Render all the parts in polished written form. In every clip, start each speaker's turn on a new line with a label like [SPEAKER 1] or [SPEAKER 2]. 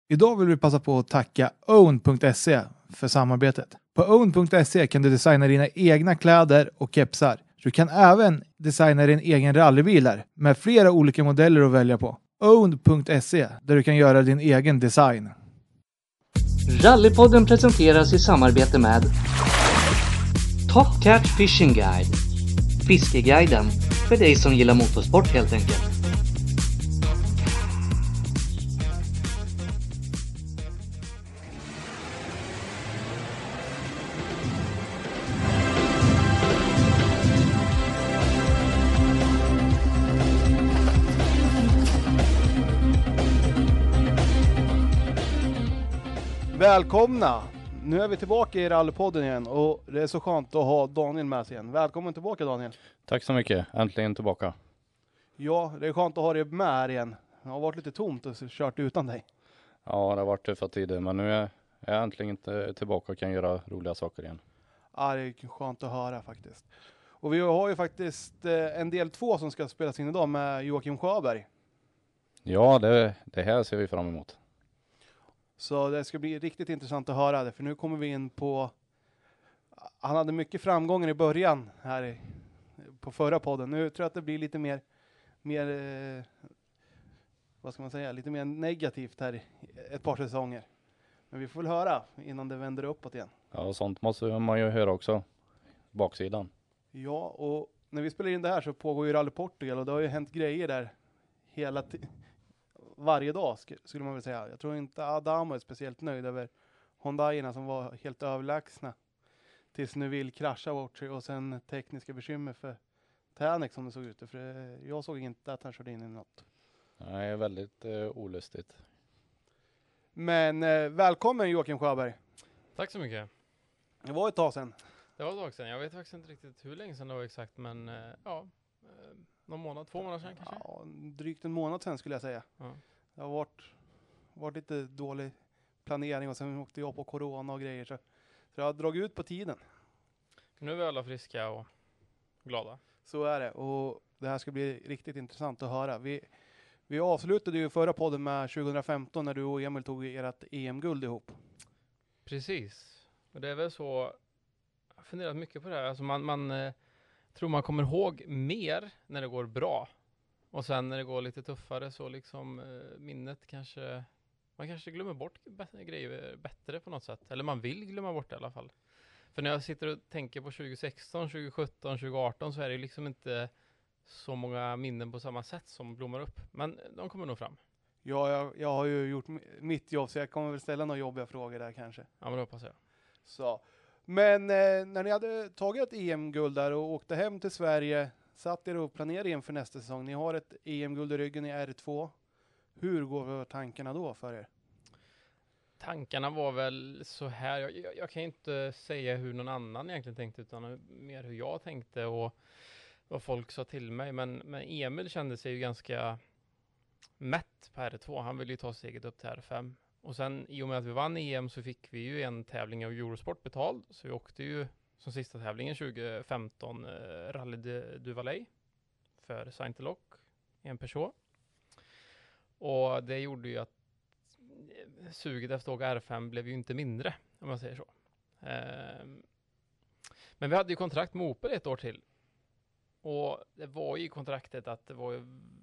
[SPEAKER 1] Idag vill vi passa på att tacka Own.se för samarbetet. På Own.se kan du designa dina egna kläder och kepsar. Du kan även designa din egen rallybil där, med flera olika modeller att välja på. Own.se, där du kan göra din egen design.
[SPEAKER 2] Rallypodden presenteras i samarbete med Top Cat Fishing Guide. Fiskeguiden för dig som gillar motorsport helt enkelt.
[SPEAKER 1] Välkomna! Nu är vi tillbaka i Rallypodden igen och det är så skönt att ha Daniel med sig igen. Välkommen tillbaka, Daniel.
[SPEAKER 3] Tack så mycket, äntligen tillbaka.
[SPEAKER 1] Ja, det är skönt att ha dig med här igen. Det har varit lite tomt och kört utan dig.
[SPEAKER 3] Ja, det har varit tuffa tider, men nu är jag äntligen tillbaka och kan göra roliga saker igen.
[SPEAKER 1] Ja, det är skönt att höra faktiskt. Och vi har ju faktiskt en del 2 som ska spelas in idag med Joakim Sjöberg.
[SPEAKER 3] Ja, det här ser vi fram emot.
[SPEAKER 1] Så det ska bli riktigt intressant att höra det, för nu kommer vi in på... Han hade mycket framgångar i början här på förra podden. Nu tror jag att det blir lite mer vad ska man säga, lite mer negativt här ett par säsonger. Men vi får väl höra innan det vänder uppåt igen.
[SPEAKER 3] Ja, och sånt måste man ju höra också, baksidan.
[SPEAKER 1] Ja, och när vi spelar in det här så pågår ju Rally Portugal och det har ju hänt grejer där varje dag skulle man väl säga. Jag tror inte Adamo är speciellt nöjd över Hondaierna som var helt överlägsna tills nu vill krascha bort sig och sen tekniska bekymmer för Tänek som det såg ut. För jag såg inte att han körde in i något.
[SPEAKER 3] Nej, väldigt olustigt.
[SPEAKER 1] Men välkommen Joakim Sjöberg.
[SPEAKER 4] Tack så mycket.
[SPEAKER 1] Det var ett tag sedan.
[SPEAKER 4] Det var ett tag sedan. Jag vet faktiskt inte riktigt hur länge sedan det var exakt, men någon månad, 2 månader sedan kanske?
[SPEAKER 1] Ja, drygt en månad sedan skulle jag säga.
[SPEAKER 4] Ja.
[SPEAKER 1] Det har varit lite dålig planering och sen åkte jag på corona och grejer så jag har dragit ut på tiden.
[SPEAKER 4] Nu är vi alla friska och glada.
[SPEAKER 1] Så är det, och det här ska bli riktigt intressant att höra. Vi avslutade ju förra podden med 2015 när du och Emil tog ert EM-guld ihop.
[SPEAKER 4] Precis. Och det är väl så, jag har funderat mycket på det här. Alltså man tror man kommer ihåg mer när det går bra. Och sen när det går lite tuffare så liksom minnet kanske, man kanske glömmer bort grejer bättre på något sätt. Eller man vill glömma bort det i alla fall. För när jag sitter och tänker på 2016, 2017, 2018 så är det liksom inte så många minnen på samma sätt som blommar upp. Men de kommer nog fram.
[SPEAKER 1] Ja, jag har ju gjort mitt jobb så jag kommer väl ställa några jobbiga frågor där kanske.
[SPEAKER 4] Ja, men det hoppas jag.
[SPEAKER 1] Så. Men när ni hade tagit ett EM-guld där och åkte hem till Sverige, satt er och planerade inför nästa säsong. Ni har ett EM-guld i ryggen i R2. Hur går tankarna då för er?
[SPEAKER 4] Tankarna var väl så här. Jag kan inte säga hur någon annan egentligen tänkte utan mer hur jag tänkte och vad folk sa till mig. Men Emil kände sig ju ganska mätt på R2. Han ville ju ta steget upp till R5. Och sen i och med att vi vann EM så fick vi ju en tävling av Eurosport betald. Så vi åkte ju som sista tävlingen 2015 Rally du Valais för Saint-Lock i en Peugeot. Och det gjorde ju att suget efter att åka R5 blev ju inte mindre, om man säger så. Men vi hade ju kontrakt med Opel 1 år till. Och det var ju i kontraktet att det var ju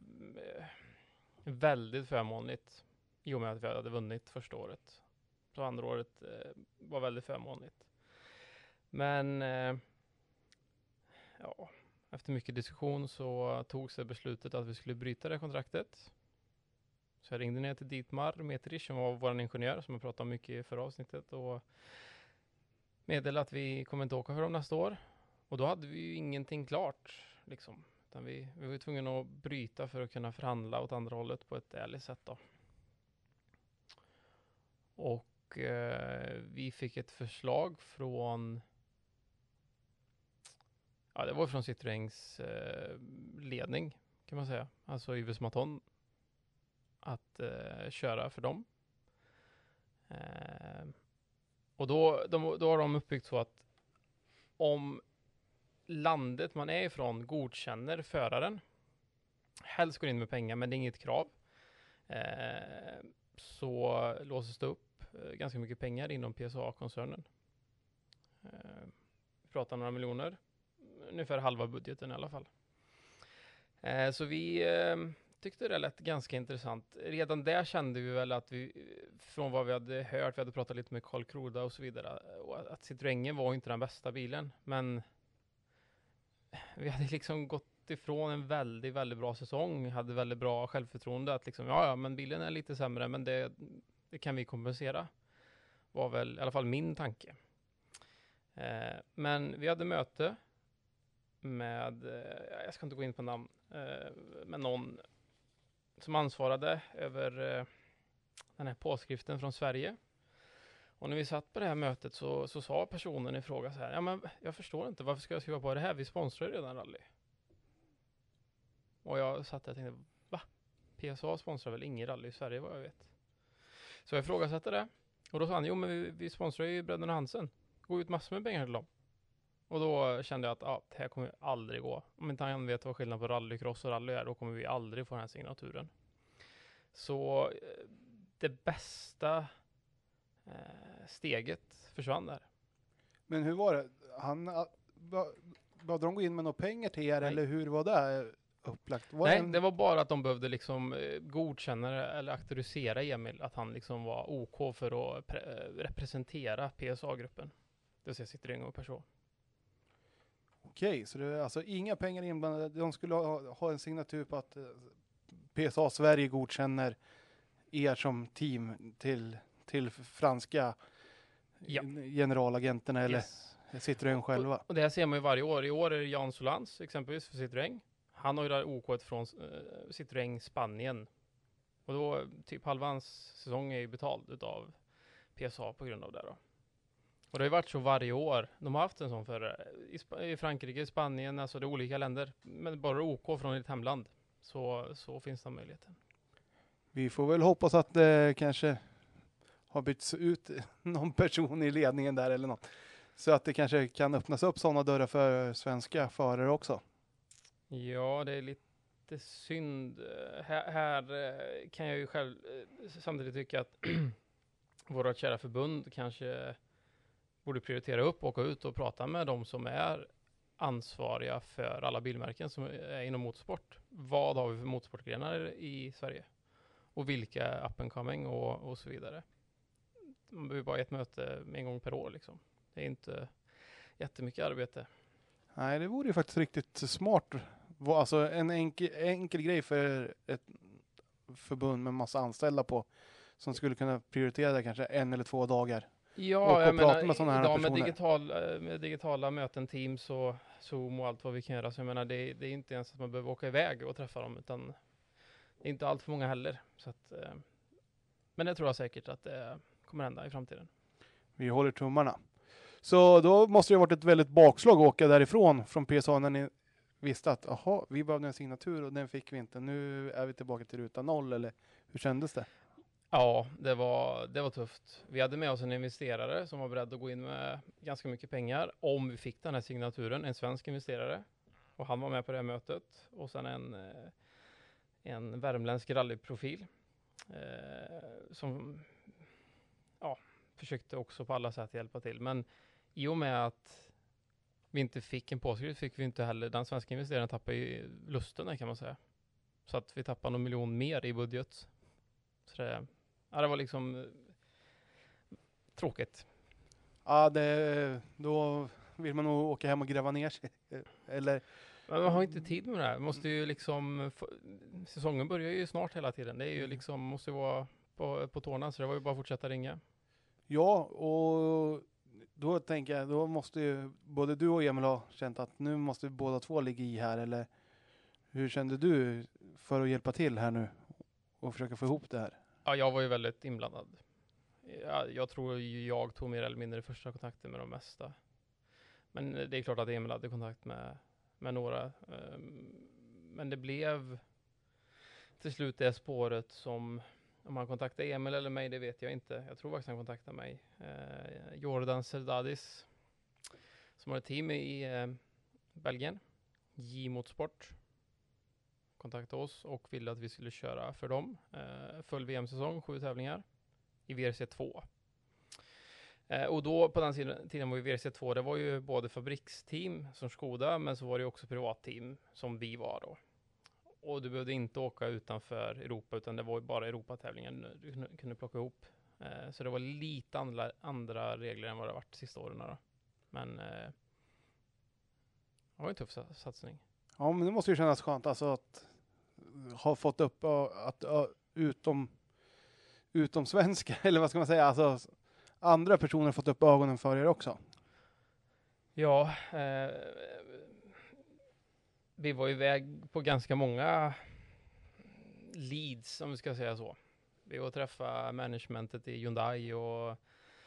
[SPEAKER 4] väldigt förmånligt i och med att vi hade vunnit första året. Så andra året var väldigt förmånligt. Men ja, efter mycket diskussion så tog sig beslutet att vi skulle bryta det kontraktet. Så jag ringde ner till Dietmar Meterich som var vår ingenjör som jag pratade om mycket i förra avsnittet och meddelade att vi kommer inte åka för dem nästa år. Och då hade vi ju ingenting klart liksom. Utan vi var tvungna att bryta för att kunna förhandla åt andra hållet på ett ärligt sätt då. Och vi fick ett förslag från det var från Citroëns ledning kan man säga. Alltså Yves Maton att köra för dem. Och då har de uppbyggt så att om landet man är ifrån godkänner föraren, helst går in med pengar men det är inget krav, så låses det upp ganska mycket pengar inom PSA-koncernen. Vi pratar några miljoner, ungefär halva budgeten i alla fall. Så vi tyckte det lät ganska intressant. Redan där kände vi väl att vi, från vad vi hade hört, vi hade pratat lite med Karl Kroda och så vidare, och att Citroën var inte den bästa bilen, men vi hade liksom gått ifrån en väldigt, väldigt bra säsong, hade väldigt bra självförtroende att liksom, ja, men bilen är lite sämre, men det kan vi kompensera. Var väl i alla fall min tanke. Men vi hade möte med, jag ska inte gå in på namn, med någon som ansvarade över den här påskriften från Sverige. Och när vi satt på det här mötet så sa personen i fråga så här, ja men jag förstår inte, varför ska jag skriva på det här? Vi sponsrar ju redan rally. Och jag satt där och tänkte, va? PSA sponsrar väl ingen rally i Sverige vad jag vet. Så jag ifrågasatte det. Och då sa han, jo men vi sponsrar ju Bröderna Hansen. Går ut massor med pengar till dem. Och då kände jag att det här kommer aldrig gå. Om inte han vet vad skillnad på rallycross och rally är, då kommer vi aldrig få den här signaturen. Så det bästa steget försvann där.
[SPEAKER 1] Men hur var det? Behövde de gå in med några pengar till er, eller hur var det upplagt?
[SPEAKER 4] Det var bara att de behövde liksom godkänna eller auktorisera Emil, att han liksom var OK för att representera PSA-gruppen. Det vill säga Citroën och Peugeot.
[SPEAKER 1] Okej, så det är alltså inga pengar inblandade. De skulle ha en signatur på att PSA Sverige godkänner er som team till franska generalagenterna eller Citroën själva.
[SPEAKER 4] Och det här ser man ju varje år. I år är det Jan Solans exempelvis för Citroën. Han har ju där OK från Citroën Spanien. Och då typ halva hans säsong är ju betald utav PSA på grund av det då. Och det har ju varit så varje år. De har haft en sån för i Frankrike, i Spanien, alltså det är olika länder. Men bara OK från ett hemland. Så finns det möjligheten.
[SPEAKER 1] Vi får väl hoppas att det kanske har bytts ut någon person i ledningen där eller något. Så att det kanske kan öppnas upp sådana dörrar för svenska förare också.
[SPEAKER 4] Ja, det är lite synd. Här kan jag ju själv samtidigt tycka att våra kära förbund kanske borde prioritera upp och åka ut och prata med de som är ansvariga för alla bilmärken som är inom motorsport. Vad har vi för motorsportgrenar i Sverige? Och vilka up and coming och så vidare. Man behöver bara ett möte en gång per år liksom. Det är inte jättemycket arbete.
[SPEAKER 1] Nej, det vore ju faktiskt riktigt smart. Alltså en enkel grej för ett förbund med massa anställda på som skulle kunna prioritera det kanske 1 eller 2 dagar.
[SPEAKER 4] Ja, jag menar,
[SPEAKER 1] med sådana här
[SPEAKER 4] idag
[SPEAKER 1] personer.
[SPEAKER 4] med digitala möten, Teams och Zoom och allt vad vi kan göra. Så jag menar, det är inte ens att man behöver åka iväg och träffa dem, utan det är inte allt för många heller. Så att, men det tror jag säkert att det kommer hända i framtiden.
[SPEAKER 1] Vi håller tummarna. Så då måste det ha varit ett väldigt bakslag att åka därifrån från PSA när ni visste att vi behövde en signatur och den fick vi inte. Nu är vi tillbaka till ruta 0, eller hur kändes det?
[SPEAKER 4] Ja, det var tufft. Vi hade med oss en investerare som var beredd att gå in med ganska mycket pengar om vi fick den här signaturen, en svensk investerare. Och han var med på det här mötet. Och sen en värmländsk rallyprofil som försökte också på alla sätt hjälpa till. Men i och med att vi inte fick en påskrift fick vi inte heller, den svenska investeraren tappade ju lusten där, kan man säga. Så att vi tappade någon miljon mer i budget. Så det var liksom tråkigt.
[SPEAKER 1] Ja, då vill man nog åka hem och gräva ner sig. Eller...
[SPEAKER 4] Men man har inte tid med det här. Man måste ju liksom, säsongen börjar ju snart hela tiden. Det är ju liksom, måste ju vara på tårna, så det var ju bara att fortsätta ringa.
[SPEAKER 1] Ja, och då tänker jag, då måste ju både du och Emil ha känt att nu måste vi båda två ligga i här, eller hur kände du för att hjälpa till här nu och försöka få ihop det här?
[SPEAKER 4] Ja, jag var ju väldigt inblandad. Jag tror jag tog mer eller mindre första kontakten med de mesta. Men det är klart att Emil hade kontakt med några. Men det blev till slut det spåret som, om han kontaktade Emil eller mig, det vet jag inte. Jag tror faktiskt han kontaktade mig. Jordan Serdadis, som har ett team i Belgien. J Motorsport. kontaktade oss och ville att vi skulle köra för dem. Full VM-säsong, 7 tävlingar i VRC2. Och då på den tiden var ju VRC2, det var ju både fabriksteam som Skoda, men så var det också privatteam som vi var då. Och du behövde inte åka utanför Europa, utan det var ju bara Europatävlingen du kunde plocka ihop. Så det var lite andra regler än vad det har varit de sista åren då. Men det var en tuff satsning.
[SPEAKER 5] Ja, men det måste ju kännas skönt alltså att ha fått upp att utom svenska, eller vad ska man säga, alltså andra personer har fått upp ögonen för er också.
[SPEAKER 4] Ja, vi var iväg på ganska många leads, om vi ska säga så. Vi var och träffa managementet i Hyundai och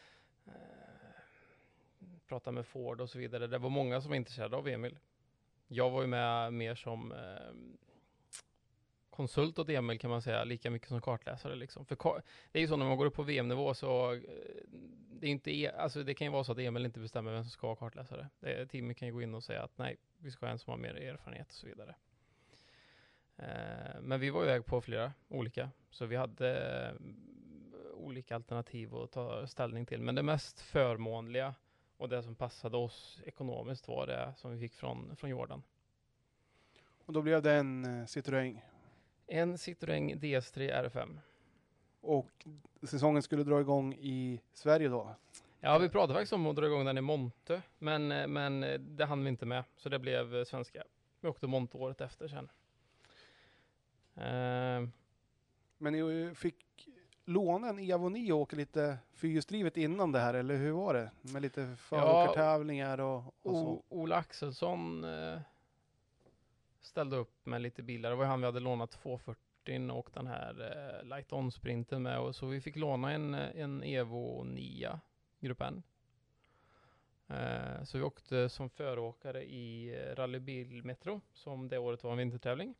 [SPEAKER 4] prata med Ford och så vidare. Det var många som var intresserade av Emil. Jag var ju med mer som konsult åt Emil, kan man säga, lika mycket som kartläsare liksom. För det är ju så när man går upp på VM-nivå, så det är inte, alltså det kan ju vara så att Emil inte bestämmer vem som ska vara kartläsare. Teamet kan ju gå in och säga att nej, vi ska ha en som har mer erfarenhet och så vidare. Men vi var iväg på flera olika, så vi hade olika alternativ att ta ställning till. Men det mest förmånliga och det som passade oss ekonomiskt var det som vi fick från Jordan.
[SPEAKER 5] Och då blev det en Citroën.
[SPEAKER 4] En Citroën DS3 R5.
[SPEAKER 5] Och säsongen skulle dra igång i Sverige då?
[SPEAKER 4] Ja, vi pratade faktiskt om att dra igång den i Monte, men det hann vi inte med. Så det blev svenska. Vi åkte Monte året efter sen.
[SPEAKER 5] Men ni fick låna en Evo 9 och åka lite fyrhjulsdrivet innan det här, eller hur var det? Med lite föråkartävlingar och så.
[SPEAKER 4] Ola Axelsson ställde upp med lite bilar. Det var han vi hade lånat 240 och den här Light On-sprinten med. Och så vi fick låna en Evo 9 Grupp N. Så vi åkte som föråkare i Rallybil Metro, som det året var en vintertävling.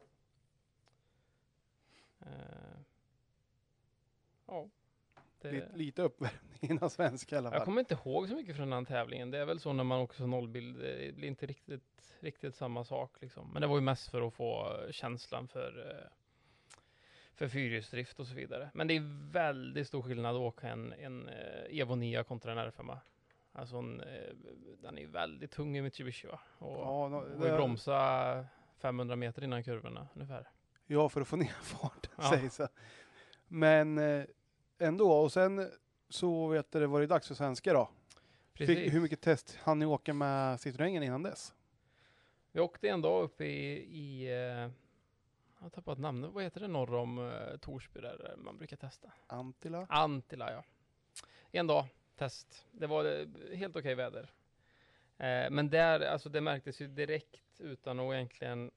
[SPEAKER 4] Ja.
[SPEAKER 5] Lite uppvärmning innan svenska i alla fall.
[SPEAKER 4] Jag kommer inte ihåg så mycket från den tävlingen. Det är väl så när man åker som nollbil. Det blir inte riktigt samma sak liksom. Men det var ju mest för att få känslan för fyrhjulsdrift och så vidare. Men det är väldigt stor skillnad att åka en Evo 9 kontra en R5. Alltså den är väldigt tung i Mitsubishi, va? Och vi bromsa 500 meter innan kurvorna ungefär.
[SPEAKER 5] Ja, för att få ner farten, sägs det. Men ändå, och sen så vet du, det var det dags för svenska då.
[SPEAKER 4] Precis.
[SPEAKER 5] Hur mycket test hann ni åka med Citroën innan dess?
[SPEAKER 4] Vi åkte en dag upp i jag har tappat namnet. Vad heter det norr om Torsby där man brukar testa? Antila, ja. En dag test. Det var helt okej väder. Men där, alltså det märktes ju direkt utan att egentligen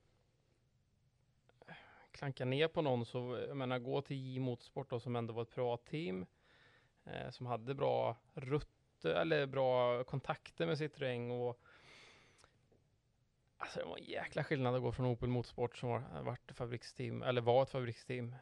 [SPEAKER 4] klanka ner på någon. Så jag menar, gå till J Motorsport då, som ändå var ett privatteam som hade bra bra kontakter med Citroën, och alltså det var en jäkla skillnad att gå från Opel Motorsport som var ett fabriksteam.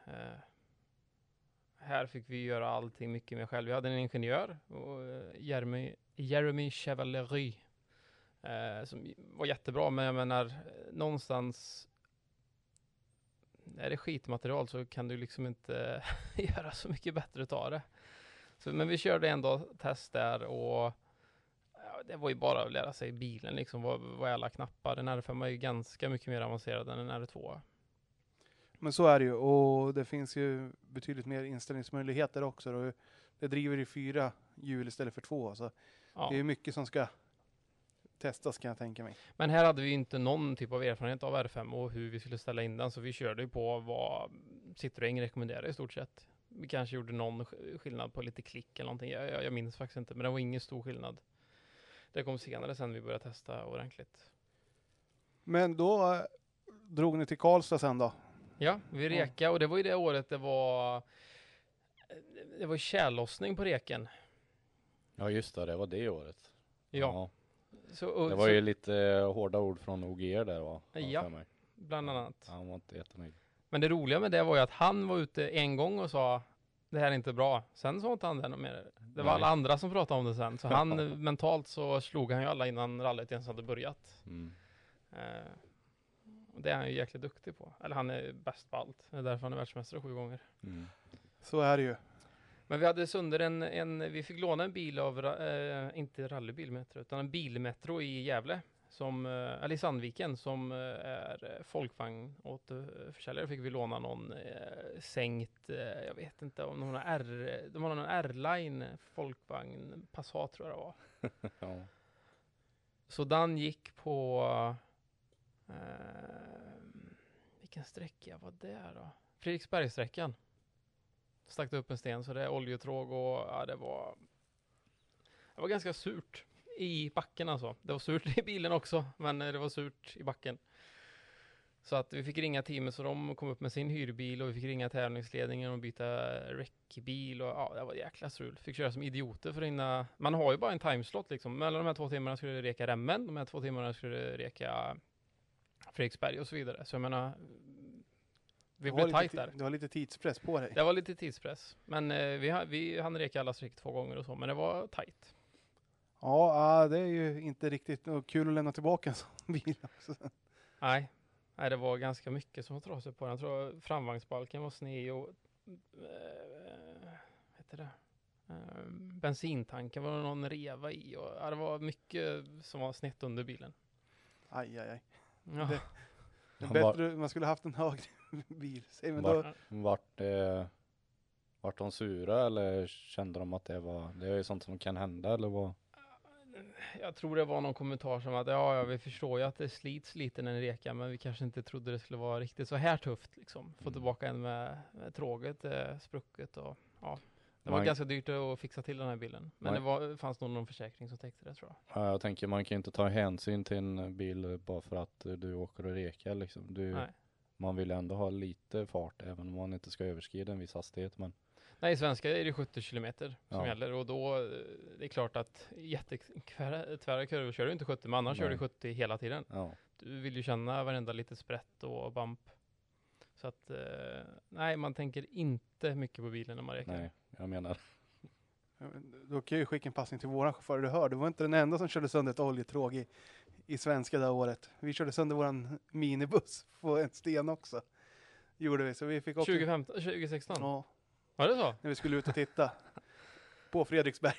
[SPEAKER 4] Här fick vi göra allting mycket mer själv. Vi hade en ingenjör, Jeremy Chevalery, som var jättebra, men jag menar, någonstans är det skitmaterial så kan du liksom inte göra så mycket bättre utav det. Men vi körde ändå test där, och det var ju bara att lära sig bilen liksom, vad är alla knappar. Den R5 är ju ganska mycket mer avancerad än en R2.
[SPEAKER 5] Men så är det ju, och det finns ju betydligt mer inställningsmöjligheter också då. Det driver i 4 hjul istället för 2, så det är mycket som ska testas, kan jag tänka mig. Men
[SPEAKER 4] här hade vi inte någon typ av erfarenhet av R5 och hur vi skulle ställa in den, så vi körde ju på vad Citroën rekommenderade i stort sett. Vi kanske gjorde någon skillnad på lite klick eller någonting. Jag minns faktiskt inte, men det var ingen stor skillnad. Det kom senare sen vi började testa ordentligt.
[SPEAKER 5] Men då drog ni till Karlstad sen då?
[SPEAKER 4] Ja, vi reka, och det var ju det året det var tjällossning på reken.
[SPEAKER 3] Ja just det var det året.
[SPEAKER 4] Ja.
[SPEAKER 3] Det var ju lite hårda ord från OGR där, va?
[SPEAKER 4] Ja, bland annat.
[SPEAKER 3] Han var inte jättenöjd.
[SPEAKER 4] Men det roliga med det var ju att han var ute en gång och sa det här är inte bra. Sen sa inte han det något mer. Det var alla andra som pratade om det sen. Så han mentalt så slog han ju alla innan rallyt ens hade börjat. Och det är han ju jäkligt duktig på. Eller han är bäst på allt. Det är därför han är världsmästare 7 gånger.
[SPEAKER 3] Mm.
[SPEAKER 5] Så är det ju.
[SPEAKER 4] Men vi hade sönder vi fick låna en bil av, inte rallybilmetro, utan en bilmetro i Gävle. Eller i Sandviken, som är folkvagn åt försäljare. Fick vi låna någon sänkt, jag vet inte om de har någon R-line folkvagn, Passat tror jag det var.
[SPEAKER 3] Ja.
[SPEAKER 4] Så den gick på, vilken sträcka var det då? Fredriksbergssträckan. Stack upp en sten, så det är oljetråg och ja, det var ganska surt i backen alltså. Det var surt i bilen också, men det var surt i backen. Så att vi fick ringa teamet, så de kom upp med sin hyrbil och vi fick ringa tävlingsledningen och byta räckbil och ja, det var jäkla strul. Fick köra som idioter för att hinna. Man har ju bara en timeslot liksom. Mellan de här 2 timmarna skulle det reka Remmen, de här 2 timmarna skulle det reka Fredriksberg och så vidare. Så jag menar, vi blev tajt där.
[SPEAKER 5] Det var lite tidspress på dig.
[SPEAKER 4] Det var lite tidspress. Men vi hann reka alla sträck 2 gånger och så, men det var tajt.
[SPEAKER 5] Ja, det är ju inte riktigt kul att lämna tillbaka en sån bil också.
[SPEAKER 4] Nej, det var ganska mycket som var trasigt på den. Jag tror framvagnsbalken var sned och bensintanken var någon reva i. Och, det var mycket som var snett under bilen.
[SPEAKER 5] Aj.
[SPEAKER 4] Ja.
[SPEAKER 5] Det är bättre, man skulle haft en högre bil.
[SPEAKER 3] Vart de sura eller kände de att det är ju sånt som kan hända eller vad?
[SPEAKER 4] Jag tror det var någon kommentar som att ja, vi förstår ju att det slits lite när ni rekar, men vi kanske inte trodde det skulle vara riktigt så här tufft liksom. Få tillbaka en med tråget sprucket och ja. Det var ganska dyrt att fixa till den här bilen. Men det fanns nog någon försäkring som täckte det, tror jag.
[SPEAKER 3] Ja, jag tänker man kan inte ta hänsyn till en bil bara för att du åker och rekar liksom. Man vill ändå ha lite fart även om man inte ska överskrida en viss hastighet. Men...
[SPEAKER 4] Nej, i svenska är det 70 kilometer som gäller, och då det är klart att jättetvära kurvor kör du inte 70, men annars kör du 70 hela tiden.
[SPEAKER 3] Ja.
[SPEAKER 4] Du vill ju känna varenda litet sprätt och bump. Så att, nej, man tänker inte mycket på bilen när man rekar.
[SPEAKER 3] Nej, jag menar.
[SPEAKER 5] Då kan jag ju skicka en passning till våran chaufför. Du hör, det var inte den enda som körde sönder ett oljetråg i svenska det året. Vi körde sönder våran minibuss på en sten också. Gjorde vi, så vi fick också...
[SPEAKER 4] 2016?
[SPEAKER 5] Ja.
[SPEAKER 4] Var det så?
[SPEAKER 5] När vi skulle ut och titta på Fredriksberg.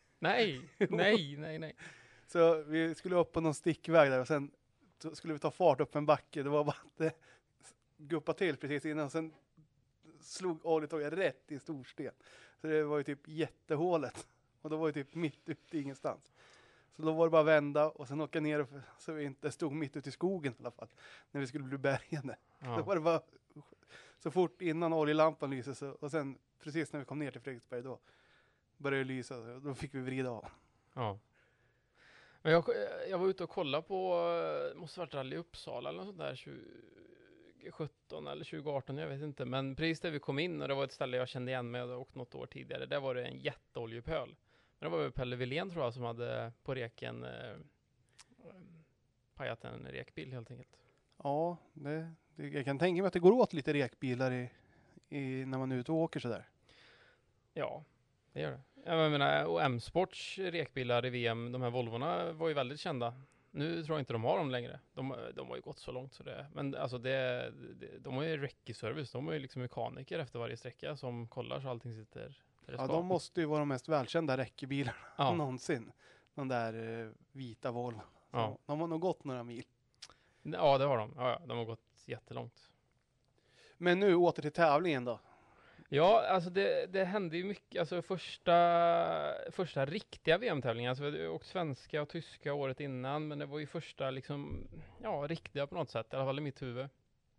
[SPEAKER 4] Nej.
[SPEAKER 5] Så vi skulle upp på någon stickväg där och sen skulle vi ta fart upp en backe. Det var bara att det guppade till precis innan och sen slog oljetåget rätt i storsten. Så det var ju typ jättehålet. Och då var det typ mitt ute i ingenstans. Så då var det bara att vända och sen åka ner så vi inte stod mitt ute i skogen i alla fall. När vi skulle bli bärgande.
[SPEAKER 4] Ja.
[SPEAKER 5] Då var det bara så fort innan oljelampan lyste och sen precis när vi kom ner till Fredriksberg då började det lysa. Då fick vi vrida av.
[SPEAKER 4] Ja. Men jag var ute och kollade på, måste varit rally i Uppsala eller något sånt där 2017 eller 2018, jag vet inte. Men precis där vi kom in, och det var ett ställe jag kände igen mig och åkt något år tidigare. Där var det en jätteoljepöl. Men det var väl Pelle Wilén, tror jag, som hade på reken pajat en rekbil helt enkelt.
[SPEAKER 5] Ja, jag kan tänka mig att det går åt lite rekbilar när man är ute och åker sådär.
[SPEAKER 4] Ja, det gör det. Jag menar, och M-Sports rekbilar i VM, de här Volvorna var ju väldigt kända. Nu tror jag inte de har dem längre. De har ju gått så långt så det. Men alltså de har ju räckeservice. De har ju liksom mekaniker efter varje sträcka som kollar så allting sitter där det ska.
[SPEAKER 5] Ja, de måste ju vara de mest välkända räckebilarna någonsin. De där vita Volvo. Ja. De har nog gått några mil.
[SPEAKER 4] Ja, det har de. Ja, de har gått jättelångt.
[SPEAKER 5] Men nu åter till tävlingen då.
[SPEAKER 4] Ja, alltså det hände ju mycket. Alltså första riktiga VM-tävlingen. Alltså vi hade åkt svenska och tyska året innan, men det var ju första liksom, ja, riktiga på något sätt. I alla fall i mitt huvud.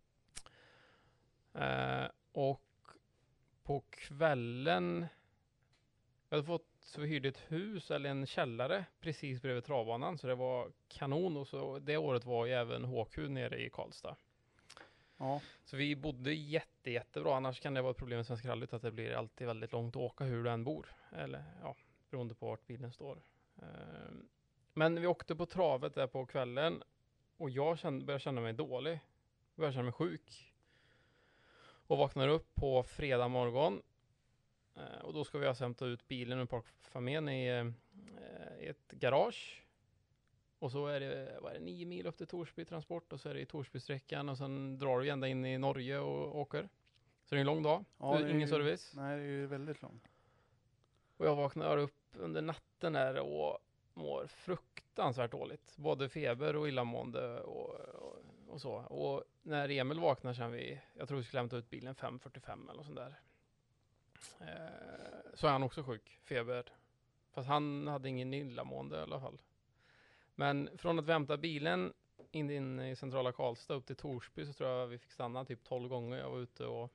[SPEAKER 4] Och på kvällen, jag hade fått, så vi hyrde ett hus eller en källare precis bredvid travbanan, så det var kanon. Och så det året var ju även HQ nere i Karlstad.
[SPEAKER 5] Ja.
[SPEAKER 4] Så vi bodde jättebra. Annars kan det vara ett problem med Svenska rallyt att det blir alltid väldigt långt att åka hur du än bor. Eller ja, beroende på vart bilen står. Men vi åkte på travet där på kvällen och jag började känna mig dålig. Jag började känna mig sjuk. Och vaknar upp på fredag morgon. Och då ska vi alltså hämta ut bilen och parkfamiljen i ett garage. Och så är det 9 mil upp till Torsby transport och så är det i Torsbysträckan och sen drar du ända in i Norge och åker. Så det är en lång dag.
[SPEAKER 5] Ja,
[SPEAKER 4] Ingen service.
[SPEAKER 5] Nej, det är ju väldigt långt.
[SPEAKER 4] Och jag vaknar upp under natten där och mår fruktansvärt dåligt. Både feber och illamående och så. Och när Emil vaknar sen jag tror vi skulle hämta ut bilen 5:45 eller sånt där. Så är han också sjuk, feber. Fast han hade ingen illamående i alla fall. Men från att vi hämtade bilen in i centrala Karlstad upp till Torsby så tror jag vi fick stanna typ 12 gånger. Jag var ute och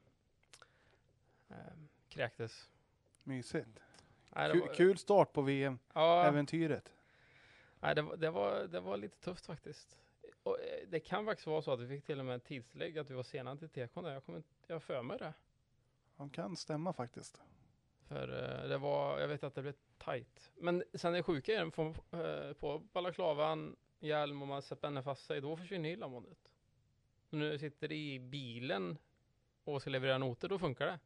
[SPEAKER 4] kräktes.
[SPEAKER 5] Mysigt.
[SPEAKER 4] Nej,
[SPEAKER 5] kul start på VM-äventyret.
[SPEAKER 4] Nej, det var lite tufft faktiskt. Och det kan faktiskt vara så att vi fick till och med tidslägg att vi var sena till tekon där. Jag för mig det.
[SPEAKER 5] De kan stämma faktiskt.
[SPEAKER 4] För jag vet att det blev tight. Men sen är sjuka igen på balaklavan, hjälm och man spänner fast sig. Då försvinner illamåendet. Så när du sitter i bilen och ska leverera noter, då funkar det.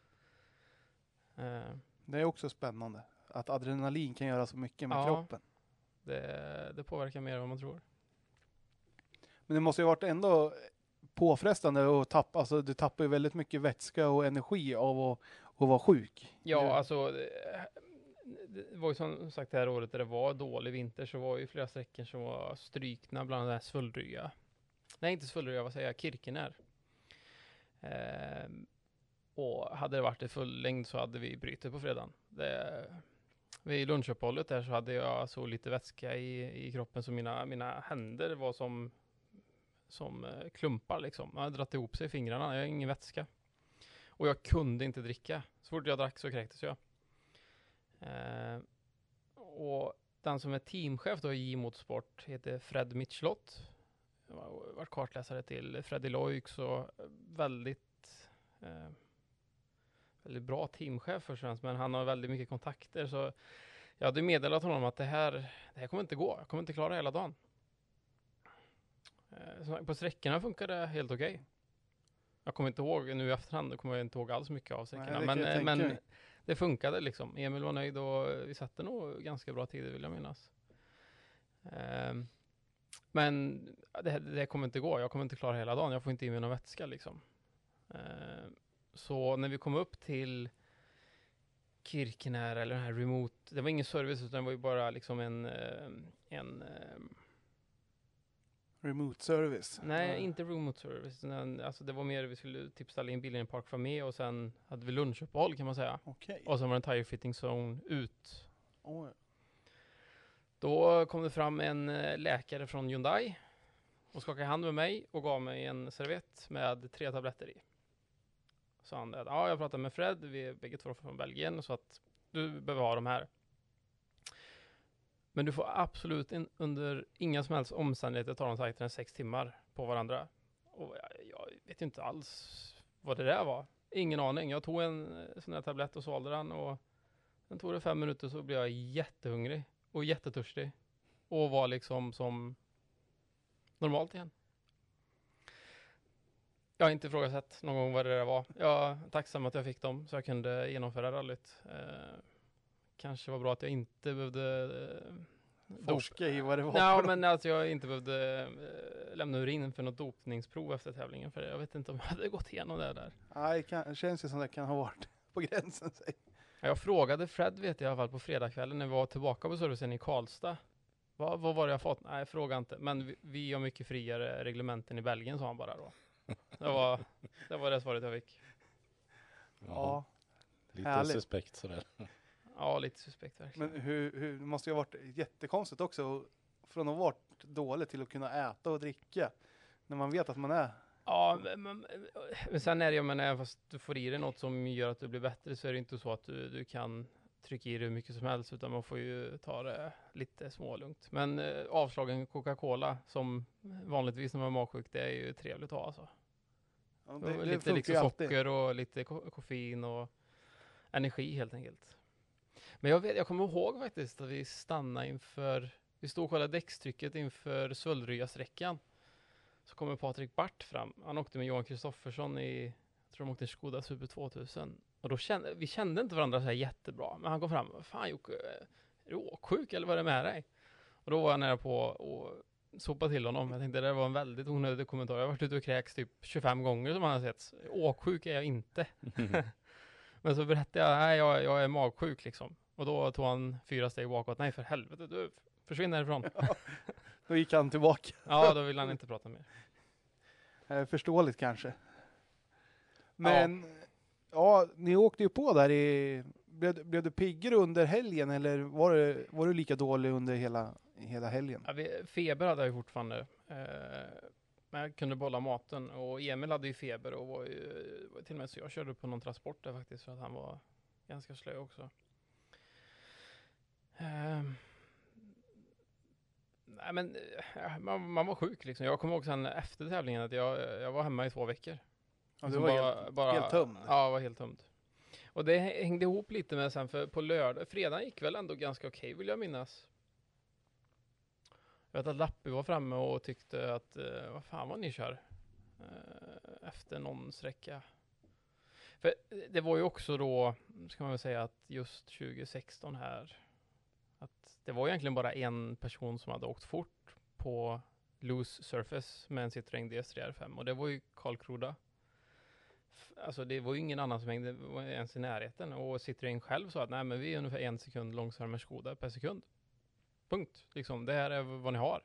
[SPEAKER 5] Det är också spännande. Att adrenalin kan göra så mycket med kroppen.
[SPEAKER 4] Det påverkar mer än vad man tror.
[SPEAKER 5] Men det måste ju varit ändå påfrestande att tappa. Alltså du tappar ju väldigt mycket vätska och energi av att vara sjuk.
[SPEAKER 4] Ja, alltså det var ju som sagt det här året där det var dålig vinter så var ju flera sträckor som var strykna, bland annat Svullrya. Nej, inte Svullrya, vad säger jag? Kirkener. Och hade det varit i full längd så hade vi brytit på fredagen. Vid lunchuppehållet där så hade jag så lite vätska i kroppen så mina händer var som klumpar liksom. Jag hade dratt ihop sig i fingrarna, jag har ingen vätska. Och jag kunde inte dricka. Så fort jag drack så kräktes jag. Och den som är teamchef då i J-Motorsport heter Fred Mitchelott. Jag har varit kartläsare till Freddy Loix och väldigt bra teamchef för svensk, men han har väldigt mycket kontakter så jag hade meddelat honom att det här kommer inte gå. Jag kommer inte klara hela dagen. På sträckorna funkar det helt okej. Jag kommer inte ihåg, nu i efterhand kommer jag inte ihåg alls mycket av sträckorna. Men det funkade liksom. Emil var nöjd och vi satte nog ganska bra tider vill jag minnas. Men det kommer inte gå. Jag kommer inte klara hela dagen. Jag får inte i mig någon vätska liksom. Så när vi kom upp till Kirkener eller den här remote, det var ingen service utan det var ju bara liksom en
[SPEAKER 5] remote service?
[SPEAKER 4] Nej, inte remote service. Alltså det var mer, vi skulle typ ställa in bilen i en park med och sen hade vi lunchuppehåll kan man säga.
[SPEAKER 5] Okay.
[SPEAKER 4] Och så var det en tire fitting zone ut. Då kom det fram en läkare från Hyundai och skakade hand med mig och gav mig en servett med 3 tabletter i. Så han att jag pratade med Fred, vi är bägge två från Belgien så att du behöver ha de här. Men du får absolut under inga som helst omständigheter ta de sajterna 6 timmar på varandra. Och jag vet inte alls vad det där var. Ingen aning. Jag tog en sån här tablett och svalde den och sen tog det 5 minuter så blev jag jättehungrig och jättetörstig. Och var liksom som normalt igen. Jag har inte ifrågasatt någon gång vad det där var. Jag är tacksam att jag fick dem så jag kunde genomföra rallyt. Kanske var bra att jag inte behövde
[SPEAKER 5] forska i vad det var.
[SPEAKER 4] Nej, men att jag inte behövde lämna urin för något dopningsprov efter tävlingen. För jag vet inte om jag hade gått igenom det där.
[SPEAKER 5] Nej, det känns ju som det kan ha varit på gränsen.
[SPEAKER 4] Jag frågade Fred, vet jag i alla fall, på fredagskvällen när vi var tillbaka på servicen i Karlstad. Vad var det jag fått? Nej, fråga inte. Men vi har mycket friare reglementen i Belgien, sa han bara då. Det var det svaret jag fick.
[SPEAKER 5] Ja.
[SPEAKER 3] Lite
[SPEAKER 5] härligt.
[SPEAKER 3] Suspekt sådär.
[SPEAKER 4] Ja, lite suspekt verkligen.
[SPEAKER 5] Men hur det måste ju ha varit jättekonstigt också från att ha varit dålig till att kunna äta och dricka när man vet att man är.
[SPEAKER 4] Ja, men sen är det, även fast du får i dig något som gör att du blir bättre så är det inte så att du kan trycka i dig hur mycket som helst utan man får ju ta det lite smålugnt. Men avslagen Coca-Cola som vanligtvis när man är magsjuk, det är ju trevligt att ha alltså.
[SPEAKER 5] Ja,
[SPEAKER 4] lite liksom socker och lite koffein och energi helt enkelt. Men jag kommer ihåg faktiskt att vi stannade vi stod och kollade däckstrycket inför Svullrya-sträckan. Så kommer Patrik Bart fram. Han åkte med Johan Kristoffersson jag tror de åkte en Skoda Super 2000. Och då vi kände inte varandra så här jättebra. Men han kom fram, fan Jocke, är du åksjuk eller vad är det med dig? Och då var jag nära på och sopa till honom. Jag tänkte det var en väldigt onödig kommentar. Jag har varit ute och kräks typ 25 gånger som han har sett. Åksjuk är jag inte. Men så berättade jag, nej jag är magsjuk liksom. Och då tog han 4 steg bakåt. Nej för helvete, du försvinner härifrån.
[SPEAKER 5] Ja, då gick han tillbaka.
[SPEAKER 4] Ja, då vill han inte prata mer.
[SPEAKER 5] Förståeligt kanske. Men ja, ni åkte ju på där blev du piggare under helgen eller var du lika dålig under hela helgen?
[SPEAKER 4] Ja, feber hade jag ju fortfarande. Men jag kunde bolla maten och Emil hade ju feber och var till och med så jag körde på någon transport där faktiskt för att han var ganska slö också. Nej men man var sjuk liksom. Jag kommer ihåg sen efter tävlingen att jag var hemma i 2 veckor.
[SPEAKER 5] Ja, du var helt tömd.
[SPEAKER 4] Ja, jag var helt tömd. Och det hängde ihop lite med sen för på fredagen gick väl ändå ganska okej vill jag minnas. Jag vet att Lappy var framme och tyckte att vad fan vad ni kör efter någon sträcka. För det var ju också då, ska man väl säga att just 2016 här att det var egentligen bara en person som hade åkt fort på loose surface med en Citroën DS3 R5 och det var ju Karl Kroda. Alltså det var ju ingen annan som hängde ens i närheten och Citroën själv sa att nej men vi är ungefär 1 sekund långsammare Skoda per sekund. Punkt. Liksom, det här är vad ni har.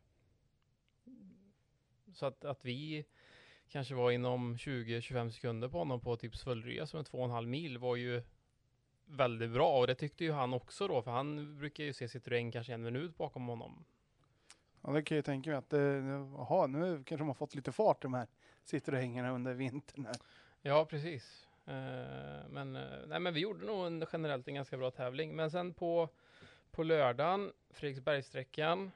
[SPEAKER 4] Så att vi kanske var inom 20-25 sekunder på honom på typ Svöllrya som är 2,5 mil var ju väldigt bra och det tyckte ju han också då för han brukar ju se Citroën kanske 1 minut bakom honom.
[SPEAKER 5] Ja, det kan jag tänka mig att nu kanske de har fått lite fart de här Citroëngerna under vintern här.
[SPEAKER 4] Ja, precis. Men vi gjorde nog generellt en ganska bra tävling. Men sen på lördagen, Fredriksbergssträckan,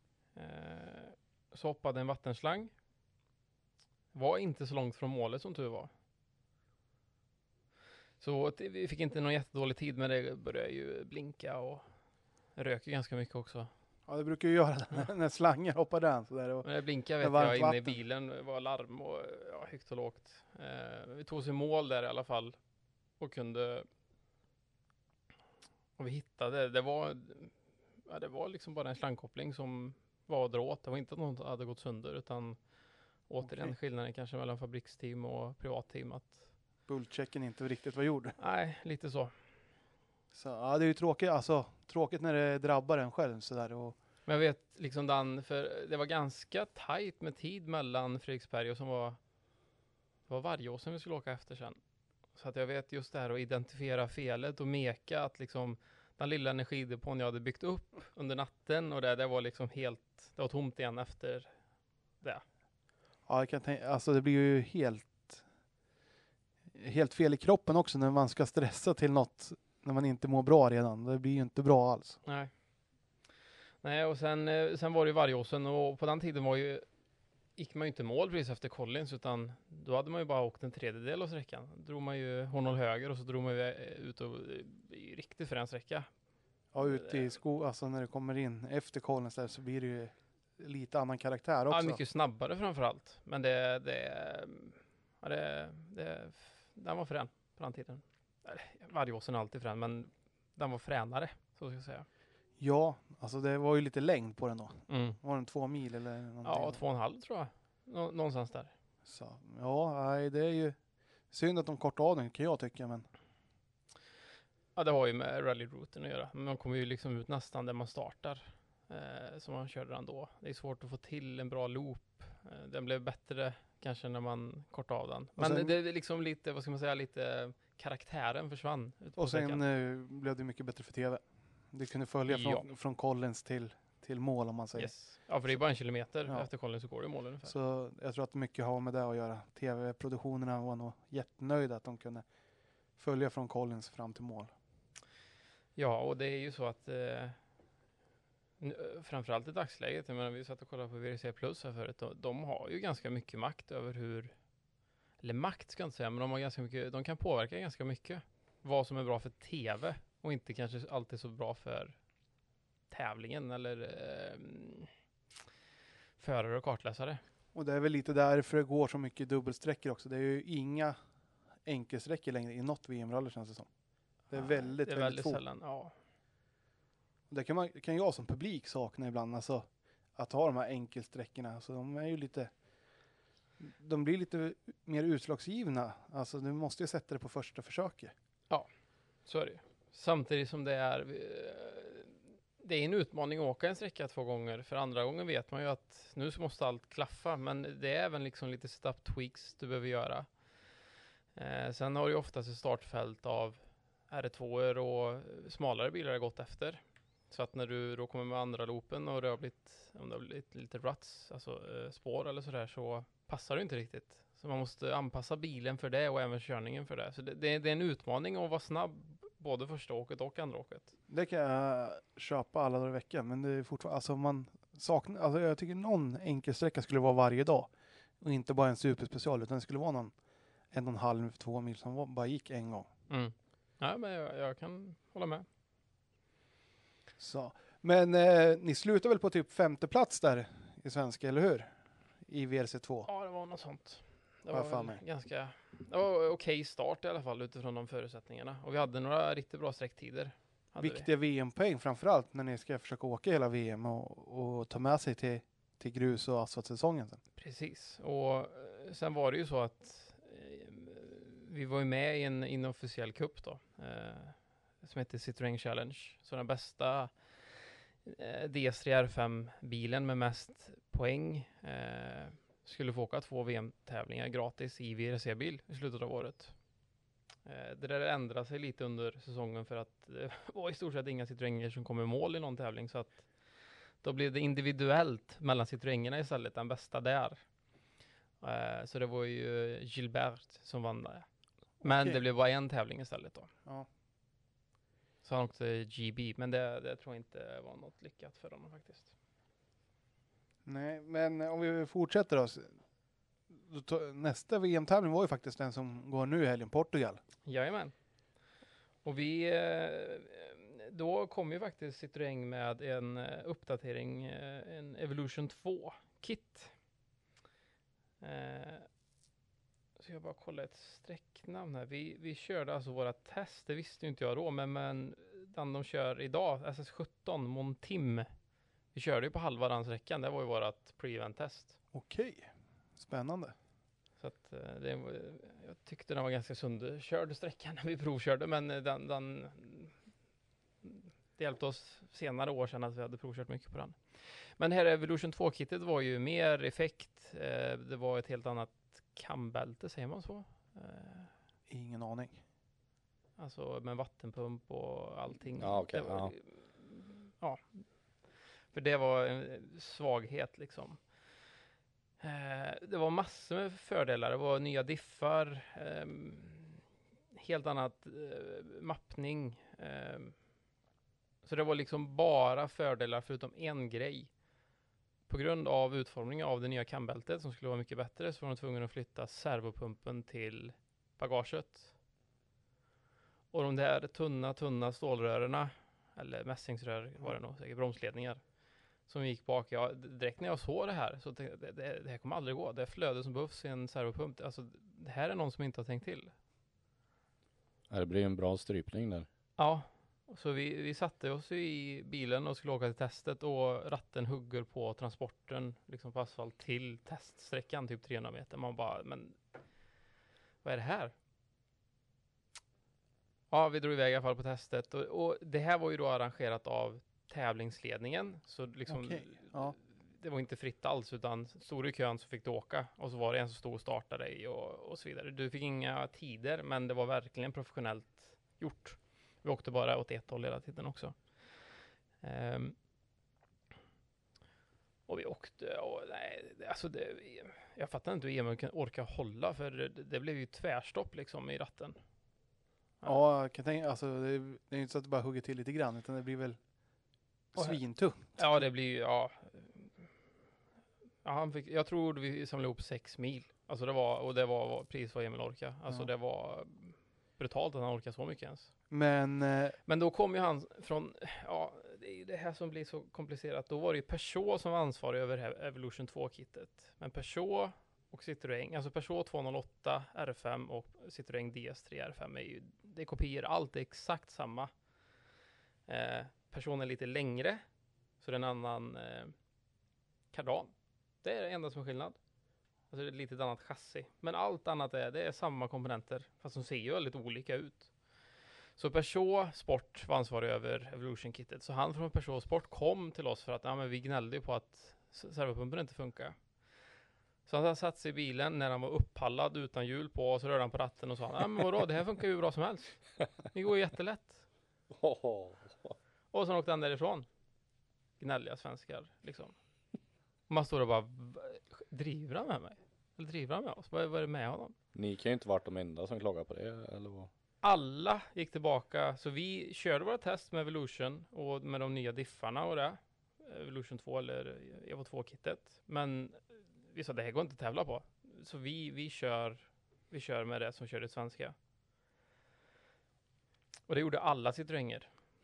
[SPEAKER 4] så hoppade en vattenslang. Var inte så långt från målet som tur var. Så vi fick inte någon jättedålig tid, men det började ju blinka och röker ganska mycket också.
[SPEAKER 5] Ja, det brukar ju göra det när slangar hoppar den sådär. Och
[SPEAKER 4] men det blinkade vet jag inne i bilen, var larm och högt och lågt. Vi tog oss i mål där i alla fall och kunde och vi hittade, det var liksom bara en slangkoppling som var att dra åt. Det var inte att något hade gått sönder utan återigen skillnaden kanske mellan fabriksteam och privatteam att
[SPEAKER 5] bullchecken inte riktigt var gjord.
[SPEAKER 4] Nej, lite så.
[SPEAKER 5] Så ja, det är ju tråkigt när det drabbar en själv sådär. Och
[SPEAKER 4] men jag vet liksom för det var ganska tajt med tid mellan Fredriksberg och det var Vargåsen vi skulle åka efter sen. Så att jag vet just det här att identifiera felet och meka att liksom den lilla energidepån jag hade byggt upp under natten och det var liksom det var tomt igen efter det.
[SPEAKER 5] Ja, jag kan tänka, det blir ju helt fel i kroppen också när man ska stressa till något när man inte mår bra redan. Det blir ju inte bra alls.
[SPEAKER 4] Nej, och sen var det ju Vargåsen och på den tiden gick man ju inte mål precis efter Collins utan då hade man ju bara åkt en 1/3 av sträckan. Då drog man ju Hornål höger och så drog man ju ut i riktigt frän sträcka.
[SPEAKER 5] Ja, ute i när det kommer in efter Collins där så blir det ju lite annan karaktär också.
[SPEAKER 4] Ja, mycket snabbare framförallt. Men den var frän på den tiden. Vargåsen är alltid frän, men den var fränare, så ska jag säga.
[SPEAKER 5] Ja, det var ju lite längd på den då.
[SPEAKER 4] Mm.
[SPEAKER 5] Var den 2 mil eller någonting?
[SPEAKER 4] Ja, 2,5 tror jag. Någonstans där.
[SPEAKER 5] Så, det är ju synd att de kortade av den kan jag tycka, men
[SPEAKER 4] ja, det har ju med rallyrouten att göra. Men man kommer ju liksom ut nästan där man startar. Som man körde den då. Det är svårt att få till en bra loop. Den blev bättre kanske när man kortade av den. Men sen, det är liksom lite, vad ska man säga, lite karaktären försvann.
[SPEAKER 5] Och sen blev det mycket bättre för tv. Du kunde följa från Collins till mål om man säger.
[SPEAKER 4] Yes. Ja, för det är bara 1 kilometer efter Collins så går det i mål ungefär.
[SPEAKER 5] Så jag tror att mycket har med det att göra. TV-produktionerna var nog jättenöjda att de kunde följa från Collins fram till mål.
[SPEAKER 4] Ja, och det är ju så att framförallt i dagsläget, jag menar, vi satt och kollade på VRC Plus här förut, de har ju ganska mycket makt över eller makt ska jag inte säga, men de har ganska mycket, de kan påverka ganska mycket vad som är bra för tv och inte kanske alltid så bra för tävlingen eller förare och kartläsare.
[SPEAKER 5] Och det är väl lite därför det går så mycket dubbelsträckor också. Det är ju inga enkelsträckor längre i något VM-rally känns det som. Det är väldigt få.
[SPEAKER 4] Sällan, ja.
[SPEAKER 5] Det kan jag som publik sakna ibland, alltså att ha de här enkelsträckorna. Alltså, de blir lite mer utslagsgivna. Alltså du måste ju sätta det på första försöket.
[SPEAKER 4] Ja, så är det. Samtidigt som det är en utmaning att åka en sträcka 2 gånger. För andra gången vet man ju att nu måste allt klaffa, men det är även liksom lite setup tweaks du behöver göra. Sen har du oftast ett startfält av R2 och smalare bilar har gått efter. Så att när du då kommer med andra loopen och det har blivit lite ruts, alltså spår eller sådär, så passar det inte riktigt. Så man måste anpassa bilen för det och även körningen för det. Så det är en utmaning att vara snabb både första åket och andra åket.
[SPEAKER 5] Det kan jag köpa alla dagar i veckan, men det är fortfarande, alltså man saknar, alltså jag tycker någon enkelsträcka skulle vara varje dag. Och inte bara en superspecial, utan det skulle vara någon 1,5-2 mil som bara gick en gång.
[SPEAKER 4] Mm. Ja, men jag kan hålla med.
[SPEAKER 5] Så. Men ni slutar väl på typ 5:e plats där i svenska, eller hur? I VRC2.
[SPEAKER 4] Ja, det var något sånt. Det
[SPEAKER 5] Vad
[SPEAKER 4] var okej start i alla fall utifrån de förutsättningarna. Och vi hade några riktigt bra sträcktider.
[SPEAKER 5] Viktiga VM-poäng framförallt när ni ska försöka åka hela VM och ta med sig till grus- och asfaltsäsongen sen.
[SPEAKER 4] Precis. Och sen var det ju så att vi var ju med i en inofficiell cup då. Som heter Citroën Challenge. Så den bästa DS3 R5-bilen med mest poäng skulle få åka 2 VM-tävlingar gratis i VRC-bil i slutet av året. Det där ändrade sig lite under säsongen för att det var i stort sett inga Citroënger som kom i mål i någon tävling, så att då blev det individuellt mellan Citroëngerna istället, den bästa där. Så det var ju Gilbert som vann där. Men det blev bara en tävling istället då.
[SPEAKER 5] Ja.
[SPEAKER 4] Så han åkte GB, men det tror jag inte var något lyckat för honom faktiskt.
[SPEAKER 5] Nej, men om vi fortsätter då. Nästa VM-tävling var ju faktiskt den som går nu i helgen, Portugal.
[SPEAKER 4] Jajamän. Och då kom ju faktiskt Citroën med en uppdatering, en Evolution 2-kit. Så jag bara kolla ett sträcknamn här. Vi körde alltså våra test, det visste ju inte jag då, men den de kör idag, SS17 Montim. Vi körde ju på halva den sträckan, det var ju vårat pre-event-test.
[SPEAKER 5] Okej, spännande.
[SPEAKER 4] Så att jag tyckte den var ganska sönderkörd sträckan när vi provkörde, men det hjälpte oss senare år sedan att vi hade provkört mycket på den. Men här Evolution 2-kittet var ju mer effekt, det var ett helt annat kambälte, säger man så?
[SPEAKER 5] Ingen aning.
[SPEAKER 4] Alltså med vattenpump och allting.
[SPEAKER 3] Ja, okej.
[SPEAKER 4] Ja. För det var en svaghet liksom. Det var massor med fördelar. Det var nya diffar, helt annat mappning. Så det var liksom bara fördelar förutom en grej. På grund av utformningen av det nya kambältet som skulle vara mycket bättre, så var de tvungna att flytta servopumpen till bagaget. Och de där tunna stålrörerna, eller mässingsrör var det nog, säkert bromsledningar, som gick bak. Ja, direkt när jag såg det här så tänkte jag, det här kommer aldrig gå. Det är flöde som behövs i en servopump. Alltså, det här är någon som inte har tänkt till.
[SPEAKER 3] Det blir en bra strypning där.
[SPEAKER 4] Ja, så vi satte oss i bilen och skulle åka till testet, och ratten hugger på transporten liksom på asfalt till teststräckan, typ 300 meter. Man bara, men vad är det här? Ja, vi drog iväg i alla fall på testet, och det här var ju då arrangerat av tävlingsledningen, så liksom det var inte fritt alls, utan stod i kön så fick du åka, och så var det en som stod och startade dig och så vidare. Du fick inga tider, men det var verkligen professionellt gjort. Vi åkte bara åt ett håll hela tiden också. Och vi åkte, och jag fattar inte hur Emil kan orka hålla, för det blev ju tvärstopp liksom i ratten.
[SPEAKER 5] Ja, jag kan tänka, alltså det är inte så att det bara hugger till lite grann, utan det blir väl svintungt.
[SPEAKER 4] Ja, det blir ju, ja, jag tror vi samlade ihop 6 mil. Alltså det var precis vad Emil orkade. Alltså det var brutalt att han orkar så mycket ens. Men då kom ju han från, det är ju det här som blir så komplicerat. Då var det ju Peugeot som var ansvarig över Evolution 2-kittet. Men Peugeot och Citroën, alltså Peugeot 208 R5 och Citroën DS3 R5 det är kopior, allt är exakt samma. Personen är lite längre, så det är en annan kardan. Det är det enda som är skillnad. Alltså det är ett lite annat chassi. Men allt annat det är samma komponenter, fast de ser ju väldigt olika ut. Så Peugeot Sport var ansvarig över Evolution-kittet. Så han från Peugeot Sport kom till oss för att men vi gnällde på att servopumpen inte funkar. Så han satt sig i bilen när han var upphallad utan hjul på, och så rörde han på ratten och sa men vadå, det här funkar ju bra som helst. Det går ju jättelätt. Och så åkte han därifrån. Gnälliga svenskar liksom. Man står och bara, driver han med mig? Eller driver han med oss? Vad är det med honom?
[SPEAKER 3] Ni kan ju inte varit de enda som klagar på det, eller vad?
[SPEAKER 4] Alla gick tillbaka, så vi körde våra test med Evolution och med de nya diffarna och det. Evolution 2 eller Evo 2-kittet. Men vi sa, det här går inte att tävla på. Så vi kör med det som kör det svenska. Och det gjorde alla Citroënger.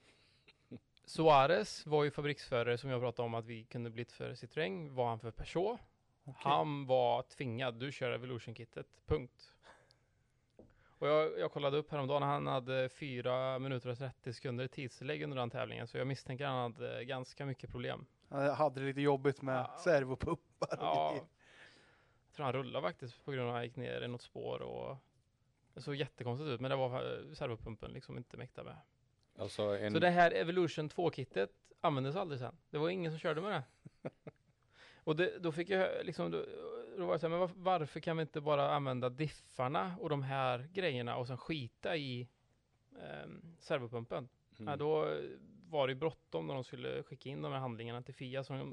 [SPEAKER 4] Suarez var ju fabriksförare som jag pratade om att vi kunde blivit för Citroën. Var han för Peugeot? Okay. Han var tvingad, du kör Evolution-kittet, punkt. Och jag kollade upp häromdagen, han hade 4 minuter och 30 sekunder i tidslägg under den tävlingen. Så jag misstänker att han hade ganska mycket problem.
[SPEAKER 5] Han hade det lite jobbigt med servopumpar.
[SPEAKER 4] Ja, jag tror han rullade faktiskt på grund av att han gick ner i något spår. Och det såg jättekonstigt ut, men det var servopumpen liksom inte mäkta med.
[SPEAKER 3] Alltså
[SPEAKER 4] Så det här Evolution 2-kittet användes aldrig sen. Det var ingen som körde med det. Och då fick jag liksom, då var jag så här, men varför kan vi inte bara använda diffarna och de här grejerna och sen skita i servopumpen? Ja, då var det bråttom när de skulle skicka in de här handlingarna till FIA. Så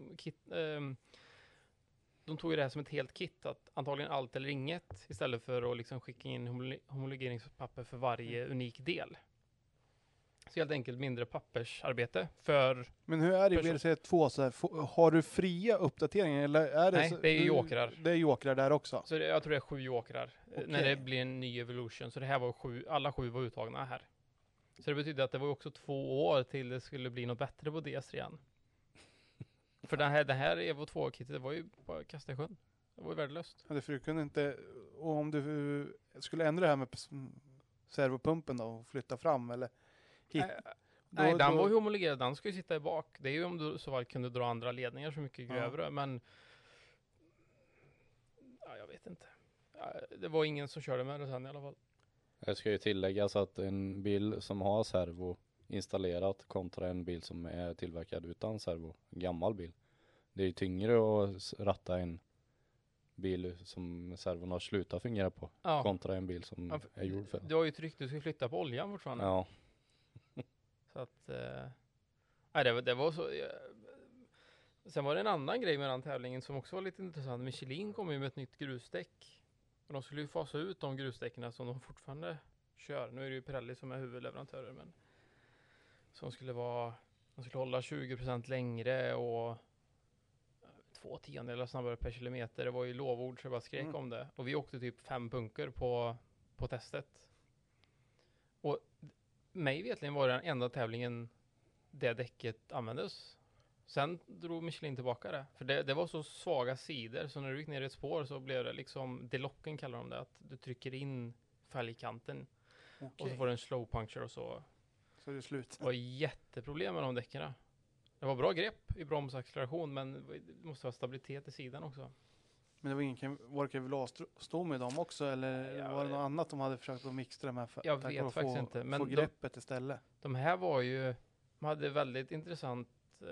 [SPEAKER 4] de tog ju det här som ett helt kit, att antagligen allt eller inget, istället för att liksom skicka in homologeringspapper för varje unik del. Så helt enkelt mindre pappersarbete för...
[SPEAKER 5] Men hur är det i WRC2 så här? Har du fria uppdateringar eller är det?
[SPEAKER 4] Nej, det är ju jokrar.
[SPEAKER 5] Det är jokrar där också.
[SPEAKER 4] Så jag tror det är 7 jokrar när det blir en ny Evolution. Så det här var alla 7 var uttagna här. Så det betyder att det var också 2 år till det skulle bli något bättre på DS igen. För det här Evo 2-kittet, det var ju bara kasta i sjön. Det var ju värdelöst.
[SPEAKER 5] Ja, för du kunde inte... Och om du skulle ändra det här med servopumpen då och flytta fram eller...
[SPEAKER 4] Nej, den var ju homologerad. Den ska ju sitta i bak. Det är ju om du så väl kunde dra andra ledningar så mycket grövre. Men jag vet inte. Det var ingen som körde med det sen i alla fall.
[SPEAKER 3] Jag ska ju tillägga så att en bil som har servo installerat kontra en bil som är tillverkad utan servo, en gammal bil. Det är ju tyngre att ratta en bil som servon har slutat fungera på kontra en bil som är gjord för.
[SPEAKER 4] Du har ju tryckt, du ska flytta på oljan fortfarande.
[SPEAKER 3] Ja.
[SPEAKER 4] Så att det var så. Sen var det en annan grej med den tävlingen som också var lite intressant. Michelin kom ju med ett nytt grusdäck. Och de skulle ju fasa ut de grusdäcken som de fortfarande kör. Nu är det ju Pirelli som är huvudleverantörer, men som skulle hålla 20% längre och 2/10 snabbare per kilometer. Det var ju lovord så jag bara skrek om det. Och vi åkte typ 5 punkter på testet. Och mig vetligen var det den enda tävlingen det däcket användes. Sen drog Michelin tillbaka det. För det var så svaga sidor, så när du gick ner i ett spår så blev det liksom, delocken kallar de det, att du trycker in fälgkanten. Okay. Och så får du en slow puncture och så.
[SPEAKER 5] Så är det slut.
[SPEAKER 4] Det var jätteproblem med de däcken. Det var bra grepp i bromsacceleration, men det måste vara stabilitet i sidan också.
[SPEAKER 5] Men det var ingen stå med dem också, eller var det något annat de hade försökt att mixtra med för
[SPEAKER 4] jag vet faktiskt inte, men
[SPEAKER 5] få greppet istället?
[SPEAKER 4] De här var ju, de hade väldigt intressant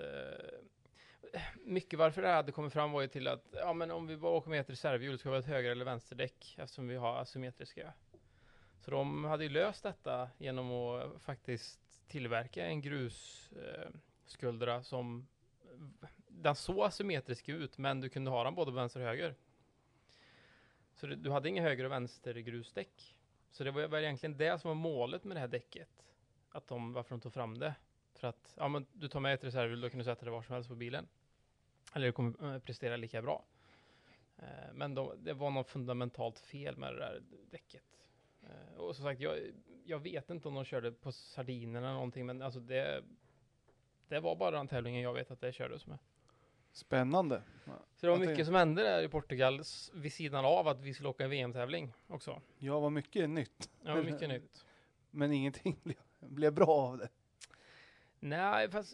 [SPEAKER 4] mycket varför det hade kommit fram var ju till att men om vi bara åker med ett reservhjul ska vi ha ett höger eller vänsterdäck eftersom vi har asymmetriska. Så de hade ju löst detta genom att faktiskt tillverka en grusskuldra som den såg asymmetrisk ut, men du kunde ha den både vänster och höger. Så du hade inga höger och vänster grusdäck. Så det var egentligen det som var målet med det här däcket. Varför de tog fram det. För att men du tar med ett reservhjul, då kan du sätta det var som helst på bilen. Eller det kommer prestera lika bra. Men det var något fundamentalt fel med det där däcket. Och som sagt, jag vet inte om de körde på Sardinen eller någonting, men alltså det var bara den tävlingen jag vet att det kördes med.
[SPEAKER 5] Spännande.
[SPEAKER 4] Så det var mycket som hände där i Portugal vid sidan av att vi skulle åka en VM-tävling också.
[SPEAKER 5] Ja, var mycket nytt.
[SPEAKER 4] Ja, mycket nytt.
[SPEAKER 5] Men ingenting blev bra av det.
[SPEAKER 4] Nej, fast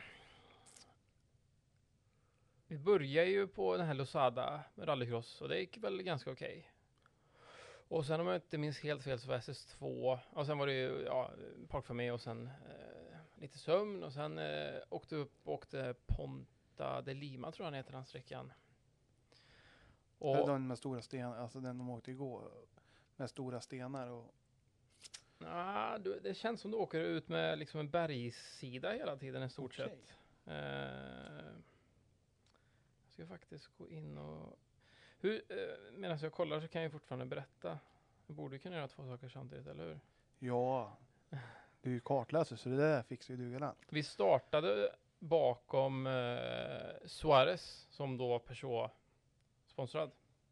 [SPEAKER 4] vi började ju på den här Losada med rallycross och det gick väl ganska okej. Och sen om jag inte minns helt fel så var SS2 och sen var det ju parkfamilj och sen lite sömn och sen åkte Ponta de Lima tror jag den heter den sträckan.
[SPEAKER 5] Och den med stora stenar, alltså den de åkte igår med stora stenar och...
[SPEAKER 4] det känns som du åker ut med liksom en bergssida hela tiden i stort sett. Jag ska faktiskt gå in och... Medan jag kollar så kan jag fortfarande berätta. Jag borde kunna göra 2 saker samtidigt, eller hur?
[SPEAKER 5] Ja, du är ju kartläsare så det där fixar ju du galant.
[SPEAKER 4] Vi startade bakom Suarez som då Peugeot-sponsrad.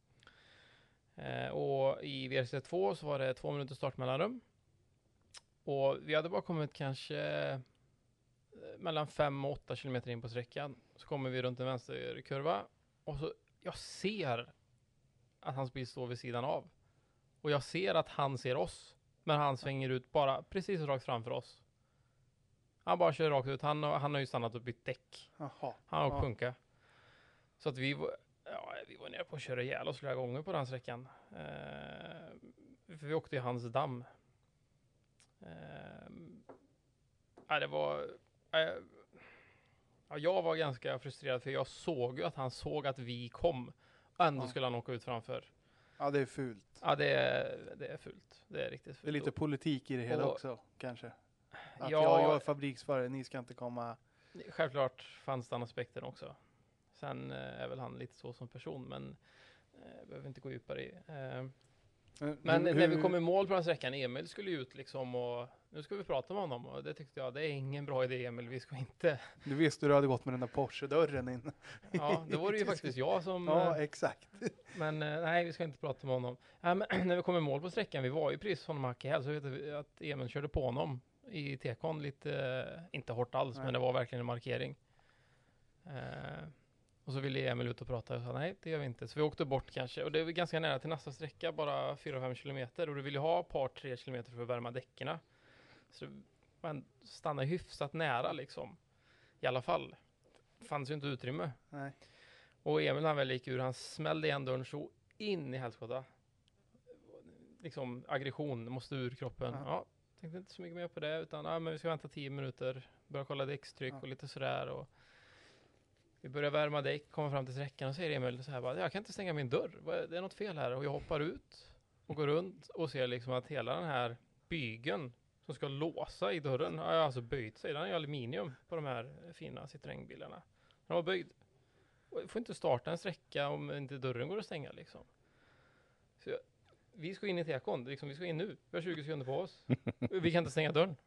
[SPEAKER 4] Och i VRC2 så var det 2 minuter startmellanrum. Och vi hade bara kommit kanske mellan 5 och 8 kilometer in på sträckan. Så kommer vi runt en vänsterkurva. Och så jag ser att hans bil står vid sidan av. Och jag ser att han ser oss. Men han svänger ut bara precis rakt framför oss. Han bara kör rakt ut. Han har ju stannat och bytt däck.
[SPEAKER 5] Jaha.
[SPEAKER 4] Han har punka. Så att vi var nere på att köra ihjäl oss flera gånger på den sträckan. För vi åkte i hans damm. Det var... jag var ganska frustrerad för jag såg ju att han såg att vi kom. Och ändå skulle han åka ut framför.
[SPEAKER 5] Ja, det är fult.
[SPEAKER 4] Ja, det är fult. Det är riktigt fult.
[SPEAKER 5] Det är lite politik i det hela också, kanske. Att
[SPEAKER 4] jag
[SPEAKER 5] är fabriksförare, ni ska inte komma...
[SPEAKER 4] Självklart fanns den aspekten också. Sen är väl han lite så som person, men behöver inte gå djupare i. Men när vi kom i mål på den sträckan, Emil skulle ut liksom och nu ska vi prata med honom och det tyckte jag, det är ingen bra idé Emil, vi ska inte...
[SPEAKER 5] Du visste du hade gått med den där Porsche-dörren in.
[SPEAKER 4] Ja, det var det ju faktiskt jag som...
[SPEAKER 5] Ja, exakt.
[SPEAKER 4] Men nej, vi ska inte prata med honom. Men när vi kom i mål på sträckan, vi var ju precis honom hack i häl, så vet vi att Emil körde på honom i tekon lite, inte hårt alls, men det var verkligen en markering. Och så ville Emil ut och prata och sa nej, det gör vi inte. Så vi åkte bort kanske. Och det är ganska nära till nästa sträcka, bara 4-5 kilometer. Och du vill ju ha ett par 3 kilometer för att värma däckerna. Så man stannar hyfsat nära liksom. I alla fall. Fanns ju inte utrymme.
[SPEAKER 5] Nej.
[SPEAKER 4] Och Emil när han väl gick ur, han smällde igen dörren så in i helskotta. Liksom aggression, måste ur kroppen. Ja, tänkte inte så mycket mer på det. Utan men vi ska vänta 10 minuter. Börja kolla däckstryck och lite sådär. Och vi börjar värma däck, kommer fram till sträckan och säger Emil så här bara, jag kan inte stänga min dörr. Det är något fel här. Och jag hoppar ut och går runt och ser liksom att hela den här bygeln som ska låsa i dörren har alltså böjt sig. Den är aluminium på de här fina Citroën-bilarna. Den var böjd. Och jag får inte starta en sträcka om inte dörren går att stänga liksom. Så vi ska in i tekon, liksom, vi ska in nu. Vi har 20 sekunder på oss. Vi kan inte stänga dörren.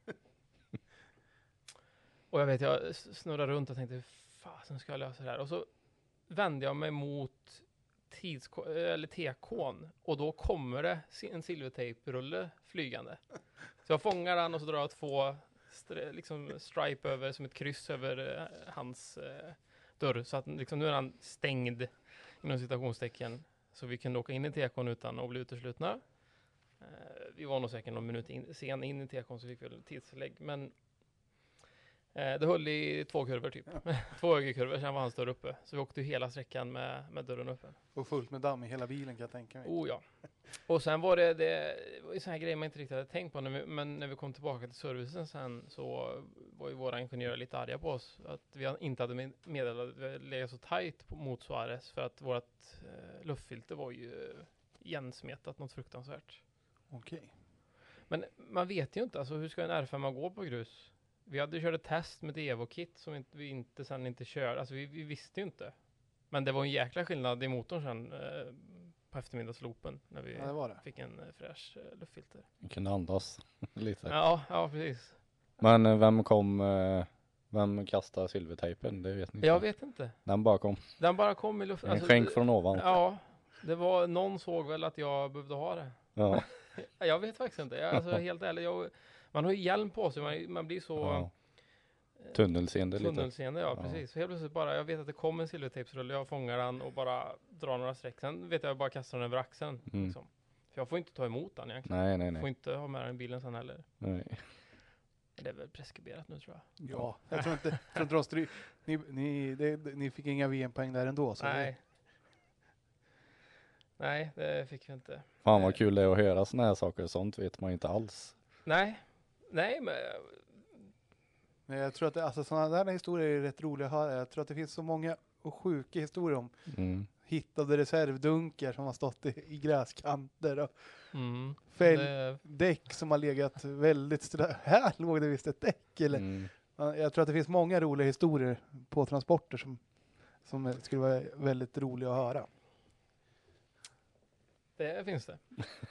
[SPEAKER 4] Och jag snurrar runt och tänkte, fasen ska jag lösa det här? Och så vände jag mig mot tekon och då kommer det en silvertejprulle flygande. Så jag fångar den och så drar jag 2 liksom stripe över som ett kryss över hans dörr. Så att liksom, nu är han stängd inom citationstecken. Så vi kunde åka in i tekon utan att bli uteslutna. Vi var nog säkert någon minut sen in i tekon så fick vi tidslägg. Men det höll i 2 kurvor typ. 2 högerkurvor, sen var han större uppe. Så vi åkte hela sträckan med dörren öppen.
[SPEAKER 5] Och fullt med damm i hela bilen kan jag tänka mig.
[SPEAKER 4] Oh ja. Och sen var det var så här grejer man inte riktigt hade tänkt på. Men när vi kom tillbaka till servicen sen så var ju våra ingenjörer lite arga på oss. Att vi inte hade meddelat att vi legat så tajt mot Suarez. För att vårt luftfilter var ju igensmetat något fruktansvärt.
[SPEAKER 5] Okej.
[SPEAKER 4] Men man vet ju inte, alltså hur ska en R5 gå på grus? Vi hade kört ett test med ett Evo-kit som vi sen inte körde. Alltså vi visste ju inte. Men det var en jäkla skillnad i motorn sen på eftermiddagsloopen när vi fick en fräsch luftfilter.
[SPEAKER 3] Vi kunde andas lite.
[SPEAKER 4] Ja, precis.
[SPEAKER 3] Men vem kastade silvertejpen? Det vet ni inte.
[SPEAKER 4] Jag vet inte.
[SPEAKER 3] Den bara kom
[SPEAKER 4] i luften.
[SPEAKER 3] En skänk från ovan.
[SPEAKER 4] Ja, det var någon såg väl att jag behövde ha det.
[SPEAKER 3] Ja.
[SPEAKER 4] Jag vet faktiskt inte. Alltså helt ärligt, man har ju hjälm på sig, man blir så...
[SPEAKER 3] Ja. Tunnelseende lite.
[SPEAKER 4] Ja, precis. Så helt plötsligt bara, jag vet att det kommer en silvertejpsrulle, jag fångar den och bara drar några streck. Sen vet jag bara kastar den över axeln. Liksom. För jag får inte ta emot den egentligen.
[SPEAKER 3] Nej.
[SPEAKER 4] Jag får inte ha med den i bilen sen heller.
[SPEAKER 3] Nej.
[SPEAKER 4] Det är väl preskriberat nu tror jag.
[SPEAKER 5] Ja, jag tror inte de stryk. Ni fick inga VM-poäng där ändå. Så
[SPEAKER 4] Nej, det fick vi inte.
[SPEAKER 3] Fan vad kul det är att höra såna här saker. Sånt vet man ju inte alls.
[SPEAKER 4] Nej, men
[SPEAKER 5] jag tror att alltså, sådana där historier är rätt roliga att höra. Jag tror att det finns så många och sjuka historier om hittade reservdunkar som har stått i gräskanter och däck som har legat väldigt här låg det visst ett däck. Eller, jag tror att det finns många roliga historier på transporter som skulle vara väldigt roliga att höra.
[SPEAKER 4] Det finns det.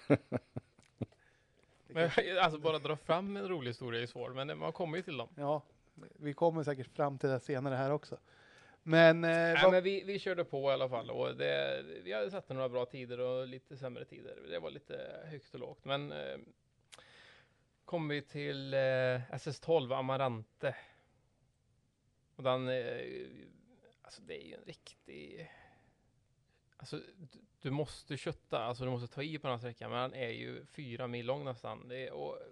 [SPEAKER 4] Men, alltså bara dra fram en rolig historia är svårt, men man kommer ju till dem.
[SPEAKER 5] Ja, vi kommer säkert fram till det senare här också. Men,
[SPEAKER 4] men vi körde på i alla fall och vi hade satt några bra tider och lite sämre tider. Det var lite högt och lågt. Men kom vi till SS12 Amarante. Och den, alltså det är ju en riktig... Alltså du måste kötta, alltså du måste ta i på den här sträckan, men den är ju 4 mil lång nästan. Det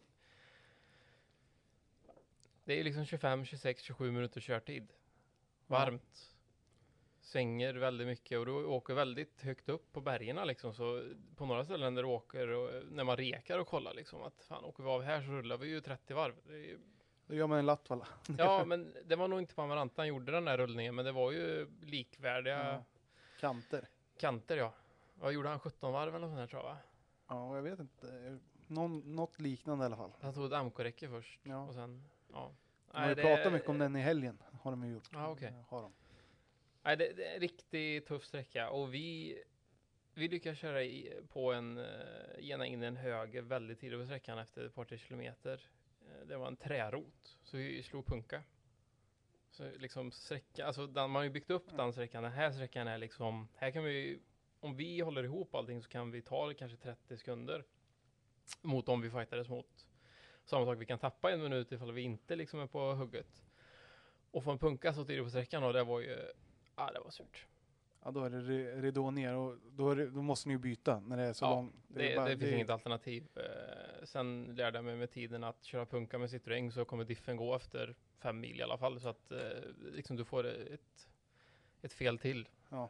[SPEAKER 4] är liksom 25, 26, 27 minuter körtid. Varmt. Svänger väldigt mycket och du åker väldigt högt upp på bergen liksom. Så på några ställen där du åker och när man rekar och kollar liksom att fan, åker vi av här så rullar vi ju 30 varv.
[SPEAKER 5] Då gör man en Latvala.
[SPEAKER 4] Ja, men det var nog inte på Amarante han gjorde den där rullningen, men det var ju likvärdiga kanter, ja. Vad gjorde han? 17 varv eller något sånt här tror jag, va?
[SPEAKER 5] Ja, jag vet inte. Något liknande i alla fall.
[SPEAKER 4] Han tog ett amkorräcke först.
[SPEAKER 5] Ja.
[SPEAKER 4] Och sen, ja.
[SPEAKER 5] De har ju pratat mycket om den i helgen. Har de ju gjort.
[SPEAKER 4] Ja, okej.
[SPEAKER 5] Har de.
[SPEAKER 4] Nej, det är en riktigt tuff sträcka. Och vi lyckas köra gena in en höger väldigt tidigt på sträckan efter ett par 3 kilometer. Det var en trärot. Så vi slog punka. Så liksom sträcka, alltså man har ju byggt upp den sträckan. Den här sträckan är liksom, här kan vi, om vi håller ihop allting så kan vi ta kanske 30 sekunder mot om vi fightades mot. Samma sak, vi kan tappa 1 minut ifall vi inte liksom är på hugget. Och få en punka så tidigt på sträckan och det var ju, det var surt.
[SPEAKER 5] Ja, då är det ridå ner och då måste ni ju byta när det är så långt.
[SPEAKER 4] Det finns inget alternativ. Sen lärde jag mig med tiden att köra punka med Citroën så kommer diffen gå efter 5 mil i alla fall. Så att liksom du får ett fel till.
[SPEAKER 5] Ja.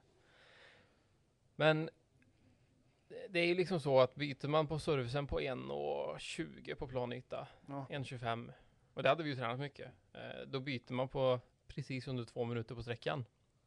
[SPEAKER 4] Men det är ju liksom så att byter man på servicen på 1,20 på planyta, 1,25, och det hade vi ju tränat mycket, då byter man på precis under 2 minuter på sträckan.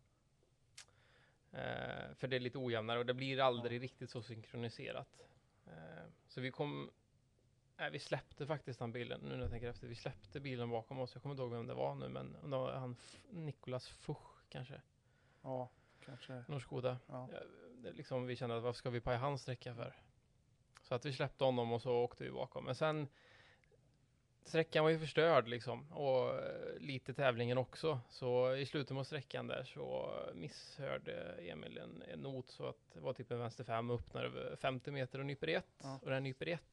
[SPEAKER 4] För det är lite ojämnare och det blir aldrig riktigt så synkroniserat. Så vi släppte faktiskt den bilen, nu när jag tänker efter, vi släppte bilen bakom oss, jag kommer inte ihåg vem det var nu, men det var han Nicolas Fuch kanske.
[SPEAKER 5] Ja, kanske.
[SPEAKER 4] Norskoda.
[SPEAKER 5] Ja.
[SPEAKER 4] Liksom, vi kände att vad ska vi paja hans sträcka för? Så att vi släppte honom och så åkte vi bakom. Men sen sträckan var ju förstörd liksom. Och lite tävlingen också. Så i slutet av sträckan där så misshörde Emil en not så att det var typ en vänster 5 upp när över 50 meter och nyper 1. Ja. Och den nyper 1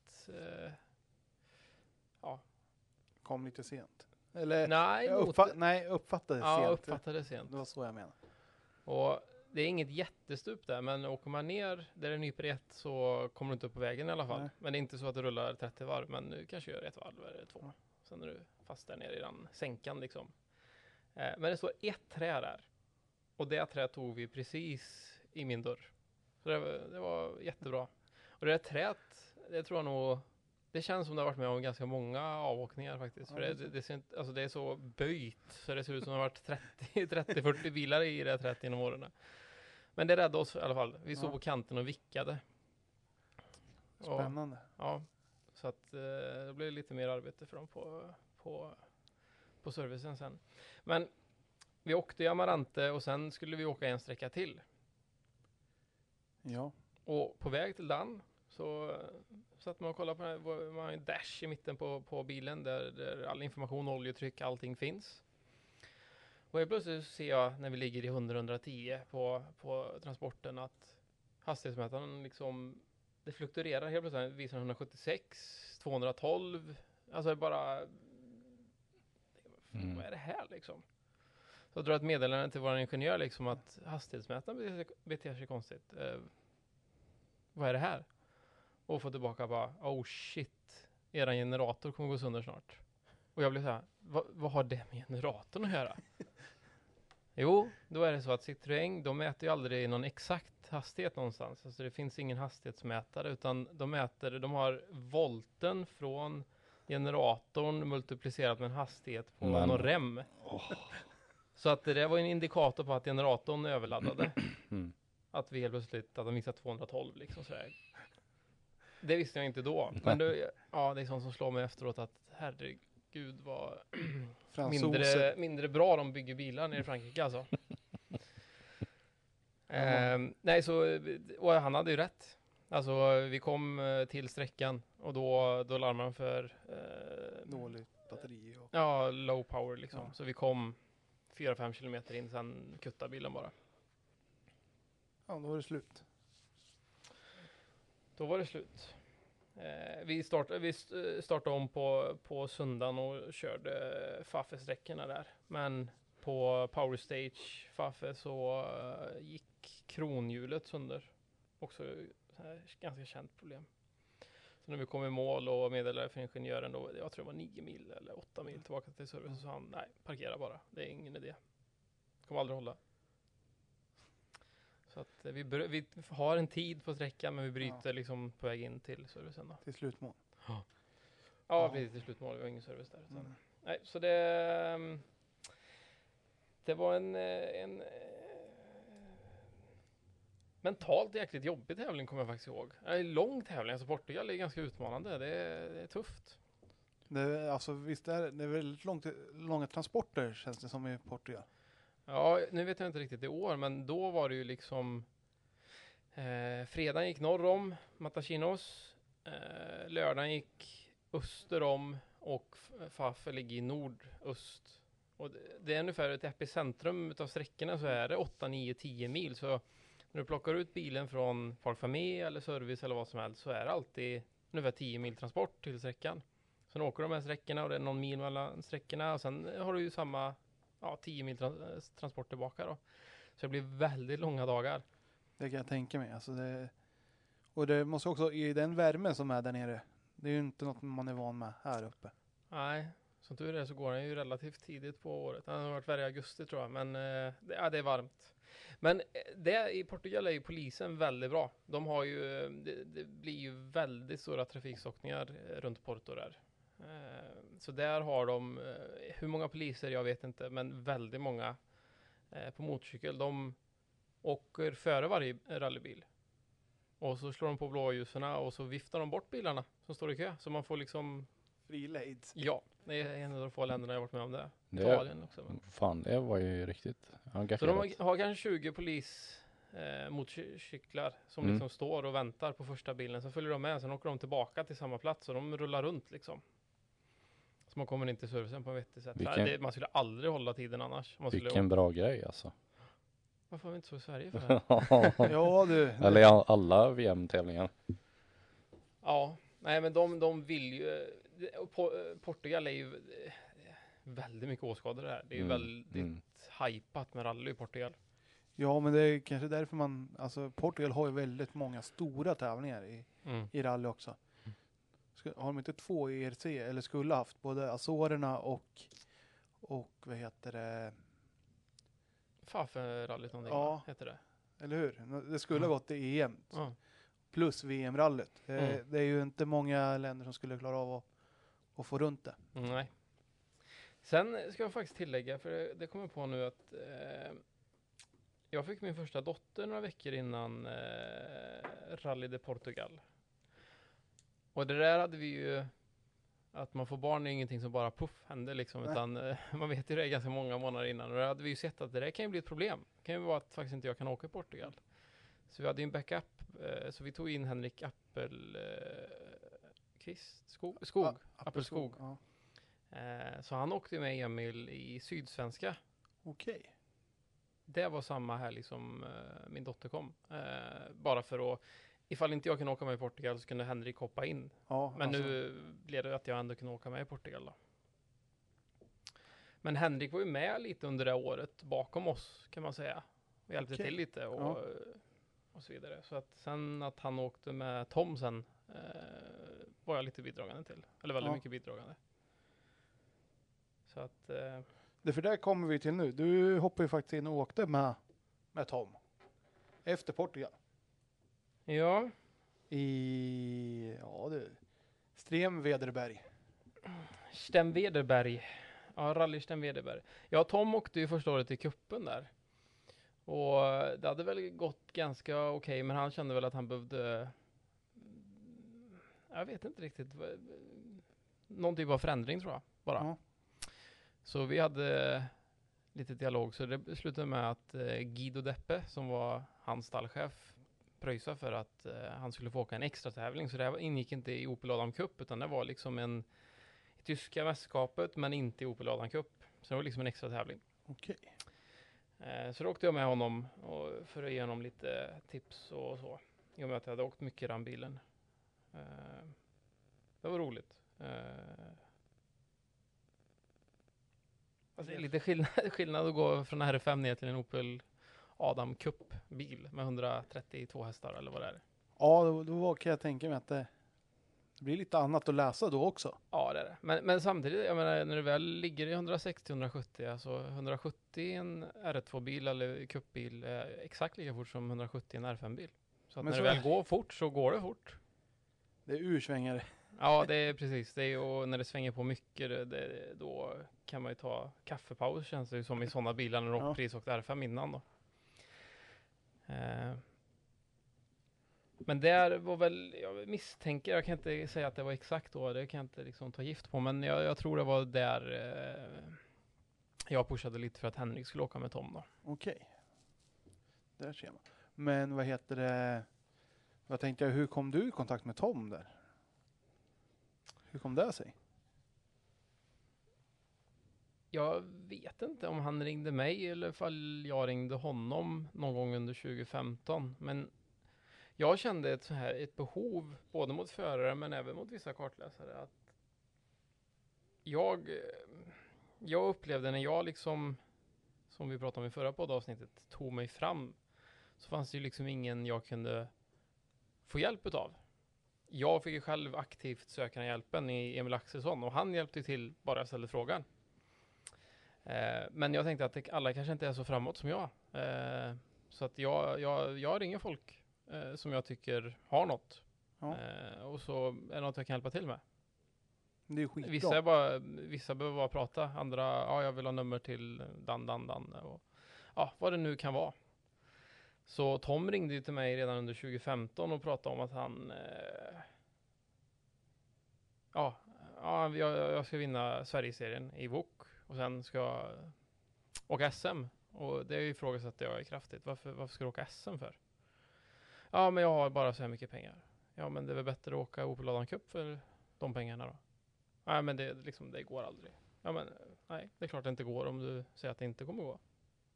[SPEAKER 5] kom lite sent. Eller
[SPEAKER 4] nej,
[SPEAKER 5] uppfattade sent.
[SPEAKER 4] Ja, uppfattade sent.
[SPEAKER 5] Det var så jag menar.
[SPEAKER 4] Och det är inget jättestup där, men åker man ner där det nyper 1 så kommer du inte upp på vägen i alla fall. Nej. Men det är inte så att du rullar 30 varv, men du kanske gör 1 varv eller 2. Sen är du fast där nere i den sänkan liksom. Men det står 1 trä där. Och det trä tog vi precis i min dörr. Så det var jättebra. Och det där träet, det tror jag nog, det känns som det har varit med om ganska många avåkningar faktiskt. För det är så böjt så det ser ut som det har varit 30-40 bilar i det 30 genom åren. Men det räddade oss i alla fall. Vi stod på kanten och vickade.
[SPEAKER 5] Spännande.
[SPEAKER 4] Så att det blev lite mer arbete för dem på servicen sen. Men vi åkte i Amarante och sen skulle vi åka en sträcka till.
[SPEAKER 5] Ja.
[SPEAKER 4] Och på väg till den så satt man och kollade på det. Man har en dash i mitten på bilen där all information, oljetryck, allting finns. Och helt plötsligt så ser jag när vi ligger i 100-110 på transporten att hastighetsmätaren liksom, det fluktuerar helt plötsligt. Visar 176, 212. Alltså bara, vad är det här liksom? Så jag drar ett meddelande till vår ingenjör liksom att hastighetsmätaren beter sig konstigt. Vad är det här? Och få tillbaka bara, oh shit, eran generator kommer gå sönder snart. Och jag blev så här, vad har det med generatorn att göra? Jo, då är det så att Citroën, de mäter ju aldrig någon exakt hastighet någonstans. Alltså det finns ingen hastighetsmätare, utan de har volten från generatorn multiplicerat med en hastighet på någon rem. Så att det var en indikator på att generatorn överladdade. Att vi helt plötsligt, att de visade 212 liksom sådär. Det visste jag inte då. Men det är sånt som slår mig efteråt att herregud vad mindre bra de bygger bilar nere i Frankrike alltså. Nej, och han hade ju rätt. Alltså vi kom till sträckan och då larmade han för
[SPEAKER 5] dåligt batteri och...
[SPEAKER 4] ja, low power liksom. Ja. Så vi kom 4-5 kilometer in, sen kuttade bilen bara.
[SPEAKER 5] Ja, då var det slut.
[SPEAKER 4] Då var det slut. Vi startade om på söndagen och körde Faffe-sträckorna där. Men på Power Stage Faffe så gick kronhjulet sönder. Också ganska känt problem. Så när vi kom i mål och meddelade för ingenjören då, jag tror det var 9 mil eller 8 mil tillbaka till service, så sa han, nej, parkera bara. Det är ingen idé. Kommer aldrig hålla. Så att vi har en tid på sträckan, men vi bryter liksom på väg in till servicen då.
[SPEAKER 5] Till slutmål.
[SPEAKER 4] Ja, precis, till slutmål. Vi har ingen service där. Nej, så det var en mentalt jäkligt jobbig tävling, kommer jag faktiskt ihåg. En lång tävling, alltså Portugal är ganska utmanande. Det är tufft.
[SPEAKER 5] Visst är det är väldigt långa transporter, känns det som, i Portugal.
[SPEAKER 4] Ja, nu vet jag inte riktigt i år, men då var det ju liksom fredagen gick norr om Matosinhos, lördagen gick öster om och Faffe ligger i nordöst. Och det är ungefär ett epicentrum utav sträckorna, så är det 8, 9, 10 mil. Så när du plockar ut bilen från Park Famé eller service eller vad som helst, så är det alltid ungefär 10 mil transport till sträckan. Sen åker de här sträckorna och det är någon mil mellan sträckorna, och sen har du ju samma 10 mil transport tillbaka då. Så det blir väldigt långa dagar.
[SPEAKER 5] Det kan jag tänka mig. Alltså och det måste också, i den värmen som är där nere, det är ju inte något man är van med här uppe.
[SPEAKER 4] Nej, som tur är så går den ju relativt tidigt på året. Den har varit värre i augusti tror jag, men det är varmt. Men i Portugal är ju polisen väldigt bra. De har ju, det blir ju väldigt stora trafikstockningar runt Porto där. Så där har de, hur många poliser jag vet inte, men väldigt många på motorcykel. De åker före varje rallybil. Och så slår de på blåljuserna och så viftar de bort bilarna som står i kö. Så man får liksom...
[SPEAKER 5] Free lejd.
[SPEAKER 4] Ja, det är en av de få länderna jag har varit med om det.
[SPEAKER 3] Italien också. Men... Fan, det var ju riktigt engagerat.
[SPEAKER 4] Så de har kanske 20 motorcyklar som liksom står och väntar på första bilen. Sen följer de med, sen åker de tillbaka till samma plats och de rullar runt liksom. Så man kommer inte till servicen på en vettig sätt. Man skulle aldrig hålla tiden annars.
[SPEAKER 3] Vilken bra grej alltså.
[SPEAKER 4] Varför har vi inte så i Sverige för?
[SPEAKER 5] Ja, du.
[SPEAKER 3] Eller alla VM-tävlingar.
[SPEAKER 4] Ja, nej men de vill ju... Portugal är ju väldigt mycket åskådare där. Det är ju väldigt hypat med rally i Portugal.
[SPEAKER 5] Ja, men det är kanske därför Portugal har ju väldigt många stora tävlingar i rally också. Har de inte 2 ERC, eller skulle haft både Azorerna och vad heter det?
[SPEAKER 4] Faffe-rallyt någonting heter det.
[SPEAKER 5] Eller hur? Det skulle ha gått till EM. Plus VM-rallyt. Det är ju inte många länder som skulle klara av att få runt det.
[SPEAKER 4] Nej. Sen ska jag faktiskt tillägga, för det kommer på nu att jag fick min första dotter några veckor innan Rally de Portugal. Och det där hade vi ju, att man får barn är ingenting som bara händer liksom, utan man vet ju det ganska många månader innan. Och det hade vi ju sett att det där kan ju bli ett problem. Det kan ju vara att faktiskt inte jag kan åka i Portugal. Så vi hade ju en backup, så vi tog in Henrik Appelskog.
[SPEAKER 5] Ja.
[SPEAKER 4] Så han åkte ju med Emil i Sydsvenska.
[SPEAKER 5] Okej.
[SPEAKER 4] Det var samma helg som min dotter kom. Bara för att, ifall inte jag kunde åka med i Portugal så kunde Henrik hoppa in. Ja, men nu blev det att jag ändå kunde åka med i Portugal då. Men Henrik var ju med lite under det året bakom oss kan man säga. Vi hjälpte till lite och så vidare. Så att sen att han åkte med Tom sen var jag lite bidragande till. Eller väldigt mycket bidragande. Så att...
[SPEAKER 5] Det för där kommer vi till nu. Du hoppade ju faktiskt in och åkte med Tom. Efter Portugal.
[SPEAKER 4] Ja.
[SPEAKER 5] Strem Vederberg.
[SPEAKER 4] Stenvederberg. Ja, rally Stenvederberg. Ja, Tom åkte ju första året i kuppen där. Och det hade väl gått ganska okej, men han kände väl att han behövde... Jag vet inte riktigt. Någon typ av förändring tror jag, bara.
[SPEAKER 5] Ja.
[SPEAKER 4] Så vi hade lite dialog, så det slutade med att Guido Deppe, som var hans stallchef, pröjsade för att han skulle få åka en extra tävling. Så det här ingick inte i Opel Adam Cup, utan det var liksom i tyska mästerskapet, men inte i Opel Adam Cup. Så det var liksom en extra tävling.
[SPEAKER 5] Okej.
[SPEAKER 4] Så då åkte jag med honom för att ge honom lite tips och så. I och med att jag hade åkt mycket i den bilen. Det var roligt. Alltså det är lite skillnad att gå från en R5 ner till en Opel Adam Cup-bil med 132 hästar eller vad det är.
[SPEAKER 5] Ja, då kan jag tänka mig att det blir lite annat att läsa då också.
[SPEAKER 4] Ja, det är det. Men samtidigt, jag menar, när det väl ligger i 160-170, alltså 170 i en R2-bil eller cupbil är exakt lika fort som 170 i en R5-bil. Så att när det väl går fort så går det fort.
[SPEAKER 5] Det är ursvängare.
[SPEAKER 4] Ja, det är precis. Det är, och när det svänger på mycket, då kan man ju ta kaffepaus, känns det ju som i sådana bilar när de precis åkte R5 innan då. Men där var väl, jag misstänker, jag kan inte säga att det var exakt då, det kan jag inte liksom ta gift på, men jag tror det var där jag pushade lite för att Henrik skulle åka med Tom då.
[SPEAKER 5] Okej. Där ser man. Men vad heter det, vad tänkte jag, hur kom du i kontakt med Tom där? Hur kom det sig?
[SPEAKER 4] Jag vet inte om han ringde mig eller ifall jag ringde honom någon gång under 2015, men jag kände ett behov både mot förare men även mot vissa kartläsare att jag upplevde när jag liksom, som vi pratade om i förra poddavsnittet, tog mig fram, så fanns det ju liksom ingen jag kunde få hjälp utav. Jag fick ju själv aktivt söka den hjälpen i Emil Axelsson och han hjälpte till bara jag ställde frågan. Men jag tänkte att alla kanske inte är så framåt som jag. Så att jag ringer folk som jag tycker har något.
[SPEAKER 5] Ja.
[SPEAKER 4] Och så är det något jag kan hjälpa till med.
[SPEAKER 5] Det är skitbra.
[SPEAKER 4] Vissa behöver bara prata, andra, jag vill ha nummer till Dan. Och, vad det nu kan vara. Så Tom ringde ju till mig redan under 2015 och pratade om att han jag ska vinna Sverigeserien i VOK och sen ska jag åka SM. Och det ifrågasätter jag kraftigt. Varför ska du åka SM för? Ja, men jag har bara så här mycket pengar. Ja, men det är väl bättre att åka Opel Adam Cup för de pengarna då? Nej, men det går aldrig. Ja, men nej, det är klart det inte går om du säger att det inte kommer gå.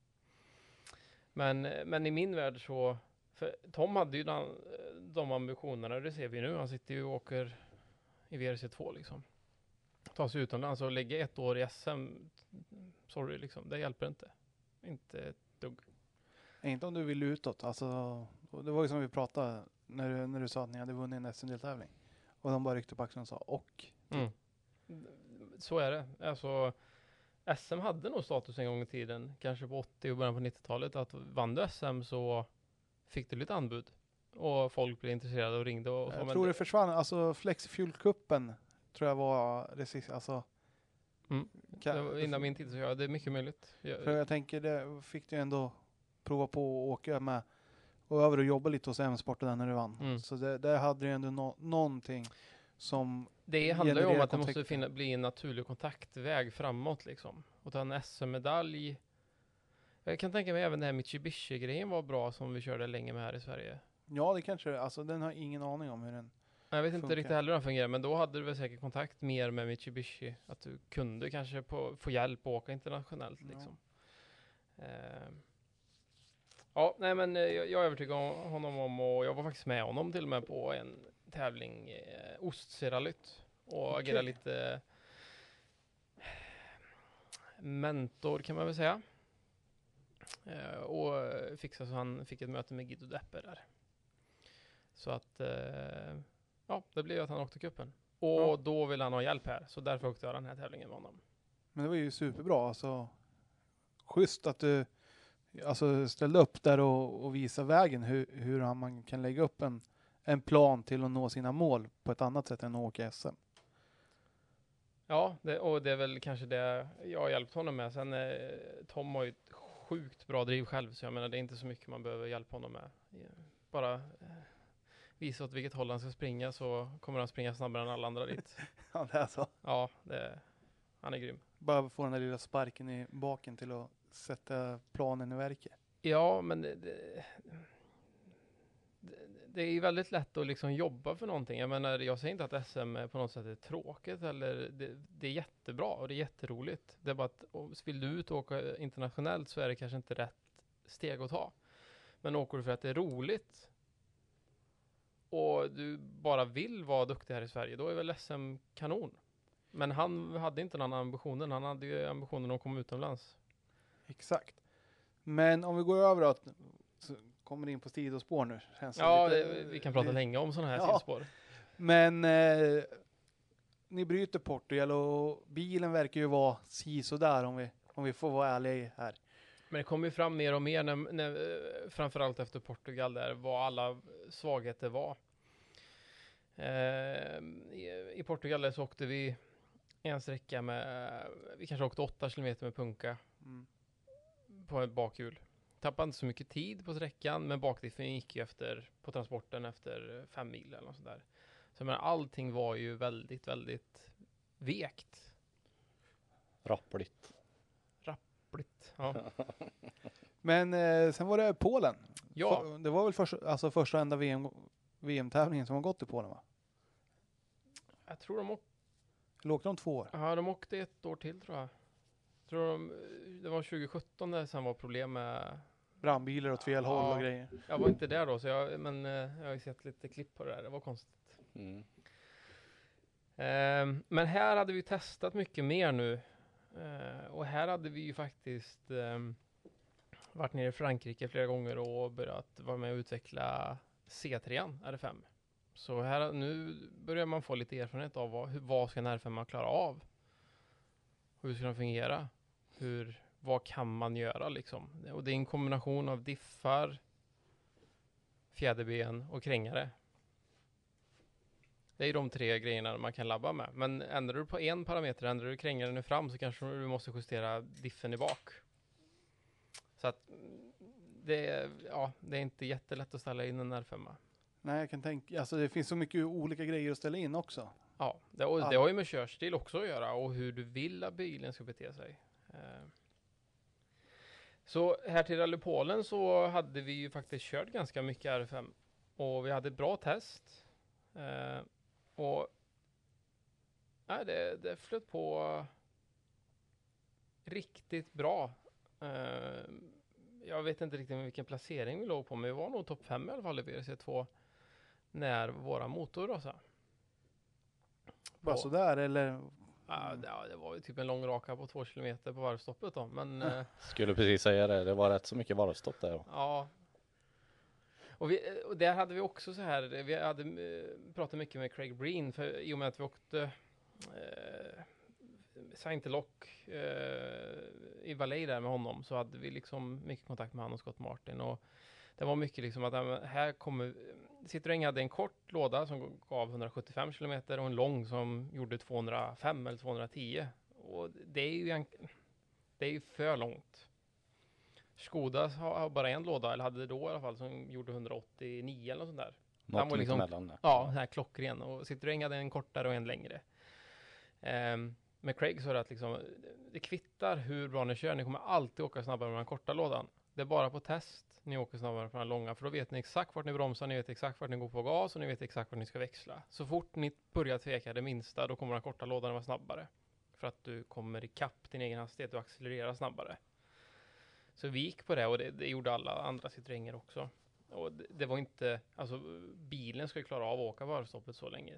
[SPEAKER 4] Men i min värld så, för Tom hade ju de ambitionerna, det ser vi nu. Han sitter ju och åker i VRC2 liksom. Ta sig utomlands och lägga 1 år i SM, sorry liksom, det hjälper inte. Inte ett dugg.
[SPEAKER 5] Inte om du vill utåt. Alltså, det var ju som vi pratade när du sa att ni hade vunnit en SM-deltävling. Och de bara ryckte upp axeln och sa
[SPEAKER 4] Så är det. Alltså, SM hade nog status en gång i tiden, kanske på 80 och början på 90-talet, att vann du SM så fick du lite anbud. Och folk blev intresserade och ringde. Och så,
[SPEAKER 5] jag tror det försvann. Alltså Flexifuel-cupen tror jag var alltså.
[SPEAKER 4] Innan min tid så det är mycket möjligt.
[SPEAKER 5] För jag tänker, det fick du ändå prova på att åka med och över och jobba lite hos M-sport när du vann. Så det hade ju ändå någonting som...
[SPEAKER 4] Det handlar ju om att det måste bli en naturlig kontaktväg framåt liksom. Och ta en SM-medalj. Jag kan tänka mig även den här Mitsubishi-grejen var bra som vi körde länge med här i Sverige.
[SPEAKER 5] Ja, det kanske, alltså den har ingen aning om hur den
[SPEAKER 4] jag vet inte riktigt heller hur den fungerar, men då hade du väl säkert kontakt mer med Mitsubishi. Att du kunde kanske få hjälp att åka internationellt liksom. Nej men jag övertygade honom om, och jag var faktiskt med honom till och med på en tävling, Ostserallyt, och agerade lite mentor kan man väl säga. Och fixade så han fick ett möte med Guido Deppe där. Så att det blev att han åkte kuppen. Och då ville han ha hjälp här, så därför åkte jag den här tävlingen med honom.
[SPEAKER 5] Men det var ju superbra. Alltså, schysst att du ställde upp där och visade vägen hur man kan lägga upp en plan till att nå sina mål på ett annat sätt än att åka SM.
[SPEAKER 4] Ja, och det är väl kanske det jag har hjälpt honom med. Sen Tom har ju ett sjukt bra driv själv, så jag menar det är inte så mycket man behöver hjälpa honom med. Bara visa åt vilket håll han ska springa, så kommer han springa snabbare än alla andra dit.
[SPEAKER 5] Ja, det är så.
[SPEAKER 4] Ja, han är grym.
[SPEAKER 5] Bara få den där lilla sparken i baken till att sätta planen i verket.
[SPEAKER 4] Ja, men det är ju väldigt lätt att liksom jobba för någonting. Jag menar, jag säger inte att SM på något sätt är tråkigt, eller det är jättebra och det är jätteroligt. Det är bara att vill du ut och åka internationellt så är det kanske inte rätt steg att ta. Men åker du för att det är roligt och du bara vill vara duktig här i Sverige, då är väl SM kanon. Men han hade inte någon ambitionen. Han hade ju ambitionen att komma utomlands.
[SPEAKER 5] Exakt. Men om vi går över att kommer in på sidospår nu.
[SPEAKER 4] Ja, vi kan prata länge om sådana här sidospår.
[SPEAKER 5] Men ni bryter Portugal och bilen verkar ju vara sådär om vi får vara ärliga här.
[SPEAKER 4] Men det kommer ju fram mer och mer när framförallt efter Portugal där, vad alla svagheter var. I Portugal där så åkte vi en sträcka vi kanske åkte 8 kilometer med punka på ett bakhjul. Tappade inte så mycket tid på sträckan, men bakdiffen gick ju på transporten efter 5 mil eller något sånt där. Så men allting var ju väldigt, väldigt vekt.
[SPEAKER 3] Rappligt.
[SPEAKER 4] Ja.
[SPEAKER 5] Men sen var det Polen.
[SPEAKER 4] Ja.
[SPEAKER 5] Det var väl första enda VM-tävlingen som har gått i Polen, va?
[SPEAKER 4] Jag tror de åkte.
[SPEAKER 5] Eller åkte de 2 år?
[SPEAKER 4] Ja, de åkte 1 år till tror jag. Det var 2017 där sen var problem med
[SPEAKER 5] brandbilar åt fel håll och grejer.
[SPEAKER 4] Jag var inte där då, men jag har ju sett lite klipp på det där. Det var konstigt. Men här hade vi testat mycket mer nu. Och här hade vi ju faktiskt varit nere i Frankrike flera gånger och börjat vara med och utveckla C3 R5. Så här, nu börjar man få lite erfarenhet av vad ska en R5 klara av? Hur ska den fungera? Vad kan man göra liksom? Och det är en kombination av diffar, fjäderben och krängare. Det är de 3 grejerna man kan labba med. Men ändrar du på en parameter, ändrar du krängaren i fram, så kanske du måste justera diffen i bak. Så att det är inte jättelätt att ställa in en R5.
[SPEAKER 5] Nej, jag kan tänka, alltså det finns så mycket olika grejer att ställa in också.
[SPEAKER 4] Ja, det har ju med körstil också att göra och hur du vill att bilen ska bete sig. Så här till Rally Polen så hade vi ju faktiskt kört ganska mycket R5 och vi hade ett bra test. Och det flöt på riktigt bra. Jag vet inte riktigt vilken placering vi låg på, men vi var nog topp 5 i alla fall i VRC2 när våra motor rasade.
[SPEAKER 5] Bara sådär eller?
[SPEAKER 4] Ja, det var ju typ en lång raka på 2 kilometer på varvstoppet då, men
[SPEAKER 3] skulle precis säga det var rätt så mycket varvstopp där då.
[SPEAKER 4] Ja. Och där hade vi också så här, vi hade pratat mycket med Craig Breen, för i och med att vi åkte Saint-Lock i Valais där med honom, så hade vi liksom mycket kontakt med han och Scott Martin, och det var mycket liksom att här kommer Citroën hade en kort låda som gav 175 kilometer och en lång som gjorde 205 eller 210, och det är ju för långt. Skoda har bara en låda, eller hade det då i alla fall, som gjorde 189 eller något sånt där.
[SPEAKER 3] Något
[SPEAKER 4] var liksom,
[SPEAKER 3] mellan.
[SPEAKER 4] ja, här klockren, och Citroën hade en kortare och en längre. Med Craig så är det att liksom, det kvittar hur bra ni kör, ni kommer alltid åka snabbare med den korta lådan. Det är bara på test ni åker snabbare på den långa, för då vet ni exakt vart ni bromsar, ni vet exakt vart ni går på gas och ni vet exakt vart ni ska växla. Så fort ni börjar tveka det minsta, då kommer den korta lådan vara snabbare. För att du kommer ikapp din egen hastighet och accelererar snabbare. Så vi gick på det, och det gjorde alla andra Citroënger också. Och det var inte, alltså bilen ska ju klara av att åka varvstoppet så länge.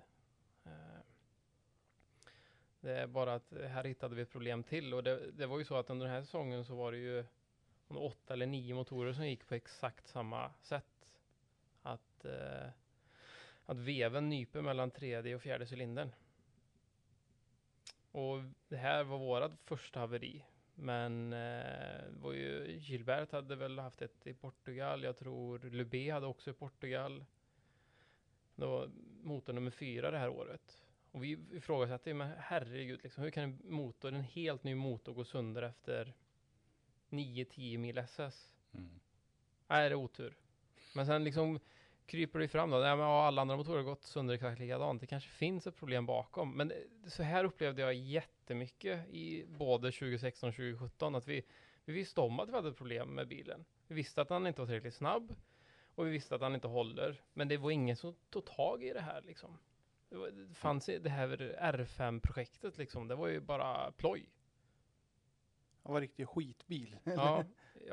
[SPEAKER 4] Det är bara att här hittade vi ett problem till, och det var ju så att under den här säsongen så var det ju 8 eller 9 motorer som gick på exakt samma sätt. Att veven nyper mellan 3:e och 4:e cylindern. Och det här var vårat första haveri. Men var ju, Gilbert hade väl haft ett i Portugal. Jag tror Lubé hade också i Portugal. Det var motor nummer 4 det här året. Och vi ifrågasatte, men herregud, liksom, hur kan en helt ny motor gå sönder efter 9-10 mil SS? Nej, det är otur. Men sen liksom kryper det fram då. Nej, men alla andra motorer har gått sönder exakt likadant. Det kanske finns ett problem bakom. Men så här upplevde jag jättemycket i både 2016 och 2017. Att vi visste om att vi hade ett problem med bilen. Vi visste att han inte var tillräckligt snabb. Och vi visste att han inte håller. Men det var ingen som tog tag i det här liksom. Det fanns det här R5-projektet liksom. Det var ju bara ploj.
[SPEAKER 5] Det var en riktig skitbil.
[SPEAKER 4] Ja,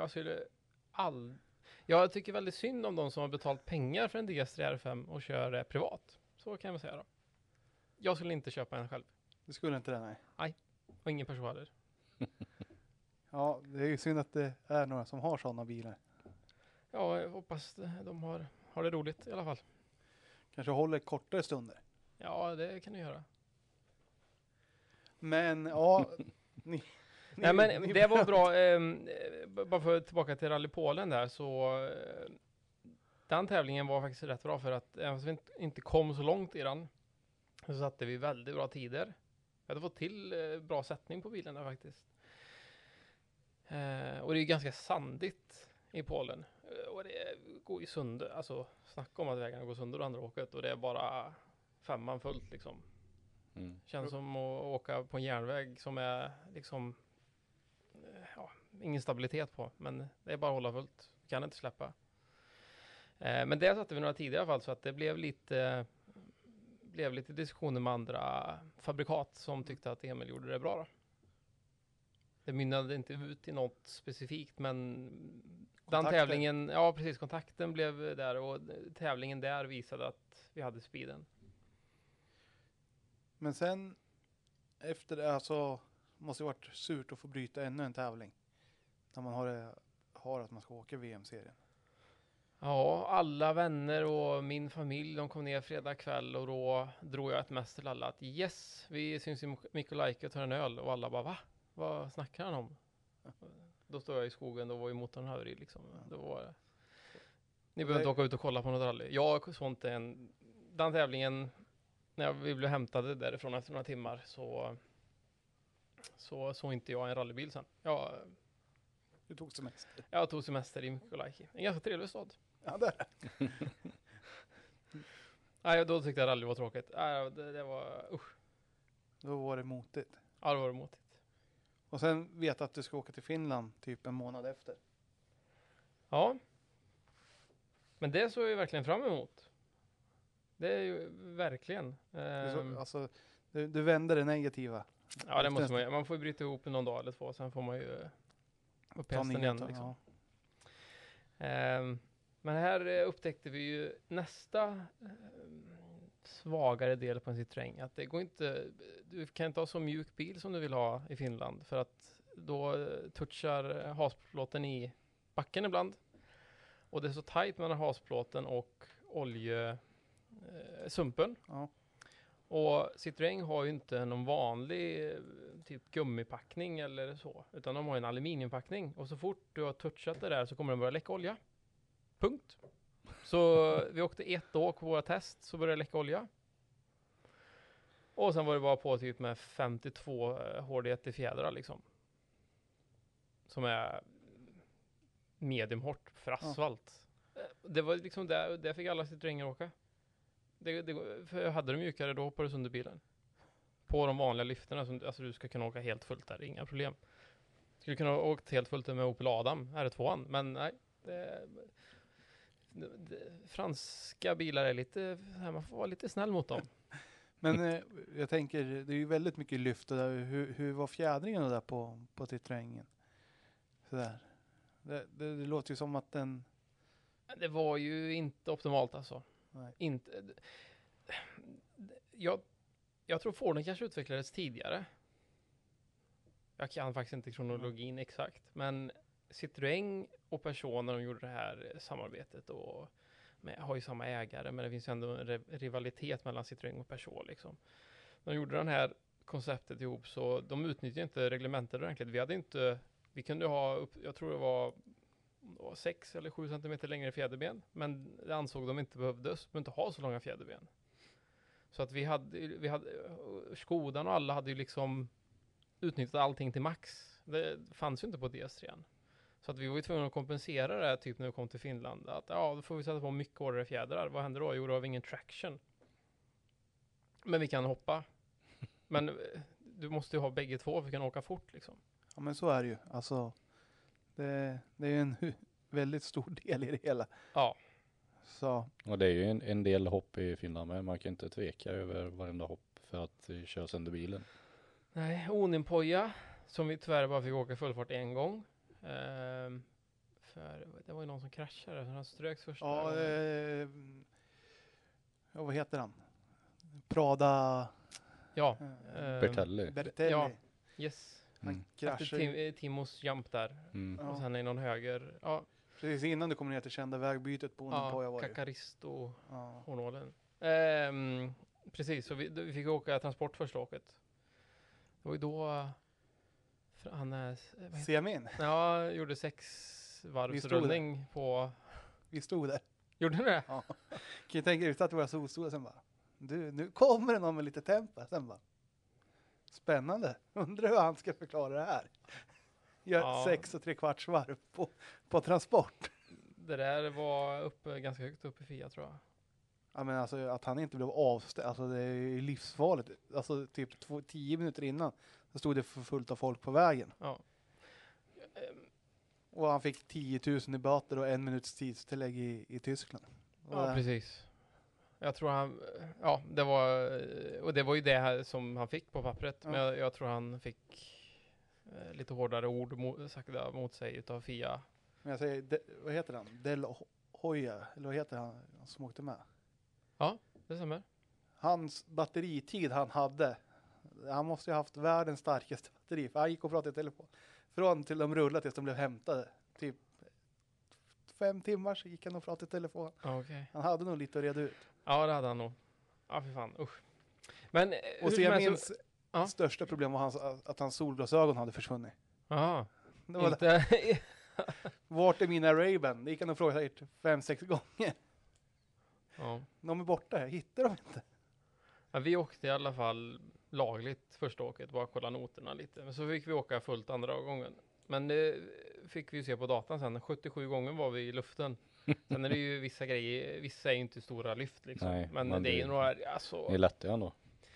[SPEAKER 4] jag tycker väldigt synd om de som har betalt pengar för en DS3 R5 och kör det privat. Så kan man säga då. Jag skulle inte köpa en själv.
[SPEAKER 5] Du skulle inte det, nej.
[SPEAKER 4] Och ingen person heller.
[SPEAKER 5] Ja, det är ju synd att det är några som har sådana bilar.
[SPEAKER 4] Ja, jag hoppas de har det roligt i alla fall.
[SPEAKER 5] Kanske håller kortare stunder.
[SPEAKER 4] Ja, det kan du göra.
[SPEAKER 5] Men ja,
[SPEAKER 4] Nej, men det var bra. Bara för tillbaka till Rally Polen där, så den tävlingen var faktiskt rätt bra, för att även om vi inte kom så långt i den så satte vi väldigt bra tider. Vi hade fått till bra sättning på bilen där faktiskt. Och det är ju ganska sandigt i Polen. Och det går ju sönder, alltså snacka om att vägarna går sönder och andra åket, och det är bara 5 fullt liksom. Känns som att åka på en järnväg som är liksom ingen stabilitet på, men det är bara att hålla fullt, kan inte släppa. Men det satte vi några tider i alla fall, så att det blev lite diskussioner med andra fabrikat som tyckte att Emil gjorde det bra då. Det mynnade inte ut i något specifikt, men den tävlingen, ja precis, kontakten blev där, och tävlingen där visade att vi hade speeden.
[SPEAKER 5] Men sen efter det, alltså, måste det varit surt att få bryta ännu en tävling. När man har att man ska åka VM-serien.
[SPEAKER 4] Ja, alla vänner och min familj, de kom ner fredag kväll, och då drog jag ett mess till alla att yes, vi syns i Mykolaiv och tar en öl, och alla bara va? Vad snackar han om? Då stod jag i skogen, då var ju motorn haveri liksom. Då var det. Ni behöver inte åka ut och kolla på något rally. Jag såg inte den tävlingen, när vi blev hämtade därifrån efter några timmar, så inte jag en rallybil sen.
[SPEAKER 5] Du tog semester?
[SPEAKER 4] Jag tog semester i Mykolaiv. En ganska trevlig stad.
[SPEAKER 5] Ja, där.
[SPEAKER 4] Nej, då tyckte jag rally var tråkigt. Nej, det var usch.
[SPEAKER 5] Då var det motigt.
[SPEAKER 4] Ja, det var det motigt.
[SPEAKER 5] Och sen vet att du ska åka till Finland typ en månad efter.
[SPEAKER 4] Ja. Men det såg jag verkligen fram emot. Det är ju verkligen.
[SPEAKER 5] Alltså, du vänder det negativa.
[SPEAKER 4] Ja, det måste man får ju bryta ihop någon dag eller två. Sen får man ju upp hästen igen. Liksom. Men här upptäckte vi ju nästa svagare del på en Citroën. Att det går inte, du kan inte ha så mjuk bil som du vill ha i Finland. För att då touchar hasplåten i backen ibland. Och det är så tajt mellan hasplåten och oljesumpen.
[SPEAKER 5] Ja.
[SPEAKER 4] Och Citroën har ju inte någon vanlig typ gummipackning eller så. Utan de har en aluminiumpackning. Och så fort du har touchat det där så kommer den börja läcka olja. Punkt. Så vi åkte 1 åk på våra test, så började det läcka olja. Och sen var det bara på typ med 52 hårdhet i fjädrar liksom. Som är medium hårt för asfalt. Ja. Det var liksom där fick alla Citroëner åka. För hade du mjukare då hoppade du under bilen. På de vanliga lyfterna, alltså du ska kunna åka helt fullt där, inga problem. Skulle kunna ha åkt helt fullt med Opel Adam, R2, men nej. Franska bilar är lite, man får vara lite snäll mot dem.
[SPEAKER 5] Men jag tänker, det är ju väldigt mycket lyft där. Hur var fjädringen där på Citroën? Sådär. Det låter ju som att den...
[SPEAKER 4] Det var ju inte optimalt alltså.
[SPEAKER 5] Nej.
[SPEAKER 4] Inte. Jag tror Forden kanske utvecklades tidigare. Jag kan faktiskt inte kronologin exakt, men Citroën och Peugeot när de gjorde det här samarbetet och har ju samma ägare, men det finns ändå en rivalitet mellan Citroën och Peugeot liksom. De gjorde den här konceptet ihop, så de utnyttjade inte reglementet ordentligt. Vi kunde ha upp, jag tror det var 6 eller 7 centimeter längre fjäderben, men det ansåg de inte behövdes, men inte ha så långa fjäderben. Så att vi hade Skodan och alla hade ju liksom utnyttjat allting till max. Det fanns ju inte på DS3. Så att vi var ju tvungna att kompensera det här, typ när vi kom till Finland. Att då får vi sätta på mycket hårdare fjädrar. Vad händer då? Jo, då har vi ingen traction. Men vi kan hoppa. Men du måste ju ha bägge två för att kunna åka fort liksom.
[SPEAKER 5] Ja, men så är det ju. Alltså, det är ju en väldigt stor del i det hela.
[SPEAKER 4] Ja.
[SPEAKER 5] Så.
[SPEAKER 3] Och det är ju en del hopp i Finland med. Man kan inte tveka över varenda hopp för att köra sönder bilen.
[SPEAKER 4] Nej, Oninpoja, som vi tyvärr bara fick åka fullfart en gång. För det var ju någon som kraschade, så han ströks första gången.
[SPEAKER 5] Ja, vad heter han? Prada...
[SPEAKER 4] Ja.
[SPEAKER 3] Bertelli.
[SPEAKER 4] Ja, yes.
[SPEAKER 5] Han kraschade.
[SPEAKER 4] Efter Timos jump där. Och sen är någon höger. Ja.
[SPEAKER 5] Precis innan du kommer ner till kända vägbytet på Oninpoja var det.
[SPEAKER 4] Kakaristo Hornålen. Precis, så vi fick åka transport första åket. Det var ju då han är...
[SPEAKER 5] Semin?
[SPEAKER 4] Ja, gjorde 6 varvsrullning på...
[SPEAKER 5] Vi stod där.
[SPEAKER 4] Gjorde ni det?
[SPEAKER 5] Ja. Kan jag tänka ut att våra solstolar sen bara... Nu kommer det någon med lite tempo. Sen bara... Spännande. Undrar hur han ska förklara det här. Gör 6 3/4 varv på transport.
[SPEAKER 4] Det där var uppe, ganska högt upp i FIA tror jag.
[SPEAKER 5] Ja, men alltså att han inte blev avställd, alltså det är ju livsfarligt. Alltså typ 10 minuter innan så stod det för fullt av folk på vägen.
[SPEAKER 4] Ja.
[SPEAKER 5] Och han fick 10 000 i böter och 1 minuts tidstillägg i Tyskland.
[SPEAKER 4] Ja, precis. Jag tror det var ju det här som han fick på pappret. Ja. Men jag tror han fick lite hårdare ord sagda mot sig utav FIA.
[SPEAKER 5] Men jag säger, vad heter han? Del Hoya, eller vad heter han som åkte med?
[SPEAKER 4] Ja, det stämmer.
[SPEAKER 5] Hans batteritid han hade, han måste ju ha haft världens starkaste batteri, för han gick och pratade i telefon. Från till de rullade tills de blev hämtade. Typ 5 timmar så gick han och pratade i telefon.
[SPEAKER 4] Okay.
[SPEAKER 5] Han hade nog lite att reda ut.
[SPEAKER 4] Ja, det hade han nog. Ja, för fan, usch. Men,
[SPEAKER 5] och så jag minns största problem var att hans solglasögon hade försvunnit.
[SPEAKER 4] Jaha.
[SPEAKER 5] Det var inte... Vart är mina Ray-Ban? Det gick han och frågade 5-6 gånger.
[SPEAKER 4] Ja.
[SPEAKER 5] De är borta, jag hittar dem inte.
[SPEAKER 4] Ja, vi åkte i alla fall lagligt första åket, bara kolla noterna lite. Men så fick vi åka fullt andra gången. Men det fick vi se på datan sen. 77 gånger var vi i luften. Sen är det ju vissa grejer, vissa är ju inte stora lyft liksom.
[SPEAKER 3] Nej,
[SPEAKER 4] men det är ju några, alltså...
[SPEAKER 3] Det är lätt ändå.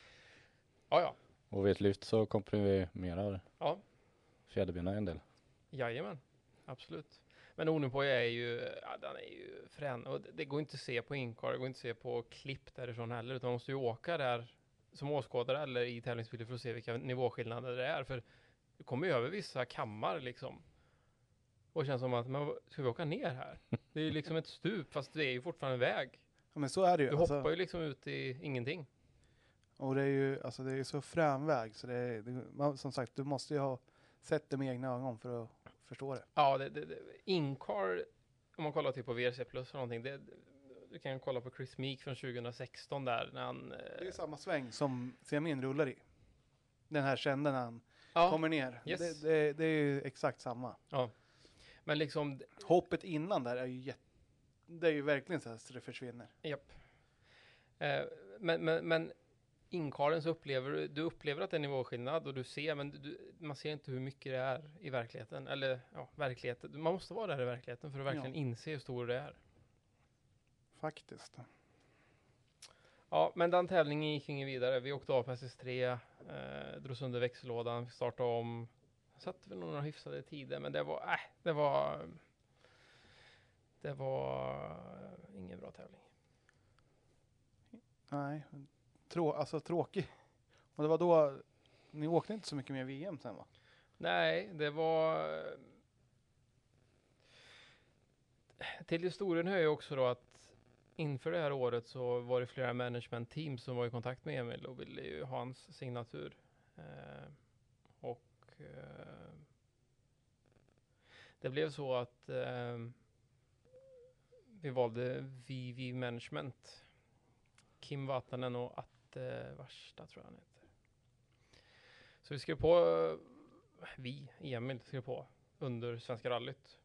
[SPEAKER 4] Ja.
[SPEAKER 3] Och vid ett lyft så komprimerar fjäderbenen en del.
[SPEAKER 4] Jajamän, absolut. Men Oninpoja den är ju frän. Och det går inte att se på inkar, det går inte att se på klipp därifrån heller. Utan man måste ju åka där som åskådare eller i tävlingsbilen för att se vilka nivåskillnader det är. För du kommer ju över vissa kammar liksom. Och det känns som att, men ska vi åka ner här? Det är ju liksom ett stup, fast det är ju fortfarande en väg.
[SPEAKER 5] Ja, men så är det ju.
[SPEAKER 4] Du hoppar ju liksom ut i ingenting.
[SPEAKER 5] Och det är ju, alltså det är så frän väg. Så som sagt, du måste ju ha sett det med egna ögon för att förstå det.
[SPEAKER 4] Ja, Incar, om man kollar typ på VRC Plus eller någonting, du kan kolla på Chris Meek från 2016 där när han...
[SPEAKER 5] Det är samma sväng som Semin rullar i. Den här kände när han kommer ner.
[SPEAKER 4] Yes.
[SPEAKER 5] Det är ju exakt samma.
[SPEAKER 4] Ja. Men liksom...
[SPEAKER 5] Hoppet innan där är ju det är ju verkligen så här så det försvinner.
[SPEAKER 4] Japp. Men inkaren så upplever att det är nivåskillnad och du ser, men man ser inte hur mycket det är i verkligheten. Eller verkligheten. Man måste vara där i verkligheten för att verkligen inse hur stor det är.
[SPEAKER 5] Faktiskt.
[SPEAKER 4] Ja, men den tävlingen gick ingen vidare. Vi åkte av på SS3, drog sönder växellådan, startade om. Satt vi några hyfsade tider, men det var ingen bra tävling.
[SPEAKER 5] Nej, tråkig. Och det var då, ni åkte inte så mycket mer VM sen va?
[SPEAKER 4] Nej, det var... Till historien hör ju också då att inför det här året så var det flera management team som var i kontakt med Emil och ville ju ha hans signatur. Det blev så att vi valde VV Management. Kim Vatanen och Atte Varsta tror jag han heter. Så vi skrev på, Emil skrev på under Svenska rallyt.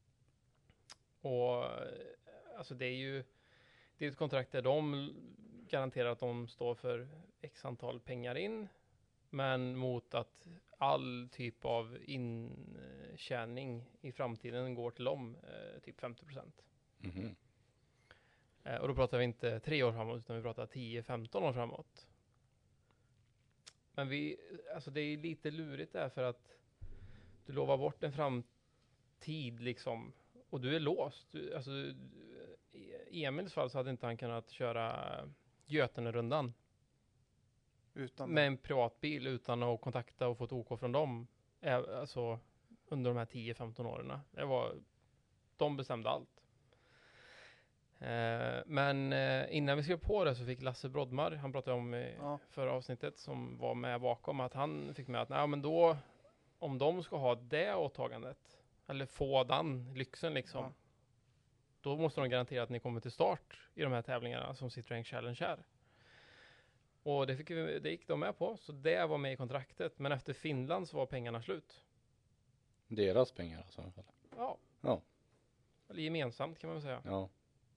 [SPEAKER 4] Och alltså det är ett kontrakt där de garanterar att de står för x antal pengar in, men mot att all typ av intjäning i framtiden går till dem, typ 50%.
[SPEAKER 3] Mhm.
[SPEAKER 4] Och då pratar vi inte 3 år framåt, utan vi pratar 10-15 år framåt. Men alltså det är lite lurigt där, för att du lovar bort en framtid liksom, och du är låst. I Emils fall så hade inte han kunnat köra Götene-rundan med en privatbil utan att kontakta och få ett OK från dem. Alltså under de här 10-15 åren. De bestämde allt. Men innan vi skrev på det så fick Lasse Brodmar, han pratade om i förra avsnittet, som var med bakom, att han fick med att men då, om de ska ha det åtagandet eller få den lyxen liksom, då måste de garantera att ni kommer till start i de här tävlingarna som Citroën Challenge är. Och det gick de med på, så det var med i kontraktet. Men efter Finland så var pengarna slut.
[SPEAKER 3] Deras pengar alltså?
[SPEAKER 4] Ja.
[SPEAKER 3] Ja.
[SPEAKER 4] Eller gemensamt kan man väl säga.
[SPEAKER 3] Ja.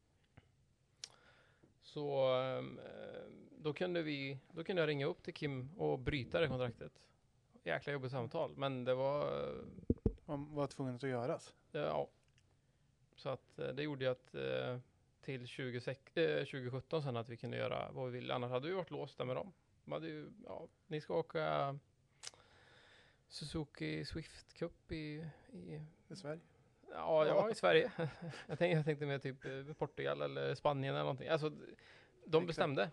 [SPEAKER 4] Så då kunde jag ringa upp till Kim och bryta det kontraktet. Jäkla jobbigt samtal, men det var...
[SPEAKER 5] Man var tvungen att göras.
[SPEAKER 4] Ja. Så att det gjorde att till 2017 sen att vi kunde göra vad vi ville. Annars hade vi varit låsta med dem. Ni ska åka Suzuki Swift Cup i
[SPEAKER 5] Sverige.
[SPEAKER 4] Ja, i Sverige. jag tänkte med typ Portugal eller Spanien eller någonting. Alltså, de bestämde.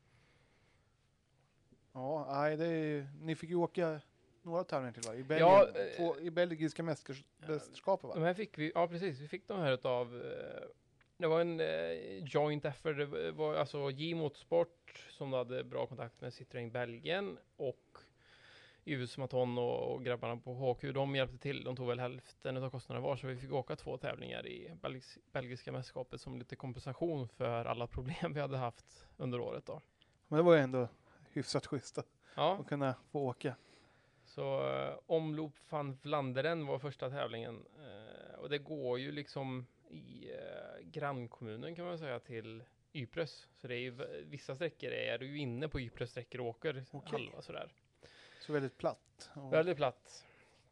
[SPEAKER 5] Ja, nej, ni fick ju åka några tävlingar till, va? I Belgien, i belgiska mästerskapet, va?
[SPEAKER 4] De här fick vi, ja precis, vi fick de här utav, det var en joint effort, det var alltså J Motorsport som hade bra kontakt med Citroën Belgien, och US Maton och grabbarna på HQ, de hjälpte till, de tog väl hälften av kostnaderna var, så vi fick åka 2 tävlingar i belgiska mästerskapet som lite kompensation för alla problem vi hade haft under året då.
[SPEAKER 5] Men det var ju ändå hyfsat schysst
[SPEAKER 4] att
[SPEAKER 5] kunna få åka.
[SPEAKER 4] Så Omloop van Vlaanderen var första tävlingen, och det går ju liksom i grannkommunen kan man säga till Ypres, så det är ju vissa sträckor är du ju inne på Ypres sträckor och åker halva sådär.
[SPEAKER 5] Så väldigt platt.
[SPEAKER 4] Väldigt platt.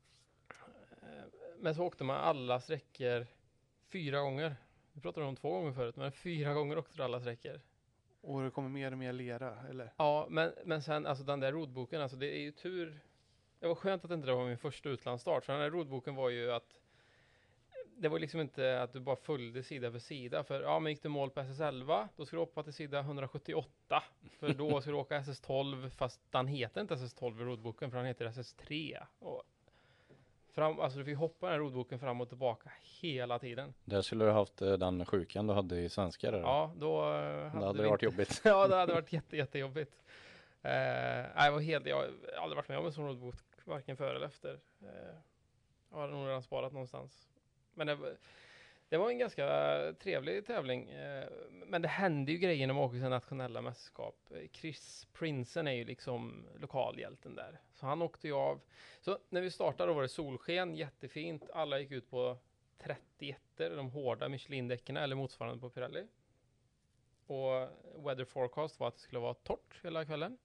[SPEAKER 4] Men så åkte man alla sträckor 4 gånger. Vi pratade om 2 gånger förut, men 4 gånger åkte du alla sträckor.
[SPEAKER 5] Och det kommer mer och mer lera, eller?
[SPEAKER 4] Ja, men sen alltså den där roadboken, alltså det är ju tur. Det var skönt att inte det var min första utlandsstart, för den här roadboken var ju att det var liksom inte att du bara följde sida för sida, för men gick du mål på SS11, då ska du hoppa till sida 178, för då ska du åka SS12, fast den heter inte SS12 i roadboken, för den heter SS3. Och alltså du fick hoppa den här roadboken fram och tillbaka hela tiden.
[SPEAKER 3] Där skulle du haft den sjukan du hade i svenska där.
[SPEAKER 4] Ja, då
[SPEAKER 3] hade det varit jobbigt.
[SPEAKER 4] Ja, det hade varit jättejobbigt. Jag har aldrig varit med om en sån roadbook, varken före eller efter. Jag har nog redan sparat någonstans. Men det var en ganska trevlig tävling. Men det hände ju grejer när man åker till nationella mästerskap. Chris Prinsen är ju liksom lokalhjälten där. Så han åkte ju av. Så när vi startade då var det solsken, jättefint. Alla gick ut på 31, de hårda Michelin-däcken eller motsvarande på Pirelli. Och weather forecast var att det skulle vara torrt hela kvällen.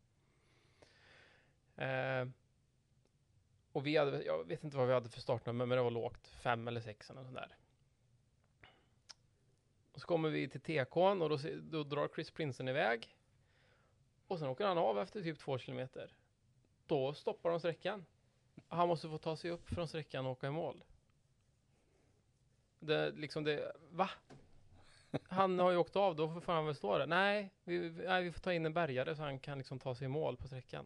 [SPEAKER 4] Och jag vet inte vad vi hade för startnummer, men det var lågt, 5 eller 6 eller sånt där. Och så kommer vi till TK:n och då drar Chris Prinsen iväg. Och sen åker han av efter typ 2 kilometer. Då stoppar de sträckan. Han måste få ta sig upp från sträckan och åka i mål. Va? Han har ju åkt av, då får han väl stå där. Nej, vi får ta in en bärgare så han kan liksom ta sig i mål på sträckan.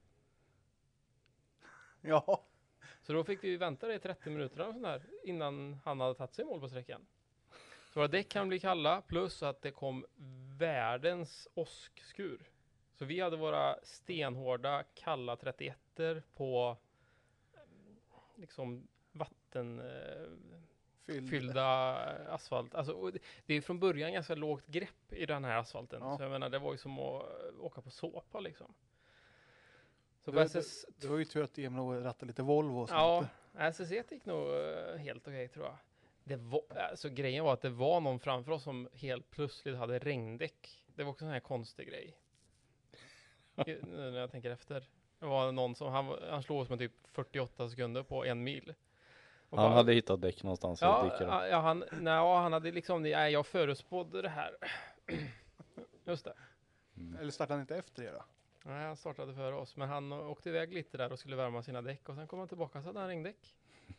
[SPEAKER 5] Ja.
[SPEAKER 4] Så då fick vi vänta i 30 minuter eller sån där, innan han hade tagit sig i mål på sträckan. Så våra däck kan bli kalla, plus att det kom världens åskskur. Så vi hade våra stenhårda kalla 31 på liksom vattenfyllda asfalt. Alltså, det är från början ganska lågt grepp i den här asfalten. Ja. Så jag menar, det var ju som att åka på såpa liksom. Så på SS...
[SPEAKER 5] Det var ju tur att Emil rattade lite Volvo och sånt.
[SPEAKER 4] Ja, SS1 gick nog helt okej, tror jag. Det var, alltså grejen var att det var någon framför oss som helt plötsligt hade regndäck. Det var också en sån här konstig grej. När jag tänker efter. Det var någon som, han slog oss med typ 48 sekunder på 1 mil. Och
[SPEAKER 3] Han
[SPEAKER 4] bara,
[SPEAKER 3] hade hittat däck någonstans i diket.
[SPEAKER 4] ja, han hade liksom, nej, jag förutspådde det här. Just det.
[SPEAKER 5] Eller startade han inte efter det då?
[SPEAKER 4] Nej, han startade före oss, men han åkte iväg lite där och skulle värma sina däck och sen kom han tillbaka så hade han regndäck.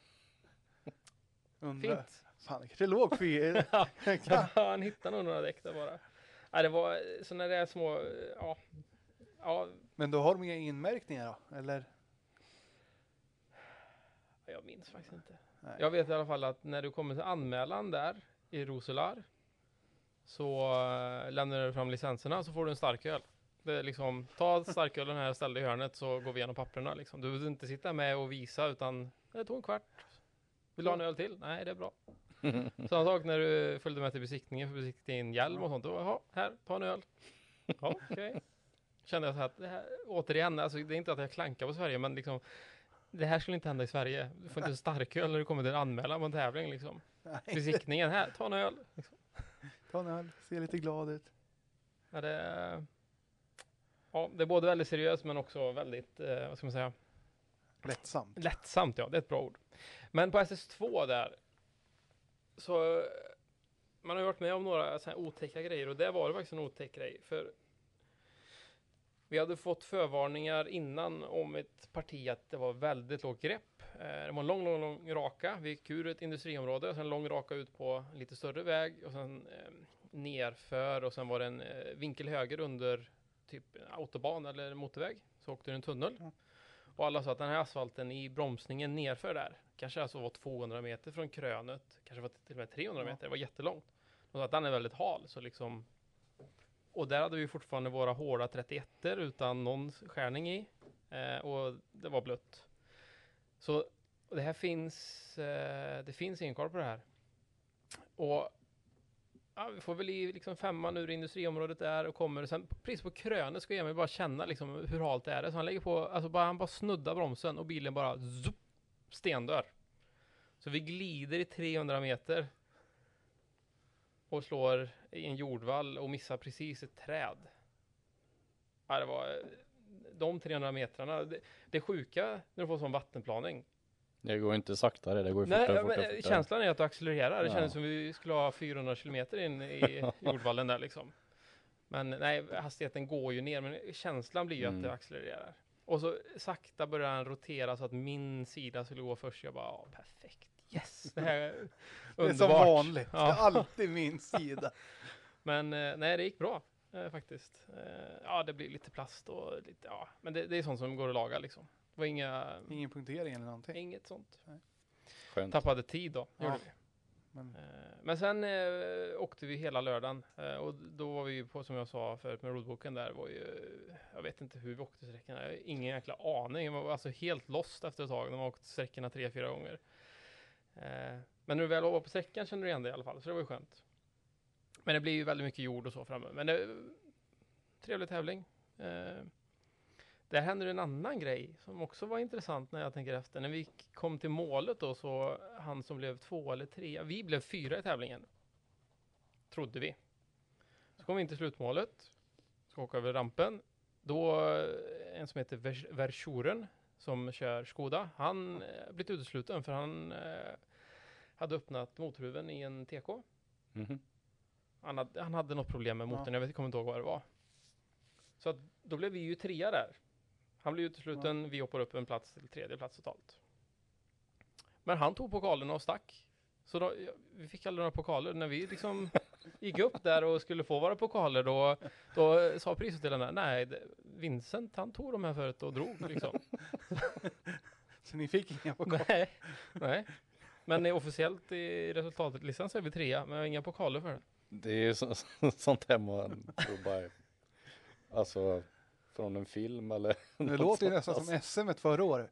[SPEAKER 4] Fint.
[SPEAKER 5] Fan, det kanske låg för
[SPEAKER 4] Ja, han hittade nog några däck där bara. Nej, det var så när det är små, ja.
[SPEAKER 5] Men då har de inga inmärkningar då, eller?
[SPEAKER 4] Jag minns faktiskt inte.
[SPEAKER 5] Nej.
[SPEAKER 4] Jag vet i alla fall att när du kommer till anmälan där i Roselar så lämnar du fram licenserna så får du en starköl. Det är liksom, ta starkölen här, ställ dig i hörnet så går vi igenom papperna liksom. Du behöver inte sitta med och visa utan det tog en kvart. Vill du ha en öl till? Nej, det är bra. Samma sak när du följde med till besiktningen för besiktningen hjälm och sånt. Jaha, här, ta en öl. Ja, okej. Kände jag så här att det här, återigen, alltså det är inte att jag klankar på Sverige, men liksom det här skulle inte hända i Sverige. Du får inte en starköl när du kommer till en anmälan på en tävling liksom. Besiktningen här, ta en öl. Liksom.
[SPEAKER 5] Ta en öl, ser lite glad ut.
[SPEAKER 4] Ja, det är både väldigt seriöst men också väldigt, vad ska man säga?
[SPEAKER 5] Lättsamt,
[SPEAKER 4] ja, det är ett bra ord. Men på SS2 där så man har ju varit med om några så här otäcka grejer och det var det faktiskt en otäck grej för vi hade fått förvarningar innan om ett parti att det var väldigt lågt grepp. Det var en lång raka. Vi gick ur ett industriområde och sen en lång raka ut på en lite större väg och sen nerför och sen var det en vinkel höger under typ autobahn eller motorväg. Så åkte det en tunnel. Och alla sa att den här asfalten i bromsningen nerför där kanske alltså var 200 meter från krönet. Kanske var till och med 300 meter. Det var jättelångt. Och så att den är väldigt hal. Så liksom... Och där hade vi fortfarande våra hårda 31er utan någon skärning i. Och det var blött. Så det här finns... det finns ingen koll på det här. Och... Ja, vi får väl i liksom 5:an ur industriområdet där och kommer sen precis på krönet ska Emil bara känna liksom hur halt det är. Så han lägger på, alltså han bara snuddar bromsen och bilen bara zup, stendör. Så vi glider i 300 meter och slår i en jordvall och missar precis ett träd. Ja, det var de 300 metrarna. Det sjuka när du får sån vattenplaning.
[SPEAKER 3] Det går inte saktare, det går
[SPEAKER 4] fortare. Känslan är att du accelererar. Det kändes som vi skulle ha 400 kilometer in i jordvallen där liksom. Men nej, hastigheten går ju ner, men känslan blir ju att det accelererar. Och så sakta börjar han rotera så att min sida skulle gå först. Jag bara, perfekt, yes! Det här är underbart.
[SPEAKER 5] Det är som vanligt, det är alltid min sida.
[SPEAKER 4] Men nej, det gick bra faktiskt. Ja, det blir lite plast och lite, men det är sånt som går att laga liksom. Det var
[SPEAKER 5] ingen punktering eller någonting.
[SPEAKER 4] Inget sånt.
[SPEAKER 5] Nej.
[SPEAKER 3] Skönt.
[SPEAKER 4] Tappade tid då, gjorde vi.
[SPEAKER 5] Men
[SPEAKER 4] sen åkte vi hela lördagen och då var vi på, som jag sa förut med roadbooken där, var ju, jag vet inte hur vi åkte sträckorna, jag har ingen jäkla aning, jag var alltså helt lost efter ett tag när man åkte sträckorna 3-4 gånger. Men när du väl var på sträckan kände du igen det i alla fall, så det var ju skönt. Men det blir ju väldigt mycket jord och så framme, men det är trevlig tävling. Där hände en annan grej som också var intressant när jag tänker efter. När vi kom till målet då, så han som blev 2 eller 3, vi blev 4 i tävlingen. Trodde vi. Så kom vi in till slutmålet. Ska åka över rampen. Då en som heter Verschuren som kör Skoda. Han blivit utesluten för han hade öppnat motorhuven i en TK.
[SPEAKER 3] Mm-hmm.
[SPEAKER 4] Han hade något problem med motorn. Jag kommer inte ihåg vad det var. Så att, då blev vi ju 3 där. Han blev utesluten, vi hoppar upp en plats till 3:e plats totalt. Men han tog pokalerna och stack. Så då, vi fick aldrig några pokaler. När vi liksom gick upp där och skulle få våra pokaler, då sa prisutdelarna, nej, Vincent han tog de här förut och drog liksom.
[SPEAKER 5] Så ni fick inga pokaler?
[SPEAKER 4] Nej. Men officiellt i resultatlistan så är vi 3, men jag har inga pokaler för det.
[SPEAKER 3] Det är ju sånt här man tror bara, alltså från en film eller
[SPEAKER 5] det låter ju nästan som SM förra året.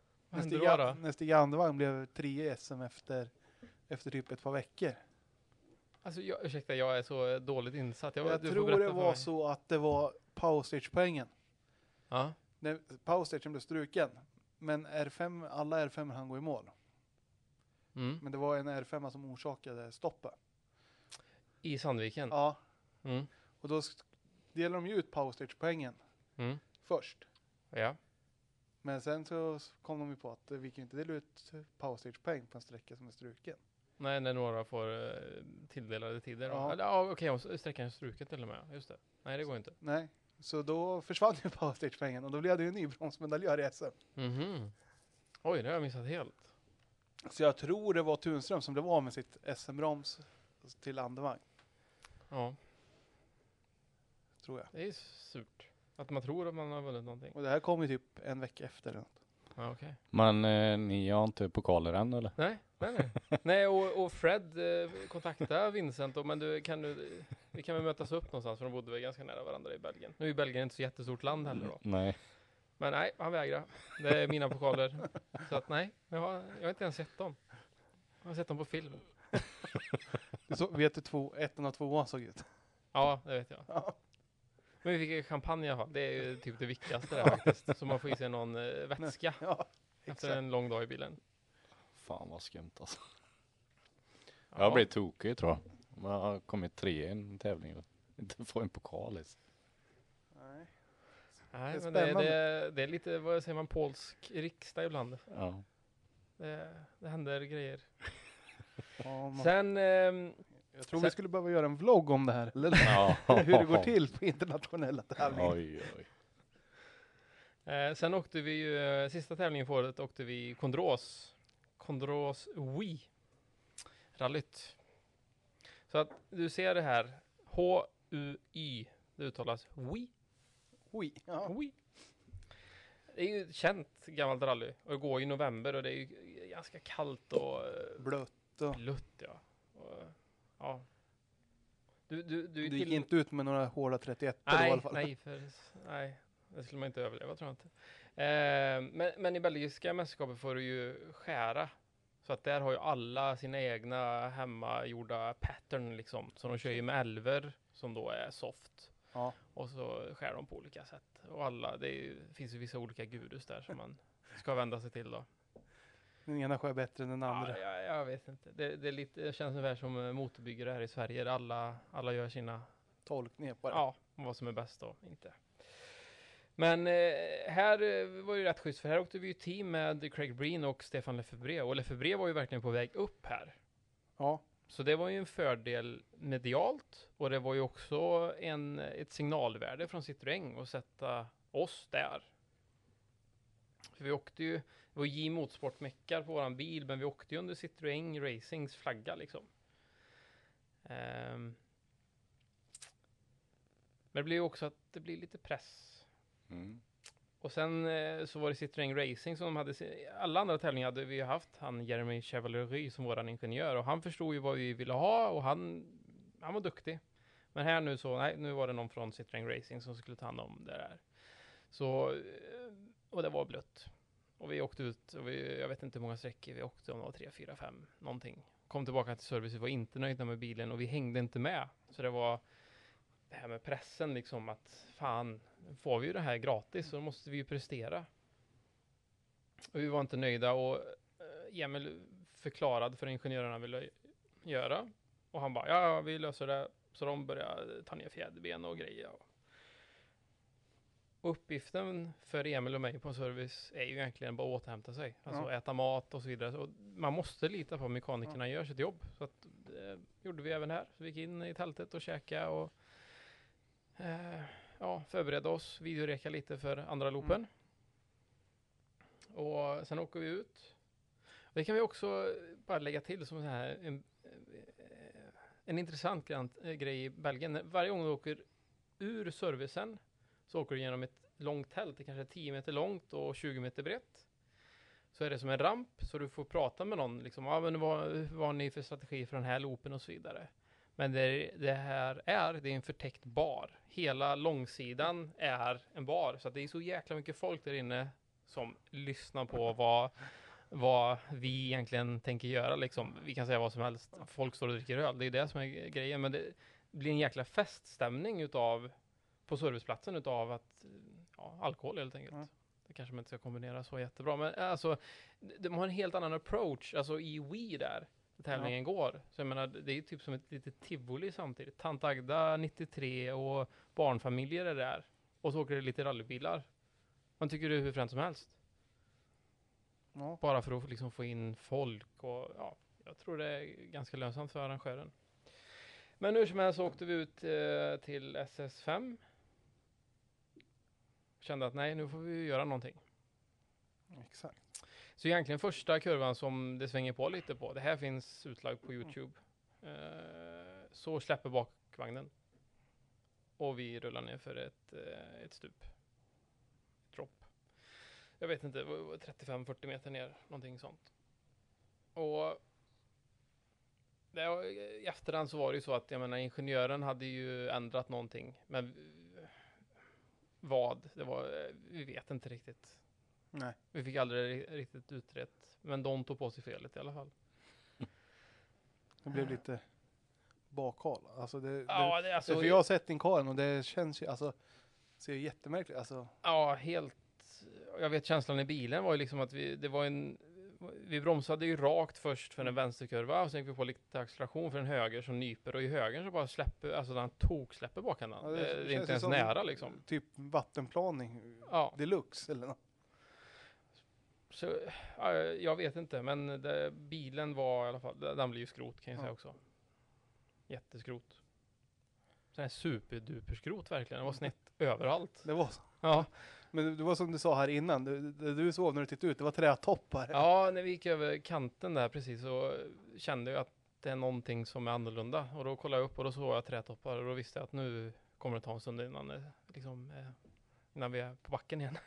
[SPEAKER 5] När Stig Andevang blev 3 i SM efter typ ett par veckor.
[SPEAKER 4] Alltså ursäkta, jag är så dåligt insatt.
[SPEAKER 5] Jag tror det var så att det var powerstage-poängen.
[SPEAKER 4] Ja.
[SPEAKER 5] när powerstagen blev struken. Men R5, alla R5 han går i mål.
[SPEAKER 4] Mm.
[SPEAKER 5] Men det var en R5 som orsakade stoppet.
[SPEAKER 4] I Sandviken?
[SPEAKER 5] Ja.
[SPEAKER 4] Mm.
[SPEAKER 5] Och då delar de ju ut powerstage-poängen först.
[SPEAKER 4] Ja.
[SPEAKER 5] Men sen så kom de ju på att vi kan inte dela ut powerstage-poäng på en sträcka som är struken.
[SPEAKER 4] Nej, när några får tilldelade tider.
[SPEAKER 5] Ja.
[SPEAKER 4] Ja, okej, och sträckan är struken till och med. Just det. Nej, det går inte.
[SPEAKER 5] Nej, så då försvann ju powerstage-poängen och då blev det ju en ny bronsmedaljör i SM.
[SPEAKER 4] Mhm. Oj, det har jag missat helt.
[SPEAKER 5] Så jag tror det var Tunström som blev av med sitt SM-broms till andevagn.
[SPEAKER 4] Ja,
[SPEAKER 5] Tror jag.
[SPEAKER 4] det är surt. Att man tror att man har vunnit någonting.
[SPEAKER 5] Och det här kom ju typ en vecka efter eller något.
[SPEAKER 4] Ja, okej.
[SPEAKER 3] Men ni har inte pokaler än eller?
[SPEAKER 4] Nej. Nej, och Fred kontaktade Vincent och men vi kan väl mötas upp någonstans för de bodde väl ganska nära varandra i Belgien. Nu är Belgien inte så jättestort land heller då.
[SPEAKER 3] Nej.
[SPEAKER 4] Men nej, han vägrar. Det är mina pokaler. Så att nej, jag har inte ens sett dem. Jag har sett dem på film.
[SPEAKER 5] Så vet du ettan och tvåan såg ut?
[SPEAKER 4] Ja, det vet jag.
[SPEAKER 5] Ja.
[SPEAKER 4] Men vi fick champagne i alla fall. Det är ju typ det viktigaste där faktiskt. Så man får i sig någon vätska
[SPEAKER 5] Ja,
[SPEAKER 4] efter
[SPEAKER 5] exakt.
[SPEAKER 4] en lång dag i bilen.
[SPEAKER 3] Fan vad skumt alltså.
[SPEAKER 4] Ja.
[SPEAKER 3] Jag blir tokig tror jag. Man har kommit 3 i en tävling och inte få en pokal liksom.
[SPEAKER 5] Nej.
[SPEAKER 4] Nej,
[SPEAKER 5] Det är
[SPEAKER 4] men
[SPEAKER 5] spännande.
[SPEAKER 4] det är lite, vad säger man, polsk riksdag ibland.
[SPEAKER 3] Ja.
[SPEAKER 4] Det händer grejer.
[SPEAKER 5] Ja,
[SPEAKER 4] Sen,
[SPEAKER 5] jag tror vi skulle behöva göra en vlogg om det här. Eller
[SPEAKER 3] Ja.
[SPEAKER 5] hur det går till på internationella tävlingar.
[SPEAKER 3] Oj, oj.
[SPEAKER 4] sen åkte vi ju, sista tävlingen på året åkte vi Kondros Wii rallyt. Så att du ser det här, H-U-Y, det uttalas Wii.
[SPEAKER 5] Oj, ja.
[SPEAKER 4] Wii. Det är ju ett känt gammalt rally och det går i november och det är ju ganska kallt och
[SPEAKER 5] Blött.
[SPEAKER 4] blött, ja. Och, ja. Du
[SPEAKER 5] Du gick inte ut med några hårda 31 i
[SPEAKER 4] nej,
[SPEAKER 5] alla fall.
[SPEAKER 4] nej, det skulle man inte överleva tror jag inte. Men i belgiska mästerskapet får du ju skära. Så att där har ju alla sina egna hemmagjorda pattern liksom. Så de kör ju med älver som då är soft.
[SPEAKER 5] Ja.
[SPEAKER 4] Och så skär de på olika sätt. Och alla, finns ju vissa olika gurus där som man ska vända sig till då.
[SPEAKER 5] Den ena skär bättre än den andra.
[SPEAKER 4] Ja, jag vet inte. Det är lite, det känns ungefär som motorbyggare här i Sverige. Där alla gör sina
[SPEAKER 5] Tolkningar på det.
[SPEAKER 4] ja, vad som är bäst och inte. Men här var ju rätt schysst, för här åkte vi ju team med Craig Breen och Stefan Lefebvre. Och Lefebvre var ju verkligen på väg upp här.
[SPEAKER 5] Ja.
[SPEAKER 4] Så det var ju en fördel medialt. Och det var ju också ett signalvärde från Citroën att sätta oss där. För vi åkte ju, det var J Motorsport-meckar på våran bil, men vi åkte ju under Citroën Racings flagga liksom. Men det blir ju också att det blir lite press.
[SPEAKER 3] Mm.
[SPEAKER 4] Och sen så var det Citroën Racing som de hade, alla andra tävlingar hade vi haft han Jeremy Chevalery som våran ingenjör och han förstod ju vad vi ville ha och han var duktig. Men här nu så, nej, nu var det någon från Citroën Racing som skulle ta hand om det där. Så, och det var blött. Och vi åkte ut, och jag vet inte hur många sträckor vi åkte, om det var 3, 4, 5, någonting. Kom tillbaka till service, vi var inte nöjda med bilen och vi hängde inte med. Så det var det här med pressen liksom att fan, får vi ju det här gratis så måste vi ju prestera. Och vi var inte nöjda och Emil förklarade för ingenjörerna ville göra. Och han bara, ja vi löser det. Så de började ta ner fjäderben och grejer. Och uppgiften för Emil och mig på service är ju egentligen bara att återhämta sig. Alltså äta mat och så vidare. Så man måste lita på att mekanikerna gör sitt jobb. Så att, det gjorde vi även här. Så vi gick in i tältet och käkade och förberedde oss. Videoreka lite för andra loopen. Och sen åker vi ut. Och det kan vi också bara lägga till som så här en intressant grej i Belgien. Varje gång du åker ur servicen så åker du genom ett långt tält, det kanske är 10 meter långt och 20 meter brett. Så är det som en ramp så du får prata med någon. Liksom, men vad har ni för strategi för den här loopen och så vidare. Men det här är en förtäckt bar. Hela långsidan är en bar. Så att det är så jäkla mycket folk där inne som lyssnar på vad vi egentligen tänker göra. Liksom. Vi kan säga vad som helst. Folk står och dricker öl. Det är det som är grejen. Men det blir en jäkla feststämning på serviceplatsen utav att alkohol helt enkelt. Det kanske man inte ska kombinera så jättebra. Men alltså, de har en helt annan approach. Alltså i Wii där tävlingen går. Så jag menar, det är typ som ett litet tivoli samtidigt. Tant Agda 93 och barnfamiljer är där. Och så åker det lite rallybilar. Man tycker det är hur fränt som helst.
[SPEAKER 5] Ja.
[SPEAKER 4] Bara för att liksom få in folk. Och jag tror det är ganska lönsamt för arrangören. Men hur som helst så åkte vi ut till SS5. Kände att nej, nu får vi göra någonting.
[SPEAKER 5] Exakt.
[SPEAKER 4] Så egentligen första kurvan som det svänger på lite på. Det här finns utlagt på YouTube. Så släpper bakvagnen. Och vi rullar ner för ett stup. Drop. Jag vet inte, 35-40 meter ner. Någonting sånt. Och i efterhand så var det ju så att jag menar, ingenjören hade ju ändrat någonting. Men vad? Vi vet inte riktigt.
[SPEAKER 5] Nej.
[SPEAKER 4] Vi fick aldrig riktigt utrett. Men de tog på sig felet i alla fall.
[SPEAKER 5] Det blev lite bakhal. Alltså
[SPEAKER 4] alltså,
[SPEAKER 5] för jag har sett din karen och det känns ju, alltså, ser ju jättemärkligt. Alltså.
[SPEAKER 4] Ja, helt. Jag vet känslan i bilen var ju liksom att vi bromsade ju rakt först för en vänsterkurva och sen gick vi på lite acceleration för en höger som nyper och i höger så bara släpper, alltså den toksläpper bakhändan.
[SPEAKER 5] Ja,
[SPEAKER 4] det är inte ens nära liksom.
[SPEAKER 5] Typ vattenplaning deluxe eller något.
[SPEAKER 4] Så jag vet inte, men bilen var i alla fall, den blev ju skrot kan jag säga också. Jätteskrot. Sån här superduperskrot verkligen, det var snett överallt.
[SPEAKER 5] Det var så.
[SPEAKER 4] Ja.
[SPEAKER 5] Men det var som du sa här innan, du såg när du tittade ut, det var trätoppar.
[SPEAKER 4] Ja, när vi gick över kanten där precis så kände jag att det är någonting som är annorlunda. Och då kollade jag upp och då såg jag trätoppar och då visste jag att nu kommer det ta en stund innan vi är på backen igen.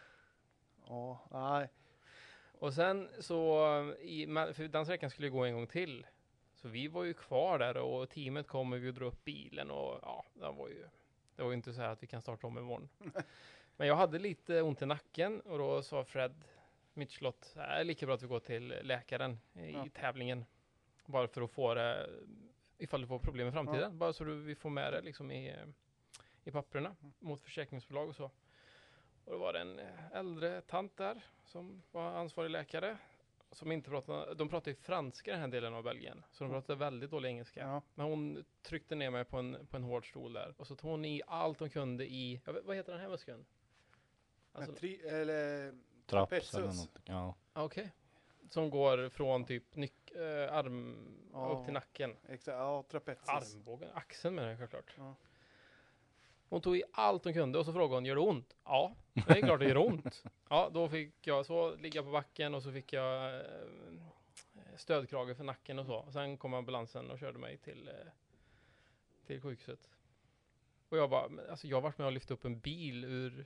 [SPEAKER 5] Ja, nej.
[SPEAKER 4] Och sen så, för den sträckan skulle gå en gång till. Så vi var ju kvar där och teamet kom och vi drog upp bilen och det var ju inte så här att vi kan starta om imorgon. Men jag hade lite ont i nacken och då sa Fred Mitchelott, det är lika bra att vi går till läkaren i tävlingen. Bara för att få det, ifall du får problem i framtiden. Bara så vi får med det liksom i papperna mot försäkringsbolag och så. Och då var det en äldre tant där som var ansvarig läkare. Som inte de pratade ju franska den här delen av Belgien. Så de pratade väldigt dålig engelska. Ja. Men hon tryckte ner mig på en hård stol där. Och så tog hon i allt hon kunde i, vad heter den här muskeln?
[SPEAKER 5] Alltså, eller
[SPEAKER 3] traps eller något. Ja.
[SPEAKER 4] Okej. Som går från typ arm upp till nacken.
[SPEAKER 5] Exakt, ja, trapezius.
[SPEAKER 4] Armbågen, axeln menar jag självklart.
[SPEAKER 5] Ja.
[SPEAKER 4] Hon tog i allt hon kunde och så frågade hon, gör det ont? Ja, det är klart det gör ont. Ja, då fick jag så ligga på backen och så fick jag stödkrage för nacken och så. Och sen kom ambulansen och körde mig till sjukhuset. Och jag bara, alltså jag har varit med och lyft upp en bil ur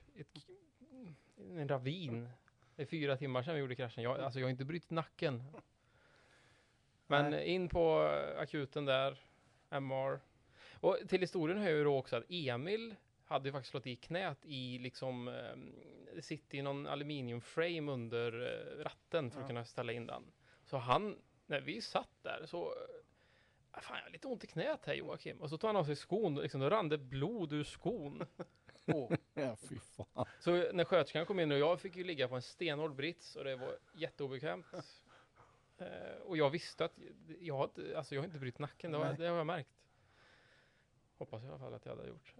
[SPEAKER 4] en ravin. Det är 4 timmar sedan vi gjorde kraschen. Jag har inte brutit nacken. Men in på akuten där, MR. Och till historien hör ju då också att Emil hade ju faktiskt slått i knät i liksom, det sitter i någon aluminiumframe under ratten för att kunna ställa in den. Så när vi satt där så, fan jag har lite ont i knät här Joakim. Och så tog han av sig skon och liksom, då rann det blod ur skon.
[SPEAKER 3] Ja, fy fan.
[SPEAKER 4] Så när sköterskan kom in och jag fick ju ligga på en stenhård brits och det var jätteobekvämt. Och jag visste att jag har inte brutit nacken, det har jag märkt. Hoppas i alla fall att jag hade gjort.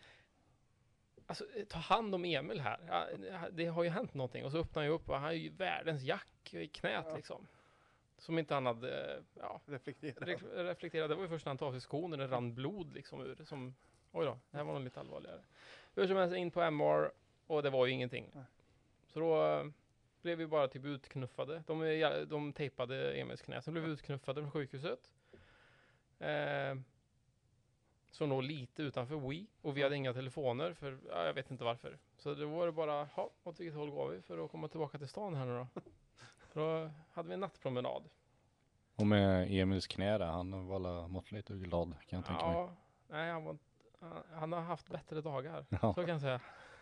[SPEAKER 4] Ta hand om Emil här. Det har ju hänt någonting. Och så öppnar jag upp och han har ju världens jack i knät liksom. Som inte han hade reflekterat. Det var ju först när han tog av sig skon och det rann blod liksom ur. Oj då, det här var nog lite allvarligare. Hur som helst in på MR och det var ju ingenting. Så då blev vi bara typ utknuffade. De tejpade Emils knä. Sen blev vi utknuffade från sjukhuset. Så nog lite utanför Wii. Och vi hade inga telefoner för jag vet inte varför. Så det var bara, åt vilket håll går vi för att komma tillbaka till stan här nu då. Då hade vi en nattpromenad.
[SPEAKER 3] Och med Emils knä där, han var måttligt och glad kan jag tänka mig.
[SPEAKER 4] Nej, han har haft bättre dagar.
[SPEAKER 3] Ja.
[SPEAKER 4] Så kan jag säga.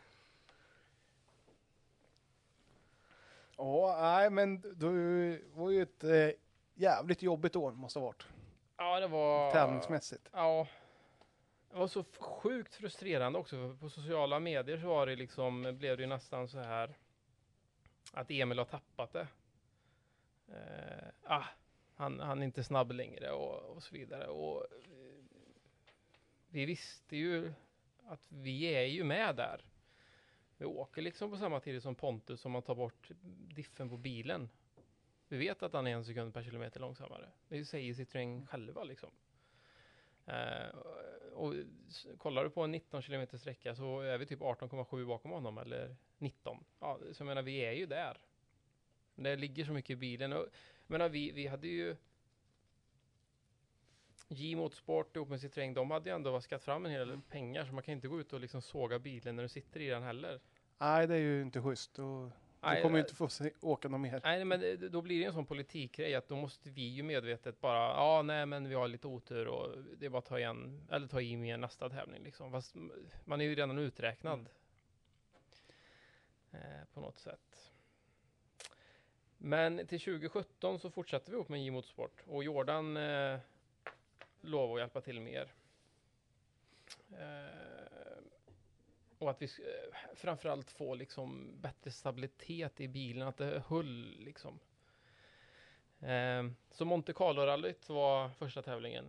[SPEAKER 5] Ja, nej men det var ju ett jävligt jobbigt år måste ha varit.
[SPEAKER 4] Ja, det var...
[SPEAKER 5] Tävlingsmässigt.
[SPEAKER 4] Ja. Det var så sjukt frustrerande också. På sociala medier så var det liksom, blev det ju nästan så här att Emil har tappat det. Han är inte snabb längre och så vidare. Och vi visste ju att vi är ju med där. Vi åker liksom på samma tid som Pontus om man tar bort diffen på bilen. Vi vet att han är 1 sekund per kilometer långsammare. Det säger Citroën själva liksom. Och kollar du på en 19 kilometer sträcka så är vi typ 18,7 bakom honom eller 19. Ja, så jag menar vi är ju där. Det ligger så mycket i bilen. Och, jag menar, vi hade ju J-Motorsport ihop med Citroën, de hade ju ändå vaskat fram en hel del pengar så man kan inte gå ut och liksom såga bilen när du sitter i den heller.
[SPEAKER 5] Nej, det är ju inte schysst. Och du kommer ju inte få åka någon mer.
[SPEAKER 4] Nej, men då blir det en sån politikgrej att då måste vi ju medvetet bara, nej men vi har lite otur och det är bara att ta igen, eller ta i med nästa tävling liksom. Fast man är ju redan uträknad på något sätt. Men till 2017 så fortsatte vi upp med J-Motorsport och Jordan lovade att hjälpa till mer. Och att vi framförallt få liksom bättre stabilitet i bilen, att det höll liksom. Så Monte Carlo-rallyt var första tävlingen.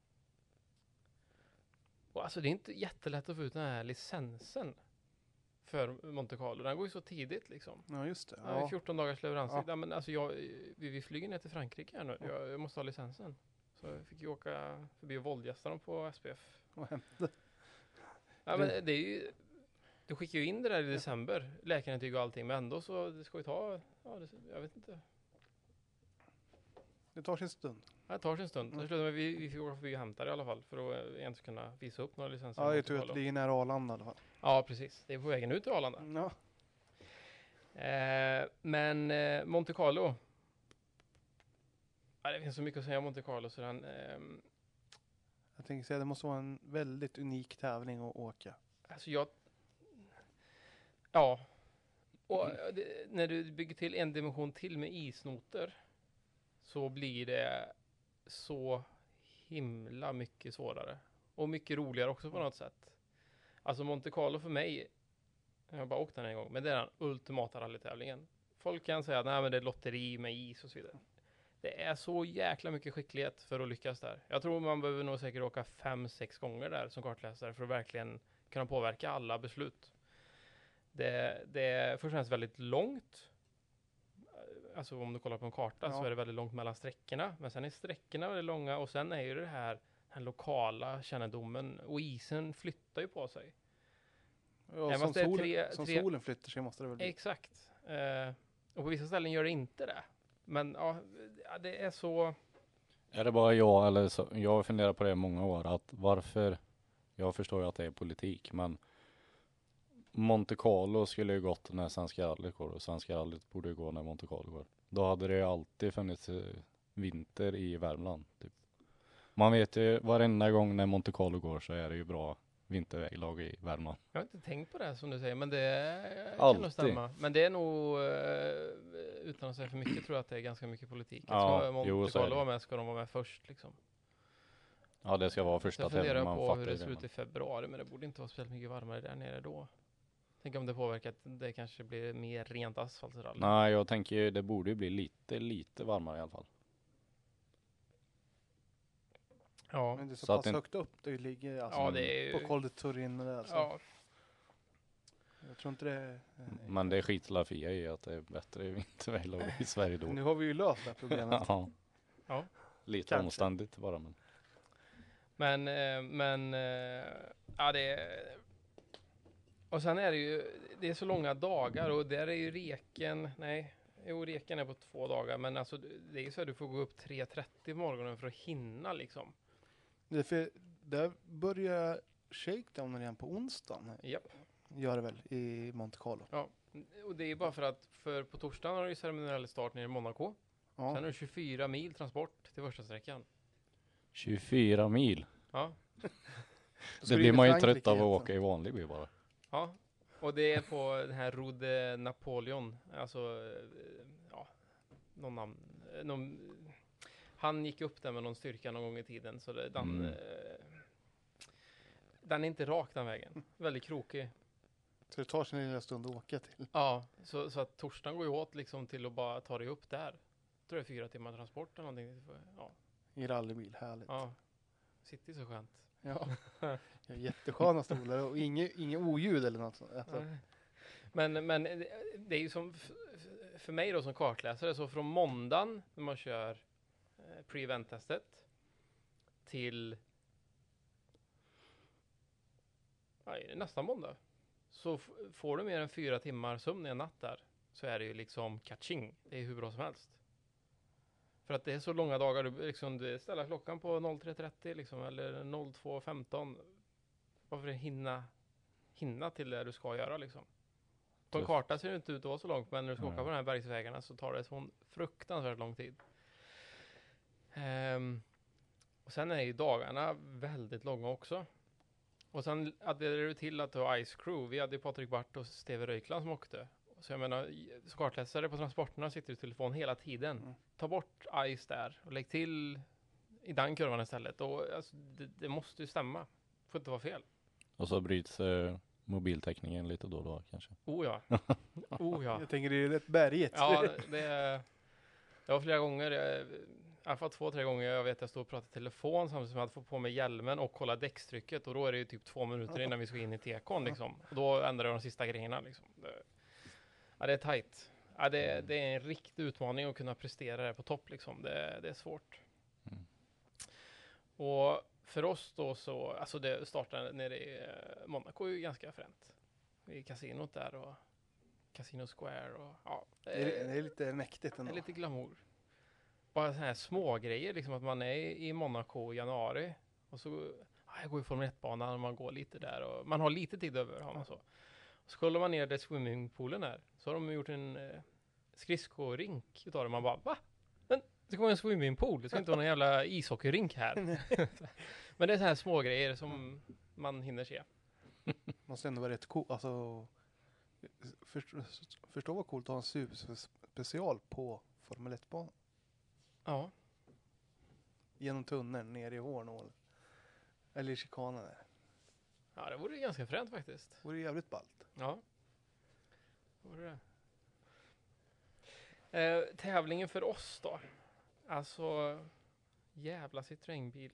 [SPEAKER 4] Och alltså det är inte jättelätt att få ut den här licensen för Monte Carlo. Den går ju så tidigt liksom.
[SPEAKER 5] Ja, just det. Ja.
[SPEAKER 4] 14 dagars leverans.
[SPEAKER 5] Ja.
[SPEAKER 4] Ja, men alltså vi flyger ner till Frankrike här nu. Jag måste ha licensen. Så jag fick ju åka förbi och våldgästa dem på SPF.
[SPEAKER 5] Vad hände?
[SPEAKER 4] Ja, men det är ju... Du skickar ju in det där i december. Läkarintyg och allting. Men ändå så det ska ju ta... Ja, jag vet inte.
[SPEAKER 5] Det tar sin stund.
[SPEAKER 4] Det tar sin stund. Det slutade med vi fick åka förbi och hämta det i alla fall. För att egentligen kunna visa upp några licenser.
[SPEAKER 5] Ja, jag tror att det ligger nära Arlanda i alla fall.
[SPEAKER 4] Ja, precis. Det är på vägen ut till Arlanda.
[SPEAKER 5] Ja.
[SPEAKER 4] Men Monte Carlo. Ja, det finns så mycket att säga om Monte Carlo. Så
[SPEAKER 5] Jag tänker säga att det måste vara en väldigt unik tävling att åka.
[SPEAKER 4] alltså ja. Och när du bygger till en dimension till med isnoter så blir det så himla mycket svårare. Och mycket roligare också på något sätt. Alltså Monte Carlo för mig, jag har bara åkt den en gång, men det är den ultimata rallytävlingen. Folk kan säga att nej, men det är lotteri med is och så vidare. Det är så jäkla mycket skicklighet för att lyckas där. Jag tror man behöver nog säkert åka 5-6 gånger där som kartläsare för att verkligen kunna påverka alla beslut. Det är först och främst väldigt långt. Alltså om du kollar på en karta så är det väldigt långt mellan sträckorna. Men sen är sträckorna väldigt långa och sen är ju det här den lokala kännedomen. Och isen flyttar ju på sig.
[SPEAKER 5] Ja, som solen flyttar sig måste det väl bli.
[SPEAKER 4] Exakt. Och på vissa ställen gör det inte det. Men ja, det är så...
[SPEAKER 3] Är det bara jag eller så? Jag har funderat på det i många år att varför, jag förstår ju att det är politik, men Monte Carlo skulle ju gått när Svenska rallyt går och Svenska rallyt borde ju gå när Monte Carlo går. Då hade det ju alltid funnits vinter i Värmland. Typ. Man vet ju varenda gång när Monte Carlo går så är det ju bra vinterväglag i Värmland.
[SPEAKER 4] Jag har inte tänkt på det som du säger, men det
[SPEAKER 3] alltid.
[SPEAKER 4] Kan nog stämma. Men det är nog, utan att säga för mycket, tror jag att det är ganska mycket politik.
[SPEAKER 3] Ja,
[SPEAKER 4] ska Monte Carlo vara med, ska de vara med först liksom.
[SPEAKER 3] Ja, det ska vara första tävlingen.
[SPEAKER 4] Man på hur det ser ut i februari, men det borde inte vara speciellt mycket varmare där nere då. Tänk om det påverkar att det kanske blir mer rent asfaltrally.
[SPEAKER 3] Nej, jag tänker ju det borde ju bli lite varmare i alla fall.
[SPEAKER 5] Ja. Men det är så pass högt upp det ligger alltså det är på Col de Turin med det alltså. Ja. Jag tror inte det
[SPEAKER 3] men det är skitlaffia i att det är bättre i vinterväglag i Sverige då.
[SPEAKER 5] Nu har vi ju löst det problemet.
[SPEAKER 3] Ja. Lite kanske omständigt bara
[SPEAKER 4] men ja, det är... Och sen är det ju, det är så långa dagar och där är ju reken är på 2 dagar, men alltså det är ju så att du får gå upp 3:30 på morgonen för att hinna liksom.
[SPEAKER 5] Där börjar shakedown igen på onsdagen.
[SPEAKER 4] Japp.
[SPEAKER 5] Gör det väl i Monte Carlo.
[SPEAKER 4] Ja, och det är bara för att på torsdagen har du ju ceremoniell start nere i Monaco. Ja. Sen är det 24 mil transport till första sträckan.
[SPEAKER 3] 24 mil?
[SPEAKER 4] Ja.
[SPEAKER 3] Det blir man ju trött av att åka i vanlig bil bara.
[SPEAKER 4] Ja, och det är på den här Rode Napoleon. Alltså, ja, någon namn. Han gick upp där med någon styrka någon gång i tiden. Så det, Den är inte rak den vägen. Väldigt krokig.
[SPEAKER 5] Så det tar sin lilla stund att åka till.
[SPEAKER 4] Ja, så att torsdagen går ju åt liksom till att bara ta dig upp där. Jag tror det är 4 timmar transport eller någonting. Ja.
[SPEAKER 5] I rallybil, härligt.
[SPEAKER 4] Ja. Sitter så skönt.
[SPEAKER 5] Ja. Jättesköna stolar och inget oljud eller något sånt. Alltså.
[SPEAKER 4] Men det är ju som för mig då som kartläsare, så från måndagen när man kör pre-event-testet till nästa måndag, så får du mer än 4 timmar sömn i en natt där, så är det ju liksom catching. Det är hur bra som helst. För att det är så långa dagar, du ställer klockan på 03.30 liksom, eller 02.15. Varför hinna till det du ska göra liksom. På en karta ser det inte ut att vara så långt, men när du ska åka på de här bergsvägarna så tar det sån fruktansvärt lång tid. Och sen är ju dagarna väldigt långa också. Och sen adderar du till att du har Ice Crew. Vi hade ju Patrik Bart och Steve Röjkland som åkte. Så jag menar, kartläsare på transporterna sitter i telefon hela tiden. Ta bort Ice där och lägg till i den kurvan istället. Och alltså, det måste ju stämma. Får inte vara fel.
[SPEAKER 3] Och så bryts mobiltäckningen lite då kanske.
[SPEAKER 4] Oh ja.
[SPEAKER 5] Jag tänker det är rätt berget.
[SPEAKER 4] Ja, det var flera gånger. I alla fall 2-3 gånger jag vet jag stod och pratade i telefon samtidigt som jag hade fått på mig hjälmen och kolla däckstrycket. Och då är det ju typ 2 minuter innan vi ska in i tekon liksom. Och då ändrar jag de sista grejerna liksom. Det är tajt. Det är en riktig utmaning att kunna prestera det på topp liksom. Det är svårt. Och för oss då så, alltså det startar nere i Monaco är ju ganska fränt. I kasinot där och Casino Square och ja.
[SPEAKER 5] Det är lite mäktigt ändå.
[SPEAKER 4] Det är lite glamour. Bara sådana här små grejer liksom, att man är i Monaco i januari och så jag går i Formel 1-banan och man går lite där och man har lite tid över, har man så. Och så kollar man ner där swimmingpoolen här, så har de gjort en skridsko-rink utav det. Man bara, va? Men det ska vara en swimmingpool, det ska inte vara någon jävla ishockeyrink här. Men det är så här små grejer som man hinner se.
[SPEAKER 5] Måste ändå vara rätt coolt. Alltså, förstå vad coolt att ha en superspecial på Formel 1-banan.
[SPEAKER 4] Ja.
[SPEAKER 5] Genom tunneln ner i Hornål. Eller i chikanen där.
[SPEAKER 4] Ja, det vore ganska fränt faktiskt.
[SPEAKER 5] Det vore jävligt ballt.
[SPEAKER 4] Ja. Det vore det. Tävlingen för oss då. Alltså, jävla Citroën-bil.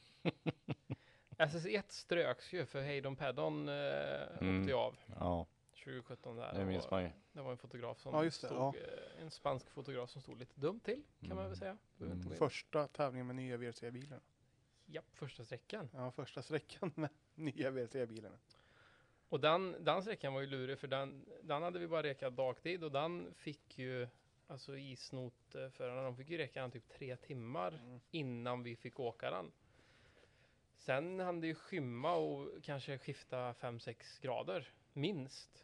[SPEAKER 4] SS1 ströks ju för Heydon Paddon åkte av.
[SPEAKER 3] Ja.
[SPEAKER 4] 2017 där.
[SPEAKER 3] Det minns man ju.
[SPEAKER 4] Det var en fotograf som stod, en spansk fotograf som stod lite dumt till, kan man väl säga.
[SPEAKER 5] Första tävlingen med nya WRC-bilarna.
[SPEAKER 4] Ja, första sträckan.
[SPEAKER 5] Ja, första sträckan med nya WRC-bilarna.
[SPEAKER 4] Och den sträckan var ju lurig, för den hade vi bara rekat dagtid och den fick ju, alltså isnotförarna, de fick ju reka den typ 3 timmar innan vi fick åka den. Sen hann det ju skymma och kanske skifta 5-6 grader, minst,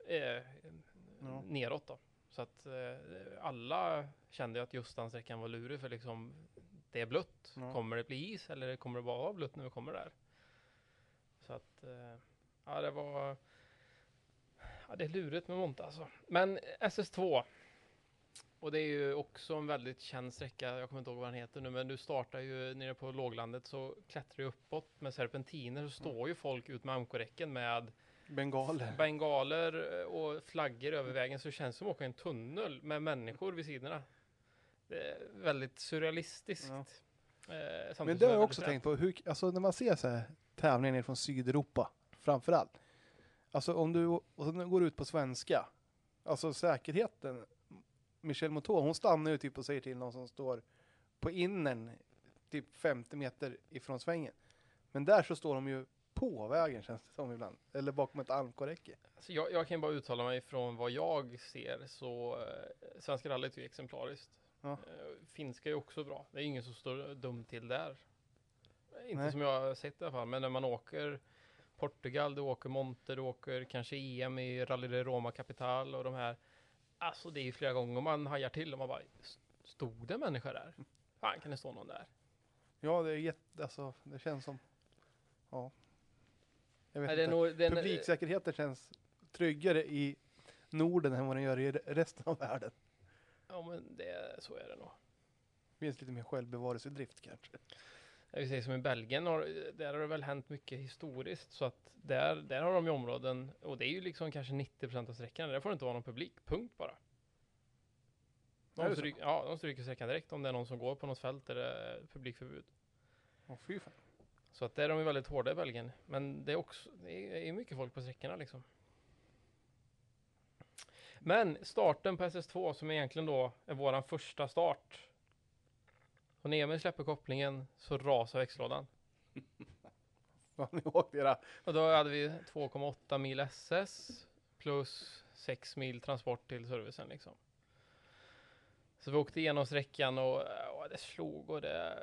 [SPEAKER 4] neråt då. Så att alla kände att just den sträckan var lurig, för liksom det är blött. Ja. Kommer det bli is eller kommer det bara vara blött när vi kommer där? Så att det var det är lurigt med Monta alltså. Men SS2, och det är ju också en väldigt känd sträcka, jag kommer inte ihåg vad den heter nu, men du startar ju nere på låglandet, så klättrar du uppåt med serpentiner, så står ju folk ut med ankorräcken med bengaler och flaggor över vägen, så det känns som att åka i en tunnel med människor vid sidorna. Det är väldigt surrealistiskt. Ja.
[SPEAKER 5] Men det har jag också tänkt på, alltså när man ser så här tävlingar ner från Sydeuropa framförallt. Alltså om du går ut på svenska, alltså säkerheten, Michelle Motor, hon stannar ju typ och säger till någon som står på innern typ 50 meter ifrån svängen. Men där så står de ju på vägen, känns det som ibland. Eller bakom ett ankorräcke.
[SPEAKER 4] Alltså jag kan bara uttala mig från vad jag ser, så Svenska rallyt är ju exemplariskt. Ja. Finska är också bra. Det är ingen som står dum till där. Inte som jag har sett i alla fall. Men när man åker Portugal, du åker Monte, du åker kanske EM i Rally de Roma Capital och de här. Alltså det är ju flera gånger man hajar till och man bara, stod det människor där? Fan, kan det stå någon där?
[SPEAKER 5] Ja, det är alltså det känns som, ja. Jag vet inte. Publiksäkerheten känns tryggare i Norden än vad den gör i resten av världen.
[SPEAKER 4] Ja, men så är det nog.
[SPEAKER 5] Det finns lite mer självbevarelsedrift kanske.
[SPEAKER 4] jag vill säga som i Belgien, där har det väl hänt mycket historiskt, så att där har de ju områden, och det är ju liksom kanske 90% av sträckan, där får det inte vara någon publik, punkt bara. De stryker sträckan direkt om det är någon som går på något fält där det är publikförbud.
[SPEAKER 5] Fy fan.
[SPEAKER 4] Så att där är de ju väldigt hårda i Belgien, men det är mycket folk på sträckorna liksom. Men starten på SS2, som egentligen då är våran första start. Och när Emil släpper kopplingen så rasar växellådan.
[SPEAKER 5] Vad ni åkte era?
[SPEAKER 4] Och då hade vi 2,8 mil SS plus 6 mil transport till servicen liksom. Så vi åkte igenom sträckan och det slog och det...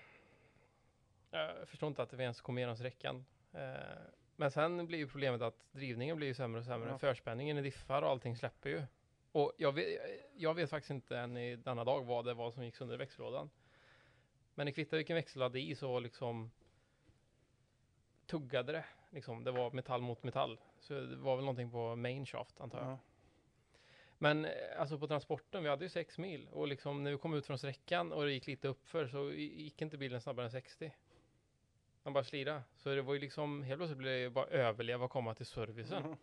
[SPEAKER 4] Jag förstår inte att vi ens kom igenom sträckan. Men sen blir ju problemet att drivningen blir ju sämre och sämre. Ja. Förspänningen i diffar och allting släpper ju. Och jag vet faktiskt inte än i denna dag vad det var som gick sönder i växellådan. Men det kvittar vilken växel hade i, så liksom tuggade det. Liksom, det var metall mot metall. Så det var väl någonting på main shaft, antar jag. Ja. Men alltså på transporten, vi hade ju 6 mil. Och liksom när vi kom ut från sträckan och det gick lite uppför, så gick inte bilen snabbare än 60. Man bara slira. Så det var ju liksom, helt plötsligt blev det bara överleva och komma till servicen. Mm.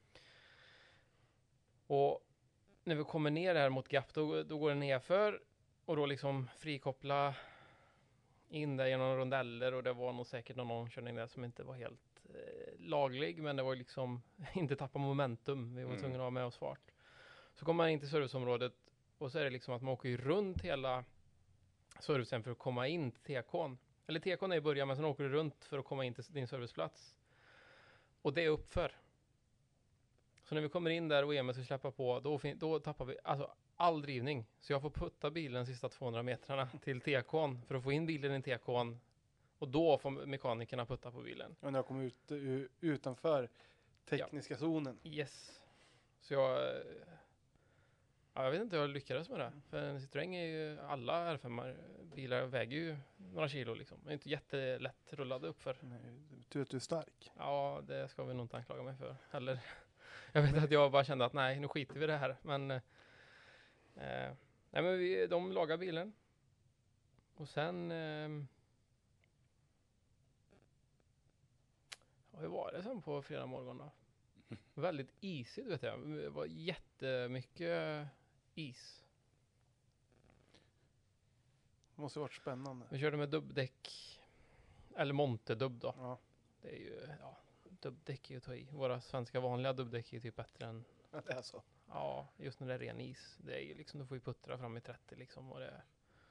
[SPEAKER 4] Och när vi kommer ner här mot gap, då går det nerför. Och då liksom frikoppla in där genom rondeller, och det var nog säkert någon omkörning där som inte var helt laglig, men det var liksom inte tappa momentum. Vi var tvungna att ha med oss fart. Så kommer man in till serviceområdet, och så är det liksom att man åker ju runt hela servicen för att komma in till TK:n. Eller TK:n är i början, men sen åker du runt för att komma in till din serviceplats. Och det är uppför. Så när vi kommer in där och Emil ska släppa på, då tappar vi alltså all drivning. Så jag får putta bilen de sista 200 metrarna till TK:n för att få in bilen i TK:n. Och då får mekanikerna putta på bilen.
[SPEAKER 5] Och när jag kom ut utanför tekniska zonen.
[SPEAKER 4] Yes. Så jag vet inte hur jag lyckades med det. För en Citroën är ju, alla R5-bilar väger ju några kilo liksom. Det är inte jättelätt rullade upp för.
[SPEAKER 5] Nej, det betyder att du är stark.
[SPEAKER 4] Ja, det ska vi nog inte anklaga mig för. Eller, jag vet att jag bara kände att nej, nu skiter vi det här. Men, nej, men de lagar bilen. Och sen... hur var det sen på fredag morgon då? Väldigt isigt, vet jag. Det var jättemycket is.
[SPEAKER 5] Det måste ha varit spännande.
[SPEAKER 4] Vi körde med dubbdäck. Eller Monte-dubb då.
[SPEAKER 5] Ja.
[SPEAKER 4] Det är ju, dubbdäck är ju att ta i. Våra svenska vanliga dubbdäck är ju typ bättre än...
[SPEAKER 5] Ja, det är så.
[SPEAKER 4] Ja, just när det är ren is. Det är ju liksom, du får ju puttra fram i 30 liksom. Och det...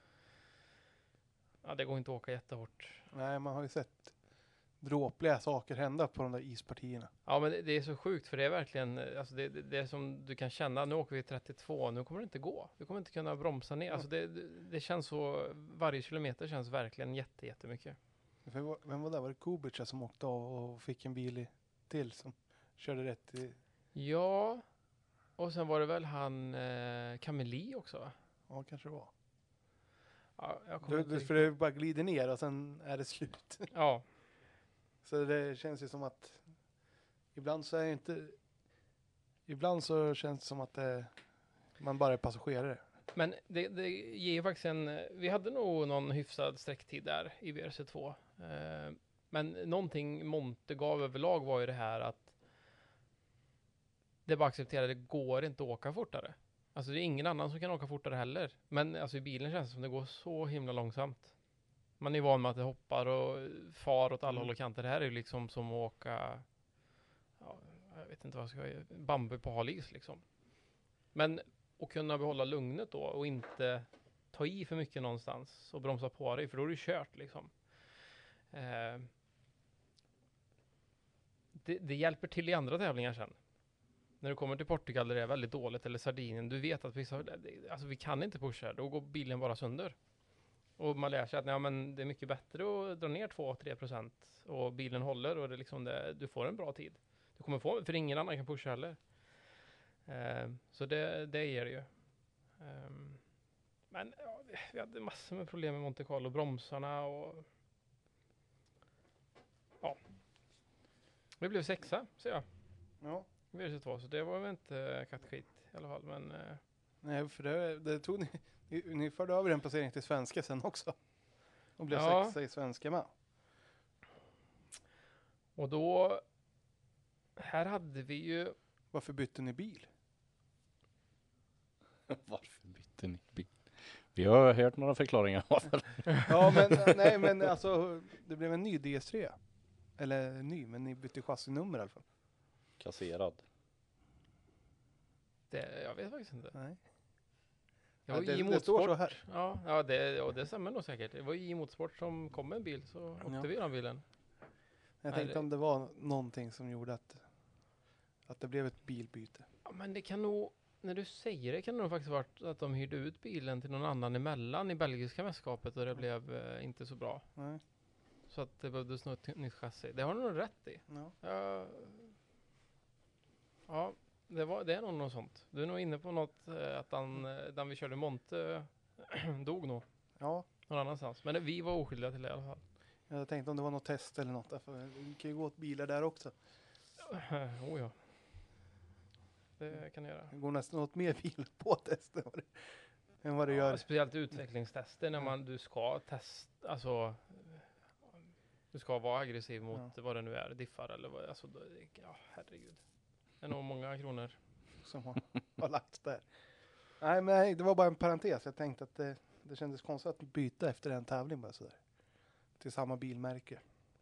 [SPEAKER 4] Ja, det går inte att åka jättehårt.
[SPEAKER 5] Nej, man har ju sett dråpliga saker hända på de där ispartierna.
[SPEAKER 4] Ja, men det är så sjukt, för det är verkligen, alltså det är som du kan känna, nu åker vi 32, nu kommer det inte gå. Vi kommer inte kunna bromsa ner. Alltså det känns så, varje kilometer känns verkligen jättemycket.
[SPEAKER 5] Vem var det? Var det Kubica som åkte av och fick en bil till som körde rätt i...
[SPEAKER 4] Ja, och sen var det väl han Cameli också, va?
[SPEAKER 5] Ja, kanske det var.
[SPEAKER 4] Ja, jag kommer inte
[SPEAKER 5] för det bara glider ner och sen är det slut.
[SPEAKER 4] Ja.
[SPEAKER 5] Så det känns ju som att ibland så är det inte... Ibland så känns det som att man bara är passagerare.
[SPEAKER 4] Men det ger ju faktiskt vi hade nog någon hyfsad sträcktid där i VRC2. Men någonting Monte gav överlag var ju det här att det bara accepterade, det går inte att åka fortare. Alltså det är ingen annan som kan åka fortare heller. Men alltså i bilen känns det som det går så himla långsamt. Man är van med att det hoppar och far åt alla håll och kanter. Det här är ju liksom som att åka, jag vet inte vad jag ska säga, bambu på hal is liksom. Men att kunna behålla lugnet då och inte ta i för mycket någonstans och bromsa på dig, för då är det kört liksom. Det hjälper till i andra tävlingar sen. När du kommer till Portugal där det är väldigt dåligt, eller Sardinien, du vet att alltså vi kan inte pusha, då går bilen bara sönder. Och man lär sig att men det är mycket bättre att dra ner 2-3% och bilen håller, och det liksom du får en bra tid. Du kommer få, för ingen annan kan pusha heller. Så det ger det ju. Men vi hade massor med problem med Monte Carlo, bromsarna och vi blev 6:a, ser jag.
[SPEAKER 5] Ja.
[SPEAKER 4] VRC2, så det var väl inte kattskit i alla fall, men...
[SPEAKER 5] Nej, för det tog ni förde över en placering till svenska sen också. Och blev 6 i svenska med.
[SPEAKER 4] Och då, här hade vi ju...
[SPEAKER 5] Varför bytte ni bil?
[SPEAKER 3] Varför bytte ni bil? Vi har hört några förklaringar.
[SPEAKER 5] Ja, men alltså, det blev en ny DS3. Eller ny, men ni bytte chassinummer i alla fall.
[SPEAKER 3] Kasserad.
[SPEAKER 4] Jag vet faktiskt inte.
[SPEAKER 5] Nej.
[SPEAKER 4] Det var
[SPEAKER 5] det står så här.
[SPEAKER 4] Ja, det stämmer nog säkert. Det var i Motorsport som kom med en bil, så åkte vi den bilen.
[SPEAKER 5] Jag tänkte om det var någonting som gjorde att det blev ett bilbyte.
[SPEAKER 4] Ja, men det kan nog, när du säger det, kan det nog faktiskt varit att de hyrde ut bilen till någon annan emellan i belgiska mästerskapet och det blev inte så bra.
[SPEAKER 5] Nej.
[SPEAKER 4] Så att det behövdes något nytt chassi. Det har du nog rätt i. Ja, det är nog något sånt. Du är nog inne på något att den vi körde Monte dog nog.
[SPEAKER 5] Ja.
[SPEAKER 4] Någon annanstans. Men vi var oskyldiga till det i alla fall.
[SPEAKER 5] Jag tänkte om det var något test eller något. Därför det kan ju gå åt bilar där också.
[SPEAKER 4] Ja. Det kan jag göra.
[SPEAKER 5] Det går nästan åt mer bil på testet än vad det gör.
[SPEAKER 4] Speciellt utvecklingstester när du ska testa, alltså du ska vara aggressiv mot vad det nu är, diffar eller vad, alltså herregud. Det är nog många kronor
[SPEAKER 5] som har lagts där. Nej, det var bara en parentes. Jag tänkte att det kändes konstigt att byta efter en tävling bara sådär. Till samma bilmärke.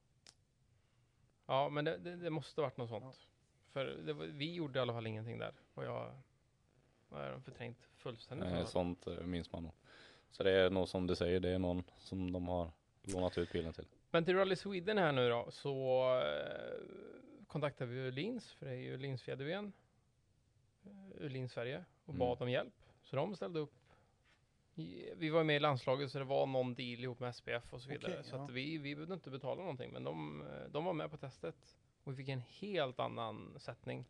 [SPEAKER 4] Ja, men det måste varit något sånt. Ja. För vi gjorde i alla fall ingenting där. Och jag har förträngt fullständigt.
[SPEAKER 3] Nej, sånt minns man nog. Så det är nog som du säger, det är någon som de har lånat ut bilen till.
[SPEAKER 4] Men till Rally Sweden här nu då, så kontaktade vi Öhlins, för det är ju Öhlins fjäderben. Öhlins Sverige, och bad om hjälp. Så de ställde upp. Vi var med i landslaget, så det var någon deal ihop med SPF och så vidare. Okay, så att vi behövde inte betala någonting, men de var med på testet. Och vi fick en helt annan sättning.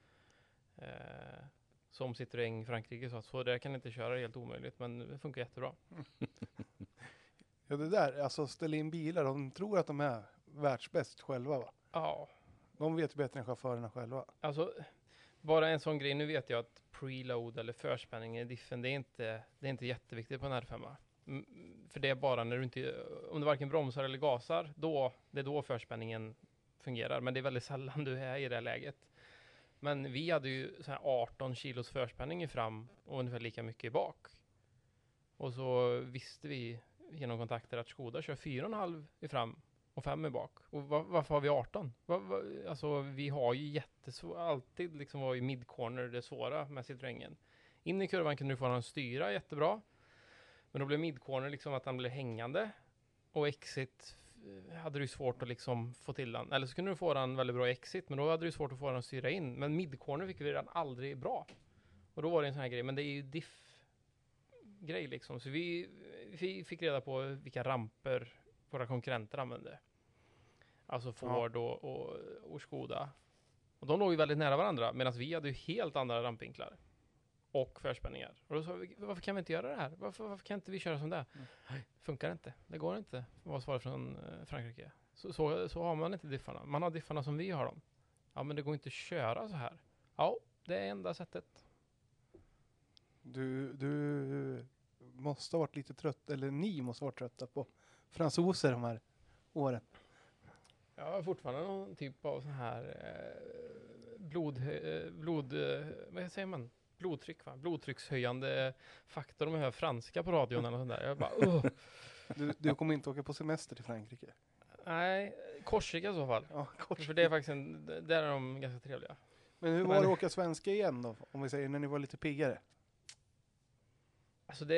[SPEAKER 4] Som Citroën Frankrike, så det kan inte köra, helt omöjligt, men det funkar jättebra.
[SPEAKER 5] Ja, det där, alltså ställa in bilar, de tror att de är världsbäst själva, va?
[SPEAKER 4] Ja.
[SPEAKER 5] De vet bättre än chaufförerna själva.
[SPEAKER 4] Alltså, bara en sån grej, nu vet jag att preload eller förspänning i diffen, det är inte jätteviktigt på en R5. För det är bara när du inte, om du varken bromsar eller gasar, det är då förspänningen fungerar. Men det är väldigt sällan du är i det läget. Men vi hade ju så här 18 kilos förspänning i fram och ungefär lika mycket i bak. Och så visste vi genom kontakter att Skoda kör 4,5 i fram och 5 i bak. Och varför har vi 18? Alltså vi har ju alltid liksom var i midcorner det svåra med Citroën. In i kurvan kunde du få den styra jättebra. Men då blev midcorner liksom att den blev hängande. Och exit hade du svårt att liksom få till den. Eller så kunde du få den väldigt bra exit, men då hade du svårt att få den att styra in. Men midcorner fick vi redan aldrig bra. Och då var det en sån här grej, men det är ju diff-grej liksom. Så vi fick reda på vilka ramper våra konkurrenter använde. Alltså Ford och Skoda. Och de låg ju väldigt nära varandra, medan vi hade ju helt andra rampvinklar. Och förspänningar. Och då sa vi, varför kan vi inte göra det här? Varför kan inte vi köra som det? Funkar inte. Det går inte. Var svaret från Frankrike. Så har man inte diffarna. Man har diffarna som vi har dem. Ja, men det går inte att köra så här. Ja, det är enda sättet.
[SPEAKER 5] Du måste ha varit lite trött, eller ni måste ha varit trötta på fransoser de här åren.
[SPEAKER 4] Jag har fortfarande någon typ av sån här vad säger man? Blodtryck, va? Blodtryckshöjande faktor om jag hör franska på radion eller sånt där. Jag bara,
[SPEAKER 5] Du kommer inte åka på semester till Frankrike?
[SPEAKER 4] Nej, Korsika i så fall. Ja, Korsika. För det är faktiskt där är de ganska trevliga.
[SPEAKER 5] Men hur var det att åka svenska igen då? Om vi säger när ni var lite piggare.
[SPEAKER 4] Alltså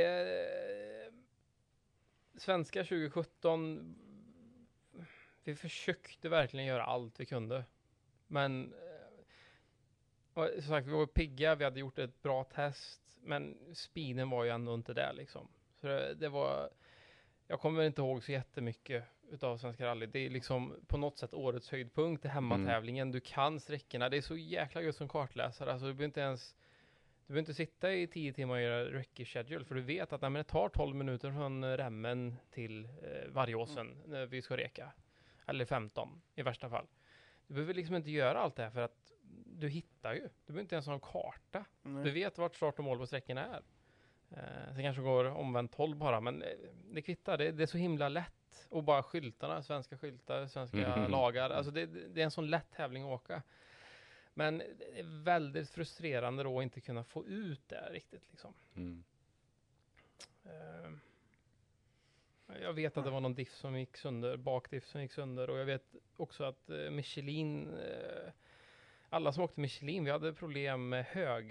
[SPEAKER 4] svenska 2017, vi försökte verkligen göra allt vi kunde. Men som sagt, vi var pigga, vi hade gjort ett bra test, men speeden var ju ändå inte där liksom. Så det var, jag kommer inte ihåg så jättemycket utav Svenska rally. Det är liksom på något sätt årets höjdpunkt, hemmatävlingen. Du kan sträckorna, det är så jäkla gött som kartläsare. Alltså du behöver inte sitta i 10 timmar och göra recce schedule, för du vet att det tar 12 minuter från remmen till Vargåsen när vi ska reka. Eller 15 i värsta fall. Du behöver liksom inte göra allt det här, för att du hittar ju. Du behöver inte ens ha en karta. Du vet vart start och mål på sträckorna är. Sen kanske går omvänt 12 bara, men det kvittar. Det är så himla lätt. Och bara skyltarna, svenska skyltar, svenska lagar. Alltså det är en sån lätt tävling att åka. Men det är väldigt frustrerande då att inte kunna få ut det riktigt liksom. Jag vet att det var någon diff som gick sönder, bakdiff som gick sönder. Och jag vet också att Michelin, alla som åkte Michelin, vi hade problem med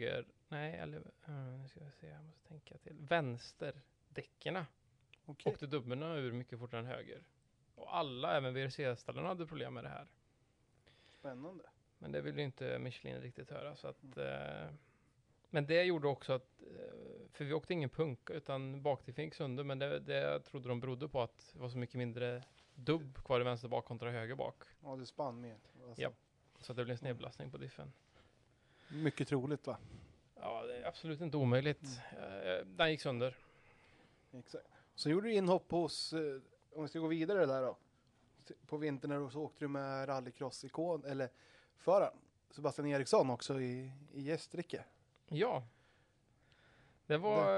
[SPEAKER 4] nu ska jag se, jag måste tänka till. Vänsterdäckerna. Åkte dubbelna ur mycket fortare än höger. Och alla, även VRC-ställen, hade problem med det här.
[SPEAKER 5] Spännande.
[SPEAKER 4] Men det vill ju inte Michelin riktigt höra. Så att, men det gjorde också att, för vi åkte ingen punka utan baktiffen gick sönder. Men det trodde de berodde på att det var så mycket mindre dubb kvar i vänster bak kontra höger bak.
[SPEAKER 5] Ja, det spann mer. Alltså.
[SPEAKER 4] Ja, så det blev en snedbelastning på diffen.
[SPEAKER 5] Mycket troligt, va?
[SPEAKER 4] Ja, det är absolut inte omöjligt. Den gick sönder.
[SPEAKER 5] Exakt. Så gjorde du inhopp hos, om vi ska gå vidare där då. På vintern så åkte du med rallycross-ikon, eller föraren Sebastian Eriksson också i Gästrike.
[SPEAKER 4] Ja. Det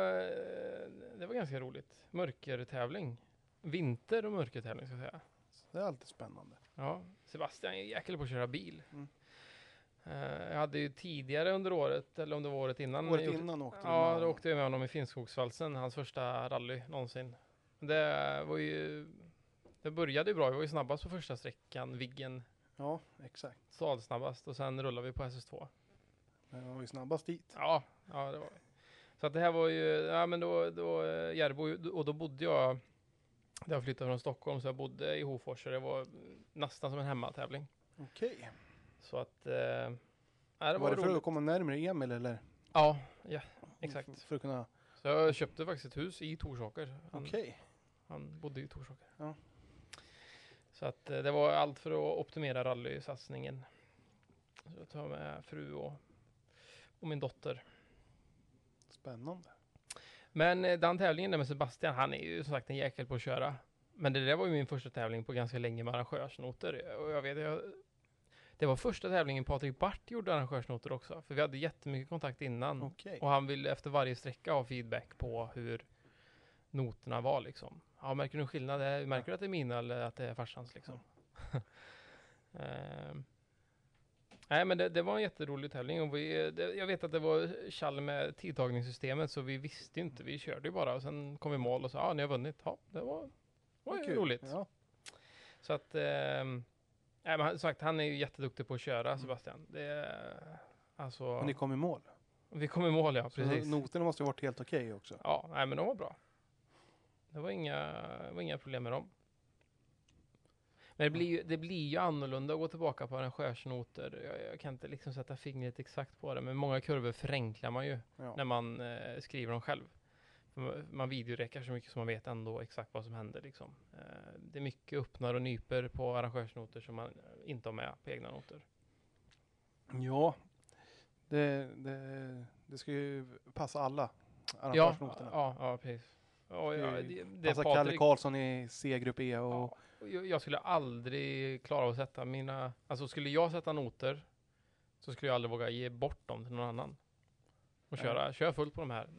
[SPEAKER 4] var ganska roligt. Mörkertävling. Vinter- och mörkertävling ska jag säga.
[SPEAKER 5] Det är alltid spännande.
[SPEAKER 4] Ja, Sebastian är jäkla på att köra bil. Jag hade ju tidigare under året, eller om det var året innan.
[SPEAKER 5] Året innan åkte du med.
[SPEAKER 4] Ja, då åkte jag med honom i Finnskogsvalsen, hans första rally någonsin. Det började ju bra, vi var ju snabbast på första sträckan, Viggen.
[SPEAKER 5] Ja, exakt.
[SPEAKER 4] Snabbast, och sen rullade vi på SS2.
[SPEAKER 5] Men jag var ju snabbast dit.
[SPEAKER 4] Ja, det var vi. Så att det här var ju, ja men då Järbo, och då bodde jag, där jag flyttade från Stockholm, så jag bodde i Hofors, och det var nästan som en hemmatävling.
[SPEAKER 5] Okej.
[SPEAKER 4] Så att, det
[SPEAKER 5] var det för
[SPEAKER 4] roligt.
[SPEAKER 5] att komma närmare Emil eller?
[SPEAKER 4] Ja, exakt.
[SPEAKER 5] För att kunna...
[SPEAKER 4] Så jag köpte faktiskt ett hus i Torsåker.
[SPEAKER 5] Okej.
[SPEAKER 4] Han bodde i Torsåker.
[SPEAKER 5] Ja.
[SPEAKER 4] Så att det var allt för att optimera rallysatsningen. Så jag tar med fru och min dotter.
[SPEAKER 5] Spännande.
[SPEAKER 4] Men den tävlingen där med Sebastian, han är ju som sagt en jäkel på att köra. Men det där var ju min första tävling på ganska länge med arrangörsnoter. Och jag vet, det var första tävlingen Patrik Bart gjorde arrangörsnoter också. För vi hade jättemycket kontakt innan.
[SPEAKER 5] Okej.
[SPEAKER 4] Och han ville efter varje sträcka ha feedback på hur noterna var liksom. Ja, märker du skillnad? Märker du att det är mina eller att det är farsans liksom? Nej, men det var en jätterolig tävling. Och jag vet att det var kall med tidtagningssystemet, så vi visste inte. Vi körde ju bara och sen kom vi i mål och sa ni har vunnit. Ja, det var ju roligt. Ja. Så att, nej, men sagt, han är ju jätteduktig på att köra, Sebastian. Alltså,
[SPEAKER 5] Men ni kom i mål?
[SPEAKER 4] Vi kom i mål, ja, precis.
[SPEAKER 5] Så noterna måste ha varit helt okej också?
[SPEAKER 4] Ja, nej, men de var bra. Det var inga problem med dem. Men det blir ju annorlunda att gå tillbaka på arrangörsnoter. Jag kan inte liksom sätta fingret exakt på det, men många kurvor förenklar man ju när man skriver dem själv. Man videoräcker så mycket som man vet ändå exakt vad som händer liksom. Det är mycket öppnar och nyper på arrangörsnoter som man inte har med på egna noter.
[SPEAKER 5] Ja, det ska ju passa alla arrangörsnoterna.
[SPEAKER 4] Ja, precis.
[SPEAKER 5] Det passar Kalle Karlsson i C-grupp E. Och...
[SPEAKER 4] Ja, jag skulle aldrig klara att sätta mina... Alltså skulle jag sätta noter så skulle jag aldrig våga ge bort dem till någon annan. Och köra fullt på de här.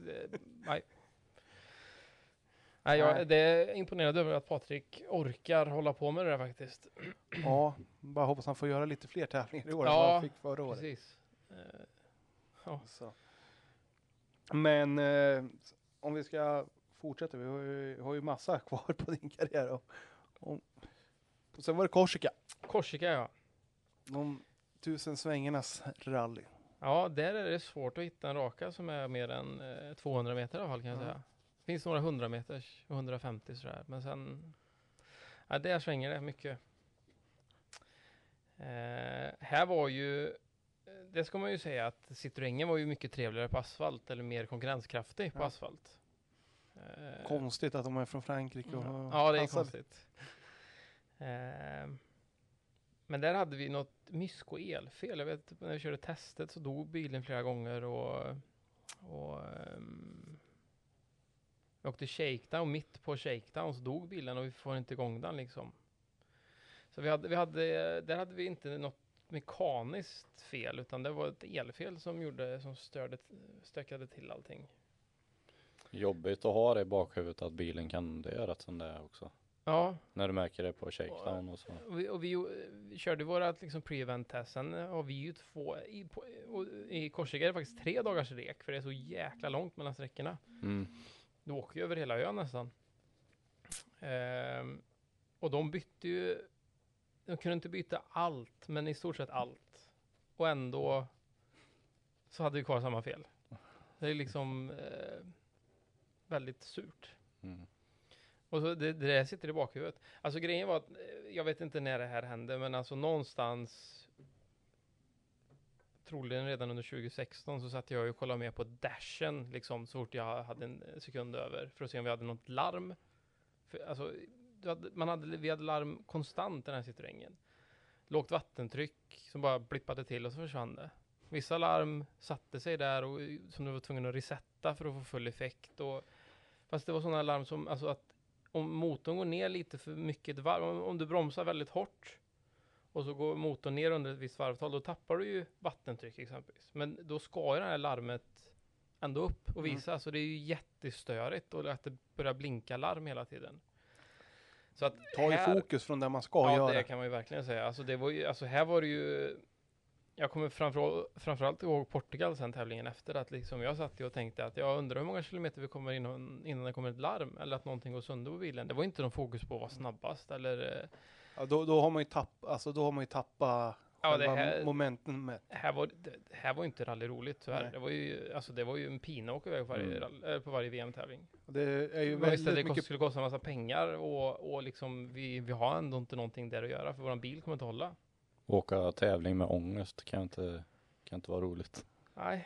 [SPEAKER 4] Nej, det är imponerad över att Patrik orkar hålla på med det där faktiskt.
[SPEAKER 5] Ja, bara hoppas han får göra lite fler tävlingar i år än
[SPEAKER 4] vad
[SPEAKER 5] han fick förra året.
[SPEAKER 4] Precis.
[SPEAKER 5] Så. Men om vi ska fortsätta, vi har ju massa kvar på din karriär. Och sen var det Korsika,
[SPEAKER 4] ja.
[SPEAKER 5] De 1000 svängarnas rally.
[SPEAKER 4] Ja, där är det svårt att hitta en raka som är mer än 200 meter i alla fall, kan jag säga. Det finns några 100 meters och 150 sådär. Men sen, där svänger det mycket. Här var ju, det ska man ju säga att Citroën var ju mycket trevligare på asfalt, eller mer konkurrenskraftig på asfalt.
[SPEAKER 5] Konstigt att de är från Frankrike. Och
[SPEAKER 4] ja, det är konstigt. Men där hade vi något mysko elfel. Jag vet, när vi körde testet så dog bilen flera gånger och vi åkte shakedown, mitt på shakedown så dog bilen och vi får inte igång den liksom. Så där hade vi inte något mekaniskt fel, utan det var ett elfel som stökade till allting.
[SPEAKER 3] Jobbigt att ha det i bakhuvudet att bilen kan dö rätt som det är också.
[SPEAKER 4] Ja.
[SPEAKER 3] När du märker det på shakedown och så.
[SPEAKER 4] Och vi körde våra liksom pre-event-test. Sen har vi ju i Korsika är det faktiskt 3 dagars rek. För det är så jäkla långt mellan sträckorna. Du åker ju över hela ön nästan. Och de bytte ju. De kunde inte byta allt. Men i stort sett allt. Och ändå så hade vi kvar samma fel. Det är liksom väldigt surt. Och så det där sitter i bakhuvudet. Alltså grejen var att, jag vet inte när det här hände, men alltså någonstans troligen redan under 2016 så satt jag och kollade med på dashen liksom så fort jag hade en sekund över för att se om vi hade något larm. För, alltså, vi hade larm konstant i den här Citroengen. Lågt vattentryck som bara blippade till och så försvann det. Vissa larm satte sig där och som du var tvungen att resetta för att få full effekt. Fast det var sådana larm som, alltså att om motorn går ner lite för mycket varv, om du bromsar väldigt hårt och så går motorn ner under ett visst varvtal, då tappar du ju vattentryck exempelvis. Men då ska ju det här larmet ändå upp och visa, så det är ju jättestörigt och att det börjar blinka larm hela tiden. Så att
[SPEAKER 5] ta ju fokus från det man ska göra.
[SPEAKER 4] Ja, det kan man ju verkligen säga. Alltså det var ju, alltså här var det ju, jag kommer framförallt ihåg Portugal sen tävlingen efter, att liksom jag satt och tänkte att jag undrar hur många kilometer vi kommer innan det kommer ett larm eller att någonting går sönder på bilen. Det var inte någon fokus på att vara snabbast eller...
[SPEAKER 5] Ja, då har man ju tappat momentum.
[SPEAKER 4] Här var inte rally roligt tyvärr. Det var ju en pina att åka iväg på varje VM-tävling.
[SPEAKER 5] Det är ju
[SPEAKER 4] väldigt mycket... skulle kosta en massa pengar och liksom vi har ändå inte någonting där att göra för våran bil kommer inte hålla.
[SPEAKER 3] Åka tävling med ångest kan inte vara roligt.
[SPEAKER 4] Nej,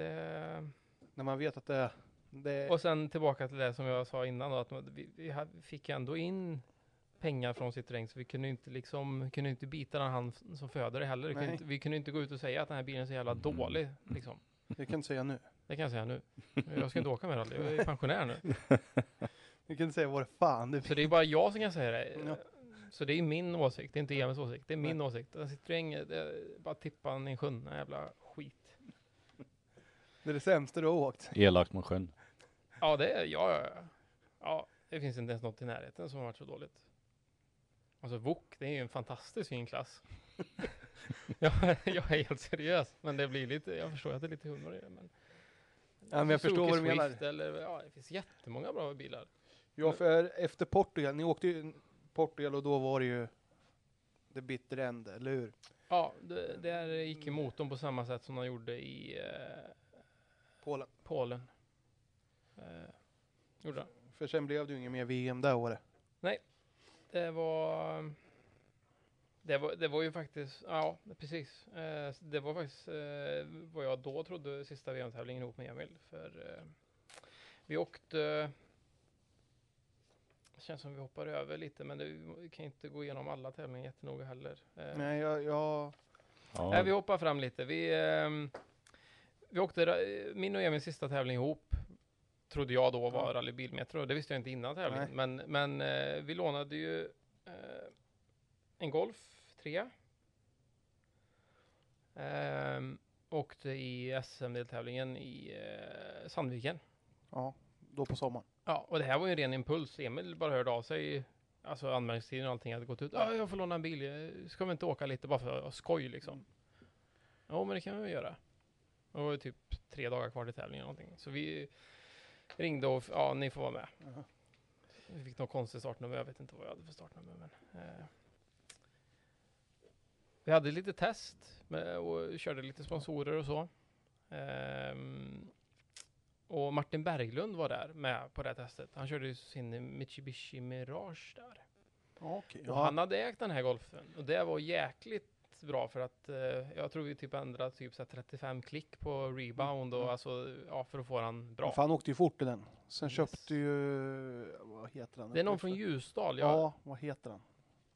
[SPEAKER 5] när man vet att det...
[SPEAKER 4] Och sen tillbaka till det som jag sa innan då, att vi fick ändå in pengar från Citroën, så vi kunde inte bita den hand som föder det heller. Vi kunde inte gå ut och säga att den här bilen är så jävla dålig. Liksom.
[SPEAKER 5] Det kan du säga nu.
[SPEAKER 4] Det kan jag säga nu. Jag ska inte åka med rally, jag är pensionär nu.
[SPEAKER 5] Du kan säga vad det fan.
[SPEAKER 4] Så det är bara jag som kan säga det. Ja. Så det är min åsikt, det är inte Emils åsikt. Det är min åsikt. Den Citroën, bara tippa den i en sjön. En jävla skit.
[SPEAKER 5] Det är det sämsta du har åkt.
[SPEAKER 3] Elakt mot sjön.
[SPEAKER 4] Ja, det är ja, det finns inte ens något i närheten som har varit så dåligt. Alltså VOK, det är ju en fantastisk fin klass. Jag är helt seriös, men det blir lite, jag förstår att det är lite humor i det, men
[SPEAKER 5] men jag förstår vad du menar.
[SPEAKER 4] Eller, det finns jättemånga bra bilar.
[SPEAKER 5] Ja, för efter Portugal, ni åkte ju Portugal och då var det ju det bitter ände, eller hur?
[SPEAKER 4] Ja, där gick ju motorn på samma sätt som de gjorde i Polen. Gjorde.
[SPEAKER 5] För sen blev det ju ingen mer VM där året.
[SPEAKER 4] Nej. Det var ju faktiskt, ja precis. Det var faktiskt vad jag då trodde sista VM-tävlingen ihop med Emil. För vi åkte, det känns som vi hoppar över lite, men vi kan inte gå igenom alla tävlingar jättenoga heller.
[SPEAKER 5] Nej,
[SPEAKER 4] Nej, vi hoppar fram lite. Vi åkte min och Emils sista tävling ihop. Trodde jag då var rallybilmetro. Det visste jag inte innan tävlingen. Men vi lånade ju en Golf 3. Åkte i SM-deltävlingen i Sandviken.
[SPEAKER 5] Ja, då på sommaren.
[SPEAKER 4] Ja, och det här var ju en ren impuls. Emil bara hörde av sig. Alltså anmälningstiden och allting hade gått ut. Ja, jag får låna en bil. Ska vi inte åka lite bara för skoj liksom? Ja, men det kan vi göra. Det var ju typ 3 dagar kvar till tävlingen eller någonting. Så vi ringde och ni får vara med. Vi fick något konstigt startnummer. Jag vet inte vad jag hade för startnummer. Men, vi hade lite test och körde lite sponsorer och så. Och Martin Berglund var där med på det här testet. Han körde ju sin Mitsubishi Mirage där.
[SPEAKER 5] Okay,
[SPEAKER 4] och han hade ägt den här Golfen. Och det var jäkligt bra för att jag tror vi typ ändrade typ så 35 klick på rebound och alltså för att få den bra.
[SPEAKER 5] För han åkte ju fort i den. Sen köpte ju, vad heter han?
[SPEAKER 4] Det är någon från Ljusdal.
[SPEAKER 5] Ja, vad heter han?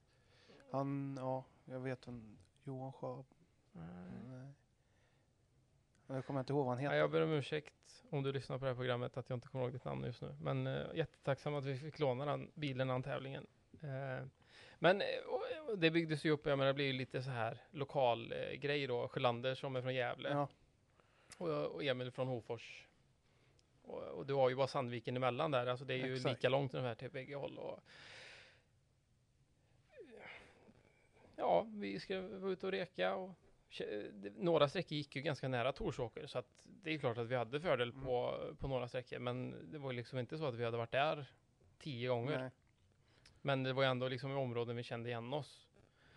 [SPEAKER 5] Jag vet en Johan Schaab. Nej. Jag kommer inte ihåg vad han heter.
[SPEAKER 4] Jag ber om ursäkt om du lyssnar på det här programmet att jag inte kommer ihåg ditt namn just nu. Men jättetacksam att vi fick låna den bilen an tävlingen. Men det byggdes ju upp, jag menar, det blir ju lite så här lokal grej då. Sjölander som är från Gävle. Ja. Och Emil från Hofors. Och du har ju bara Sandviken emellan där. Alltså det är ju lika långt ungefär till bägge håll. ja, vi ska vara ute och reka och några sträckor gick ju ganska nära Torsåker, så att det är klart att vi hade fördel på några sträckor, men det var liksom inte så att vi hade varit där 10 gånger.
[SPEAKER 5] Nej.
[SPEAKER 4] Men det var ju ändå liksom i områden vi kände igen oss.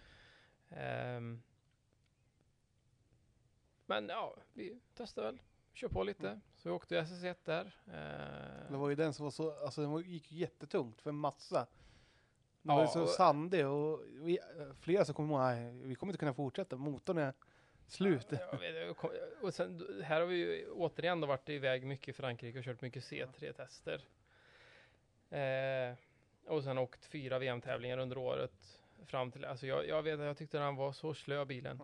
[SPEAKER 4] Men ja, vi testade väl. Kör på lite. Så vi åkte SS1 där.
[SPEAKER 5] Det var ju den som var så, alltså den gick jättetungt för en massa. Det
[SPEAKER 4] Ja,
[SPEAKER 5] var ju så sandig och flera som kommer ihåg, vi kommer inte kunna fortsätta, motorn är slut.
[SPEAKER 4] Och sen, här har vi ju återigen då varit iväg mycket i Frankrike och kört mycket C3-tester. Och sen åkt 4 VM-tävlingar under året. Fram till, alltså jag tyckte den var så slö, bilen.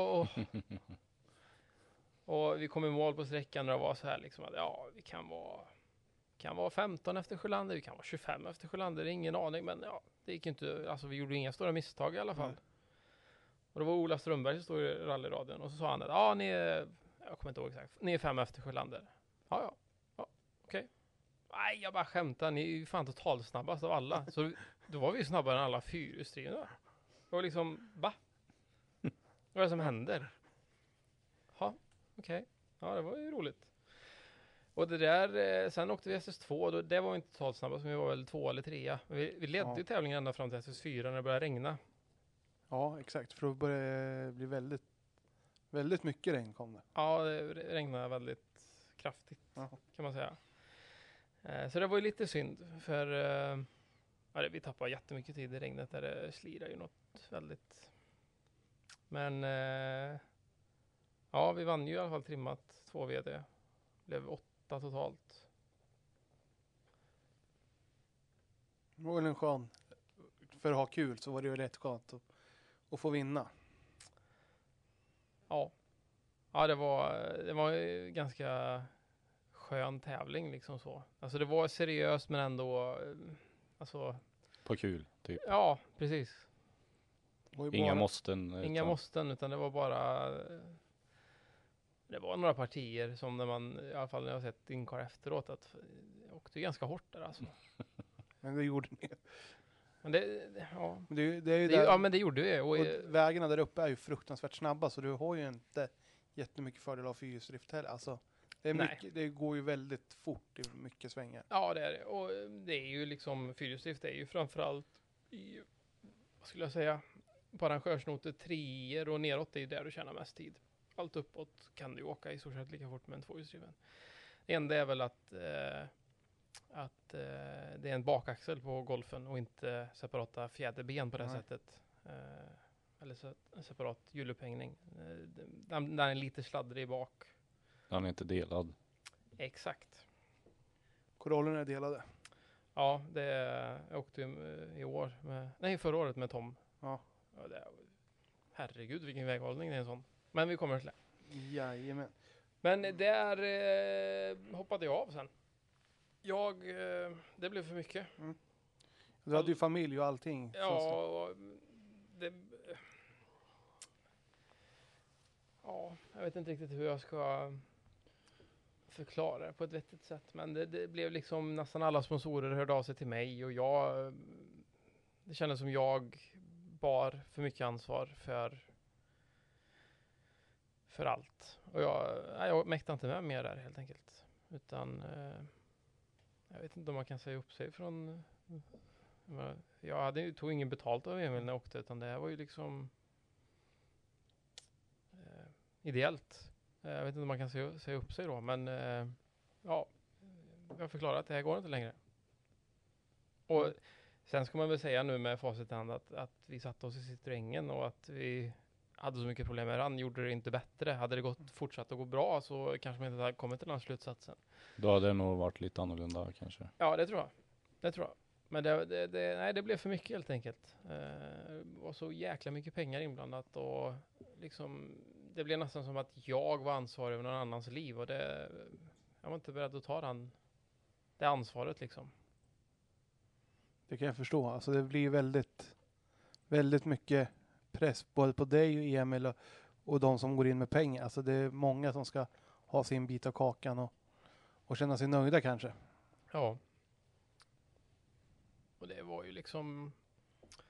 [SPEAKER 4] Och vi kom i mål på sträckan och det var så här liksom att vi kan vara 15 efter Sjölander, vi kan vara 25 efter Sjölander, ingen aning, men det gick inte, alltså vi gjorde inga stora misstag i alla fall. Och det var Ola Strömberg som stod i rallyradion och så sa han att ni är, jag kommer inte ihåg exakt, ni är 5 efter Sjölander. Ja, okej. Nej, jag bara skämtar, ni är ju fan totalt snabbast av alla. Så då var vi snabbare än alla fyrhjulsdrivna. Det var liksom, Vad är det som händer? Ja, okej. Ja, det var ju roligt. Och det där, sen åkte vi SS2, och det var inte totalt snabbast, men vi var väl 2 eller 3. Vi ledde ju tävlingen ända fram till SS4 när det började regna.
[SPEAKER 5] Ja, exakt. För då började det bli väldigt, väldigt mycket regn kom det.
[SPEAKER 4] Ja, det regnade väldigt kraftigt kan man säga. Så det var ju lite synd, för vi tappade jättemycket tid i regnet där det slirade ju något väldigt. Men vi vann ju i alla fall trimmat 2 VD. Blev 8 totalt.
[SPEAKER 5] Det var väl en skön, för att ha kul så var det ju rätt skönt att få vinna.
[SPEAKER 4] Ja, det var ju ganska skön tävling liksom så. Alltså det var seriöst men ändå alltså
[SPEAKER 3] på kul typ.
[SPEAKER 4] Ja, precis.
[SPEAKER 3] Inga måsten.
[SPEAKER 4] Inga måsten, utan det var bara det var några partier som när man, i alla fall när jag har sett Incar efteråt, att jag åkte ganska hårt där alltså.
[SPEAKER 5] Men det gjorde ni.
[SPEAKER 4] Men det är ju
[SPEAKER 5] där,
[SPEAKER 4] ja, men det gjorde vi.
[SPEAKER 5] Och vägarna där uppe är ju fruktansvärt snabba, så du har ju inte jättemycket fördel av fyrhjulsdrift heller. Alltså, det går ju väldigt fort i mycket svängar.
[SPEAKER 4] Ja, det är det. Och det är ju liksom, fyrhjulsdrift är ju framförallt i, vad skulle jag säga, på arrangörsnoter 3 och neråt, är ju där du tjänar mest tid. Allt uppåt kan du åka i stort sett lika fort med en tvåhjulsdriven. Det enda är väl att det är en bakaxel på Golfen och inte separata fjäderben på det sättet. Eller en separat hjulupphängning. Den är lite sladdrig bak.
[SPEAKER 3] Den är inte delad.
[SPEAKER 4] Exakt.
[SPEAKER 5] Korollerna är delade.
[SPEAKER 4] Ja, jag åkte förra året med Tom.
[SPEAKER 5] Ja.
[SPEAKER 4] Herregud, vilken väghållning det är en sån. Men vi kommer till det.
[SPEAKER 5] Jajamän.
[SPEAKER 4] Men där hoppade jag av sen. Det blev för mycket.
[SPEAKER 5] Du hade ju familj och allting.
[SPEAKER 4] Ja, jag vet inte riktigt hur jag ska förklara det på ett vettigt sätt. Men det blev liksom nästan alla sponsorer hörde av sig till mig. Och det kändes som jag bar för mycket ansvar för allt. Och jag mäktade inte med mer där helt enkelt. Utan jag vet inte om man kan säga upp sig från. Jag tog ingen betalt av Emil när jag åkte, utan det här var ju liksom ideellt. Jag vet inte om man kan säga upp sig då, men jag förklarar att det här går inte längre. Och sen ska man väl säga nu med facit i hand att vi satte oss i Citroengen och att vi hade så mycket problem med den, gjorde det inte bättre. Hade det fortsatt att gå bra så kanske man inte hade kommit till den slutsatsen.
[SPEAKER 3] Då hade det nog varit lite annorlunda kanske.
[SPEAKER 4] Ja, det tror jag. Men det blev för mycket helt enkelt. Det var så jäkla mycket pengar inblandat och liksom, det blev nästan som att jag var ansvarig över någon annans liv, och jag var inte beredd att ta det ansvaret liksom.
[SPEAKER 5] Det kan jag förstå. Alltså det blir väldigt, väldigt mycket press både på dig och Emil och de som går in med pengar. Alltså det är många som ska ha sin bit av kakan och känna sig nöjda kanske.
[SPEAKER 4] Ja. Och det var ju liksom.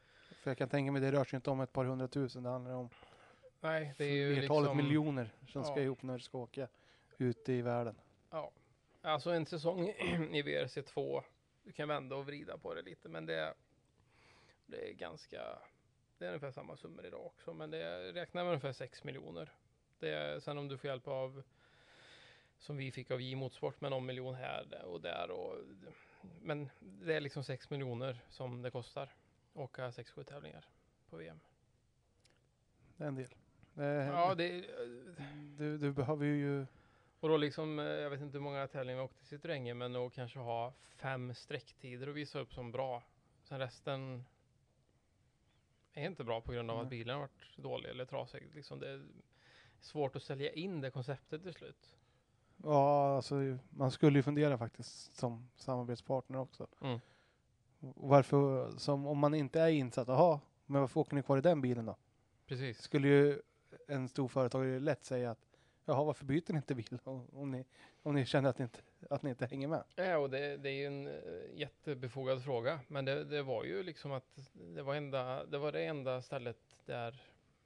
[SPEAKER 5] Så jag kan tänka mig det rör sig inte om ett par 100 000. Det handlar om
[SPEAKER 4] Nej, det är ju
[SPEAKER 5] flertalet
[SPEAKER 4] liksom
[SPEAKER 5] miljoner som ska ihop när du ska åka ute i världen.
[SPEAKER 4] Ja, alltså en säsong i VRC2, du kan vända och vrida på det lite, men det är ganska, det är ungefär samma summor idag också, men det räknar med ungefär 6 miljoner. Sen om du får hjälp av, som vi fick av J Motorsport, med någon miljon här och där, men det är liksom 6 miljoner som det kostar att åka 6-7 tävlingar på VM.
[SPEAKER 5] Det är en del.
[SPEAKER 4] Ja,
[SPEAKER 5] Du behöver ju...
[SPEAKER 4] Och då liksom, jag vet inte hur många tävlingar vi åkte i Citroën, men att kanske ha 5 sträcktider och visa upp som bra. Sen resten är inte bra på grund av att bilen har varit dålig eller trasig. Liksom det är svårt att sälja in det konceptet till slut.
[SPEAKER 5] Ja, alltså man skulle ju fundera faktiskt som samarbetspartner också.
[SPEAKER 4] Mm.
[SPEAKER 5] Varför, som om man inte är insatt, men varför åker ni kvar i den bilen då?
[SPEAKER 4] Precis.
[SPEAKER 5] Skulle ju en stor företagare lätt säga att varför byter ni inte bil om ni känner att ni inte hänger med?
[SPEAKER 4] Ja, och det är ju en jättebefogad fråga, men det var ju liksom att det var det enda stället där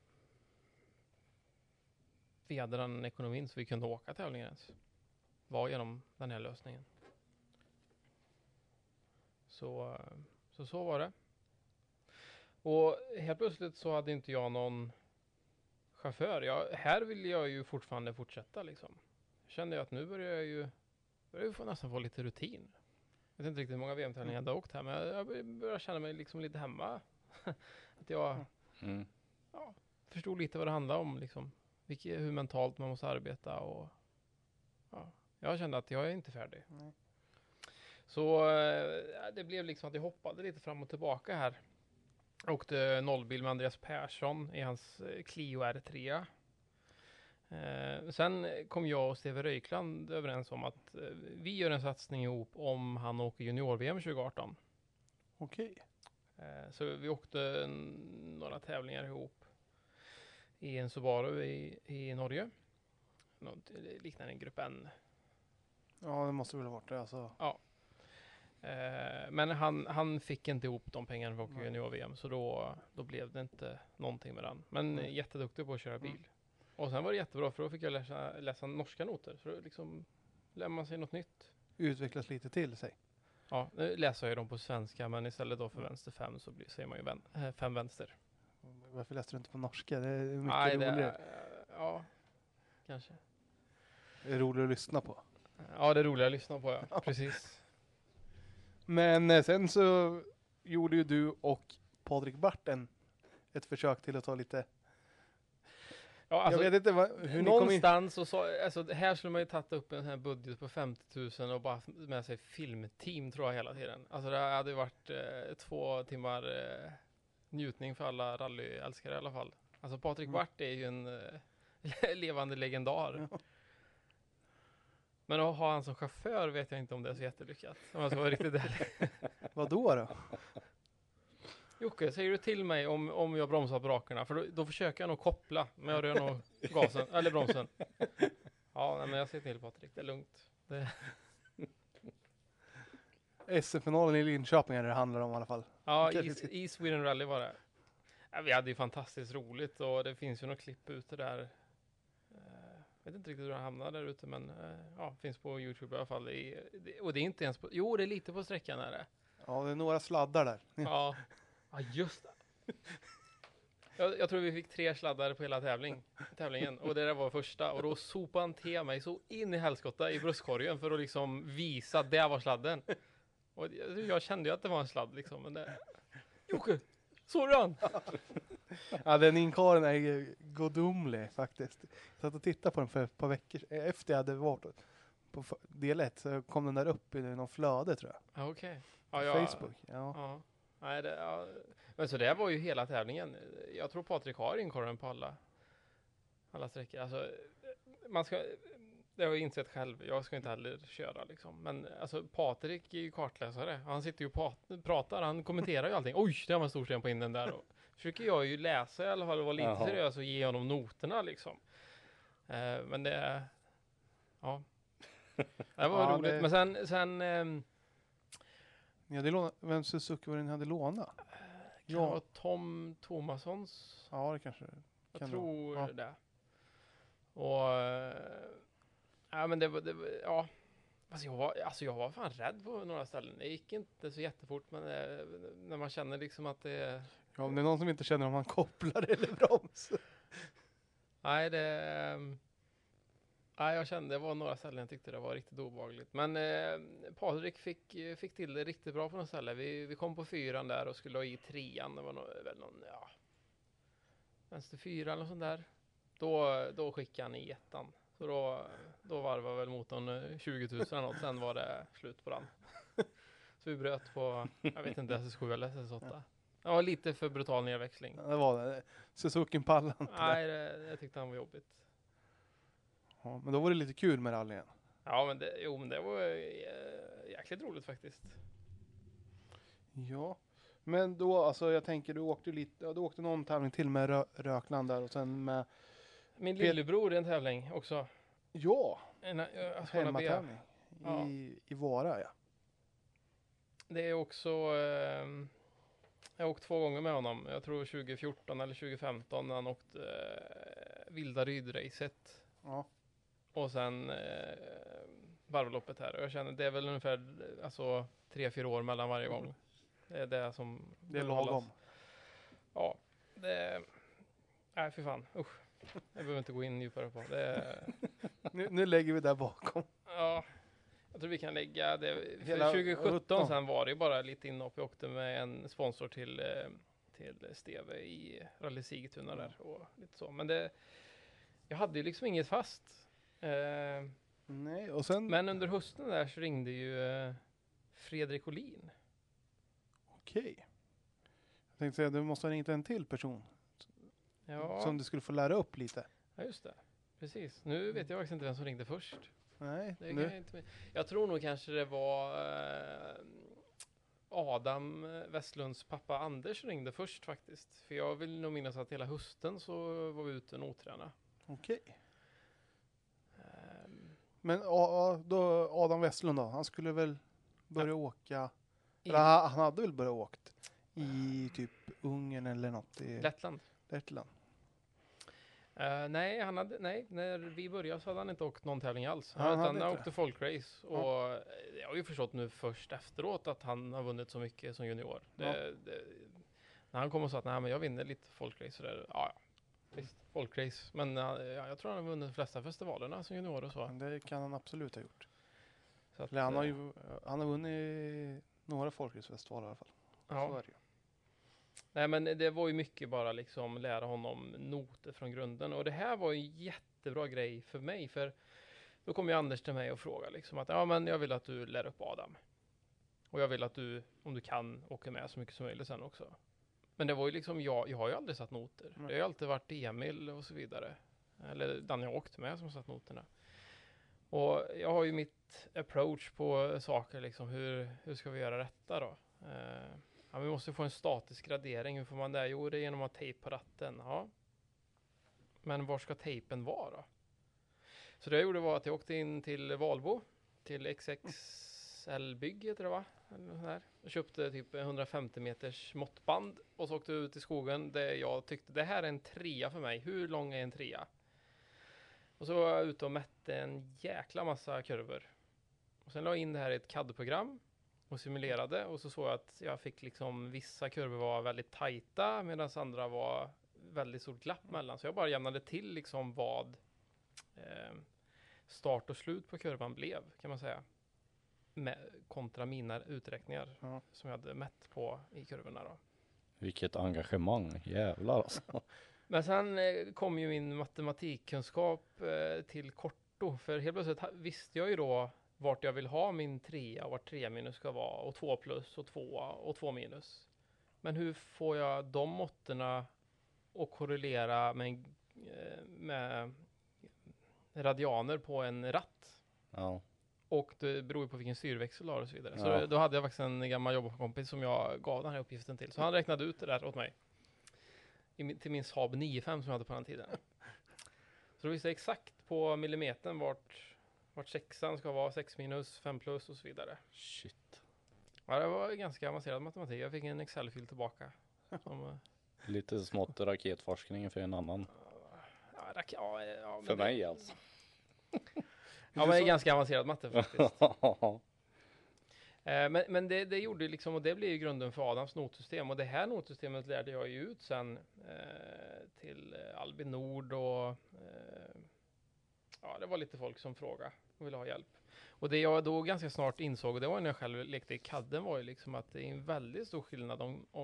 [SPEAKER 4] vi hade den ekonomin så vi kunde åka tävlingar ens. Var genom den här lösningen. Så var det. Och helt plötsligt så hade inte jag någon chaufför. Här vill jag ju fortfarande fortsätta liksom. Kände jag att nu börjar jag nästan få lite rutin. Jag vet inte riktigt hur många VM-tävlingar jag hade åkt här, men jag börjar känna mig liksom lite hemma. Att jag förstod lite vad det handlar om liksom. Hur mentalt man måste arbeta och jag kände att jag är inte färdig. Så det blev liksom att jag hoppade lite fram och tillbaka här. Jag åkte nollbil med Andreas Persson i hans Clio R3. Sen kom jag och Steve Röjkland överens om att vi gör en satsning ihop om han åker junior-VM 2018.
[SPEAKER 5] Okej.
[SPEAKER 4] Så vi åkte några tävlingar ihop i en Subaru i Norge. Något liknande en Grupp N.
[SPEAKER 5] Ja, det måste väl ha varit det. Alltså.
[SPEAKER 4] Ja. Men han fick inte ihop de pengarna för att åka junior-VM, så då blev det inte någonting med den. Men jätteduktig på att köra bil. Och sen var det jättebra, för då fick jag läsa norska noter. Så liksom lär man sig något nytt.
[SPEAKER 5] Utvecklas lite till sig.
[SPEAKER 4] Ja, nu läser jag dem på svenska, men istället då för vänster 5 så säger man ju 5 vänster.
[SPEAKER 5] Varför läste du inte på norska? Det är mycket roligare.
[SPEAKER 4] Ja, kanske.
[SPEAKER 5] Det är roligt att lyssna på.
[SPEAKER 4] Ja, det är roligt att lyssna på, ja. Precis.
[SPEAKER 5] Men sen så gjorde ju du och Patrik Barten ett försök till att ta lite...
[SPEAKER 4] Ja, alltså,
[SPEAKER 5] jag vet inte hur
[SPEAKER 4] någonstans och så, alltså här skulle man ju tagit upp en här budget på 50 000 och bara med sig filmteam tror jag hela tiden. Alltså det hade ju varit 2 timmar njutning för alla rallyälskare i alla fall. Alltså Patrik Bart är ju en levande legendar. Ja. Men att ha han som chaufför vet jag inte om det är så jättelyckat. Om jag ska vara riktigt ärlig.
[SPEAKER 5] Vad då?
[SPEAKER 4] Jocke, säger du till mig om jag bromsar på rakerna? För då försöker jag nog koppla, men jag rör nog gasen, eller bromsen. Ja, men jag säger till Patrik, det är lugnt.
[SPEAKER 5] SM-finalen i Linköping är det handlar om i alla fall.
[SPEAKER 4] Ja, i Sweden Rally var det. Ja, vi hade ju fantastiskt roligt och det finns ju några klipp ute där. Jag vet inte riktigt hur jag hamnade där ute, men finns på YouTube i alla fall. Och det är inte ens på... Jo, det är lite på sträckan är det.
[SPEAKER 5] Ja, det är några sladdar där.
[SPEAKER 4] Ja just det. Jag tror vi fick 3 sladdar på hela tävlingen. Och det där var första. Och då sopade han till mig så in i helskotta i bröstkorgen för att liksom visa att det var sladden. Och jag kände ju att det var en sladd liksom. Men det... Jocke, såg du han?
[SPEAKER 5] Ja, den inkaren är ju godomlig faktiskt. Jag satt och tittade på den för ett par veckor efter jag hade varit på del 1 så kom den där upp i någon flöde tror jag.
[SPEAKER 4] Ja, okej.
[SPEAKER 5] Facebook. Ja.
[SPEAKER 4] Nej, men så det var ju hela tävlingen. Jag tror Patrik har inkaren på alla sträckor. Alltså, det har jag insett själv. Jag ska inte heller köra liksom. Men alltså Patrik är ju kartläsare. Han sitter ju och pratar. Han kommenterar ju allting. Oj, det var en stor sten på innen där. Och försöker jag ju läsa i alla fall och vara lite seriös och ge honom noterna liksom. Men det... Ja. Det var roligt. Men sen
[SPEAKER 5] Ni hade vem Suzuki var det ni hade lånat?
[SPEAKER 4] Kan det vara Tom Thomassons?
[SPEAKER 5] Ja, det kanske
[SPEAKER 4] jag tror det. Och ja, men det var ja. Alltså jag var fan rädd på några ställen. Det gick inte så jättefort, men när man känner liksom att det är...
[SPEAKER 5] Ja, om det är någon som inte känner om man kopplar eller broms.
[SPEAKER 4] Nej, jag kände det var några ställen jag tyckte det var riktigt obehagligt. Men Patrik fick till det riktigt bra på några ställen. Vi kom på 4 där och skulle ha i 3:an. Det var väl någon, vänster 4 eller sånt där. Då skickade han i 1:an. Så då varvade väl motorn 20 000 eller något. Sen var det slut på den. Så vi bröt på, jag vet inte, SS7 eller SS8. Det var lite för brutal nedväxling.
[SPEAKER 5] Det var det. Suzuki pallade inte.
[SPEAKER 4] Nej, jag tyckte han var jobbigt.
[SPEAKER 5] Ja, men då var det lite kul med rallyen.
[SPEAKER 4] Ja, men det var jäkligt roligt faktiskt.
[SPEAKER 5] Ja, men då, alltså jag tänker, du åkte någon tävling till med Rökland där och sen med...
[SPEAKER 4] Min lillebror i en tävling också.
[SPEAKER 5] Ja,
[SPEAKER 4] hemmatävling.
[SPEAKER 5] I Vara, ja.
[SPEAKER 4] Det är också... jag har åkt 2 gånger med honom. Jag tror 2014 eller 2015 när han åkte Vildaryd-racet.
[SPEAKER 5] Ja.
[SPEAKER 4] Och sen varvloppet här. Och jag känner det är väl ungefär 3-4 år mellan varje gång. Det är det som...
[SPEAKER 5] Det är lagom.
[SPEAKER 4] Ja, nej, för fan. Usch. Jag behöver inte gå in djupare på det.
[SPEAKER 5] Nu lägger vi där bakom.
[SPEAKER 4] Ja, jag tror vi kan lägga det. För 2017 sen var det bara lite inhopp. Jag åkte med en sponsor till Steve i Rally Sigtuna där och lite så. Men jag hade ju liksom inget fast.
[SPEAKER 5] Nej, och sen...
[SPEAKER 4] Men under hösten där så ringde ju Fredrik Olin.
[SPEAKER 5] Okej. Jag tänkte säga, du måste ha ringt en till person.
[SPEAKER 4] Ja.
[SPEAKER 5] Som du skulle få lära upp lite.
[SPEAKER 4] Ja, just det. Precis. Nu vet jag faktiskt inte vem som ringde först.
[SPEAKER 5] Nej.
[SPEAKER 4] Det kan jag inte. Jag tror nog kanske det var Adam Westlunds pappa Anders ringde först faktiskt. För jag vill nog minnas att hela hösten så var vi ute och notränade.
[SPEAKER 5] Okej. Men då Adam Westlund då, han skulle väl börja åka, eller han hade väl börjat åkt i typ Ungern eller något i
[SPEAKER 4] Lettland. Nej, när vi började så hade han inte åkt någon tävling alls. Han åkte folkrace och jag har ju förstått nu först efteråt att han har vunnit så mycket som junior. När han kom och sa att nej, men jag vinner lite folkrace där. Ja. Visst, folkrace. Men jag tror han har vunnit de flesta festivalerna som junior och så.
[SPEAKER 5] Men det kan han absolut ha gjort.
[SPEAKER 4] Så att,
[SPEAKER 5] han har vunnit några folkracefestivaler i alla fall.
[SPEAKER 4] Ja.
[SPEAKER 5] Så är det ju.
[SPEAKER 4] Nej, men det var ju mycket bara liksom lära honom noter från grunden. Och det här var en jättebra grej för mig. För då kom ju Anders till mig och frågade liksom att men jag vill att du lär upp Adam. Och jag vill att du, om du kan, åker med så mycket som möjligt sen också. Men det var ju liksom, jag har ju aldrig satt noter. Det har ju alltid varit Emil och så vidare. Eller den jag åkte med som satt noterna. Och jag har ju mitt approach på saker liksom. Hur ska vi göra detta då? Vi måste få en statisk gradering. Hur får man det? Jo, det är genom att ha tejp på ratten. Ja. Men var ska tejpen vara då? Så det jag gjorde var att jag åkte in till Valbo. Till XXL-bygg heter det va? Eller sådär. Jag köpte typ 150 meters måttband. Och så åkte jag ut i skogen. Där jag tyckte det här är en 3 för mig. Hur lång är en 3? Och så var jag ute och mätte en jäkla massa kurvor. Och sen la jag in det här i ett CAD-program. Och simulerade. Och så såg jag att jag fick liksom vissa kurvor var väldigt tajta. Medan andra var väldigt stort glapp mellan. Så jag bara jämnade till liksom vad start och slut på kurvan blev. Kan man säga. Kontra mina uträkningar. Som jag hade mätt på i kurvorna då.
[SPEAKER 3] Vilket engagemang. Jävlar alltså.
[SPEAKER 4] Men sen kom ju min matematikkunskap till korto. För helt plötsligt visste jag ju då vart jag vill ha min 3 och vart 3 minus ska vara och 2 plus och 2 och 2 minus. Men hur får jag de måtterna att korrelera med radianer på en ratt?
[SPEAKER 3] Ja.
[SPEAKER 4] Och det beror ju på vilken styrväxel och så vidare. Så då hade jag faktiskt en gammal jobbkompis som jag gav den här uppgiften till. Så han räknade ut det där åt mig. Till min Saab 9.5 som jag hade på den tiden. Så då visste jag exakt på millimetern vart 6an ska vara, 6 minus, 5 plus och så vidare.
[SPEAKER 3] Shit.
[SPEAKER 4] Ja, det var ganska avancerad matematik. Jag fick en Excel-fil tillbaka.
[SPEAKER 3] Lite smått raketforskning för en annan. För mig alltså.
[SPEAKER 4] Ja, men det är ganska avancerad matte faktiskt. Men det gjorde liksom, och det blev ju grunden för Adams notsystem. Och det här notsystemet lärde jag ju ut sen till Albin Nord och det var lite folk som frågade och ville ha hjälp. Och det jag då ganska snart insåg, och det var när jag själv lekte i kadden, var ju liksom att det är en väldigt stor skillnad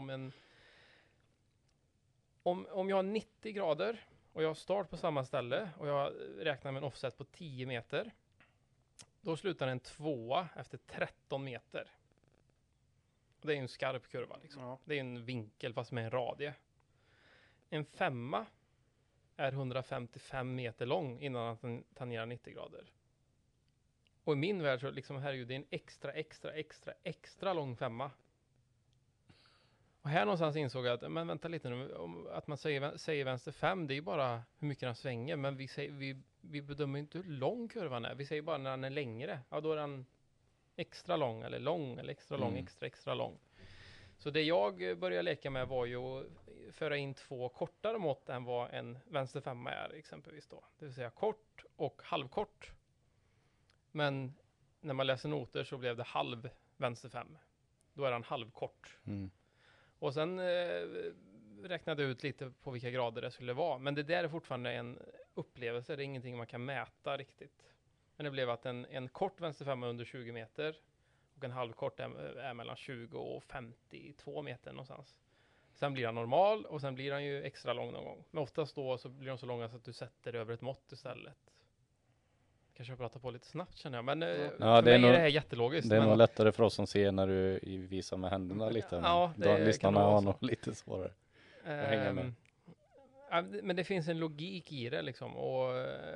[SPEAKER 4] om jag har 90 grader och jag har start på samma ställe och jag räknar med en offset på 10 meter. Då slutar en 2 efter 13 meter. Det är ju en skarp kurva liksom. Ja. Det är en vinkel fast med en radie. En 5 är 155 meter lång innan den tangerar 90 grader. Och i min värld så liksom, herregud, det är en extra lång 5. Och här någonstans insåg jag att, men vänta lite nu, att man säger vänster 5, det är ju bara hur mycket den svänger, men vi bedömer inte hur lång kurvan är. Vi säger bara när den är längre. Ja, då är den extra lång eller extra lång, extra lång. Så det jag började leka med var ju att föra in 2 kortare mått än vad en vänster 5 är exempelvis då. Det vill säga kort och halvkort. Men när man läser noter så blev det halv vänster 5. Då är den halvkort. Mm. Och sen räknade jag ut lite på vilka grader det skulle vara. Men det där är fortfarande en upplevelse. Det är ingenting man kan mäta riktigt. Men det blev att en kort vänster 5 under 20 meter. Och en halvkort är mellan 20 och 52 meter någonstans. Sen blir den normal och sen blir den ju extra lång någon gång. Men oftast då så blir de så långa så att du sätter över ett mått istället. Kanske jag pratar på lite snabbt känner jag. Men för mig är det här jättelogiskt.
[SPEAKER 3] Det är nog lättare för oss som ser när du visar med händerna lite.
[SPEAKER 4] Ja,
[SPEAKER 3] lyssnarna har nog lite svårare att hänga med.
[SPEAKER 4] Men det finns en logik i det liksom. Och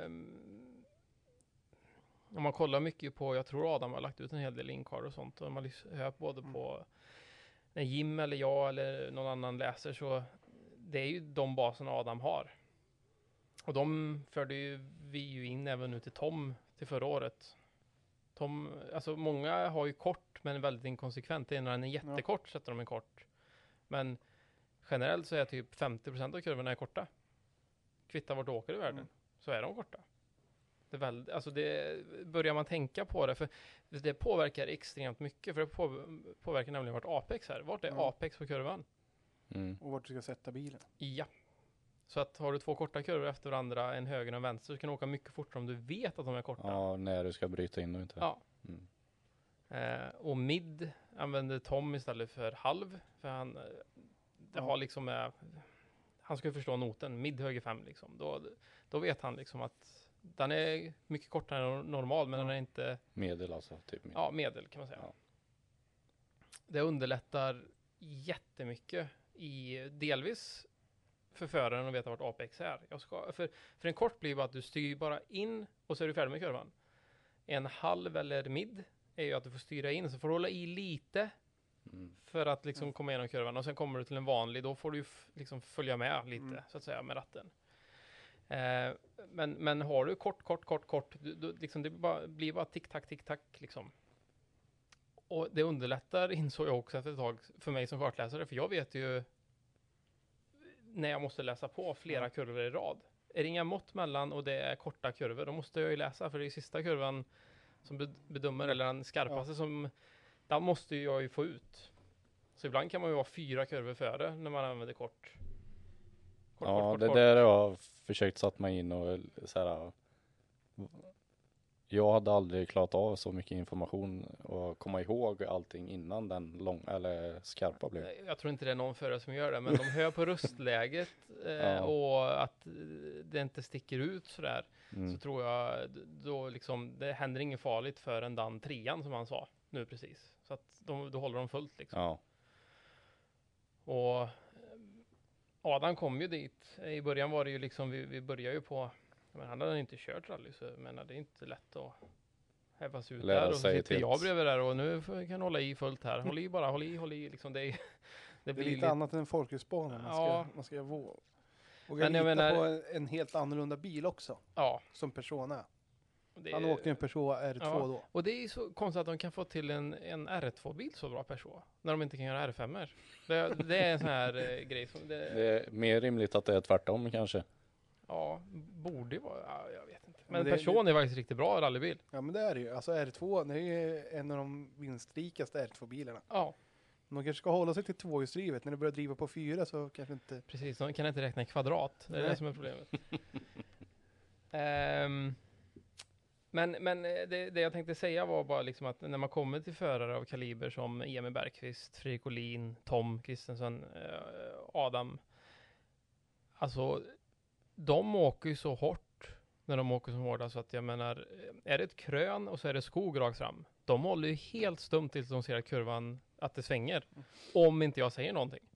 [SPEAKER 4] om man kollar mycket på, jag tror Adam har lagt ut en hel del inkar och sånt. Och man hör både på när Jim eller jag eller någon annan läser, så det är ju de baserna Adam har. Och de förde vi ju in även nu till Tom till förra året. Tom, alltså många har ju kort men väldigt inkonsekvent. Det är när den är jättekort sätter de en kort. Men generellt så är typ 50% av kurvorna är korta. Kvittar vart du åker i världen så är de korta. Det börjar man tänka på det, för det påverkar extremt mycket, för det påverkar nämligen vart Apex är. Vart är Apex på kurvan?
[SPEAKER 5] Mm. Och vart du ska sätta bilen.
[SPEAKER 4] Ja. Så att har du 2 korta kurvor efter varandra, en höger och en vänster, så kan du åka mycket fortare om du vet att de är korta.
[SPEAKER 3] Ja, när du ska bryta in och inte.
[SPEAKER 4] Ja. Och mid använder Tom istället för halv, för han har liksom han ska ju förstå noten, mid höger 5 liksom. Då vet han liksom att den är mycket kortare än normal, men den är inte
[SPEAKER 3] medel alltså, typ medel.
[SPEAKER 4] Ja, medel kan man säga. Ja. Det underlättar jättemycket delvis för föraren att veta vart Apex är. För en kort blir bara att du styr bara in och så är du färdig med kurvan. En halv eller mid är ju att du får styra in, så får du hålla i lite för att liksom komma igenom kurvan, och sen kommer du till en vanlig, då får du liksom följa med lite så att säga med ratten. Men har du kort liksom det blir bara tick-tack liksom. Och det underlättar, insåg jag också efter ett tag, för mig som kartläsare, för jag vet ju när jag måste läsa på flera kurvor i rad. Är det inga mått mellan och det är korta kurvor, då måste jag ju läsa, för det är sista kurvan som bedömer, eller den skarpaste som, den måste jag ju få ut. Så ibland kan man ju vara 4 kurvor före när man använder kort.
[SPEAKER 3] Det där har jag försökt satt mig in och så här. Jag hade aldrig klarat av så mycket information och komma ihåg allting innan den eller skarpa blev.
[SPEAKER 4] Jag tror inte det är någon förare som gör det, men de hör på röstläget och att det inte sticker ut sådär. Så tror jag då liksom, det händer inget farligt förrän den 3:an som han sa nu precis. Så att då håller de fullt liksom.
[SPEAKER 3] Ja.
[SPEAKER 4] Och Adam kom ju dit. I början var det ju liksom, vi började ju på, men han hade inte kört rally, så men det är inte lätt att hävas ut där, och så sitter jag bredvid där och nu kan jag hålla i fullt här. Håll i liksom, det
[SPEAKER 5] blir lite annat än en folkhusbana. Man ska våga lita på en helt annorlunda bil också.
[SPEAKER 4] Ja.
[SPEAKER 5] Som Persona. Han åkte en Peugeot R2 då.
[SPEAKER 4] Och det är så konstigt att de kan få till en R2-bil så bra Peugeot. När de inte kan göra R5-er. Det är en sån här grej som...
[SPEAKER 3] Det är mer rimligt att det är tvärtom kanske.
[SPEAKER 4] Ja, borde vara... Ja, jag vet inte. Men Peugeot är faktiskt riktigt bra rallybil.
[SPEAKER 5] Ja, men det är det ju. Alltså R2, det är ju en av de vinstrikaste R2-bilarna.
[SPEAKER 4] Ja.
[SPEAKER 5] De kanske ska hålla sig till tvåhjulsdrivet. När det börjar driva på 4 så kanske inte...
[SPEAKER 4] Precis, de kan inte räkna i kvadrat. Det är det som är problemet. Men det jag tänkte säga var bara liksom att när man kommer till förare av kaliber som Emil Bergqvist, Fredrik Olin, Tom Kristensen, Adam. Alltså, de åker ju så hårt när de åker som hårdast. Så att jag menar, är det ett krön och så är det skog rakt fram. De håller ju helt stumt tills de ser att kurvan, att det svänger. Om inte jag säger någonting.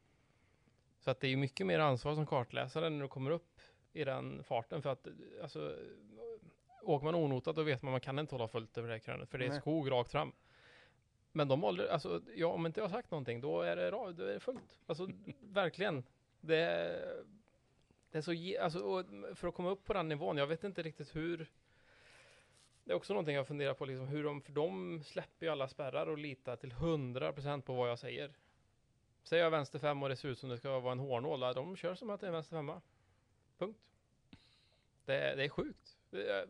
[SPEAKER 4] Så att det är ju mycket mer ansvar som kartläsare när du kommer upp i den farten. För att, alltså, åker man onotat då vet man kan inte hålla fullt över det här krönet. För det är skog rakt fram. Men de håller, alltså, om inte jag har sagt någonting, då är det fullt. Alltså, verkligen. Det är så, alltså, för att komma upp på den nivån, jag vet inte riktigt hur. Det är också någonting jag funderar på, liksom, för de släpper ju alla spärrar och litar till 100% på vad jag säger. Säger jag vänster 5 och det ser ut som det ska vara en hårnål, de kör som att det är en vänster 5. Punkt. Det är sjukt.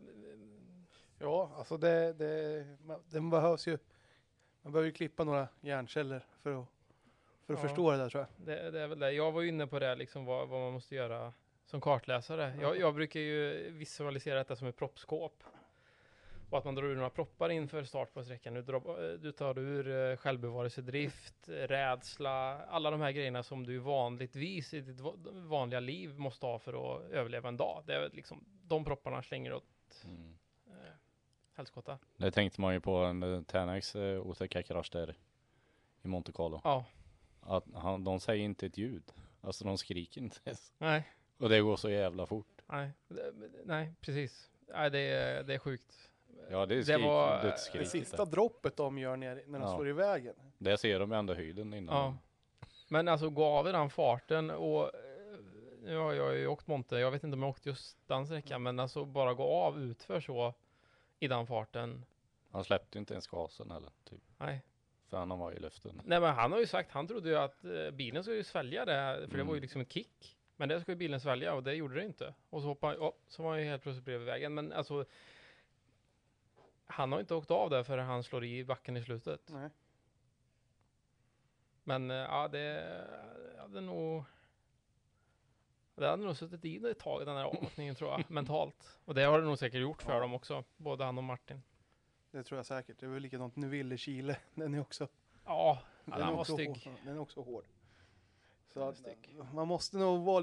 [SPEAKER 5] Ja, alltså den behövs ju. Man behöver ju klippa några hjärnceller för att förstå det där, tror jag.
[SPEAKER 4] Det är väl det. Jag var ju inne på det, liksom, vad man måste göra som kartläsare. Jag brukar ju visualisera detta som ett proppskåp. Och att man drar ur några proppar inför start på sträckan. Du tar ur självbevarelsedrift, rädsla, alla de här grejerna som du vanligtvis i ditt vanliga liv måste ha för att överleva en dag. Det är liksom, de propparna slänger åt helskotta.
[SPEAKER 3] Det tänkte man ju på en Tänax otäcka krasch där i Monte Carlo.
[SPEAKER 4] Ja.
[SPEAKER 3] Att de säger inte ett ljud. Alltså de skriker inte ens.
[SPEAKER 4] Nej.
[SPEAKER 3] Och det går så jävla fort.
[SPEAKER 4] Nej, precis. Nej, det är sjukt.
[SPEAKER 3] Ja, det
[SPEAKER 5] var det sista droppet de gör när de slår i vägen.
[SPEAKER 3] Det ser de ändå höjden innan.
[SPEAKER 4] Ja. Men alltså gå av i den farten och nu har jag ju åkt Monte. Jag vet inte om jag åkt just den sträckan, men alltså bara gå av utför så i den farten.
[SPEAKER 3] Han släppte inte ens gasen eller typ.
[SPEAKER 4] Nej.
[SPEAKER 3] För han var i luften.
[SPEAKER 4] Nej, men han har ju sagt, han trodde ju att bilen skulle svälja det, för det var ju liksom ett kick. Men det skulle bilen svälja och det gjorde det inte. Och så hoppade så var han ju helt plötsligt bredvid vägen. Men alltså, han har inte åkt av där för han slår i backen i slutet.
[SPEAKER 5] Nej.
[SPEAKER 4] Men ja, det hade nog suttit i det ett tag, den här avåkningen tror jag, mentalt. Och det har det nog säkert gjort för dem också, både han och Martin.
[SPEAKER 5] Det tror jag säkert. Det är väl likadant nu ville Chile. Den är också...
[SPEAKER 4] Ja, den var stygg.
[SPEAKER 5] Den är också hård. Så att man måste nog vara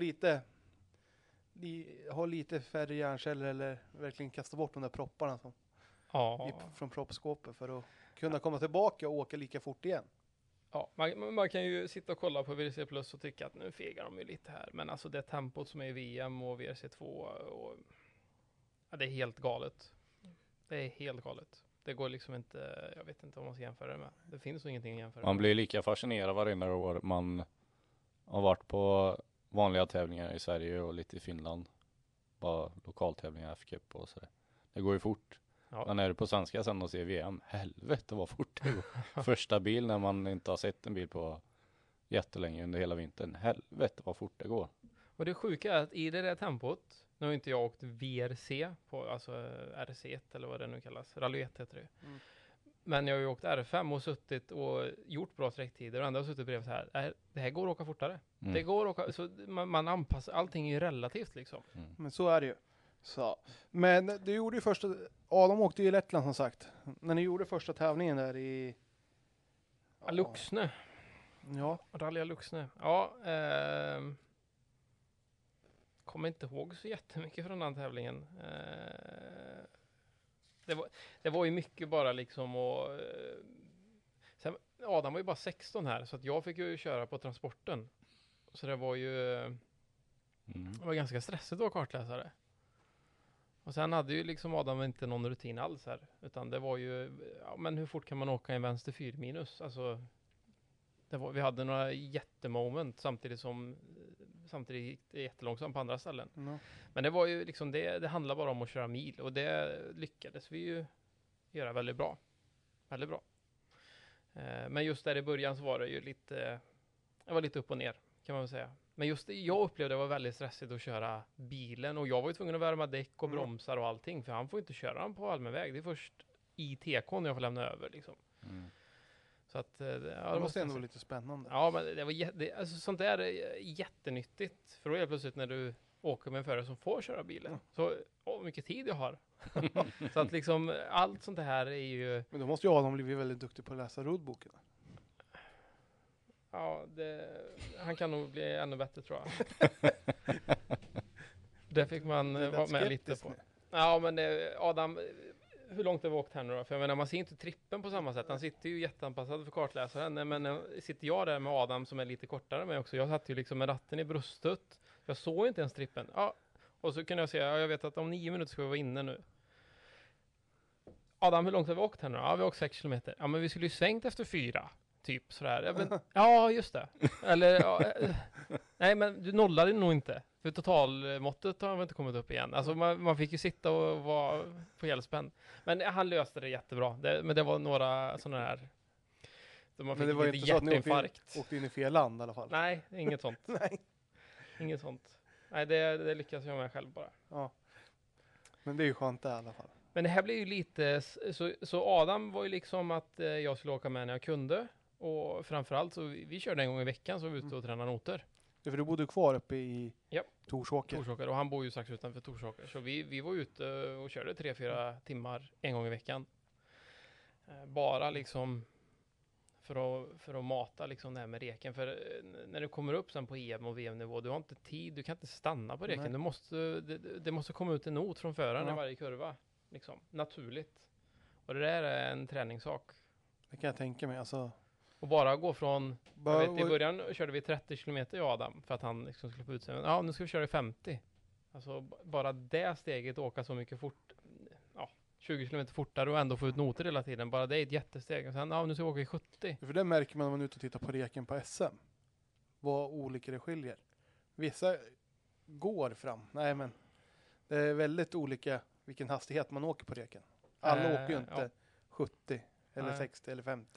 [SPEAKER 5] ha lite färre hjärnceller eller verkligen kasta bort de där propparna från proppskåpet för att kunna komma tillbaka och åka lika fort igen.
[SPEAKER 4] Ja, man kan ju sitta och kolla på VRC Plus och tycka att nu fegar de ju lite här. Men alltså det tempot som är i VM och VRC2 och det är helt galet. Det är helt galet. Det går liksom inte, jag vet inte vad man ska jämföra det med. Det finns nog ingenting att jämföra.
[SPEAKER 3] Man blir lika fascinerad varenda år man har varit på vanliga tävlingar i Sverige och lite i Finland. Bara lokaltävlingar, F-cup och sådär. Det går ju fort. Ja. Men är du på svenska sen och ser VM, helvete vad fort det går. Första bil när man inte har sett en bil på jättelänge under hela vintern. Helvete vad fort det går.
[SPEAKER 4] Och det sjuka är att i det där tempot, nu har inte jag åkt VRC på, alltså RC1 eller vad det nu kallas. Rally 1 heter det. Mm. Men jag har ju åkt R5 och suttit och gjort bra sträcktider och ändå har suttit bredvid så här. Det här går att åka fortare. Det går att åka, så man anpassar, allting är ju relativt liksom.
[SPEAKER 5] Men så är det ju. Så. Men du gjorde ju Adam åkte ju i Lettland som sagt. När ni gjorde första tävlingen där i...
[SPEAKER 4] Luxne.
[SPEAKER 5] Ja.
[SPEAKER 4] Rally Luxne. Ja. Kommer inte ihåg så jättemycket från den tävlingen. Det var ju mycket bara liksom och... Sen, Adam var ju bara 16 här så att jag fick ju köra på transporten. Så det var ju... Det var ganska stressigt att vara kartläsare. Och sen hade ju liksom Adam inte någon rutin alls här. Utan det var ju, ja men hur fort kan man åka en vänster 4 minus? Alltså, vi hade några jättemoment samtidigt som samtidigt gick det jättelångsamt på andra ställen.
[SPEAKER 5] Mm.
[SPEAKER 4] Men det var ju liksom, det handlar bara om att köra mil och det lyckades vi ju göra väldigt bra. Väldigt bra. Men just där i början så var det ju lite, jag var lite upp och ner kan man väl säga. Men just det, jag upplevde det var väldigt stressigt att köra bilen och jag var ju tvungen att värma däck och bromsar och allting för han får inte köra den på allmän väg. Det är först i TK:n jag får lämna över liksom. Så att,
[SPEAKER 5] det måste ändå vara lite spännande.
[SPEAKER 4] Ja, men det var alltså, sånt där är jättenyttigt. För då är det plötsligt när du åker med en förare som får köra bilen. Så, mycket tid jag har. Så att liksom, allt sånt här är ju...
[SPEAKER 5] Men då måste ju Adam blivit väldigt duktig på att läsa roadboken.
[SPEAKER 4] Ja, han kan nog bli ännu bättre tror jag. Det fick man vara med lite på. Ja, men Adam... Hur långt har vi åkt här nu då? För jag menar, man ser inte trippen på samma sätt. Han sitter ju jätteanpassad för kartläsaren. Men sitter jag där med Adam som är lite kortare med också. Jag satt ju liksom med ratten i bröstet. Jag såg inte ens trippen. Ja. Och så kunde jag säga, jag vet att om 9 minuter ska vi vara inne nu. Adam, hur långt har vi åkt här nu då? Ja, vi har åkt 6 kilometer. Ja, men vi skulle ju svängt efter 4. Typ sådär. Ja, men, ja just det. Eller, ja, nej men du nollade nog inte. För totalmåttet har inte kommit upp igen. Alltså man fick ju sitta och vara på hjälpspänn. Men han löste det jättebra. Men det var några sådana här... Man fick
[SPEAKER 5] men det var ju inte så att ni åkte in i fel land i alla fall.
[SPEAKER 4] Nej, inget sånt.
[SPEAKER 5] Nej.
[SPEAKER 4] Inget sånt. Nej, det lyckas jag med själv bara.
[SPEAKER 5] Ja. Men det är ju skönt det i alla fall.
[SPEAKER 4] Men det här blir ju lite... Så Adam var ju liksom att jag skulle åka med när jag kunde. Och framförallt så vi körde en gång i veckan så var vi ute och tränade noter.
[SPEAKER 5] Ja, för du bodde kvar uppe i Torsåker.
[SPEAKER 4] Och han bor ju strax utanför Torsåker. Så vi var ute och körde 3-4 timmar en gång i veckan. Bara liksom för att mata liksom det här med reken. För när du kommer upp sen på EM och VM-nivå, du har inte tid, du kan inte stanna på reken. Det måste komma ut en not från föraren i varje kurva. Liksom, naturligt. Och det där är en träningssak.
[SPEAKER 5] Det kan jag tänka mig. Alltså...
[SPEAKER 4] Och bara gå från, i början körde vi 30 kilometer i Adam för att han liksom skulle få ut sig. Ja, nu ska vi köra i 50. Alltså bara det steget, åka så mycket fort, 20 kilometer fortare och ändå få ut noter hela tiden. Bara det är ett jättesteg. Och sen, nu ska vi åka i 70.
[SPEAKER 5] För det märker man när man är ute och tittar på reken på SM. Vad olika det skiljer. Vissa går fram. Nej, men det är väldigt olika vilken hastighet man åker på reken. Alla åker ju inte 70 eller 60 eller 50.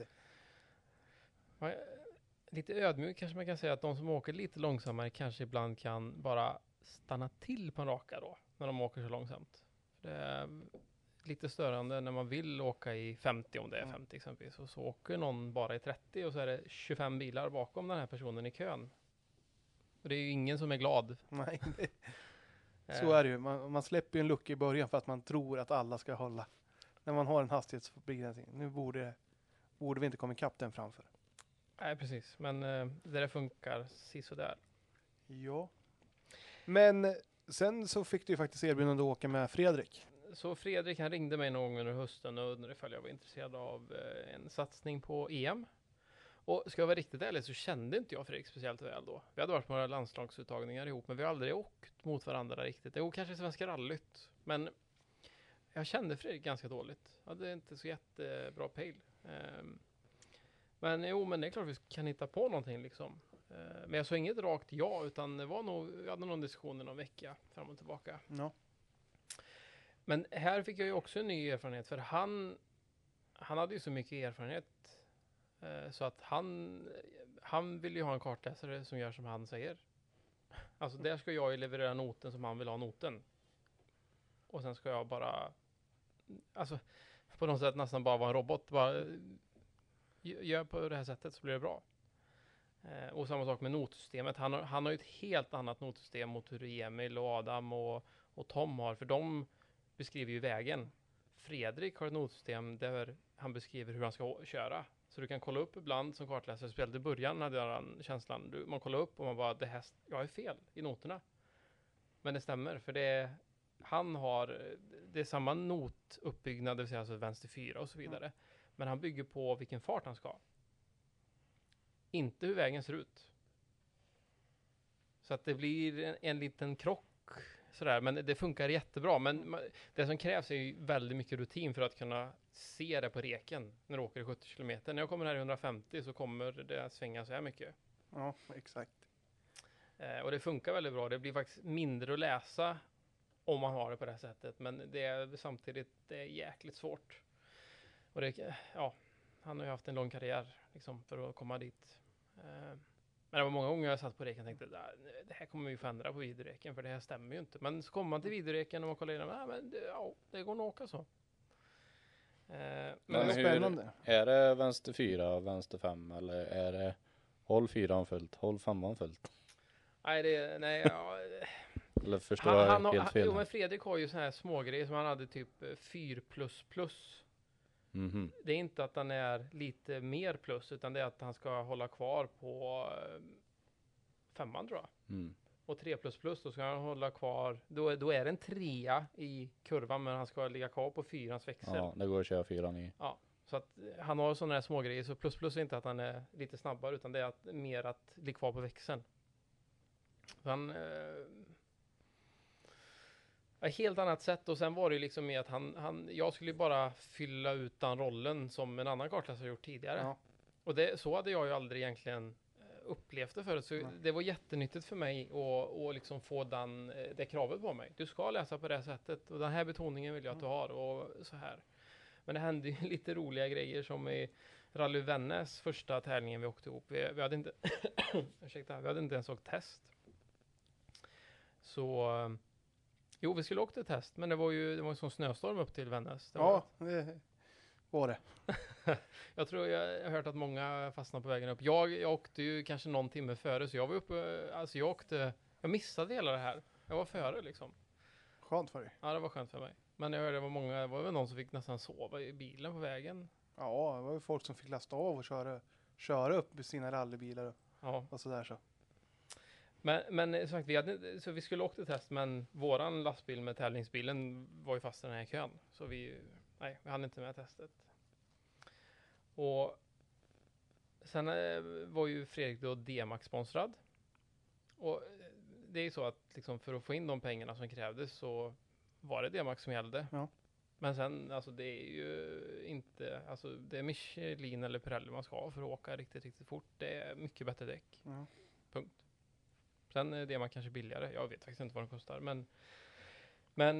[SPEAKER 4] Lite ödmjuk kanske man kan säga att de som åker lite långsammare kanske ibland kan bara stanna till på en raka då, när de åker så långsamt. Det är lite störande när man vill åka i 50 om det är 50 exempelvis. Och så åker någon bara i 30 och så är det 25 bilar bakom den här personen i kön. Och det är ju ingen som är glad.
[SPEAKER 5] Nej, så är det ju. Man släpper ju en lucka i början för att man tror att alla ska hålla. När man har en hastighetsbegränsning. Nu borde vi inte komma ikapp den framför.
[SPEAKER 4] Nej, precis. Men det funkar sisådär.
[SPEAKER 5] Ja. Men sen så fick du ju faktiskt erbjudande att åka med Fredrik.
[SPEAKER 4] Så Fredrik, han ringde mig någon gång under hösten och undrade ifall jag var intresserad av en satsning på EM. Och ska jag vara riktigt ärlig så kände inte jag Fredrik speciellt väl då. Vi hade varit på några landslagsuttagningar ihop, men vi har aldrig åkt mot varandra riktigt. Jo, kanske Svenska rallyt. Men jag kände Fredrik ganska dåligt. Jag hade inte så jättebra pejl. Men det är klart vi kan hitta på någonting liksom. Men jag såg inget rakt ja, utan det var nog, vi hade någon diskussion någon vecka fram och tillbaka.
[SPEAKER 5] Ja.
[SPEAKER 4] Men här fick jag ju också en ny erfarenhet, för han hade ju så mycket erfarenhet så att han vill ju ha en kartläsare som gör som han säger. Alltså där ska jag ju leverera noten som han vill ha noten. Och sen ska jag bara, alltså på något sätt nästan bara vara en robot, bara gör på det här sättet så blir det bra. Och samma sak med notsystemet. Han har ju ett helt annat notsystem mot hur Emil och Adam och Tom har. För de beskriver ju vägen. Fredrik har ett notsystem där han beskriver hur han ska köra. Så du kan kolla upp ibland som kartläsare. Speciellt i början hade jag den känslan. Man kollar upp och man bara, jag är fel i noterna. Men det stämmer. För det är samma notuppbyggnad, det vill säga alltså vänster 4 och så vidare. Men han bygger på vilken fart han ska. Inte hur vägen ser ut. Så att det blir en liten krock sådär. Men det funkar jättebra. Men det som krävs är ju väldigt mycket rutin för att kunna se det på reken när du åker i 70 kilometer. När jag kommer här i 150 så kommer det svänga så här mycket.
[SPEAKER 5] Ja, exakt.
[SPEAKER 4] Och det funkar väldigt bra. Det blir faktiskt mindre att läsa om man har det på det här sättet. Men det är samtidigt det är jäkligt svårt. Och det, ja, han har ju haft en lång karriär liksom, för att komma dit. Men det var många gånger jag satt på reken och tänkte det här kommer vi förändra på videoreken för det här stämmer ju inte. Men så kommer man till videoreken och man kollar in men det går nog att åka så.
[SPEAKER 3] Men
[SPEAKER 5] det är spännande.
[SPEAKER 3] Är det vänster 4, vänster 5 eller är det håll 4 fullt, håll 5 fullt?
[SPEAKER 4] Nej,
[SPEAKER 3] eller förstår jag helt fel?
[SPEAKER 4] Jo, men Fredrik har ju såna här smågrejer som han hade typ 4++.
[SPEAKER 3] Mm-hmm.
[SPEAKER 4] Det är inte att han är lite mer plus utan det är att han ska hålla kvar på 5 tror jag.
[SPEAKER 3] Mm.
[SPEAKER 4] Och 3++, då ska han hålla kvar, då är det en 3 i kurvan men han ska ligga kvar på 4:ans växel.
[SPEAKER 3] Ja, det går att köra 4 i.
[SPEAKER 4] Ja, så att han har sådana här smågrejer. Så plus är inte att han är lite snabbare utan det är mer att ligga kvar på växeln. Så han helt annat sätt. Och sen var det ju liksom med att jag skulle bara fylla ut den rollen som en annan kartläsare gjort tidigare.
[SPEAKER 5] Ja.
[SPEAKER 4] Och så hade jag ju aldrig egentligen upplevt det förut. Så det var jättenyttigt för mig att liksom få det kravet på mig. Du ska läsa på det här sättet och den här betoningen vill jag att du har och så här. Men det hände ju lite roliga grejer som i Rally Vännäs första tävlingen vi åkte ihop. Vi hade inte vi hade inte ens åkt test. Så jo, vi skulle åka till test, men det var en sån snöstorm upp till Vännäs.
[SPEAKER 5] Det var det.
[SPEAKER 4] Jag tror jag har hört att många fastnade på vägen upp. Jag åkte ju kanske någon timme före, så jag var uppe, alltså jag missade hela det här. Jag var före liksom.
[SPEAKER 5] Skönt för dig.
[SPEAKER 4] Ja, det var skönt för mig. Men jag hörde det var väl någon som fick nästan sova i bilen på vägen.
[SPEAKER 5] Ja, det var ju folk som fick lasta av och köra upp med sina rallybilar och sådär så.
[SPEAKER 4] Men som sagt, så vi skulle åka till test, men våran lastbil med tävlingsbilen var ju fast i den här kön. Så vi hade inte med testet. Och sen var ju Fredrik då D-Max-sponsrad. Och det är ju så att liksom för att få in de pengarna som krävdes så var det D-Max som gällde.
[SPEAKER 5] Ja.
[SPEAKER 4] Men sen, alltså det är ju inte, alltså det är Michelin eller Pirelli man ska ha för att åka riktigt, riktigt fort. Det är mycket bättre däck.
[SPEAKER 5] Ja.
[SPEAKER 4] Punkt. Sen är D-Max kanske billigare. Jag vet faktiskt inte vad den kostar. Men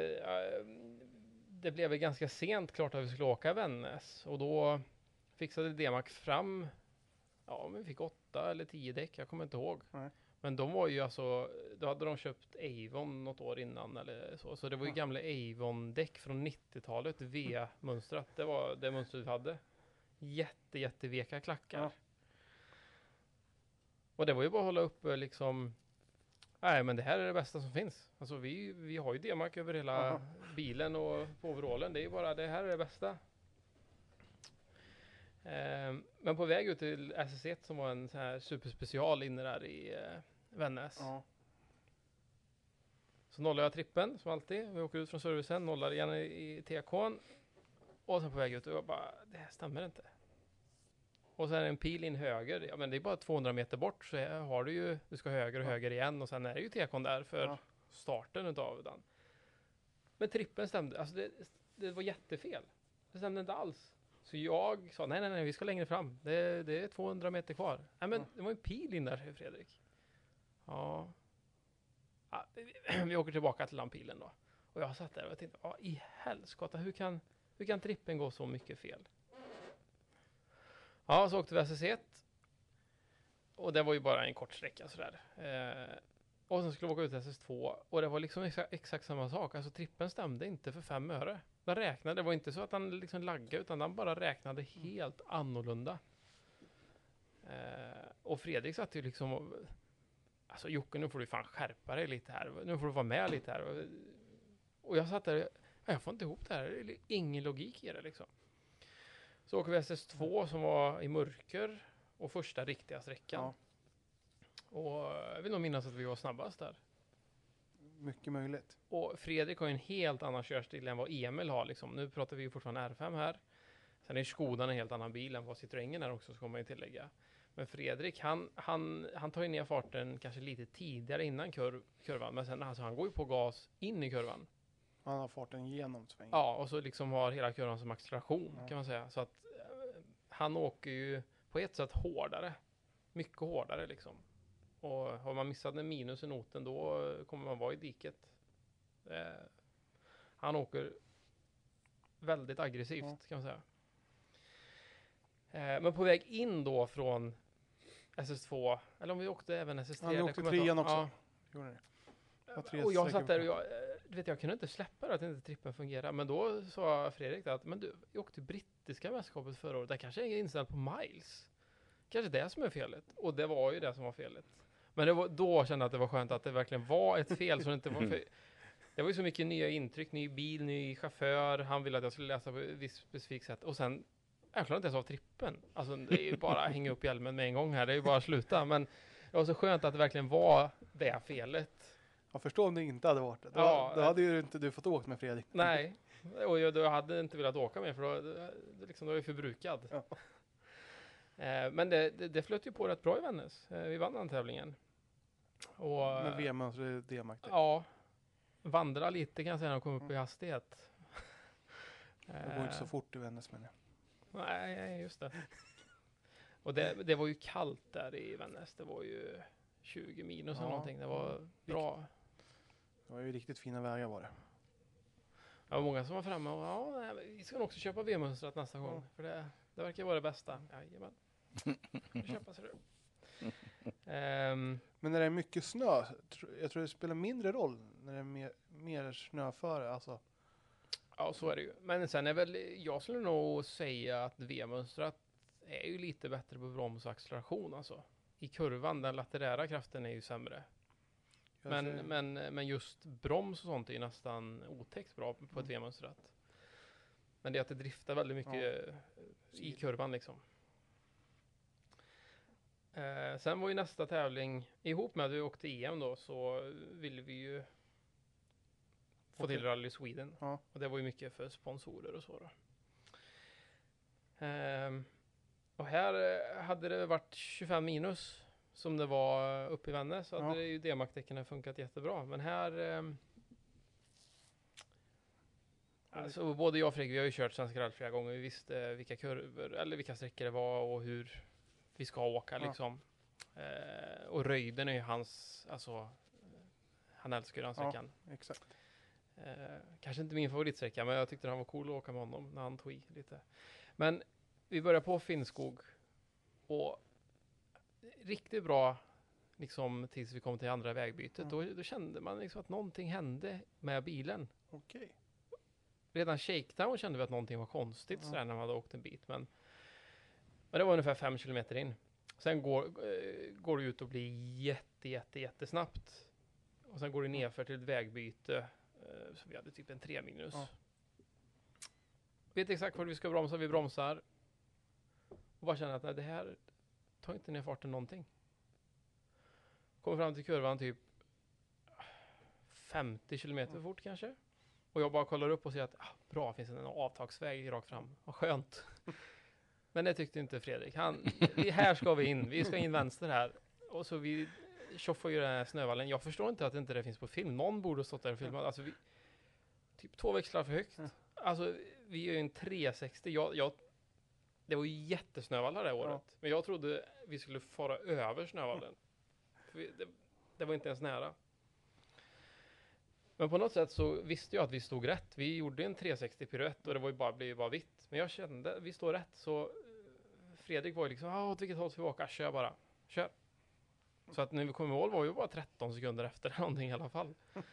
[SPEAKER 4] det blev ganska sent klart att vi skulle åka i Vännäs. Och då fixade D-Max fram, men vi fick 8 eller 10 däck. Jag kommer inte ihåg.
[SPEAKER 5] Nej. Men
[SPEAKER 4] de var ju alltså, då hade de köpt Avon något år innan eller så. Så det var ju gamla Avon-däck från 90-talet, V-mönstrat. Det var det mönstret vi hade. Jätteveka klackar.
[SPEAKER 5] Ja. Och
[SPEAKER 4] det var ju bara att hålla upp liksom, men det här är det bästa som finns. Alltså vi har ju D-Max över hela bilen och på overallen. Det är ju bara, det här är det bästa. Men på väg ut till SS1 som var en sån här superspecial inne där i Vännäs. Ja. Så nollar jag trippen som alltid. Vi åker ut från servicen, nollar igen i TK:n. Och sen på väg ut och jag bara, det här stämmer inte. Och sen är det en pil in höger. Ja, men det är bara 200 meter bort så har du ska höger och höger igen. Och sen är det ju TK:n där för starten utav den. Men trippen stämde. Alltså det var jättefel. Det stämde inte alls. Så jag sa, nej, vi ska längre fram. Det är 200 meter kvar. Nej, men det var en pil in där, Fredrik. Ja. Vi åker tillbaka till den pilen då. Och jag satt där och tänkte, i helskotta, hur kan trippen gå så mycket fel? Ja, så åkte vi SS1. Och det var ju bara en kort sträcka sådär. Och sen skulle vi åka ut SS2. Och det var liksom exakt samma sak. Alltså trippen stämde inte för 5 öre. Den räknade, det var inte så att han liksom laggade utan han bara räknade helt annorlunda. Och Fredrik satt ju liksom alltså Jocke, nu får du fan skärpa dig lite här. Nu får du vara med lite här. Och jag satt där, jag får inte ihop det här. Det är ingen logik i det liksom. Så åker vi SS2 som var i mörker och första riktiga sträckan. Ja. Och jag vill nog minnas att vi var snabbast där.
[SPEAKER 5] Mycket möjligt.
[SPEAKER 4] Och Fredrik har ju en helt annan körstil än vad Emil har liksom. Nu pratar vi ju fortfarande R5 här. Sen är Skodan en helt annan bil än vad Citroengen är också, ska man ju tillägga. Men Fredrik, han tar ju ner farten kanske lite tidigare innan kurvan. Men sen alltså, han går ju på gas in i kurvan.
[SPEAKER 5] Han har farten genom svängen.
[SPEAKER 4] Ja, och så liksom har hela kurvan som acceleration kan man säga. Så att han åker ju på ett sätt hårdare. Mycket hårdare liksom. Och har man missat en minus i noten, då kommer man vara i diket. Han åker väldigt aggressivt kan man säga. Men på väg in då från SS2, eller om vi åkte även SS3.
[SPEAKER 5] Han åkte 3an också.
[SPEAKER 4] Ja. Och jag satt där och jag kunde inte släppa det att inte trippen fungerar. Men då sa Fredrik att men du, jag åkte brittiska mästerskapet förra året. Det kanske är inställt på miles. Kanske det som är felet. Och det var ju det som var felet. Men då kände jag att det var skönt att det verkligen var ett fel som inte var fel. Det var ju så mycket nya intryck, ny bil, ny chaufför. Han ville att jag skulle läsa på ett visst specifikt sätt. Och sen, jag klarade inte ens av trippen. Alltså det är ju bara att hänga upp hjälmen med en gång här. Det är ju bara att sluta. Men det var så skönt att det verkligen var det felet.
[SPEAKER 5] Jag förstår om det inte hade varit det. Då hade ju inte du fått åka med Fredrik.
[SPEAKER 4] Nej, och jag hade inte velat åka med för då är jag förbrukad. Ja. Men det flöt ju på rätt bra i Vännäs. Vi vann den tävlingen. Och,
[SPEAKER 5] med VM-mönster D-Mac.
[SPEAKER 4] Ja, vandra lite kan jag säga när de kom upp i hastighet.
[SPEAKER 5] Det går inte så fort i Vännäs men.
[SPEAKER 4] Nej, just det. Och det var ju kallt där i Vännäs. Det var ju 20 minus eller någonting. Det var bra.
[SPEAKER 5] Det var ju riktigt fina vägar var det.
[SPEAKER 4] Det var många som var framme och vi ska nog också köpa VM-mönstret nästa gång. För det verkar vara det bästa. Jajamän. Köpa sig det.
[SPEAKER 5] Men när det är mycket snö, jag tror det spelar mindre roll när det är mer snöföre. Alltså.
[SPEAKER 4] Ja, så är det ju. Men sen är väl, jag skulle nog säga att VM-mönstret är ju lite bättre på broms och acceleration alltså. I kurvan, den laterära kraften är ju sämre. Men just broms och sånt är ju nästan otäckt bra på ett VM-mönstret. Men det är att det driftar väldigt mycket i kurvan liksom. Sen var ju nästa tävling, ihop med att vi åkte EM då, så ville vi ju få till Rally Sweden. Ja. Och det var ju mycket för sponsorer och så då. Och här hade det varit 25 minus som det var uppe i Vännäs. Så hade ju D-Mac-däcken funkat jättebra. Men här... alltså både jag och Fredrik, vi har ju kört Svenska rally flera gånger. Vi visste vilka kurvor, eller vilka sträckor det var och hur vi ska åka liksom. Och Röjden är ju hans, alltså han älskar ju den sträckan.
[SPEAKER 5] Ja, exakt.
[SPEAKER 4] Kanske inte min favoritsträcka, men jag tyckte han var cool att åka med honom när han tog i lite. Men vi började på Finnskog och riktigt bra liksom tills vi kom till andra vägbytet. Då kände man liksom att någonting hände med bilen.
[SPEAKER 5] Okej.
[SPEAKER 4] Redan shakedown kände vi att någonting var konstigt så när man hade åkt en bit. Men det var ungefär 5 kilometer in. Sen går det ut och blir jättesnabbt. Och sen går det nerför till ett vägbyte. Så vi hade typ en 3 minus. Ja. Vet exakt var vi ska bromsa. Vi bromsar. Och bara känner att nej, det här tar inte ner farten någonting. Kommer fram till kurvan typ 50 kilometer fort kanske. Och jag bara kollar upp och ser att bra, finns en avtagsväg rakt fram. Vad skönt. Men det tyckte inte Fredrik. Här ska vi in. Vi ska in vänster här. Och så vi tjoffar ju den här snövallen. Jag förstår inte att inte det finns på film. Någon borde stått där och filmat. Alltså typ 2 växlar för högt. Alltså vi är ju en 360. Det var ju jättesnövallar det året. Men jag trodde vi skulle fara över snövallen. För det var inte ens nära. Men på något sätt så visste jag att vi stod rätt. Vi gjorde en 360 piruett och det var ju blev bara vitt. Men jag kände, vi står rätt. Så Fredrik var ju liksom, åt vilket håll ska vi åka? Kör bara. Kör. Så att när vi kom i mål var vi bara 13 sekunder efter någonting i alla fall.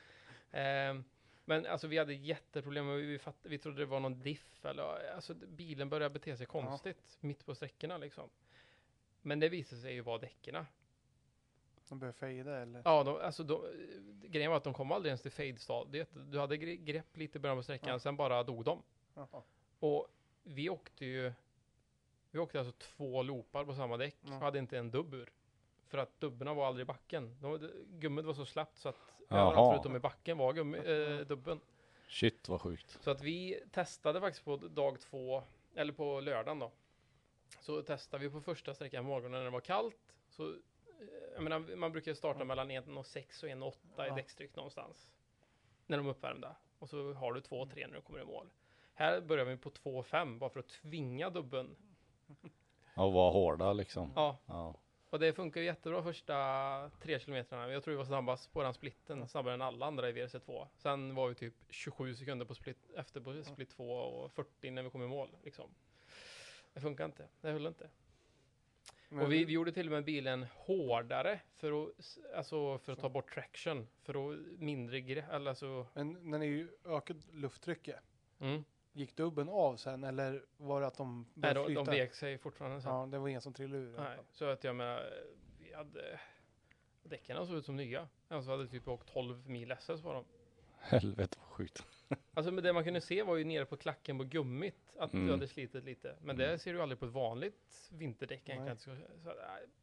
[SPEAKER 4] Men alltså vi hade jätteproblem. Vi trodde det var någon diff. Eller, alltså bilen började bete sig konstigt mitt på sträckorna liksom. Men det visade sig ju vara däckerna.
[SPEAKER 5] De började fejda eller?
[SPEAKER 4] Ja, grejen var att de kom aldrig ens till fade-stadiet. Du hade grepp lite i början på sträckan, sen bara dog de. Och vi åkte alltså 2 loopar på samma däck och hade inte en dubb ur. För att dubberna var aldrig i backen. Gummet var så slappt så att överallt förutom i backen var dubben.
[SPEAKER 3] Shit, vad sjukt.
[SPEAKER 4] Så att vi testade faktiskt på dag 2, eller på lördagen då. Så testade vi på första sträckan morgonen när det var kallt. Så jag menar, man brukar starta mellan 1,6 och 1,8 i däckstryck någonstans. När de är uppvärmda. Och så har du 2,3 när du kommer i mål. Här börjar vi på 2,5 bara för att tvinga dubben.
[SPEAKER 3] Och vara hårda liksom.
[SPEAKER 4] Ja. Och det funkar ju jättebra första 3 kilometrarna. Jag tror vi var snabbast på den splitten, snabbare än alla andra i VRC2. Sen var vi typ 27 sekunder på split, efter på split 2 och 40 när vi kom i mål. Liksom. Det funkar inte, det höll inte.
[SPEAKER 5] Men
[SPEAKER 4] Och vi gjorde till och med bilen hårdare för att ta bort traction, för att mindre eller alltså.
[SPEAKER 5] Men när ni ökade lufttrycket,
[SPEAKER 4] Mm.
[SPEAKER 5] gick dubben av sen eller var det att de
[SPEAKER 4] Nej,
[SPEAKER 5] började flyta?
[SPEAKER 4] de vek sig fortfarande sen.
[SPEAKER 5] Ja, det var ingen som trillade ur.
[SPEAKER 4] Nej, så att jag menar, vi hade däcken såg ut som nya. Alltså hade typ åkt 12 mil SS på dem.
[SPEAKER 3] Helvete vad sjukt.
[SPEAKER 4] Alltså men det man kunde se var ju nere på klacken på gummit att du hade slitit lite. Men det ser du aldrig på ett vanligt vinterdäck egentligen. Så,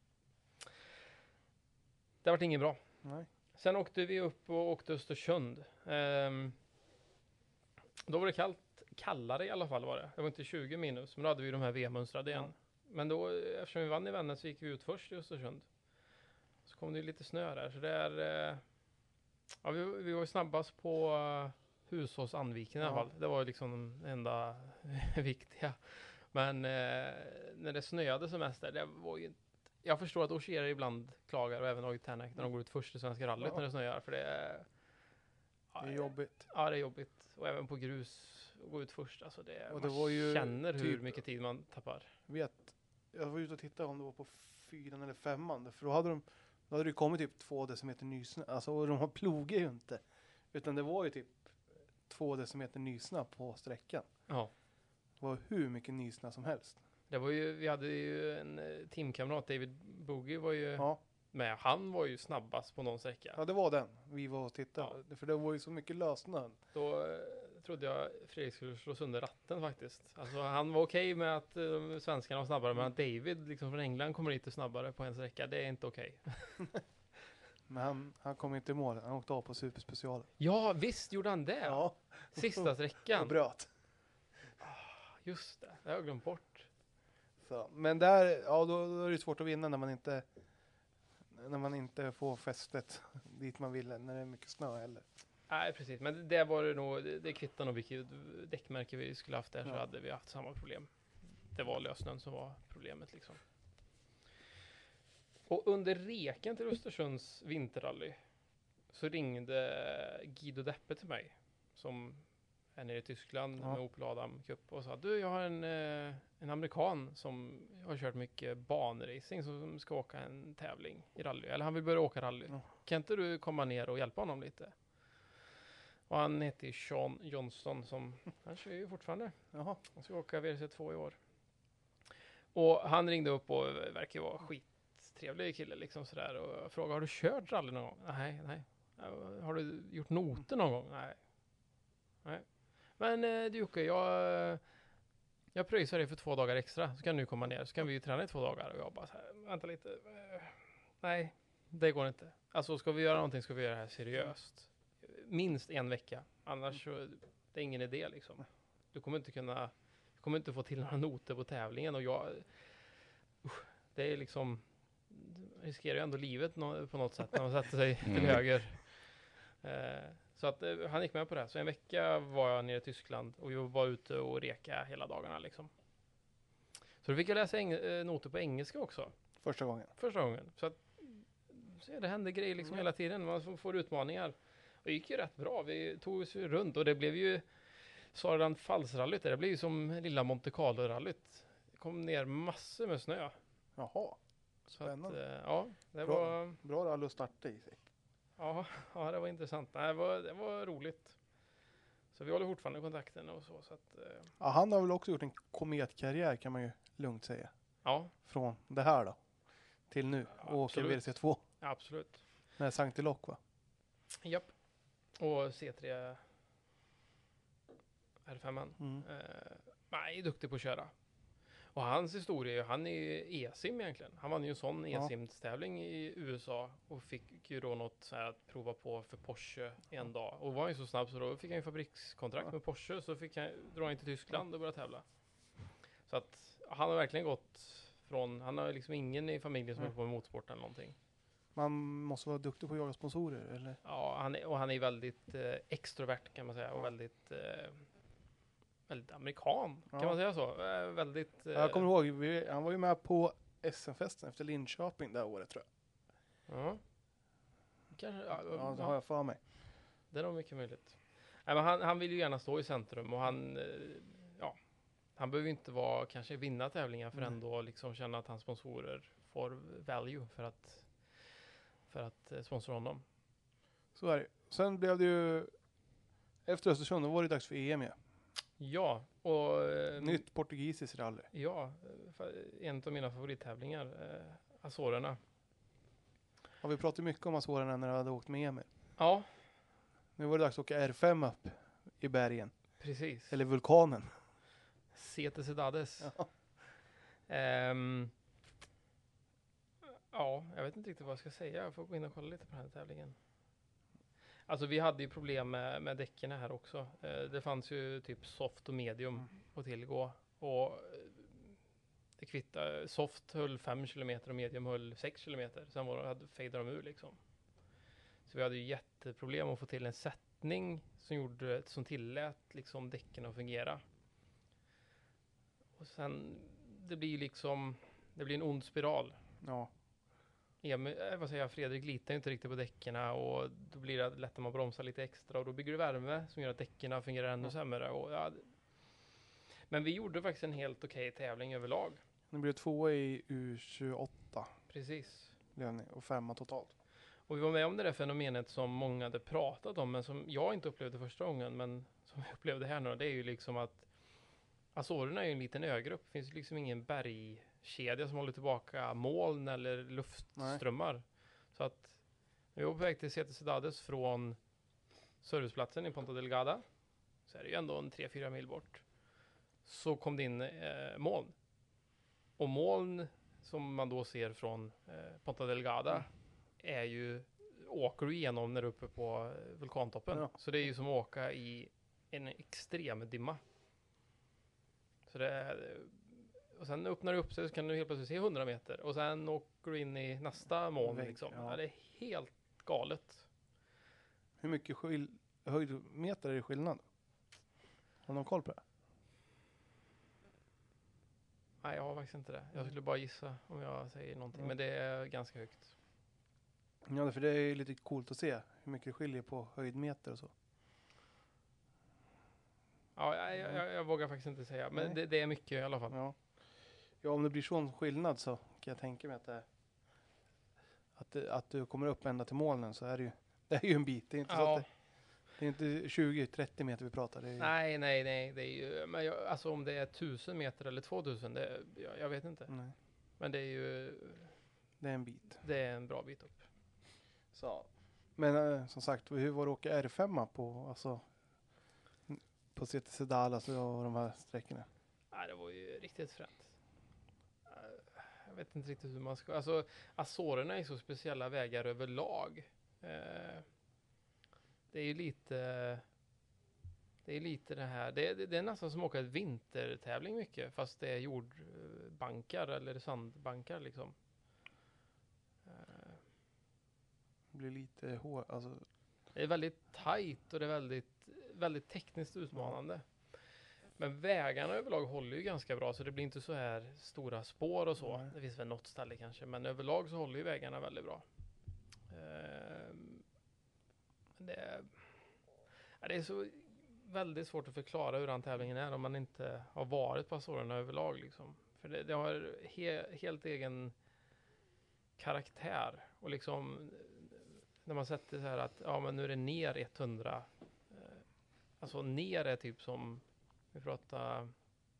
[SPEAKER 4] det var inget bra.
[SPEAKER 5] Nej.
[SPEAKER 4] Sen åkte vi upp och åkte Östersund. Då var det kallare i alla fall var det. Det var inte 20 minus, men då hade vi de här V-mönstrade igen. Men då, eftersom vi vann i Vännäs så gick vi ut först i Östersund. Så kom det lite snö där. Så det är, ja, vi var ju snabbast på Husås Andviken i alla fall. Det var ju liksom det enda viktiga. Men när det snöade som mest där, det var ju inte. Jag förstår att Ogier ibland klagar och även Oid Tänak när de går ut först i Svenska rallyt när det snöar. För det är
[SPEAKER 5] jobbigt.
[SPEAKER 4] Ja, det är jobbigt. Och även på grus gå ut först. Alltså det
[SPEAKER 5] Och det
[SPEAKER 4] man
[SPEAKER 5] var ju
[SPEAKER 4] känner hur
[SPEAKER 5] typ,
[SPEAKER 4] mycket tid man tappar.
[SPEAKER 5] Jag var ute och tittade om det var på 4:an eller 5:an. För då hade det kommit typ 2 decimeter nysnö. Alltså och de plogar ju inte. Utan det var ju typ 2 decimeter nysnö på sträckan.
[SPEAKER 4] Ja.
[SPEAKER 5] Det var hur mycket nysnö som helst.
[SPEAKER 4] Det var ju, vi hade ju en teamkamrat, David Boogie var ju
[SPEAKER 5] Ja.
[SPEAKER 4] med. Han var ju snabbast på någon sträcka.
[SPEAKER 5] Ja, det var den. Vi var och tittade. För det var ju så mycket lösnö.
[SPEAKER 4] Då trodde jag Fredrik skulle slå sönder ratten faktiskt. Alltså han var okej med att svenskarna var snabbare, men att David liksom från England kommer lite snabbare på en sträcka, det är inte okej.
[SPEAKER 5] Men han kom inte i mål. Han åkte av på superspecialen.
[SPEAKER 4] Ja, visst gjorde han det.
[SPEAKER 5] Ja.
[SPEAKER 4] Sista
[SPEAKER 5] Och
[SPEAKER 4] sträckan.
[SPEAKER 5] bröt.
[SPEAKER 4] Just det, det har jag glömt bort.
[SPEAKER 5] Så. Men där, ja då är det svårt att vinna när man inte får fästet dit man vill när det är mycket snö heller.
[SPEAKER 4] Nej, precis. Men det var det nog, det kvittar nog vilket däckmärke vi skulle haft där, så hade vi haft samma problem. Det var lösnön som var problemet liksom. Och under reken till Östersunds vinterrally så ringde Guido Deppe till mig, som är nere i Tyskland med Opel Adam Cup, och sa: du, jag har en amerikan som har kört mycket banracing som ska åka en tävling i rally, eller han vill börja åka rally. Kan inte du komma ner och hjälpa honom lite? Och han heter Sean Johnston, som han kör ju fortfarande.
[SPEAKER 5] Jaha.
[SPEAKER 4] Han ska åka VRC2 i år. Och han ringde upp och verkar vara skittrevlig kille liksom sådär, och frågade: har du kört rally någon gång? Nej. Har du gjort noter någon gång? Nej. Men du Jocke, jag pröjsar dig för 2 dagar extra, så kan du komma ner, så kan vi ju träna i 2 dagar. Och jag bara så här, vänta lite. Nej, det går inte. Alltså ska vi göra någonting ska vi göra det här seriöst. Minst 1 vecka. Annars så det är ingen idé liksom. Du kommer inte få till några noter på tävlingen, och det är liksom, riskerar ju ändå livet på något sätt när man sätter sig till höger. Så att han gick med på det. Så 1 vecka var jag nere i Tyskland och vi var ute och reka hela dagarna liksom. Så då fick jag läsa noter på engelska också.
[SPEAKER 5] Första gången.
[SPEAKER 4] Så att det hände grejer liksom hela tiden. Man får utmaningar. Och det gick ju rätt bra. Vi tog oss runt och det blev ju Saran Falls-rallyt. Det blev ju som lilla Monte Carlo-rallyt. Det kom ner massor med snö.
[SPEAKER 5] Jaha.
[SPEAKER 4] Spännande. Det
[SPEAKER 5] bra,
[SPEAKER 4] var
[SPEAKER 5] bra rally att starta i sig.
[SPEAKER 4] Ja, det var intressant. Det var roligt. Så vi håller fortfarande kontakten och så att
[SPEAKER 5] Ja, han har väl också gjort en kometkarriär, kan man ju lugnt säga.
[SPEAKER 4] Ja.
[SPEAKER 5] Från det här då till nu.
[SPEAKER 4] Ja,
[SPEAKER 5] och åker VRC2.
[SPEAKER 4] Ja, absolut.
[SPEAKER 5] Med Sankti Lock, va?
[SPEAKER 4] Japp. Och C3 R5. Nej, duktig på att köra. Och hans historia, han är ju e-sim egentligen. Han vann ju en sån e-sim-tävling i USA och fick ju då något så här att prova på för Porsche en dag. Och var ju så snabb så då fick han ju fabrikskontrakt med Porsche, så fick han dra in till Tyskland och börja tävla. Så att han har verkligen gått från, han har liksom ingen i familjen som håller på med motorsport eller någonting.
[SPEAKER 5] Man måste vara duktig på att jaga sponsorer, eller?
[SPEAKER 4] Ja, han är väldigt extrovert kan man säga, och väldigt amerikan, kan man säga så. Väldigt...
[SPEAKER 5] Jag kommer ihåg, han var ju med på SM-festen efter Linköping det här året tror jag.
[SPEAKER 4] Ja. Kanske,
[SPEAKER 5] Ja, det har jag för mig.
[SPEAKER 4] Det är nog mycket möjligt. Nej, men han vill ju gärna stå i centrum och han behöver inte kanske vinna tävlingar för ändå liksom känna att hans sponsorer får value för att sponsra honom.
[SPEAKER 5] Så är det. Sen blev det ju efter Östersund, då var det dags för EM ja.
[SPEAKER 4] Ja, och
[SPEAKER 5] Nytt portugisiskt rally.
[SPEAKER 4] ja, en av mina favorittävlingar, Azorerna.
[SPEAKER 5] Har vi pratat mycket om Azorerna när jag hade åkt med Emil.
[SPEAKER 4] Ja,
[SPEAKER 5] Nu var det dags att åka R5 upp i bergen.
[SPEAKER 4] precis.
[SPEAKER 5] Eller vulkanen.
[SPEAKER 4] Sete Cidades.
[SPEAKER 5] Ja.
[SPEAKER 4] Ja, jag vet inte riktigt vad jag ska säga. Jag får gå in och kolla lite på den här tävlingen. Alltså vi hade ju problem med däcken här också. Det fanns ju typ soft och medium att tillgå. Och det kvittade. Soft höll 5 km och medium höll 6 km. Sen fejdade de ur liksom. Så vi hade ju jätteproblem att få till en sättning som tillät liksom däcken att fungera. Och sen det blir en ond spiral.
[SPEAKER 5] Ja.
[SPEAKER 4] Fredrik litar inte riktigt på däckerna och då blir det lätt att man bromsar lite extra och då bygger du värme som gör att däckerna fungerar ännu sämre. Men vi gjorde faktiskt en helt okej tävling överlag.
[SPEAKER 5] Nu blir det 2 i U28.
[SPEAKER 4] Precis.
[SPEAKER 5] Och 5 totalt.
[SPEAKER 4] Och vi var med om det där fenomenet som många hade pratat om men som jag inte upplevde första gången men som jag upplevde här nu. Det är ju liksom att Azorerna är ju en liten ögrupp. Det finns liksom ingen bergkedja som håller tillbaka moln eller luftströmmar. Nej. Så att när vi var på väg till Sete Cidades från serviceplatsen i Ponta Delgada så är det ju ändå en 3-4 mil bort. Så kom det in moln. Och moln som man då ser från Ponta Delgada åker du igenom när du är uppe på vulkantoppen. Ja. Så det är ju som att åka i en extrem dimma. Och sen öppnar du upp sig så kan du helt plötsligt se 100 meter. Och sen åker du in i nästa moln liksom. Ja. Det är helt galet.
[SPEAKER 5] Hur mycket höjdmeter är det skillnad? Har någon koll på det?
[SPEAKER 4] Nej, jag har faktiskt inte det. Jag skulle bara gissa om jag säger någonting. Men det är ganska högt.
[SPEAKER 5] Ja, för det är lite coolt att se hur mycket det skiljer på höjdmeter och så.
[SPEAKER 4] Ja, jag vågar faktiskt inte säga. Men det är mycket i alla fall.
[SPEAKER 5] Ja, om det blir sån skillnad så kan jag tänka mig att du kommer upp ända till molnen så är det är ju en bit. Det är inte så att det är inte 20-30 meter vi pratar. Det är
[SPEAKER 4] nej. Det är ju, men alltså om det är 1000 meter eller 2000, jag vet inte.
[SPEAKER 5] Nej.
[SPEAKER 4] Men det är ju...
[SPEAKER 5] Det är en bit.
[SPEAKER 4] Det är en bra bit upp.
[SPEAKER 5] Så. Men som sagt, hur var det att åka R5 på Sete Cidades och de här sträckorna?
[SPEAKER 4] Nej, det var ju riktigt fränt. Jag vet inte riktigt hur man ska... Alltså, Azorerna är så speciella vägar överlag. Det är ju lite... Det är lite det här... Det är nästan som att åka ett vintertävling mycket. Fast det är jordbankar eller sandbankar liksom.
[SPEAKER 5] Det blir lite hårt. Alltså.
[SPEAKER 4] Det är väldigt tajt och det är väldigt, väldigt tekniskt utmanande. Men vägarna överlag håller ju ganska bra så det blir inte så här stora spår och så. Det finns väl något ställe kanske. Men överlag så håller ju vägarna väldigt bra. Det är så väldigt svårt att förklara hur den tävlingen är om man inte har varit på Azorerna överlag liksom. För det har helt egen karaktär och liksom när man sätter så här att men nu är det ner 100 alltså ner är typ som vi pratar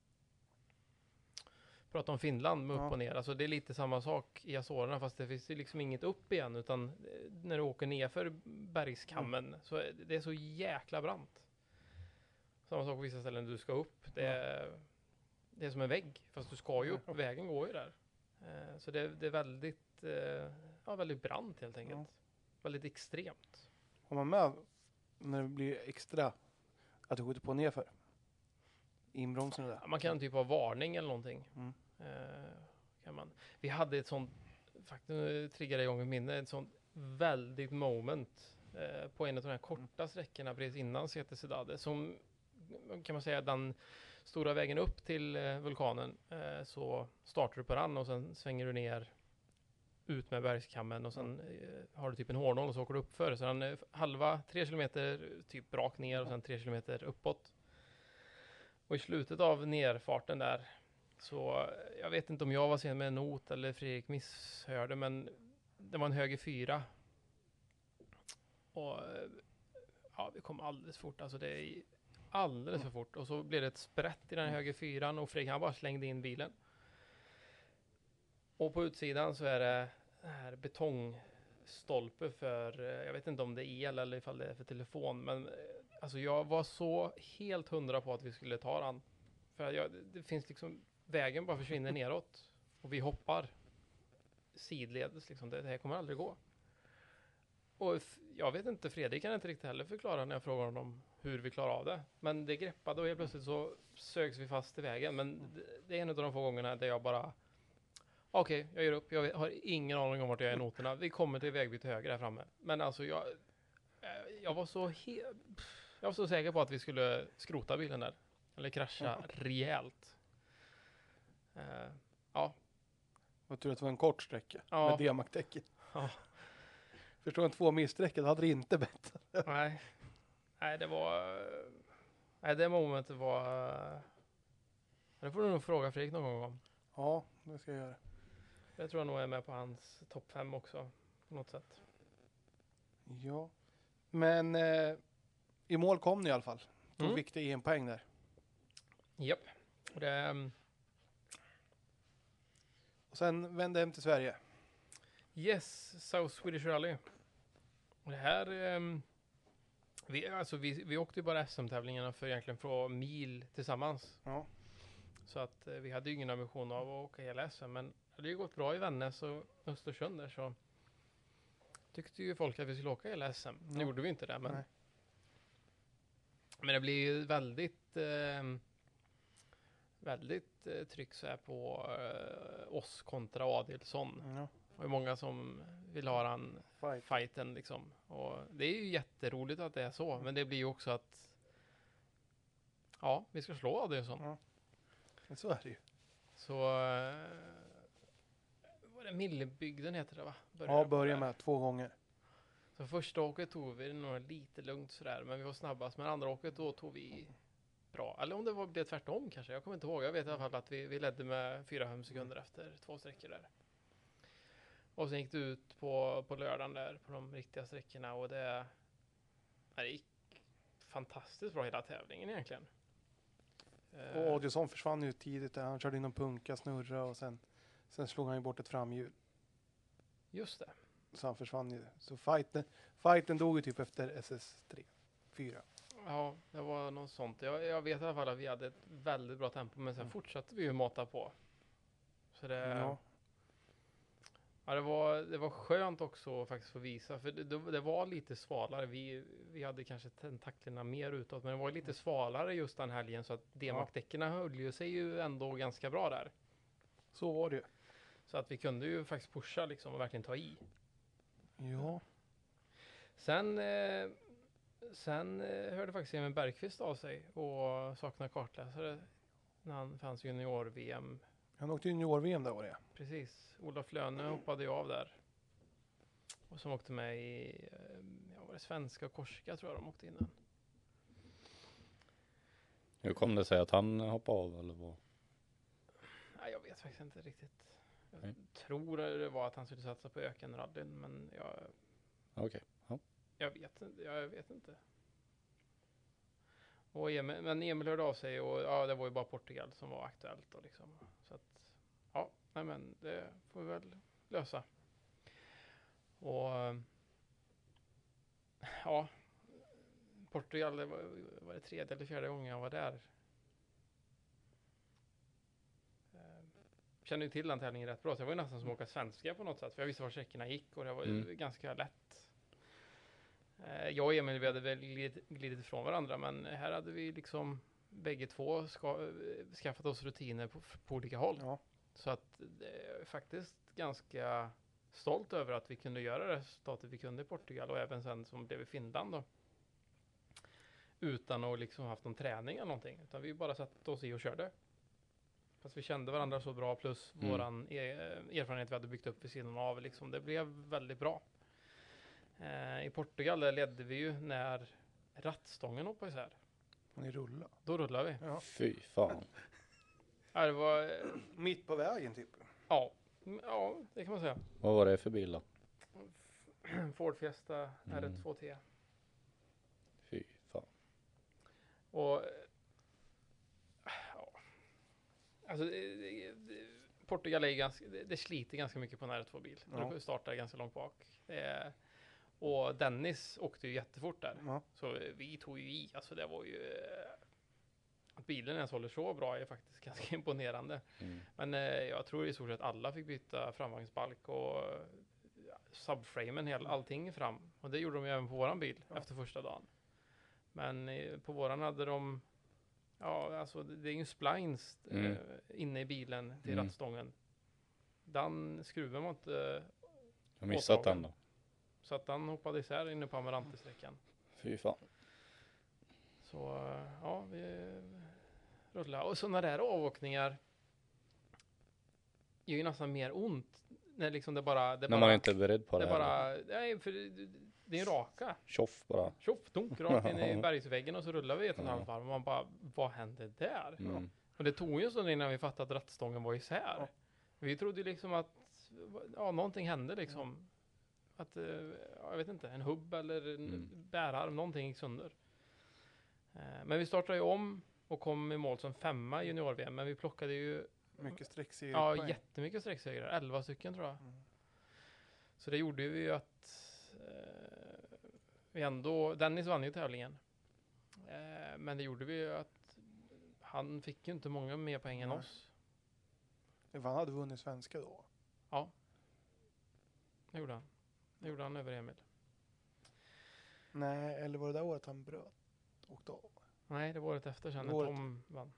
[SPEAKER 4] om Finland med upp och ner. Alltså det är lite samma sak i Azorerna fast det finns liksom inget upp igen utan när du åker ner för bergskammen så det är så jäkla brant. Samma sak på vissa ställen du ska upp. Det är som en vägg fast du ska ju upp. Vägen går ju där. Så det är väldigt väldigt brant helt enkelt. Väldigt extremt.
[SPEAKER 5] Har man med när det blir extra att du skjuter på nerför? Inbromsen där?
[SPEAKER 4] Man kan typ ha varning eller någonting. Kan man. Vi hade ett sånt, faktiskt triggade igång ett minne, ett sånt väldigt moment på en av de här korta sträckorna precis innan Sete Cidades som kan man säga den stora vägen upp till vulkanen så startar du på den och sen svänger du ner ut med bergskammen och sen har du typ en hårnål och så åker du upp för. Så den är halva 3 kilometer typ rakt ner och sen 3 kilometer uppåt. Och i slutet av nerfarten där så jag vet inte om jag var sen med en not eller Fredrik misshörde, men det var en höger 4. Och ja, vi kom alldeles fort. Alltså det är alldeles för fort. Och så blev det ett sprätt i den höger 4 och Fredrik han bara slängde in bilen. Och på utsidan så är det här betongstolpe för, jag vet inte om det är el eller ifall det är för telefon, men alltså jag var så helt 100 på att vi skulle ta den. För det finns liksom, vägen bara försvinner neråt och vi hoppar sidledes liksom, det här kommer aldrig gå. Och jag vet inte, Fredrik kan inte riktigt heller förklara när jag frågar honom hur vi klarar av det. Men det greppade och helt plötsligt så sögs vi fast i vägen. Men det är en av de få gångerna där jag bara okej, jag ger upp. Jag har ingen aning om vart jag är i noterna. Vi kommer till vägbyte höger här framme. Men alltså jag var så säker på att vi skulle skrota bilen där. Eller krascha rejält. Ja.
[SPEAKER 5] Jag tror att det var en kort sträcka
[SPEAKER 4] Ja.
[SPEAKER 5] med D-maktdäcket.
[SPEAKER 4] Ja.
[SPEAKER 5] Förstår en 2 milsträcka, då hade det inte bättre.
[SPEAKER 4] Nej, det var... Nej, det momentet var... Det får du nog fråga Fredrik någon gång om.
[SPEAKER 5] Ja, det ska jag göra.
[SPEAKER 4] Det tror jag nog är med på hans topp 5 också. På något sätt.
[SPEAKER 5] Ja. Men i mål kom ni i alla fall. Tog viktig en poäng där.
[SPEAKER 4] Japp. Och det...
[SPEAKER 5] Och sen vände hem till Sverige.
[SPEAKER 4] Yes, South Swedish Rally. Och det här... Vi åkte ju bara SM-tävlingarna för egentligen få mil tillsammans.
[SPEAKER 5] Ja.
[SPEAKER 4] Så att vi hade ju ingen ambition av att åka hela SM. Men det hade ju gått bra i Vännäs och Östersund där, så tyckte ju folk att vi skulle åka hela SM. Nu gjorde vi inte det, men...
[SPEAKER 5] Nej.
[SPEAKER 4] Men det blir ju väldigt tryck så här på oss kontra Adelsson.
[SPEAKER 5] Ja.
[SPEAKER 4] Och det är många som vill ha den fighten liksom. Och det är ju jätteroligt att det är så. Men det blir ju också att ja, vi ska slå Adelsson.
[SPEAKER 5] Ja. Men så är det ju.
[SPEAKER 4] Så var det Millebygden heter det, va?
[SPEAKER 5] Börja med 2 gånger.
[SPEAKER 4] Så första åket tog vi nog lite lugnt sådär, men vi var snabbast. Men andra åket då tog vi bra. Eller om det blev tvärtom kanske, jag kommer inte ihåg. Jag vet i alla fall att vi ledde med 4-5 sekunder efter 2 sträckor där. Och sen gick det ut på lördagen där på de riktiga sträckorna och det gick fantastiskt bra hela tävlingen egentligen.
[SPEAKER 5] Och Adelsson försvann ju tidigt där. Han körde in en punka, snurra och sen slog han ju bort ett framhjul.
[SPEAKER 4] Just det.
[SPEAKER 5] Så han försvann ju. Så fighten dog ju typ efter SS3, 4.
[SPEAKER 4] Ja, det var något sånt. Jag vet i alla fall att vi hade ett väldigt bra tempo, men sen fortsatte vi ju mata på. Så det...
[SPEAKER 5] Ja.
[SPEAKER 4] Ja, det var skönt också faktiskt få visa, för det var lite svalare. Vi hade kanske tentaklerna mer utåt, men det var lite svalare just den helgen, så att D-maktdäckerna höll ju sig ju ändå ganska bra där.
[SPEAKER 5] Så var det ju.
[SPEAKER 4] Så att vi kunde ju faktiskt pusha liksom och verkligen ta i.
[SPEAKER 5] Ja.
[SPEAKER 4] Sen hörde faktiskt Emil Bergqvist av sig och saknar kartläsare när han fanns junior-VM.
[SPEAKER 5] Han åkte junior-VM där var det.
[SPEAKER 4] Precis. Olof Löne hoppade ju av där. Och som åkte med i var det svenska och Korsika tror jag de åkte innan.
[SPEAKER 3] Hur kom det sig att han hoppade av eller vad?
[SPEAKER 4] Nej, jag vet faktiskt inte riktigt. Jag tror det var att han skulle satsa på ökenrallyn, men
[SPEAKER 3] Okej. Ja.
[SPEAKER 4] jag vet inte. Och Emil hörde av sig och det var ju bara Portugal som var aktuellt och liksom. Så att men det får vi väl lösa. Och Portugal, det var det 3:e eller 4:e gången jag var där. Kände ju till den tävlingen rätt bra, så jag var ju nästan som att åka svenska på något sätt, för jag visste var sträckorna gick och det var ju ganska lätt. Jag och Emil, vi hade väl glidit ifrån varandra, men här hade vi liksom bägge två skaffat oss rutiner på olika håll. Ja. Så att det är faktiskt ganska stolt över att vi kunde göra resultatet vi kunde i Portugal och även sen som blev i Finland då. utan att liksom haft någon träning eller någonting. Utan vi bara satt oss i och körde. Fast vi kände varandra så bra plus våran erfarenhet vi hade byggt upp vid sidan av. Liksom. Det blev väldigt bra. I Portugal där ledde vi ju när rattstången hoppade isär.
[SPEAKER 5] Och ni rullade.
[SPEAKER 4] Då rullade vi.
[SPEAKER 5] Ja.
[SPEAKER 3] Fy fan.
[SPEAKER 4] Ja, det var...
[SPEAKER 5] Mitt på vägen typ.
[SPEAKER 4] Ja, det kan man säga.
[SPEAKER 3] Vad var det för bil då?
[SPEAKER 4] Ford Fiesta R2T.
[SPEAKER 3] Fy fan.
[SPEAKER 4] Och alltså Portugal är ganska, det sliter ganska mycket på en R2-bil. Ja. Du startar ganska långt bak. Och Dennis åkte ju jättefort där. Ja. Så vi tog ju i. Alltså det var ju... Att bilen ens håller så bra är faktiskt ganska imponerande. Men jag tror i stort sett alla fick byta framvagnsbalk och subframen, allting fram. Och det gjorde de ju även på våran bil efter första dagen. Men på våran hade de... Ja, alltså det är ju splines inne i bilen till rattstången. Den skruven var inte
[SPEAKER 3] Jag missat den då.
[SPEAKER 4] Så att den hoppade isär inne på Amarantesträckan.
[SPEAKER 3] Fy fan.
[SPEAKER 4] Så ja, vi rullade. Och sådana där avåkningar gör ju nästan mer ont. När liksom när
[SPEAKER 3] man inte är beredd på det.
[SPEAKER 4] Nej, för det är en raka.
[SPEAKER 3] Tjoff bara.
[SPEAKER 4] Tjoff, dunk rakt in i bergsväggen och så rullar vi 1,5 varv. Och man bara, vad hände där? Och det tog ju en stund innan vi fattade att rattstången var isär. Ja. Vi trodde liksom att någonting hände liksom. Att, jag vet inte, en hubb eller en bärarm, någonting gick sönder. Men vi startade ju om och kom i mål som 5:a i junior-VM. Men vi plockade ju...
[SPEAKER 5] Mycket sträcksegrar.
[SPEAKER 4] Ja, jättemycket sträcksegrar. 11 stycken tror jag. Så det gjorde ju att vi ändå... Dennis vann ju tävlingen. Men det gjorde vi ju att han fick ju inte många mer poäng än oss.
[SPEAKER 5] Han hade vunnit svenska då?
[SPEAKER 4] Ja. Det gjorde han. Det gjorde han över Emil.
[SPEAKER 5] Nej, eller var det där året han bröt? Åkte av?
[SPEAKER 4] Nej, det var året efter sen när Tom vann.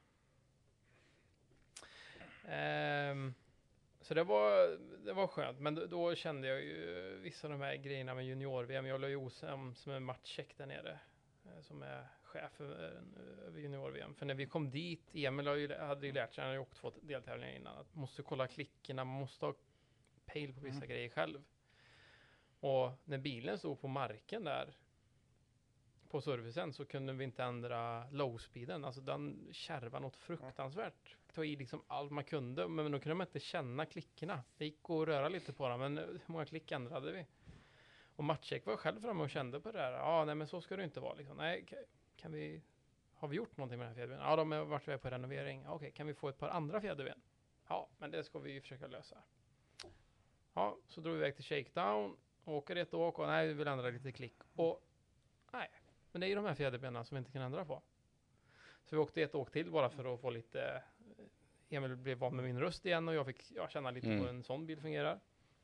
[SPEAKER 4] Så det var skönt. Men då kände jag ju vissa av de här grejerna med junior-VM. Jag la ju osams med Maciek där nere. Som är chef över junior-VM. För när vi kom dit, Emil hade ju lärt sig, han hade åkt 2 deltävlingar innan. Att man måste kolla klickorna, man måste ha pejl på vissa grejer själv. Och när bilen stod på marken där på servicen så kunde vi inte ändra low-speeden. Alltså den kärvade något fruktansvärt. Ta i liksom allt man kunde, men då kunde man inte känna klickorna. Det gick att röra lite på dem, men hur många klick ändrade vi? Och Maciek var själv framme och kände på det där. Ja, nej men så ska det inte vara liksom. Nej, har vi gjort någonting med den här fjäderbenen? Ja, de har varit på renovering. Okej, kan vi få ett par andra fjäderben? Ja, men det ska vi ju försöka lösa. Ja, så drog vi iväg till shakedown. Åker ett åk och nej, vi vill ändra lite klick. Och nej, men det är ju de här fjäderbenen som vi inte kan ändra på. Så vi åkte ett åk till bara för att få lite... Emil blev van med min röst igen och jag fick känna lite på hur en sån bil fungerar.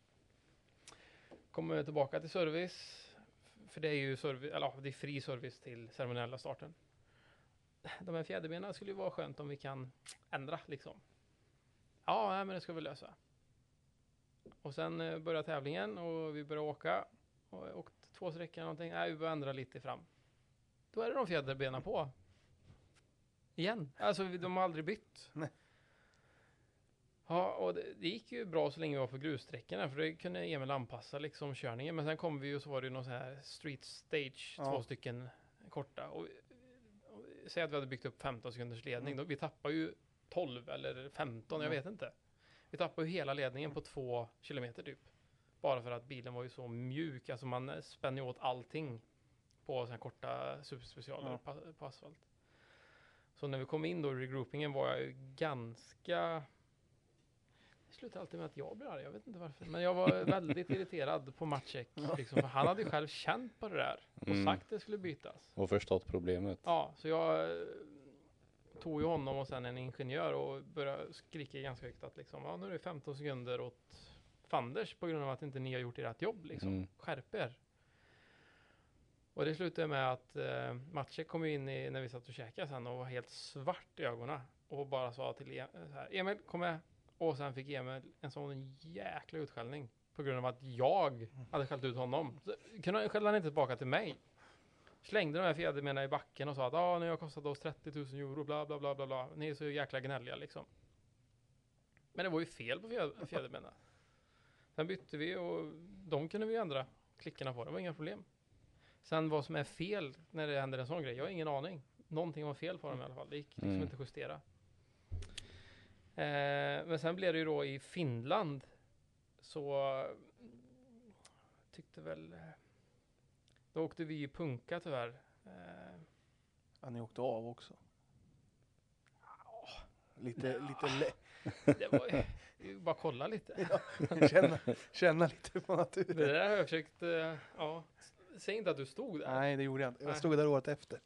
[SPEAKER 4] Kommer tillbaka till service. För det är ju det är fri service till ceremoniella starten. De här fjäderbenen skulle ju vara skönt om vi kan ändra liksom. Ja, nej, men det ska vi lösa. Och sen började tävlingen och vi började åka. Och åkte 2 sträckor någonting. Nej, vi började ändra lite fram. Då är det de fjäderbenen på. Igen. Alltså de har aldrig bytt. Nej. Ja, och det gick ju bra så länge vi var på grussträckorna. För det kunde Emil anpassa liksom körningen. Men sen kom vi ju så var det ju någon sån här street stage. 2 stycken korta. Och säg att vi hade byggt upp 15 sekunders ledning. Då, vi tappade ju 12 eller 15, jag vet inte. Vi tappade ju hela ledningen på 2 kilometer typ. Bara för att bilen var ju så mjuk. Alltså man spänner ju åt allting på sådana korta superspecialer på asfalt. Så när vi kom in då i regroupingen var jag ju ganska... Det slutade alltid med att jag blev arg, jag vet inte varför. Men jag var väldigt irriterad på Maciek. Liksom, för han hade ju själv känt på det där. Och sagt att det skulle bytas.
[SPEAKER 3] Och förstått problemet.
[SPEAKER 4] Ja, så jag tog ju honom och sen en ingenjör och började skrika ganska högt att liksom, nu är det 15 sekunder åt fanders på grund av att inte ni har gjort ert jobb. Liksom. Skärp er. Och det slutade med att Maciek kom in när vi satt och käkade sen och var helt svart i ögonen. Och bara sa till Emil, kom med. Och sen fick Emil en sån jäkla utskällning. På grund av att jag hade skällt ut honom. Så kunde han skälla inte tillbaka till mig. Slängde de här fjädermena i backen och sa att nu har kostat oss 30 000 euro, bla bla bla bla bla. Ni är så jäkla gnälliga liksom. Men det var ju fel på fjädermena. Sen bytte vi och de kunde vi ändra klickarna på. Det var inga problem. Sen vad som är fel när det händer en sån grej, jag har ingen aning. Någonting var fel på dem i alla fall. Det gick liksom inte justera. Men sen blev det ju då i Finland så tyckte väl då åkte vi ju punka tyvärr.
[SPEAKER 5] Ja, ni åkte av också. Lite
[SPEAKER 4] Det var ju bara kolla lite.
[SPEAKER 5] känna lite på naturen.
[SPEAKER 4] Det där har jag försökt, säg inte att du stod där.
[SPEAKER 5] Nej, det gjorde jag inte. Jag stod där året efter.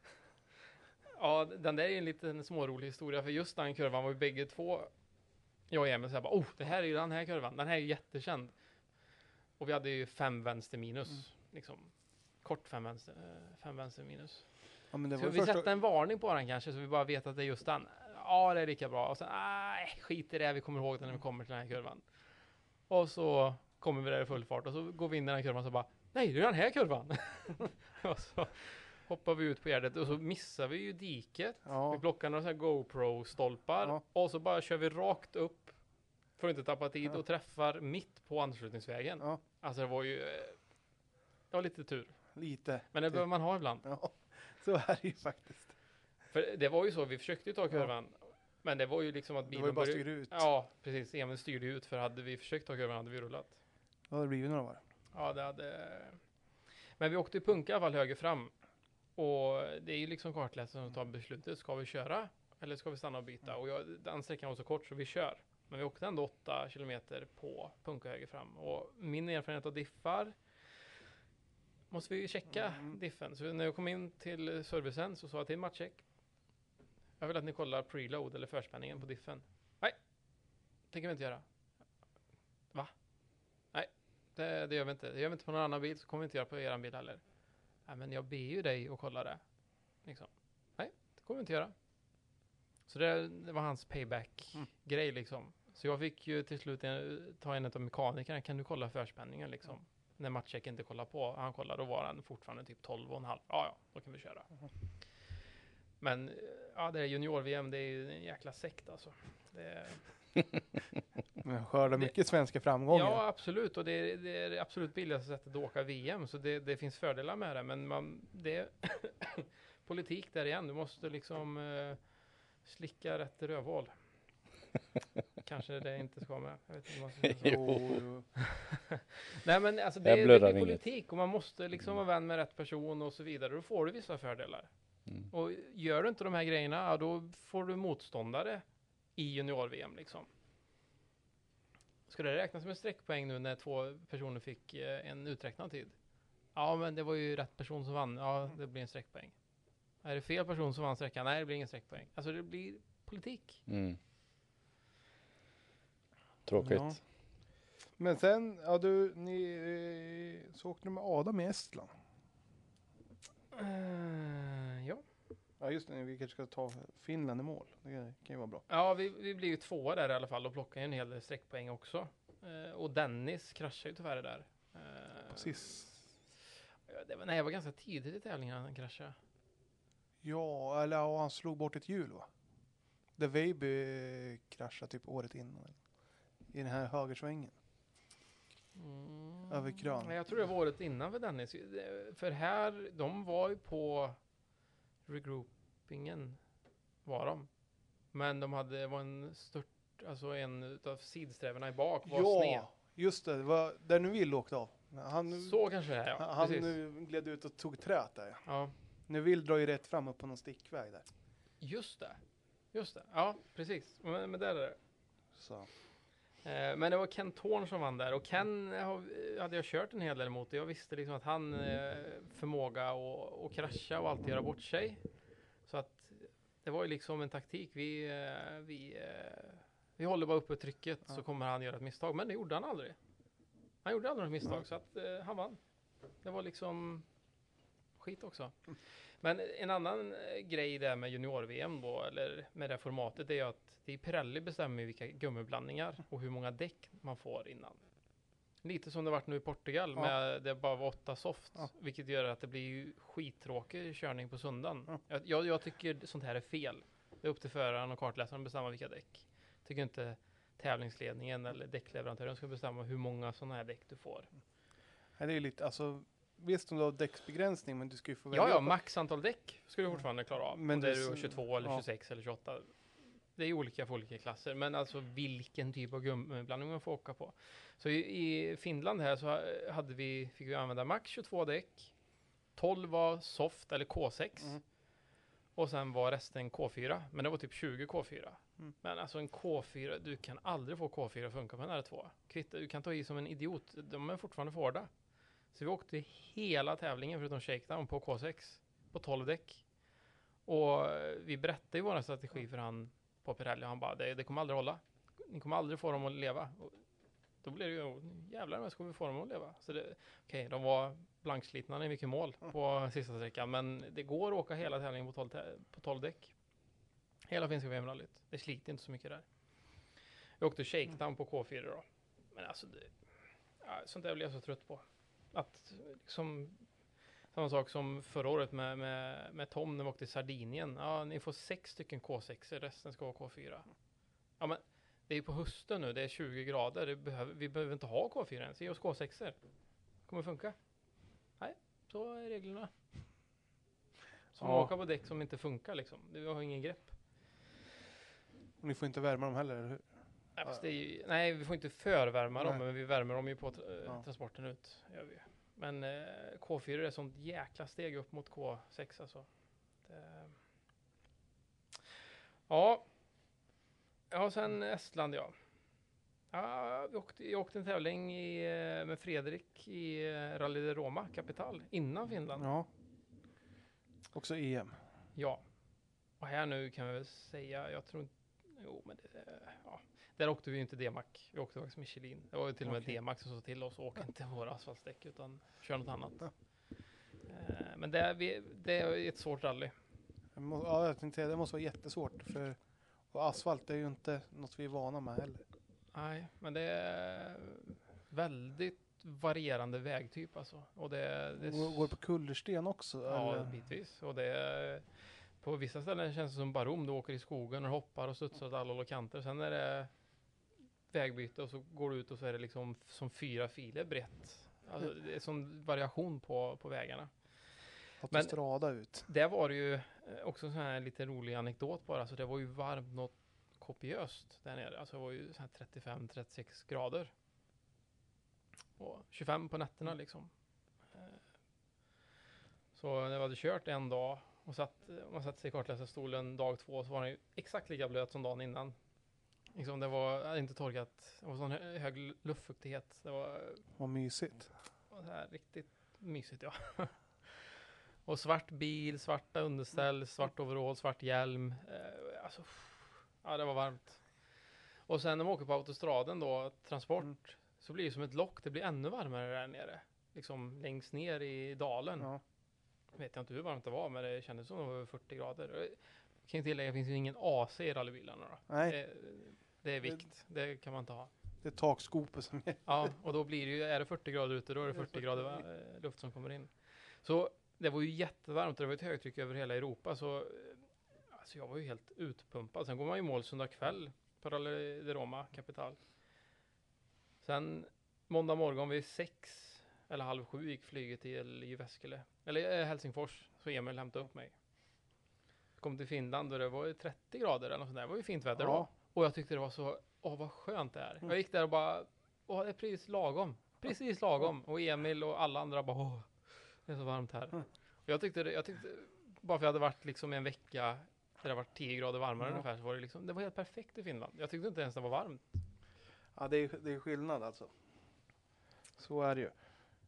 [SPEAKER 4] Ja, den där är en liten smårolig historia. För just den kurvan var ju bägge två. Jag och Emil så bara, det här är ju den här kurvan. Den här är ju jättekänd. Och vi hade ju 5 vänster minus. Liksom, kort 5 vänster minus. Ja, men det var så vi sätter en varning på den kanske. Så vi bara vet att det är just den. Ja, det är lika bra. Och sen, skit i det. Vi kommer ihåg den när vi kommer till den här kurvan. Och så kommer vi där i full fart. Och så går vi in i den här kurvan och så bara, nej, det är den här kurvan. Och så hoppar vi ut på gärdet och så missar vi ju diket. Ja. Vi plockar några så här GoPro-stolpar. Ja. Och så bara kör vi rakt upp. För att inte tappa tid. Och träffar mitt på anslutningsvägen. Ja. Alltså det var ju... Det var lite tur.
[SPEAKER 5] Lite.
[SPEAKER 4] Men det behöver man ha ibland.
[SPEAKER 5] Ja, så är det ju faktiskt.
[SPEAKER 4] För det var ju så, vi försökte ju ta kurvan. Ja. Men det var ju liksom att bilen
[SPEAKER 5] bara styrde ut.
[SPEAKER 4] Ja, precis. Emil styrde ut. För hade vi försökt ta kurvan hade vi rullat.
[SPEAKER 5] Vad hade det blivit några var?
[SPEAKER 4] Ja, det hade... Men vi åkte ju punka i alla fall höger fram. Och det är ju liksom kartläsaren som tar beslutet. Ska vi köra? Eller ska vi stanna och byta? Och den sträckan var så kort så vi kör. Men vi åkte ändå 8 kilometer på punka höger fram. Och min erfarenhet av diffar måste vi ju checka diffen. Så när jag kom in till servicen så sa jag till matcheck. Jag vill att ni kollar preload eller förspänningen på diffen. Nej, det tänker vi inte göra. Va? Nej, det gör vi inte. Det gör vi inte på någon annan bil så kommer vi inte göra på er bil heller. Nej, men jag ber ju dig att kolla det. Liksom. Nej, det kommer vi inte göra. Så det var hans payback-grej liksom. Så jag fick ju till slut ta en av mekanikerna. Kan du kolla förspänningen liksom? När matcheck inte kollar på. Han kollade, då var den fortfarande typ 12,5. Ja, då kan vi köra. Men ja, det är junior-VM, det är ju en jäkla sekt alltså.
[SPEAKER 5] Men skördar mycket svenska framgångar.
[SPEAKER 4] Ja, absolut. Och det är det absolut billigaste sättet att åka VM. Så det finns fördelar med det. Men det är politik där igen. Du måste liksom slicka rätt rövhål. Kanske det inte ska med. Jag vet inte vad man ska säga. Nej, men alltså det är politik. Och man måste liksom vara vän med rätt person och så vidare. Då får du vissa fördelar. Och gör du inte de här grejerna, då får du motståndare i junior-VM liksom. Ska det räknas som en streckpoäng nu när 2 personer fick en uträknad tid? Ja, men det var ju rätt person som vann. Ja, det blir en streckpoäng. Är det fel person som vann sträckan? Nej, det blir ingen streckpoäng. Alltså det blir politik.
[SPEAKER 3] Tråkigt. Ja.
[SPEAKER 5] Men sen, ni så åkte med Adam i Estland.
[SPEAKER 4] Ja.
[SPEAKER 5] Ja, just det. Vi kanske ska ta Finland i mål. Det kan ju vara bra.
[SPEAKER 4] Ja, vi blir ju 2 där i alla fall och plockar en hel del streckpoäng också. Och Dennis kraschade ju tyvärr där.
[SPEAKER 5] Precis.
[SPEAKER 4] Det var ganska tidigt i tävlingen han kraschade.
[SPEAKER 5] Ja, eller han slog bort ett hjul va? Där Weiby kraschade typ året innan. I den här högersvängen. Över kran.
[SPEAKER 4] Jag tror det var året innan för Dennis. För här, de var ju på regroupingen var de. Men de var en en av sidsträvarna i bak var sned.
[SPEAKER 5] Just det. Det var där nu vill åkte av.
[SPEAKER 4] Så kanske det är, ja.
[SPEAKER 5] Han nu gled ut och tog trät där.
[SPEAKER 4] Ja.
[SPEAKER 5] Nu vill dra ju rätt fram upp på någon stickväg där.
[SPEAKER 4] Just det. Ja, precis. Men där är det.
[SPEAKER 5] Så.
[SPEAKER 4] Men det var Ken Thorn som vann där. Och Ken hade jag kört en hel del mot. Jag visste liksom att han förmåga att krascha och alltid göra bort sig. Så att det var ju liksom en taktik. Vi håller bara uppe trycket så kommer han göra ett misstag. Men det gjorde han aldrig. Han gjorde aldrig något misstag så att han vann. Det var liksom skit också. Men en annan grej där med junior-VM då, eller med det formatet, är ju att Pirelli bestämmer vilka gummiblandningar och hur många däck man får innan. Lite som det varit nu i Portugal med det bara var 8 soft. Vilket gör att det blir ju skittråkig körning på söndagen. Jag tycker sånt här är fel. Det är upp till föraren och kartläsaren att bestämma vilka däck. Tycker inte tävlingsledningen eller däckleverantören ska bestämma hur många sådana här däck du får.
[SPEAKER 5] Det är lite, alltså, visst om du har däcksbegränsning, men du ska ju få välja.
[SPEAKER 4] Ja, max antal däck ska du fortfarande klara av. Men det är 22 eller 26 eller 28. Det är olika för olika klasser, men alltså vilken typ av gummiblandning man får åka på. Så i Finland här så fick vi använda max 22 däck. 12 var soft eller K6. Och sen var resten K4. Men det var typ 20 K4. Men alltså en K4, du kan aldrig få K4 att funka på en R2. Du kan ta i som en idiot. De är fortfarande för hårda. Så vi åkte hela tävlingen förutom shakedown på K6. På 12 däck. Och vi berättade ju vår strategi för han på Pirelli. Han bara, det kommer aldrig hålla. Ni kommer aldrig få dem att leva. Och då blev det ju, jävlar vad ska vi få dem att leva? Så okej, de var blankslitna i mycket mål på sista sträckan. Men det går att åka hela tävlingen på 12 däck. Hela finska VM-rallyt. Det sliter inte så mycket där. Vi åkte shakedown på K4 då. Men alltså, sånt där blir jag så trött på. Att liksom, samma sak som förra året med Tom när vi åkte i Sardinien. Ja, ni får 6 stycken K6, resten ska vara K4. Ja, men det är på hösten nu, det är 20 grader. Vi behöver inte ha K4 ens. Ge oss K6. Kommer funka? Nej, så är reglerna. Som åka på däck som inte funkar liksom. Vi har ingen grepp.
[SPEAKER 5] Ni får inte värma dem heller, eller hur?
[SPEAKER 4] Nej, vi får inte förvärma dem, men vi värmer dem ju på transporten ut. Gör vi. Men K4 är ett sånt jäkla steg upp mot K6 alltså. Ja, sen Estland jag åkte en tävling med Fredrik i Rally de Roma, Kapital, innan Finland.
[SPEAKER 5] Ja. Också EM.
[SPEAKER 4] Ja. Och här nu kan vi väl säga, jag tror inte, där åkte vi ju inte D-Mac. Vi åkte faktiskt Michelin. Det var ju till och med D-Mac som sa till oss att åka inte våra asfaltdäck utan köra något annat. Ja. Men det är ett svårt rally.
[SPEAKER 5] Jag tänkte säga, det måste vara jättesvårt. Och asfalt är ju inte något vi är vana med heller.
[SPEAKER 4] Nej, men det är väldigt varierande vägtyp alltså. Och det
[SPEAKER 5] går på kullersten också?
[SPEAKER 4] Ja,
[SPEAKER 5] eller?
[SPEAKER 4] bitvis. Och på vissa ställen känns det som barom. Du åker i skogen och hoppar och studsar åt alla håll och kanter. Sen är det vägbyte och så går du ut och så är det liksom som 4 filer brett. Alltså, det är sån variation på vägarna.
[SPEAKER 5] Men strada ut.
[SPEAKER 4] Det var det ju också en sån här lite rolig anekdot bara. Så det var ju varmt något kopiöst där nere. Alltså det var ju så här 35-36 grader. Och 25 på nätterna liksom. Så när vi hade kört en dag och man satt sig i kartläsarstolen dag 2 så var den ju exakt lika blöt som dagen innan. Liksom det var inte torkat. Det var sån hög luftfuktighet. Det var
[SPEAKER 5] mysigt.
[SPEAKER 4] Det var så här riktigt mysigt, ja. Och svart bil, svarta underställ, svart overall, svart hjälm. Alltså, ja, det var varmt. Och sen när man åker på autostraden då, transport, så blir det som ett lock. Det blir ännu varmare där nere. Liksom längst ner i dalen. Ja. Vet jag inte hur varmt det var, men det kändes som det var 40 grader. Jag kan tillägga, det finns ju ingen AC i rallybilarna då.
[SPEAKER 5] Nej.
[SPEAKER 4] Det är vikt, det kan man inte ha.
[SPEAKER 5] Det är takskopet som är...
[SPEAKER 4] Ja, och då blir det ju, är det 40 grader ute, då är det 40 grader luft som kommer in. Så det var ju jättevarmt och det var ett högtryck över hela Europa. Så alltså jag var ju helt utpumpad. Sen går man ju mål söndag kväll på Rally de Roma, Kapital. Sen måndag morgon vid 6 eller halv 7 gick flyget till Jyväskylä. Eller Helsingfors, så Emil hämtade upp mig. Kom till Finland och det var ju 30 grader eller något sånt där. Det var ju fint väder då. Och jag tyckte det var så, vad skönt det är. Jag gick där och bara, det är precis lagom. Precis lagom. Och Emil och alla andra bara, det är så varmt här. Och jag tyckte, bara för att jag hade varit liksom en vecka där det var 10 grader varmare ungefär, så var det liksom, det var helt perfekt i Finland. Jag tyckte inte ens det var varmt.
[SPEAKER 5] Ja, det är skillnad alltså. Så är det ju.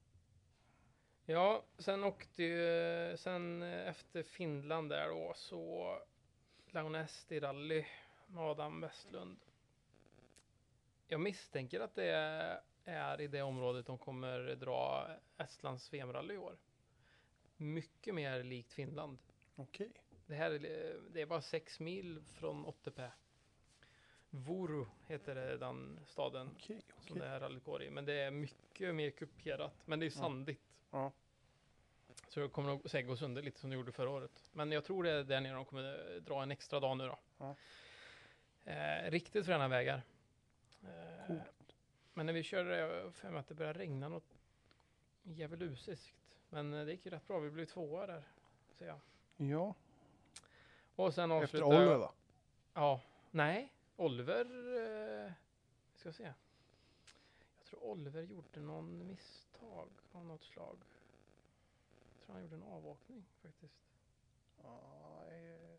[SPEAKER 4] Ja, sen efter Finland där då, så Launesti rally med Adam Westlund. Jag misstänker att det är i det området de kommer dra Estlands VM-rally i år. Mycket mer likt Finland.
[SPEAKER 5] Okej.
[SPEAKER 4] Det är bara 6 mil från 8P. Vuru heter det, den staden som det här rallyt går i. Men det är mycket mer kuperat. Men det är sandigt.
[SPEAKER 5] Ja.
[SPEAKER 4] Så det kommer nog säkert gå sönder lite som det gjorde förra året. Men jag tror det är där nere de kommer dra en extra dag nu då.
[SPEAKER 5] Ja.
[SPEAKER 4] Riktigt fräna vägar.
[SPEAKER 5] Coolt.
[SPEAKER 4] Men när vi körde, för mig att det började regna något djävulusiskt. Men det gick ju rätt bra. Vi blev 2 där, ser jag.
[SPEAKER 5] Ja.
[SPEAKER 4] Och sen
[SPEAKER 5] Efter Oliver, va?
[SPEAKER 4] Ja. Nej. Oliver... ska jag se. Jag tror Oliver gjorde någon misstag av något slag. Jag tror han gjorde en avåkning faktiskt.
[SPEAKER 5] Nej.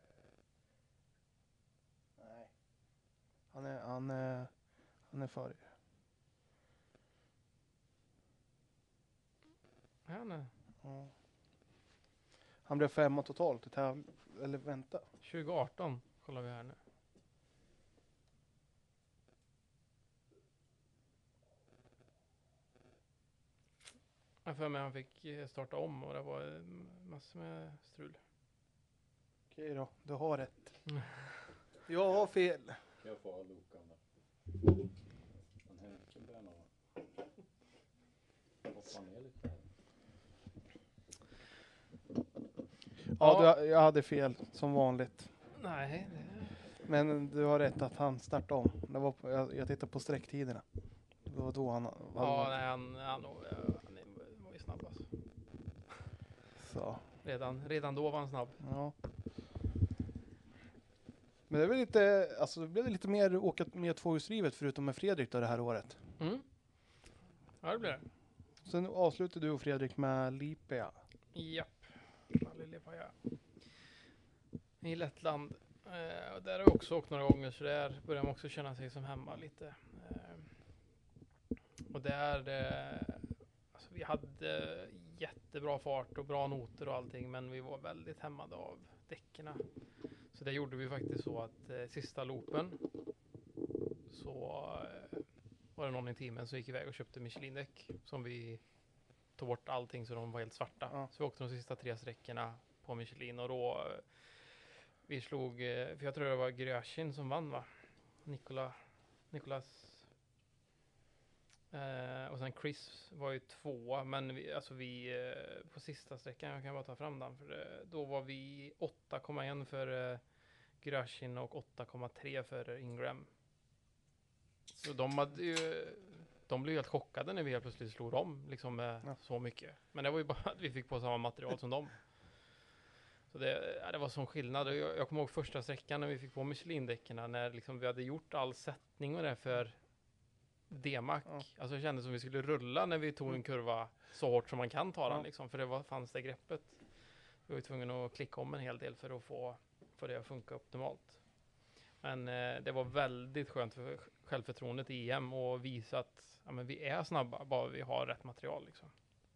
[SPEAKER 5] Han är före. Ja. Han blev 5 totalt i eller vänta.
[SPEAKER 4] 2018 kollar vi här nu. Jag för mig han fick starta om och det var massor med strul.
[SPEAKER 5] Okej då, du har rätt. Jag har fel.
[SPEAKER 3] Jag får ha Lokan där. Men Henke börjar nog hoppa ner lite här.
[SPEAKER 5] Ja, jag hade fel som vanligt.
[SPEAKER 4] Nej.
[SPEAKER 5] Men du har rätt att han startade om. Det var jag tittade på sträcktiderna. Det var då han
[SPEAKER 4] han var ju snabb alltså.
[SPEAKER 5] Så.
[SPEAKER 4] Redan då var han snabb.
[SPEAKER 5] Ja. Men det är väl lite, alltså det blev lite mer åka med tvåhjulsdrivet förutom med Fredrik då det här året.
[SPEAKER 4] Mm. Ja, det blir det.
[SPEAKER 5] Sen avslutade du och Fredrik med Lipea.
[SPEAKER 4] Japp. Lillepaja. I Lettland. Och där har jag också åkt några gånger så där börjar man också känna sig som hemma lite. Och där alltså vi hade jättebra fart och bra noter och allting, men vi var väldigt hämmade av däckerna. Så det gjorde vi faktiskt så att sista loopen så var det någon i teamen som gick iväg och köpte Michelin-däck som vi tog bort allting så de var helt svarta.
[SPEAKER 5] Ja. Så
[SPEAKER 4] vi åkte de sista 3 sträckorna på Michelin och då vi slog, för jag tror det var Grösin som vann, va? Nicolas och sen Chris var ju 2, men vi på sista sträckan, jag kan bara ta fram den, för då var vi 8,1 för Grösin och 8,3 för Ingram. Så de blev helt chockade när vi helt plötsligt slog dem liksom med så mycket. Men det var ju bara att vi fick på samma material som dem. Så det var sån skillnad. Jag kommer ihåg första sträckan när vi fick på Michelin-däckerna, när liksom vi hade gjort all sättning och det för D-Mac.
[SPEAKER 5] Ja.
[SPEAKER 4] Alltså det kändes som vi skulle rulla när vi tog en kurva så hårt som man kan ta den liksom, för det fanns det greppet. Vi var ju tvungna att klicka om en hel del för att få det att funka optimalt. Men det var väldigt skönt för självförtroendet i EM och visa att men vi är snabba, bara vi har rätt material liksom.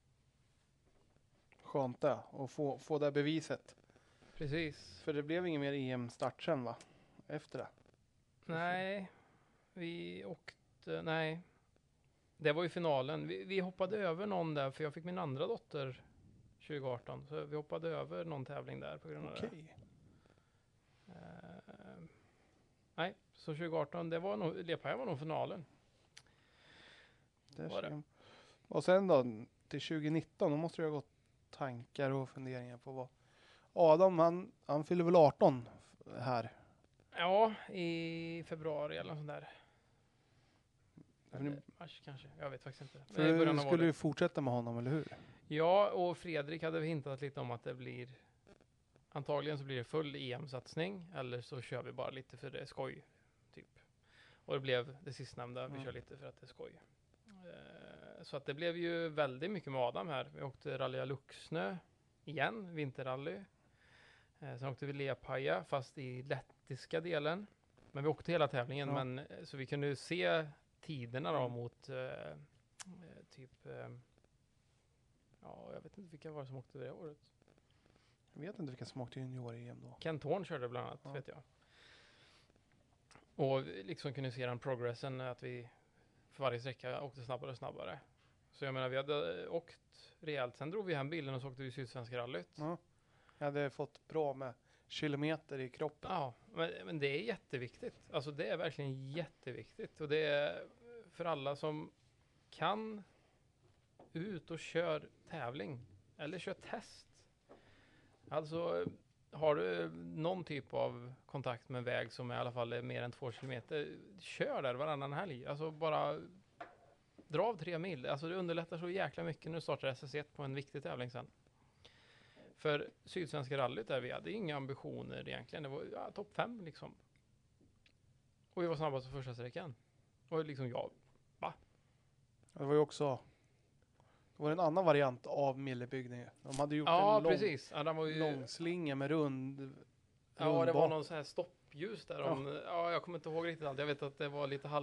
[SPEAKER 5] Skönt det, och få det beviset.
[SPEAKER 4] Precis.
[SPEAKER 5] För det blev ingen mer EM-start sen, va? Efter det.
[SPEAKER 4] Nej, vi åkte, nej. Det var ju finalen. Vi hoppade över någon där, för jag fick min andra dotter 2018. Så vi hoppade över någon tävling där på grund av det. Nej, så 2018, det var nog, Lepaja var nog finalen.
[SPEAKER 5] Det var det. Och sen då, till 2019, då måste det ha gått tankar och funderingar på vad... Adam, han fyller väl 18 här?
[SPEAKER 4] Ja, i februari eller något sånt där. Mars kanske, jag vet faktiskt inte.
[SPEAKER 5] För du skulle ju fortsätta med honom, eller hur?
[SPEAKER 4] Ja, och Fredrik hade hintat lite om att det blir... Antagligen så blir det full EM-satsning, eller så kör vi bara lite för det är skoj, typ. Och det blev det sistnämnda, vi kör lite för att det är skoj. Så att det blev ju väldigt mycket med Adam här. Vi åkte Rally Luxnö igen, vinterrally. Sen åkte vi Lepaja, fast i lettiska delen. Men vi åkte hela tävlingen, men så vi kunde se tiderna då mot jag vet inte vilka var det som åkte det året.
[SPEAKER 5] Jag vet inte vilka som åkte junior-EM då.
[SPEAKER 4] Kent Horn körde bland annat, vet jag. Och liksom kunde se den progressen, att vi för varje sträcka åkte snabbare och snabbare. Så jag menar, vi hade åkt rejält. Sen drog vi hem bilen och så åkte vi Sydsvenska rallyt.
[SPEAKER 5] Ja. Jag hade fått bra med kilometer i kroppen.
[SPEAKER 4] Ja, men det är jätteviktigt. Alltså det är verkligen jätteviktigt. Och det är för alla som kan ut och kör tävling eller kör test. Alltså har du någon typ av kontakt med en väg som i alla fall är mer än 2 kilometer, kör där varannan helg. Alltså bara dra av 3 mil. Alltså det underlättar så jäkla mycket när du startar SS1 på en viktig tävling sen. För Sydsvenska rallyt där vi hade inga ambitioner egentligen. Det var topp 5 liksom. Och vi var snabbast på första sträckan. Och liksom
[SPEAKER 5] Det var ju också det var en annan variant av Millebygden. De hade gjort en
[SPEAKER 4] precis. Ja, den var ju
[SPEAKER 5] långslinga med rund
[SPEAKER 4] ja, det var någon så här stoppljus där. Jag kommer inte ihåg riktigt allt. Jag vet att det var lite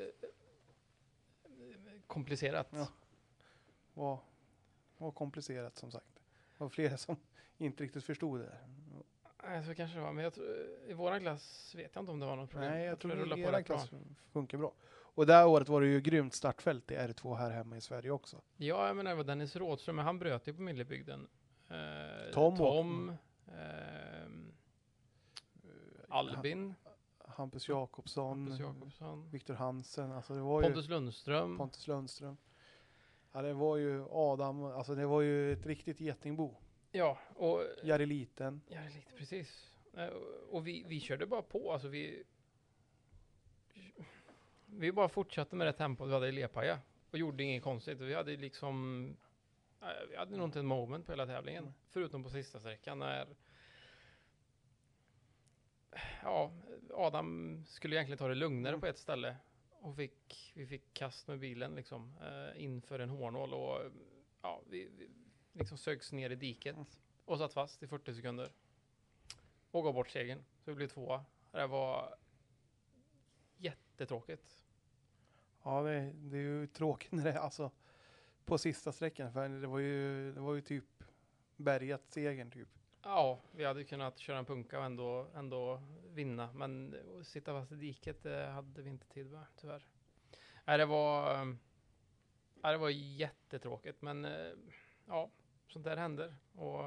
[SPEAKER 4] komplicerat.
[SPEAKER 5] Ja. Var komplicerat som sagt. Det var flera som inte riktigt förstod det.
[SPEAKER 4] Nej, så kanske det var. Men jag tror, i våran klass vet jag inte om det var något problem.
[SPEAKER 5] Nej, jag tror
[SPEAKER 4] det
[SPEAKER 5] att våran klass funkar bra. Och det här året var det ju grymt startfält i R2 här hemma i Sverige också.
[SPEAKER 4] Ja, jag menar det var Dennis Rådström, men han bröt ju på Millebygden.
[SPEAKER 5] Tom
[SPEAKER 4] Albin.
[SPEAKER 5] Hampus Jakobsson. Viktor Hansen. Alltså det var
[SPEAKER 4] Pontus
[SPEAKER 5] Lundström. Ja, det var ju Adam. Alltså det var ju ett riktigt getingbo.
[SPEAKER 4] Ja, och
[SPEAKER 5] Jari Liten,
[SPEAKER 4] precis. Och vi körde bara på. Alltså vi bara fortsatte med det tempot vi hade i Lepaja. Och gjorde inget konstigt. Vi hade liksom vi hade nog inte en moment på hela tävlingen. Förutom på sista sträckan när Adam skulle egentligen ta det lugnare på ett ställe. Och vi fick kast med bilen liksom inför en hårnål. Och vi liksom sögs ner i diket. Och satt fast i 40 sekunder. Och gav bort segern. Så vi blev 2. Det var jättetråkigt.
[SPEAKER 5] Ja, det är ju tråkigt när det är alltså på sista sträckan. För det var ju typ bärgat segern typ.
[SPEAKER 4] Ja, vi hade kunnat köra en punka och ändå vinna. Men att sitta fast i diket hade vi inte tid med, tyvärr. Det var jättetråkigt. Men sånt där händer. Och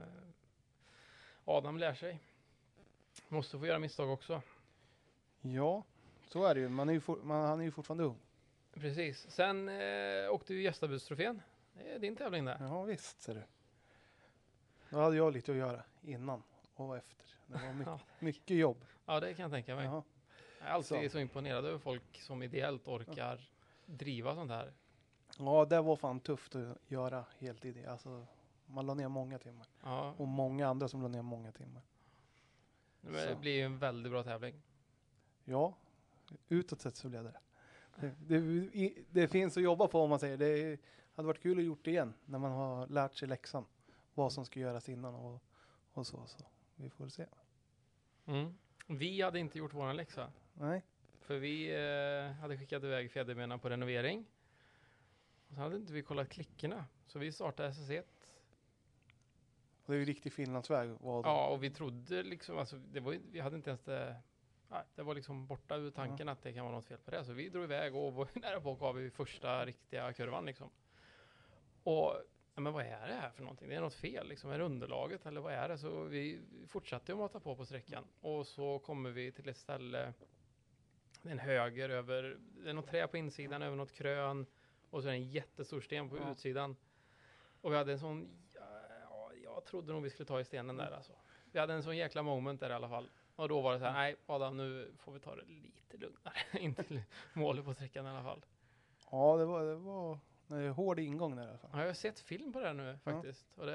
[SPEAKER 4] Adam lär sig. Måste få göra misstag också.
[SPEAKER 5] Ja, så är det ju. Han är ju fortfarande ung.
[SPEAKER 4] Precis. Sen åkte vi Gästabudstrofén. Det är din tävling där.
[SPEAKER 5] Ja, visst ser du. Då hade jag lite att göra innan och efter. Det var mycket jobb.
[SPEAKER 4] Ja, det kan jag tänka mig.
[SPEAKER 5] Jaha.
[SPEAKER 4] Jag är alltid så imponerad över folk som ideellt orkar driva sånt här.
[SPEAKER 5] Ja, det var fan tufft att göra heltid. Alltså, man la ner många timmar.
[SPEAKER 4] Ja.
[SPEAKER 5] Och många andra som la ner många timmar.
[SPEAKER 4] Men det blir ju en väldigt bra tävling.
[SPEAKER 5] Ja, utåt sett så blev det. Det finns att jobba på om man säger. Det hade varit kul att gjort det igen när man har lärt sig läxan. Vad som ska göras innan och så. Vi får se.
[SPEAKER 4] Vi hade inte gjort våran läxa.
[SPEAKER 5] Nej.
[SPEAKER 4] För vi hade skickat iväg fjäderbenan på renovering. Och så hade inte vi kollat klickorna. Så vi startade SS1.
[SPEAKER 5] Och det är ju riktig Finlandsväg.
[SPEAKER 4] Ja, och vi trodde liksom, alltså, vi hade inte ens det. Nej, det var liksom borta ur tanken att det kan vara något fel på det. Så vi drog iväg och var nära på gav vi första riktiga kurvan liksom. Och men vad är det här för någonting? Det är något fel liksom. Är det underlaget eller vad är det? Så vi fortsatte att mata på sträckan. Och så kommer vi till ett ställe. En höger över. Det är något trä på insidan över något krön. Och så är det en jättestor sten på utsidan. Och vi hade en sån. Jag trodde nog vi skulle ta i stenen där alltså. Vi hade en sån jäkla moment där i alla fall. Och då var det så här, nej Adam, nu får vi ta det lite lugnare. In till målet på sträckan i alla fall.
[SPEAKER 5] Ja, det var en hård ingång där i alla fall.
[SPEAKER 4] Ja, jag har sett film på det nu faktiskt. Och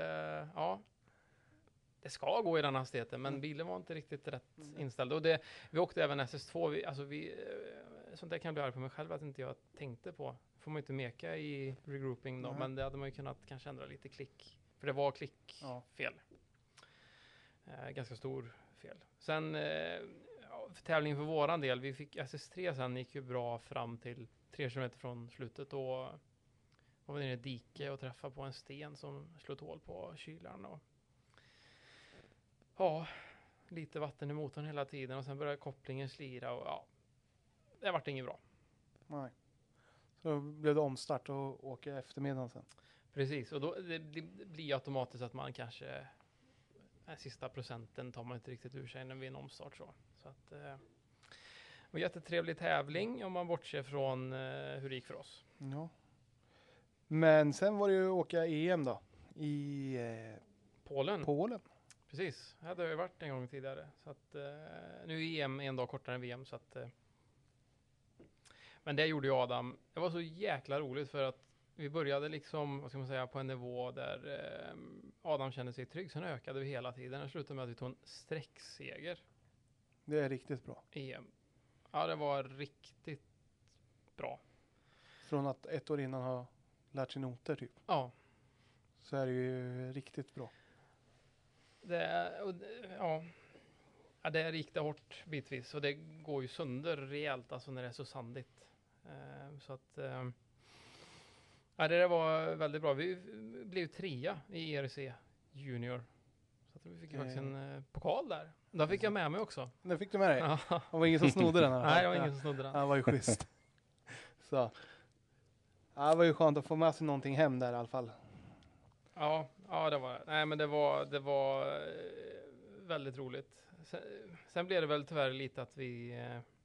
[SPEAKER 4] det ska gå i den hastigheten, men bilen var inte riktigt rätt inställd. Och vi åkte även SS2. Sånt där kan jag bli arg på mig själv att inte jag tänkte på. Får man inte meka i regrouping då, men det hade man ju kunnat kanske ändra lite klick. För det var klickfel. Ganska stor fel. Sen för tävlingen för våran del, vi fick SS3 sen, gick ju bra fram till 3 kilometer från slutet. Och var vi nere i ett dike och träffade på en sten som slog hål på kylaren. Och lite vatten i motorn hela tiden och sen började kopplingen slira och det vart inget bra.
[SPEAKER 5] Nej. Så blev det omstart och åka eftermiddagen sen.
[SPEAKER 4] Precis, och då det blir automatiskt att man kanske den sista procenten tar man inte riktigt ur sig när vi är en omstart så att det var en jättetrevlig tävling om man bortser från hur det gick för oss.
[SPEAKER 5] Ja. Men sen var det ju åka EM då i Polen.
[SPEAKER 4] Precis, det hade jag ju varit en gång tidigare. Så att, nu är EM en dag kortare än VM. Så att, men det gjorde ju Adam. Det var så jäkla roligt för att vi började liksom, vad ska man säga, på en nivå där Adam kände sig trygg. Sen ökade vi hela tiden. Det slutade med att vi tog en sträckseger.
[SPEAKER 5] Det är riktigt bra.
[SPEAKER 4] EM. Ja, det var riktigt bra.
[SPEAKER 5] Från att ett år innan ha lärt sig noter typ.
[SPEAKER 4] Ja.
[SPEAKER 5] Så är det ju riktigt bra.
[SPEAKER 4] Det gick det hårt bitvis och det går ju sönder rejält alltså när det är så sandigt. Så att det var väldigt bra. Vi blev 3 i ERC Junior. Så att vi fick faktiskt en pokal där. Då fick jag med mig också.
[SPEAKER 5] Den fick du med dig?
[SPEAKER 4] Ja.
[SPEAKER 5] Det var ingen som snodde den?
[SPEAKER 4] Nej, det var ingen som snodde den.
[SPEAKER 5] Det var ju schysst. Så. Ja, det var ju skönt att få med sig någonting hem där i alla fall.
[SPEAKER 4] Ja, det var. Nej, men det var väldigt roligt. Sen blev det väl tyvärr lite att vi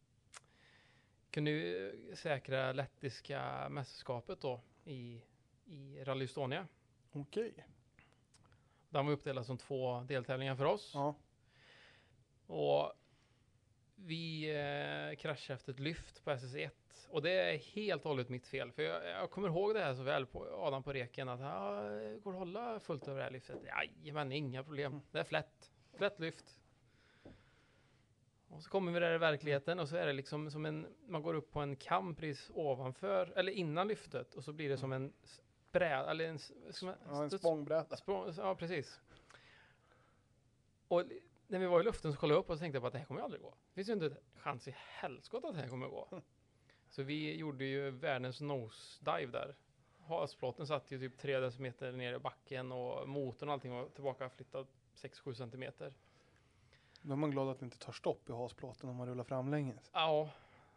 [SPEAKER 4] kunde säkra lettiska mästerskapet då i Rally Estonia.
[SPEAKER 5] Okej.
[SPEAKER 4] Den var uppdelad som 2 deltävlingar för oss.
[SPEAKER 5] Ja.
[SPEAKER 4] Och vi kraschade efter ett lyft på SS1. Och det är helt och hållet mitt fel. För jag kommer ihåg det här så väl på Adam på reken. Att går det hålla fullt över det här lyftet? Jajamän, inga problem. Det är flätt lyft. Och så kommer vi där i verkligheten. Och så är det liksom som man går upp på en kampris ovanför. Eller innan lyftet. Och så blir det som en bräda. Eller en
[SPEAKER 5] spångbräda.
[SPEAKER 4] Ja, precis. Och när vi var i luften så kollade jag upp och tänkte på att det här kommer aldrig gå. Det finns ju inte en chans i helskott att det här kommer gå. Så vi gjorde ju världens nosedive där. Hasplåten satt ju typ 3 decimeter ner i backen och motorn och allting var tillbaka flyttad 6-7 centimeter.
[SPEAKER 5] Då är man glad att det inte tar stopp i hasplåten om man rullar framlänges.
[SPEAKER 4] Ja,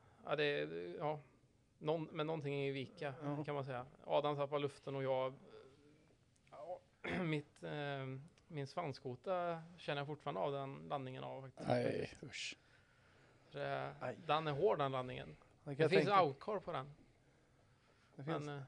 [SPEAKER 4] men någonting är i vika kan man säga. Adam tappade luften och jag min svanskota känner jag fortfarande av den landningen av faktiskt.
[SPEAKER 3] Nej, usch.
[SPEAKER 4] Den är hård den landningen. Det finns outcar på den.
[SPEAKER 5] Det finns.
[SPEAKER 4] Men,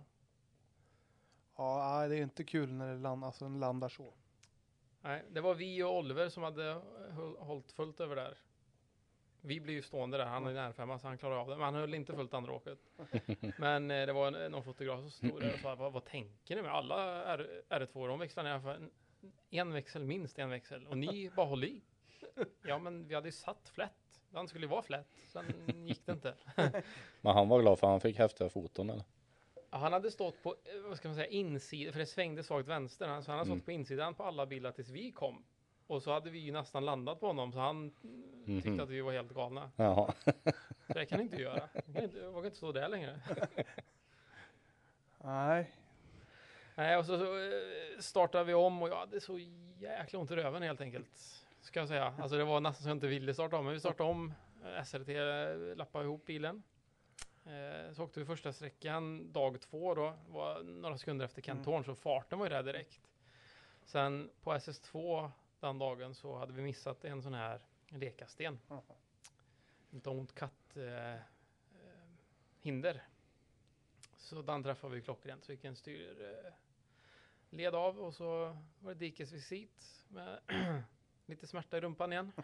[SPEAKER 5] Ja, det är inte kul när den landar så.
[SPEAKER 4] Nej, det var vi och Oliver som hade hållit fullt över där. Vi blev ju stående där, han är närfemma så han klarade av det. Men han höll inte fullt andra åket. Men det var någon fotograf som stod där och sa, vad tänker ni med? Alla R2, de växlar ner för minst en växel. Och ni bara håll i. Ja, men vi hade ju satt flätt. Den skulle ju vara flätt. Sen gick det inte.
[SPEAKER 3] Men han var glad för han fick häftiga foton eller?
[SPEAKER 4] Ja, han hade stått på, vad ska man säga, insidan. För det svängde svagt vänster. Så han hade stått på insidan på alla bilar tills vi kom. Och så hade vi ju nästan landat på honom. Så han tyckte att vi var helt galna.
[SPEAKER 3] Jaha.
[SPEAKER 4] Så det kan inte göra. Jag vågar inte stå där längre. Nej, och så startade vi om. Och jag hade så jäkla ont i röven helt enkelt. Ska jag säga. Alltså det var nästan så jag inte ville starta om. Men vi startade om. SRT lappade ihop bilen. Så åkte vi första sträckan dag 2 då. Var några sekunder efter Kent Horn. Så farten var ju där direkt. Sen på SS2 den dagen så hade vi missat en sån här lekasten. Don't cut hinder. Så den träffade vi klockrent. Så gick en led av och så var det dikesvisit med lite smärta i rumpan igen.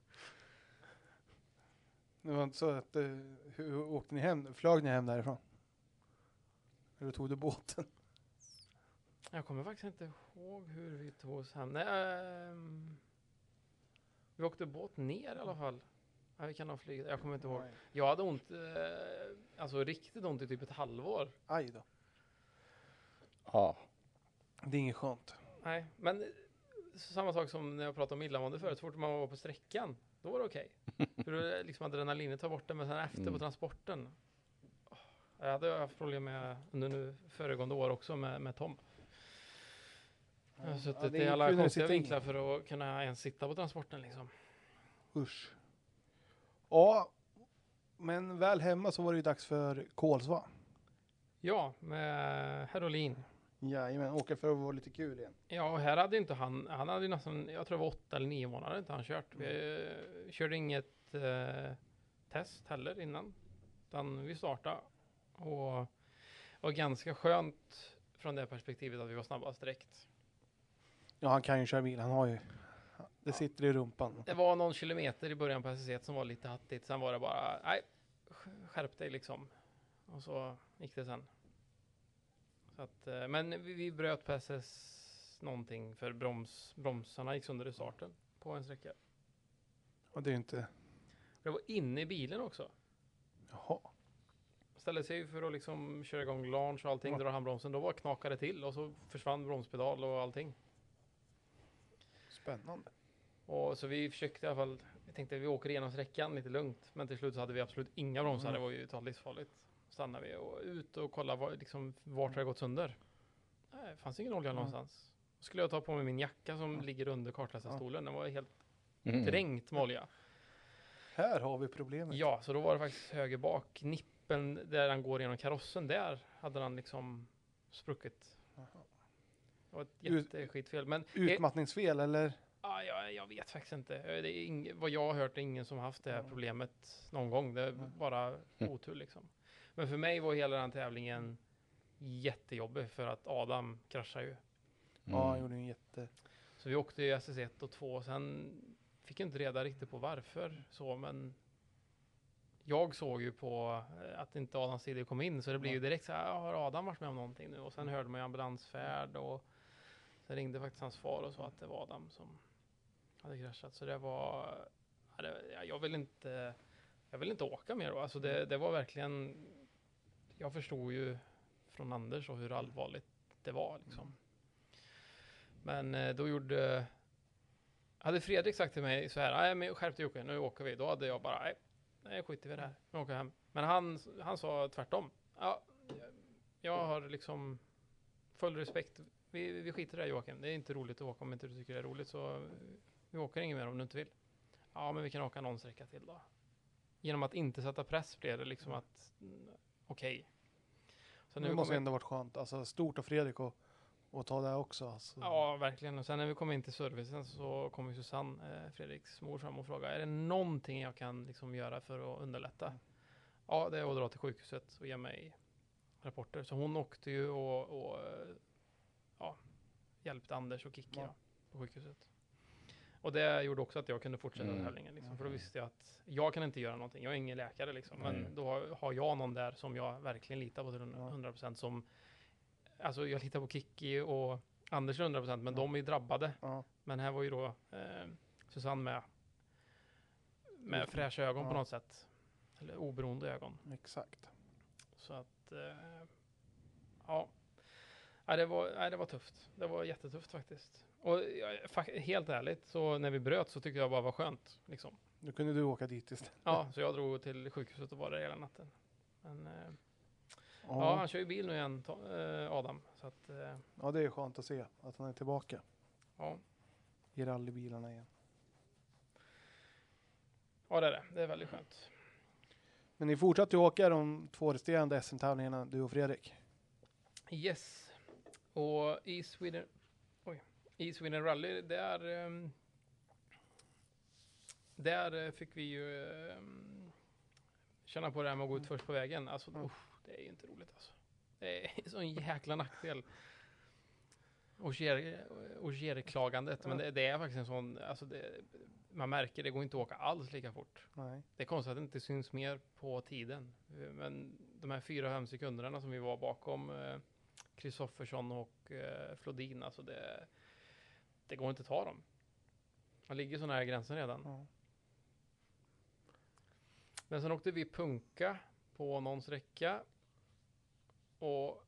[SPEAKER 5] Det var inte så att hur åkte ni hem? Flög ni hem därifrån? Eller tog du båten?
[SPEAKER 4] Jag kommer faktiskt inte ihåg hur vi tog oss hem. Nej, vi åkte båt ner i alla fall. Ja, vi kan ha flyget. Jag kommer inte ihåg. Jag hade ont, alltså riktigt ont i typ ett halvår.
[SPEAKER 5] Aj då.
[SPEAKER 3] Ja.
[SPEAKER 5] Det är inget skönt.
[SPEAKER 4] Nej, men samma sak som när jag pratade om illamående förut. Så fort man var på sträckan, då var det okej. För då liksom adrenalinet tar bort det, men sen efter på transporten. Jag hade haft problem med under föregående år också med Tom. Jag har suttit i alla konstiga vinklar för att kunna ens sitta på transporten liksom.
[SPEAKER 5] Usch. Ja, men väl hemma så var det ju dags för Kolsva.
[SPEAKER 4] Ja, med Herolin.
[SPEAKER 5] Jajamän, åka för att vara lite kul igen.
[SPEAKER 4] Ja, och här hade inte han hade ju nästan, jag tror det var 8 eller 9 månader inte han kört. Vi körde inget test heller innan. Utan vi startade. Och var ganska skönt från det perspektivet att vi var snabbast direkt.
[SPEAKER 5] Ja, han kan ju köra bil. Han har ju... Det sitter i rumpan.
[SPEAKER 4] Det var någon kilometer i början på SSC som var lite hattigt. Sen var det bara, nej, skärp dig liksom. Och så gick det sen. Så att, men vi bröt på SS någonting för bromsarna gick sönder i starten på en sträcka.
[SPEAKER 5] Och det är ju inte...
[SPEAKER 4] Det var inne i bilen också.
[SPEAKER 5] Jaha.
[SPEAKER 4] Ställde sig för att liksom köra igång launch och allting, drar handbromsen. Då var knakade till och så försvann bromspedal och allting.
[SPEAKER 5] Spännande.
[SPEAKER 4] Och så vi försökte i alla fall, jag tänkte vi åker igenom sträckan lite lugnt. Men till slut så hade vi absolut inga bromsar, det var ju totalt livsfarligt. Stannade vi och ut och kolla vart det har gått sönder. Nej, det fanns ingen olja någonstans. Då skulle jag ta på mig min jacka som ligger under kartläsarstolen. Den var helt dränkt med olja.
[SPEAKER 5] Här har vi problemet.
[SPEAKER 4] Ja, så då var det faktiskt höger bak. Nippen där han går genom karossen, där hade han liksom spruckit. Det var ett jätteskitfel. Men
[SPEAKER 5] utmattningsfel eller?
[SPEAKER 4] Jag vet faktiskt inte. Det är vad jag har hört är ingen som har haft det här problemet någon gång. Det är bara otur liksom. Men för mig var hela den tävlingen jättejobbig för att Adam kraschade ju.
[SPEAKER 5] Ja, han gjorde en jätte...
[SPEAKER 4] Så vi åkte i SS1 och 2 och sen fick jag inte reda riktigt på varför så, men jag såg ju på att inte Adams tid kom in, så det blir ju direkt så här, har Adam varit med om någonting nu? Och sen hörde man ju ambulansfärd och sen ringde faktiskt hans far och sa att det var Adam som hade kraschat. Så det var, jag vill inte åka mer då. Alltså det var verkligen, jag förstod ju från Anders och hur allvarligt det var liksom. Men då hade Fredrik sagt till mig så här, nej men skärp dig Jocke, nu åker vi. Då hade jag bara, nej skiter vi det här, nu åker hem. Men han sa tvärtom. Ja, jag har liksom full respekt. Vi skiter i det Joakim. Det är inte roligt att åka om inte du tycker det är roligt, så vi åker inget mer om du inte vill. Ja, men vi kan åka någon sträcka till då. Genom att inte sätta press blev det liksom att okej. Så
[SPEAKER 5] det måste ändå varit skönt. Alltså stort av Fredrik och ta det också. Alltså. Ja,
[SPEAKER 4] verkligen. Och sen när vi kom in till servicen så kom ju Susanne, Fredriks mor, fram och frågade, är det någonting jag kan liksom göra för att underlätta? Ja, det är att dra till sjukhuset och ge mig rapporter. Så hon åkte ju och hjälpte Anders och Kikki på sjukhuset. Och det gjorde också att jag kunde fortsätta tävlingen. Liksom, för då visste jag att jag kan inte göra någonting. Jag är ingen läkare liksom. Men då har jag någon där som jag verkligen litar på till 100%. Som, alltså jag litar på Kikki och Anders 100%. Men de är ju drabbade. Men här var ju då Susanne med fräscha ögon på något sätt. Eller oberoende ögon.
[SPEAKER 5] Exakt.
[SPEAKER 4] Så att det var tufft. Det var jättetufft faktiskt. Och helt ärligt, så när vi bröt så tyckte jag bara var skönt. Liksom.
[SPEAKER 5] Då kunde du åka dit istället.
[SPEAKER 4] Ja, så jag drog till sjukhuset och var där hela natten. Men han kör ju bil nu igen, Adam. Så att,
[SPEAKER 5] ja, det är skönt att se att han är tillbaka.
[SPEAKER 4] Ja.
[SPEAKER 5] I rallybilarna igen.
[SPEAKER 4] Ja, det är det. Det är väldigt skönt.
[SPEAKER 5] Men ni fortsatte ju åka de 2 resterande SM-tävlingarna, du och Fredrik.
[SPEAKER 4] Yes. Och i Sweden Rally, där fick vi ju känna på det här med att gå ut först på vägen. Alltså, det är ju inte roligt alltså. Det är så en jäkla nackdel. Och klagandet, men det är faktiskt en sån, alltså man märker det går inte att åka alls lika fort.
[SPEAKER 5] Nej.
[SPEAKER 4] Det är konstigt att det inte syns mer på tiden. Men de här 4-5 sekunderna som vi var bakom Kristoffersson och Flodin, alltså det går inte att ta dem. Man ligger så nära gränsen redan.
[SPEAKER 5] Ja.
[SPEAKER 4] Men sen åkte vi punka på någon sträcka och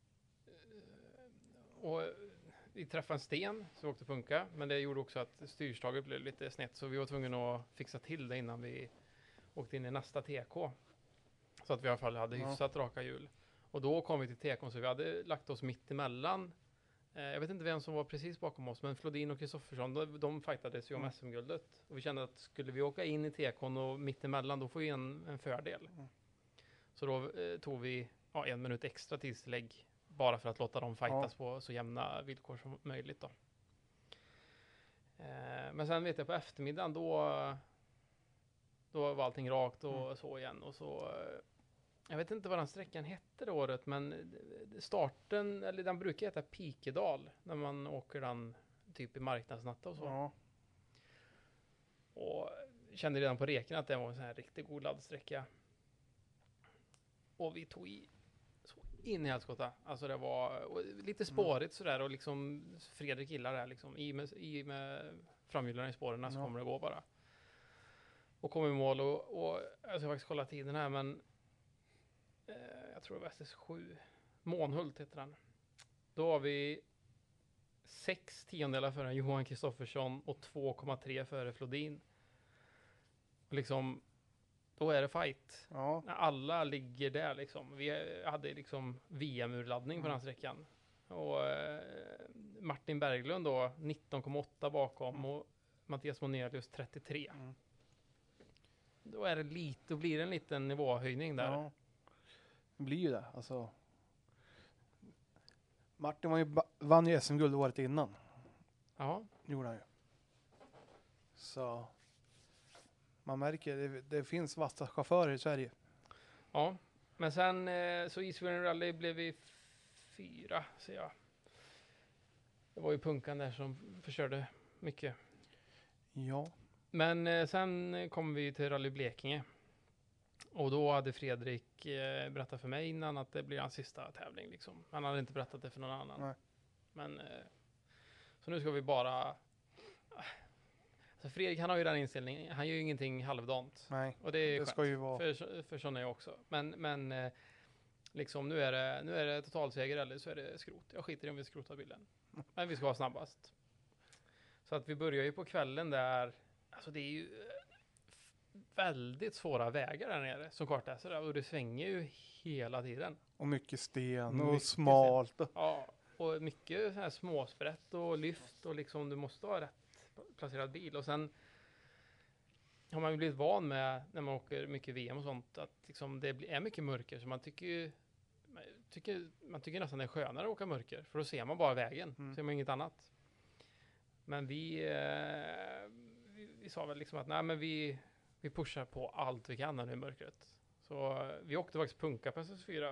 [SPEAKER 4] vi träffade en sten så vi åkte punka, men det gjorde också att styrslaget blev lite snett, så vi var tvungna att fixa till det innan vi åkte in i nästa TK. Så att vi i alla fall hade hyfsat raka hjul. Och då kom vi till TK, så vi hade lagt oss mitt emellan. Jag vet inte vem som var precis bakom oss, men Flodin och Kristoffersson, de fightades ju om SM-guldet. Och vi kände att skulle vi åka in i TK:n och mitt emellan, då får vi en fördel. Så då tog vi 1 minut extra tidstillägg bara för att låta dem fightas på så jämna villkor som möjligt då. Men sen vet jag på eftermiddagen då var allting rakt och så igen. Och så, jag vet inte vad den sträckan hette det året, men starten, eller den brukar heta Pikedal när man åker den typ i marknadsnatta och så.
[SPEAKER 5] Ja.
[SPEAKER 4] Och kände redan på reken att det var en sån här riktigt god laddsträcka. Och vi tog i så in i helskotta. Alltså det var lite spårigt sådär, och liksom Fredrik gillar det här liksom. I med framhjularna i spåren så kommer det gå bara. Och kom i mål och jag ska faktiskt kolla tiden här, men jag tror det var SS7. Månhult heter den. Då har vi 6 tiondelar före Johan Kristoffersson och 2,3 före Flodin. Och liksom, då är det fight.
[SPEAKER 5] Ja.
[SPEAKER 4] När alla ligger där liksom. Vi hade liksom VM-urladdning på den sträckan. Och Martin Berglund då 19,8 bakom och Mattias Monelius 33. Då blir det en liten nivåhöjning där.
[SPEAKER 5] Ja. Det blir ju det. Alltså, Martin vann ju SM-guld året innan.
[SPEAKER 4] Ja.
[SPEAKER 5] Gjorde han ju. Så man märker det finns vassa chaufförer i Sverige.
[SPEAKER 4] Ja, men sen så i Sweden Rally blev vi 4, ser jag. Det var ju punkan där som förstörde mycket.
[SPEAKER 5] Ja.
[SPEAKER 4] Men sen kom vi till Rally Blekinge. Och då hade Fredrik berättat för mig innan att det blir hans sista tävling. Liksom. Han hade inte berättat det för någon annan.
[SPEAKER 5] Nej.
[SPEAKER 4] Men så nu ska vi bara... Alltså Fredrik, han har ju den inställningen. Han gör ju ingenting halvdant.
[SPEAKER 5] Nej,
[SPEAKER 4] och det är
[SPEAKER 5] det ska ju vara...
[SPEAKER 4] För sån är jag också. Men liksom nu är det totalseger eller så är det skrot. Jag skiter i om vi skrotar bilen. Men vi ska vara snabbast. Så att vi börjar ju på kvällen där. Alltså det är ju väldigt svåra vägar där nere som kartläsare. Och det svänger ju hela tiden.
[SPEAKER 5] Och mycket sten
[SPEAKER 4] mycket
[SPEAKER 5] och smalt.
[SPEAKER 4] Sten. Ja, och mycket så här småsprätt och lyft. Och liksom du måste ha rätt placerad bil. Och sen har man ju blivit van med när man åker mycket VM och sånt. Att liksom det är mycket mörker. Så man tycker nästan det är skönare att åka mörker. För då ser man bara vägen. Ser man inget annat. Men vi sa väl liksom att nej, men vi pushar på allt vi kan nu i mörkret. Så vi åkte faktiskt punka på SS4.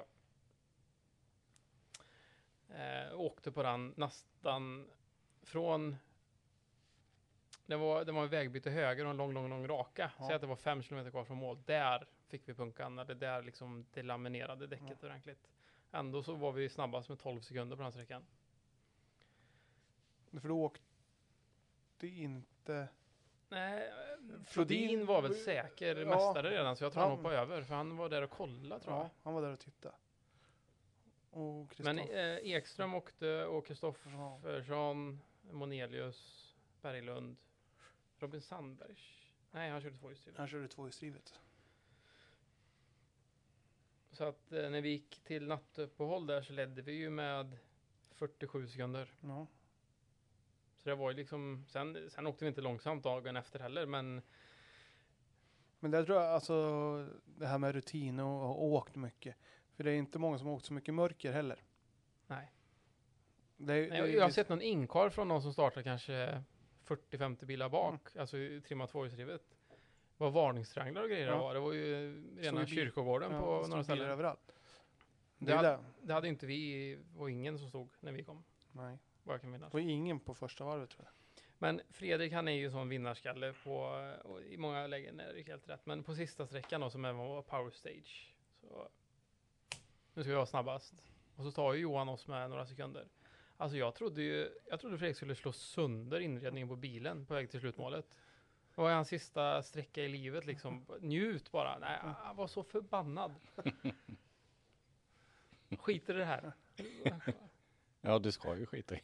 [SPEAKER 4] Åkte på den nästan från... Det var en vägbyte höger och en lång raka. Ja. Så att det var 5 kilometer kvar från mål. Där fick vi punkan. Eller där liksom det laminerade däcket ordentligt. Ändå så var vi snabbast med 12 sekunder på den sträckan.
[SPEAKER 5] För då åkte inte...
[SPEAKER 4] Nej, Flodin var väl säker mästare redan, så jag tror han hoppade över. För han var där och kollade, tror jag.
[SPEAKER 5] Ja, han var där och tittade.
[SPEAKER 4] Men Ekström åkte och Kristoffersson, Monelius, Berglund, Robin Sandberg. Nej, han körde 2-hjulsdrivet.
[SPEAKER 5] Han körde 2-hjulsdrivet.
[SPEAKER 4] Så att när vi gick till nattuppehåll där så ledde vi ju med 47 sekunder.
[SPEAKER 5] Ja.
[SPEAKER 4] Så det var ju liksom, sen åkte vi inte långsamt dagen efter heller, men
[SPEAKER 5] det tror jag, alltså det här med rutin och åkt mycket. För det är inte många som har åkt så mycket mörker heller.
[SPEAKER 4] Nej.
[SPEAKER 5] Jag
[SPEAKER 4] har sett någon inkar från någon som startar kanske 40-50 bilar bak, alltså trimmat 2-hjulsdrivet. Det var varningstrianglar och grejer. Det var ju rena kyrkogården på några ställen.
[SPEAKER 5] Överallt.
[SPEAKER 4] Det hade inte vi, och ingen som stod när vi kom.
[SPEAKER 5] Nej.
[SPEAKER 4] Vad jag kan minnas.
[SPEAKER 5] Och ingen på första varvet, tror jag.
[SPEAKER 4] Men Fredrik, han är ju sån vinnarskalle och i många lägen är det helt rätt. Men på sista sträckan då, som även var power stage, så nu ska vi vara snabbast. Och så tar ju Johan oss med några sekunder. Alltså jag trodde Fredrik skulle slå sönder inredningen på bilen på väg till slutmålet. Det var hans sista sträcka i livet liksom. Njut bara. Nej, han var så förbannad. Skiter i det här.
[SPEAKER 3] Ja, du ska ju skita i.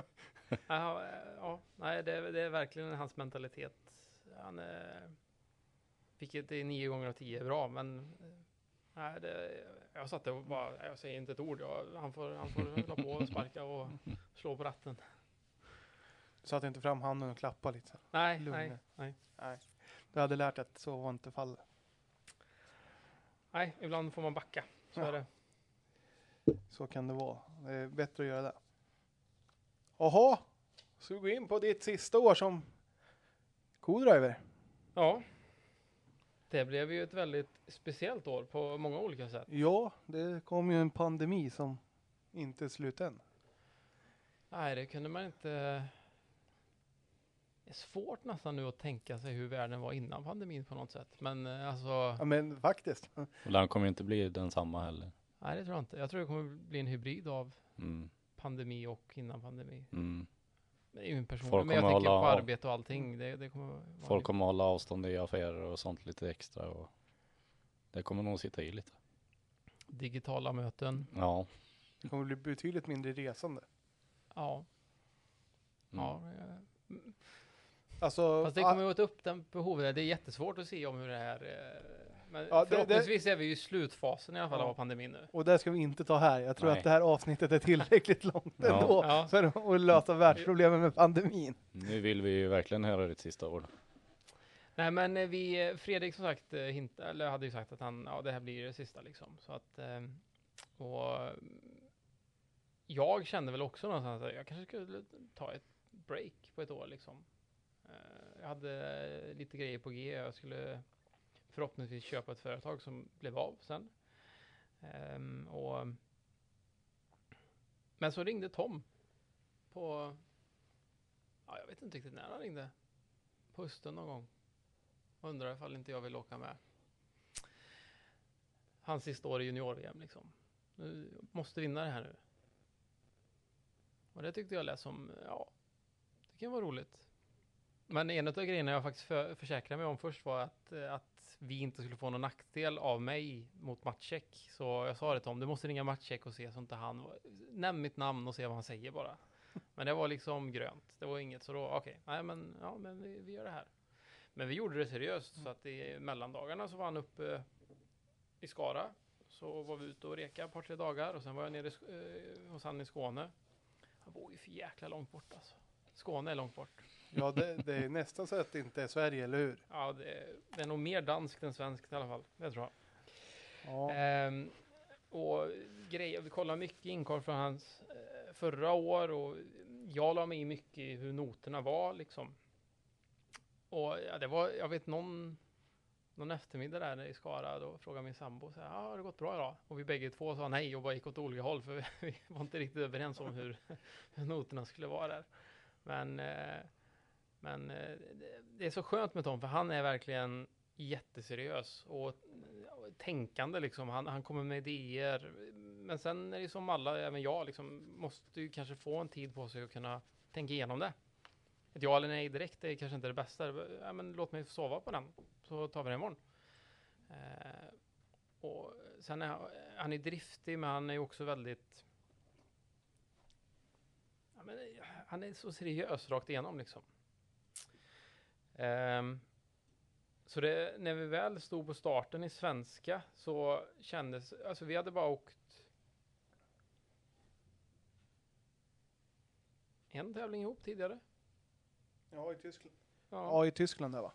[SPEAKER 4] Nej, det är verkligen hans mentalitet. Han vilket är 9 gånger av 10 bra, men nej, jag satt där och bara, jag säger inte ett ord. Han får hålla på och sparka och slå på ratten.
[SPEAKER 5] Du satte inte fram handen och klappa lite?
[SPEAKER 4] Nej.
[SPEAKER 5] Du hade lärt att så var inte fallet.
[SPEAKER 4] Nej, ibland får man backa. Så är det.
[SPEAKER 5] Så kan det vara. Det är bättre att göra det. Jaha, så vi går in på ditt sista år som co-driver.
[SPEAKER 4] Ja. Det blev ju ett väldigt speciellt år på många olika sätt.
[SPEAKER 5] Ja, det kom ju en pandemi som inte är slut än.
[SPEAKER 4] Nej, det kunde man inte... Det är svårt nästan nu att tänka sig hur världen var innan pandemin på något sätt. Men alltså...
[SPEAKER 5] Ja, men faktiskt.
[SPEAKER 3] Och den kommer ju inte bli densamma heller.
[SPEAKER 4] Nej, det tror jag inte. Jag tror det kommer bli en hybrid av pandemi och innan pandemi. Det är ju en person. Men jag tänker på arbete och allting. Det kommer
[SPEAKER 3] folk kommer hålla avstånd i affärer och sånt lite extra. Och det kommer nog sitta i lite.
[SPEAKER 4] Digitala möten.
[SPEAKER 3] Ja.
[SPEAKER 5] Det kommer bli betydligt mindre resande.
[SPEAKER 4] Ja. Ja.
[SPEAKER 5] Alltså,
[SPEAKER 4] fast det kommer att upp den behovet. Det är jättesvårt att se om hur det här... Men förhoppningsvis är vi ju i slutfasen i alla fall av pandemin nu.
[SPEAKER 5] Och det ska vi inte ta här. Jag tror att det här avsnittet är tillräckligt långt ändå för att lösa världsproblemen med pandemin.
[SPEAKER 3] Nu vill vi ju verkligen höra ditt sista ord.
[SPEAKER 4] Nej, men Fredrik som sagt hade ju sagt att det här blir det sista liksom. Så att, och jag kände väl också någonstans att jag kanske skulle ta ett break på ett år liksom. Jag hade lite grejer på G. Jag skulle förhoppningsvis köpa ett företag som blev av sen. Men så ringde Tom på, jag vet inte riktigt när han ringde. På hösten någon gång. Undrar ifall inte jag vill åka med. Hans sista år i junior-VM liksom. Nu måste vinna det här nu. Och det tyckte jag lät som, det kan vara roligt. Men en av grejerna jag faktiskt försäkrade mig om först var att vi inte skulle få någon nackdel av mig mot matchcheck. Så jag sa det till honom, du måste ringa matchcheck och se så inte han... Nämn mitt namn och se vad han säger bara. Men det var liksom grönt. Det var inget så då, men vi gör det här. Men vi gjorde det seriöst så att i mellandagarna så var han uppe i Skara. Så var vi ute och reka ett par, 3 dagar och sen var jag nere hos han i Skåne. Han bor ju för jäkla långt bort alltså. Skåne är långt bort.
[SPEAKER 5] Ja, det är nästan så att det inte är Sverige, eller hur?
[SPEAKER 4] Ja, det är nog mer danskt än svenskt i alla fall. Det tror jag.
[SPEAKER 5] Ja.
[SPEAKER 4] Och grejer, vi kollar mycket inkorg från hans förra år och jag la mig i mycket i hur noterna var liksom. Och det var, jag vet någon eftermiddag där i Skara, då frågade min sambo så här, har det gått bra idag? Och vi bägge två sa nej och bara gick åt olika håll för vi var inte riktigt överens om hur noterna skulle vara där. Men det är så skönt med Tom för han är verkligen jätteseriös och tänkande liksom. Han kommer med idéer. Men sen är det som alla, även jag liksom, måste ju kanske få en tid på sig att kunna tänka igenom det. Ett ja eller nej direkt är kanske inte det bästa. Men låt mig sova på den så tar vi det imorgon. Och sen är han är driftig men han är också väldigt han är så seriös rakt igenom liksom. Så när vi väl stod på starten i svenska så kändes, alltså vi hade bara åkt en tävling ihop tidigare.
[SPEAKER 5] Ja, i Tyskland. Ja, i Tyskland där va.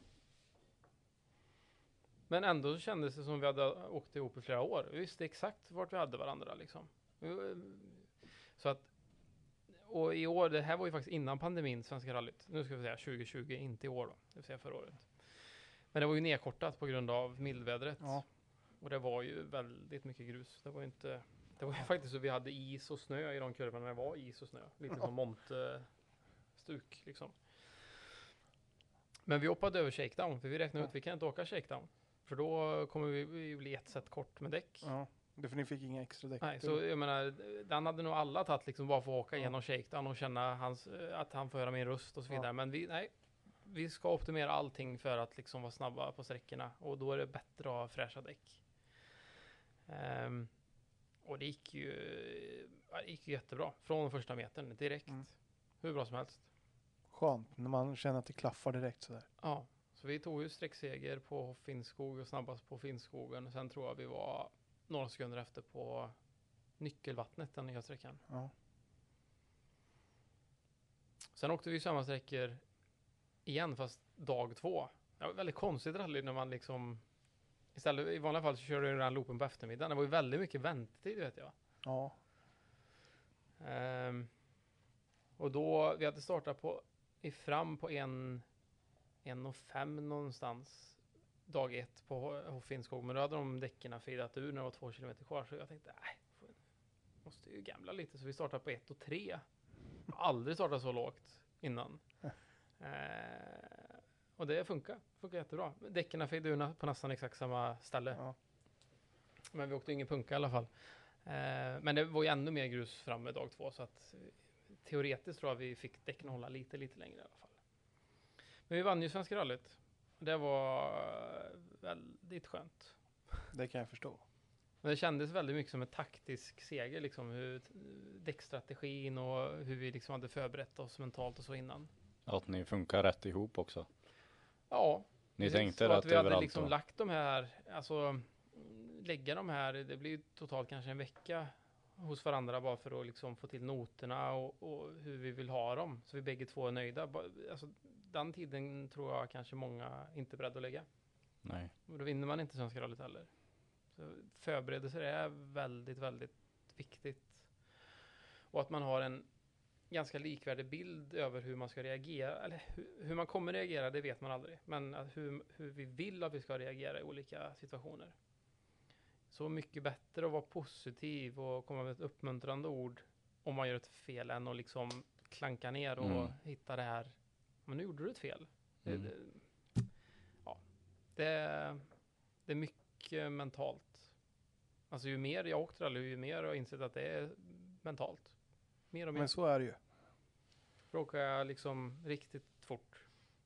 [SPEAKER 4] Men ändå så kändes det som vi hade åkt ihop i flera år. Vi visste exakt vart vi hade varandra liksom. Så att, och i år, det här var ju faktiskt innan pandemin, Svenska rallyt. Nu ska vi säga 2020, inte i år då. Det vill säga förra året. Men det var ju nedkortat på grund av mildvädret. Ja. Och det var ju väldigt mycket grus. Det var ju faktiskt så vi hade is och snö i de kurvorna. Det var is och snö. Lite som montstuk liksom. Men vi hoppade över shakedown. För vi räknade ut att vi kan inte åka shakedown. För då kommer vi bli ett set kort med däck.
[SPEAKER 5] Ja, för ni fick inga extra däck.
[SPEAKER 4] Nej, så jag menar, den hade nog alla tagit liksom bara för att åka igenom shakedown och känna att han får höra min röst och så vidare. Men vi ska optimera allting för att liksom vara snabba på sträckorna. Och då är det bättre att ha fräscha däck. Och det gick ju jättebra. Från första metern direkt. Hur bra som helst.
[SPEAKER 5] Skönt, när man känner att det klaffar direkt sådär.
[SPEAKER 4] Ja, så vi tog ju sträckseger på Finnskog och snabbast på Finnskogen. Och sen tror jag vi var några sekunder efter på Nyckelvattnet, den nya sträckan.
[SPEAKER 5] Ja.
[SPEAKER 4] Sen åkte vi samma sträckor igen, fast dag 2. Det var väldigt konstigt rally när man liksom... Istället, i vanliga fall så körde vi den här loopen på eftermiddagen. Det var ju väldigt mycket väntetid, vet jag.
[SPEAKER 5] Ja.
[SPEAKER 4] Och då, vi hade startat i fram på 1,5 någonstans dag 1 på Finnskog, men då hade de däckerna firat ur när det var 2 kilometer kvar, så jag tänkte, måste ju gamla lite, så vi startade på 1,3. Jag har aldrig startat så lågt innan. Och det funkar jättebra. Däckerna fidade ur på nästan exakt samma ställe.
[SPEAKER 5] Ja.
[SPEAKER 4] Men vi åkte ingen punka i alla fall. Men det var ju ännu mer grus fram med dag 2, så att teoretiskt tror jag vi fick däcken hålla lite längre i alla fall. Men vi vann ju Svenska rallyt. Det var väldigt skönt.
[SPEAKER 5] Det kan jag förstå.
[SPEAKER 4] Men det kändes väldigt mycket som en taktisk seger, liksom hur däckstrategin och hur vi liksom hade förberett oss mentalt och så innan.
[SPEAKER 3] Att ni funkar rätt ihop också.
[SPEAKER 4] Ja.
[SPEAKER 3] Ni tänkte rätt
[SPEAKER 4] att vi hade
[SPEAKER 3] överallt
[SPEAKER 4] liksom
[SPEAKER 3] då.
[SPEAKER 4] lagt de här, alltså lägga de här, det blir totalt kanske en vecka hos varandra bara för att liksom få till noterna och hur vi vill ha dem. Så vi bägge två är nöjda. Alltså, den tiden tror jag kanske många inte är beredda att lägga.
[SPEAKER 3] Nej.
[SPEAKER 4] Och då vinner man inte Svenska rallyt heller. Så förberedelser är väldigt, väldigt viktigt. Och att man har en ganska likvärdig bild över hur man ska reagera. Eller hur man kommer reagera, det vet man aldrig. Men att hur vi vill att vi ska reagera i olika situationer. Så mycket bättre att vara positiv och komma med ett uppmuntrande ord om man gör ett fel än att liksom klanka ner och hitta det här. Men nu gjorde du ett fel. Det är mycket mentalt. Alltså ju mer jag åkt rally, ju mer jag har insett att det är mentalt. Mer och mer.
[SPEAKER 5] Men så är det ju.
[SPEAKER 4] Då åker jag liksom riktigt fort.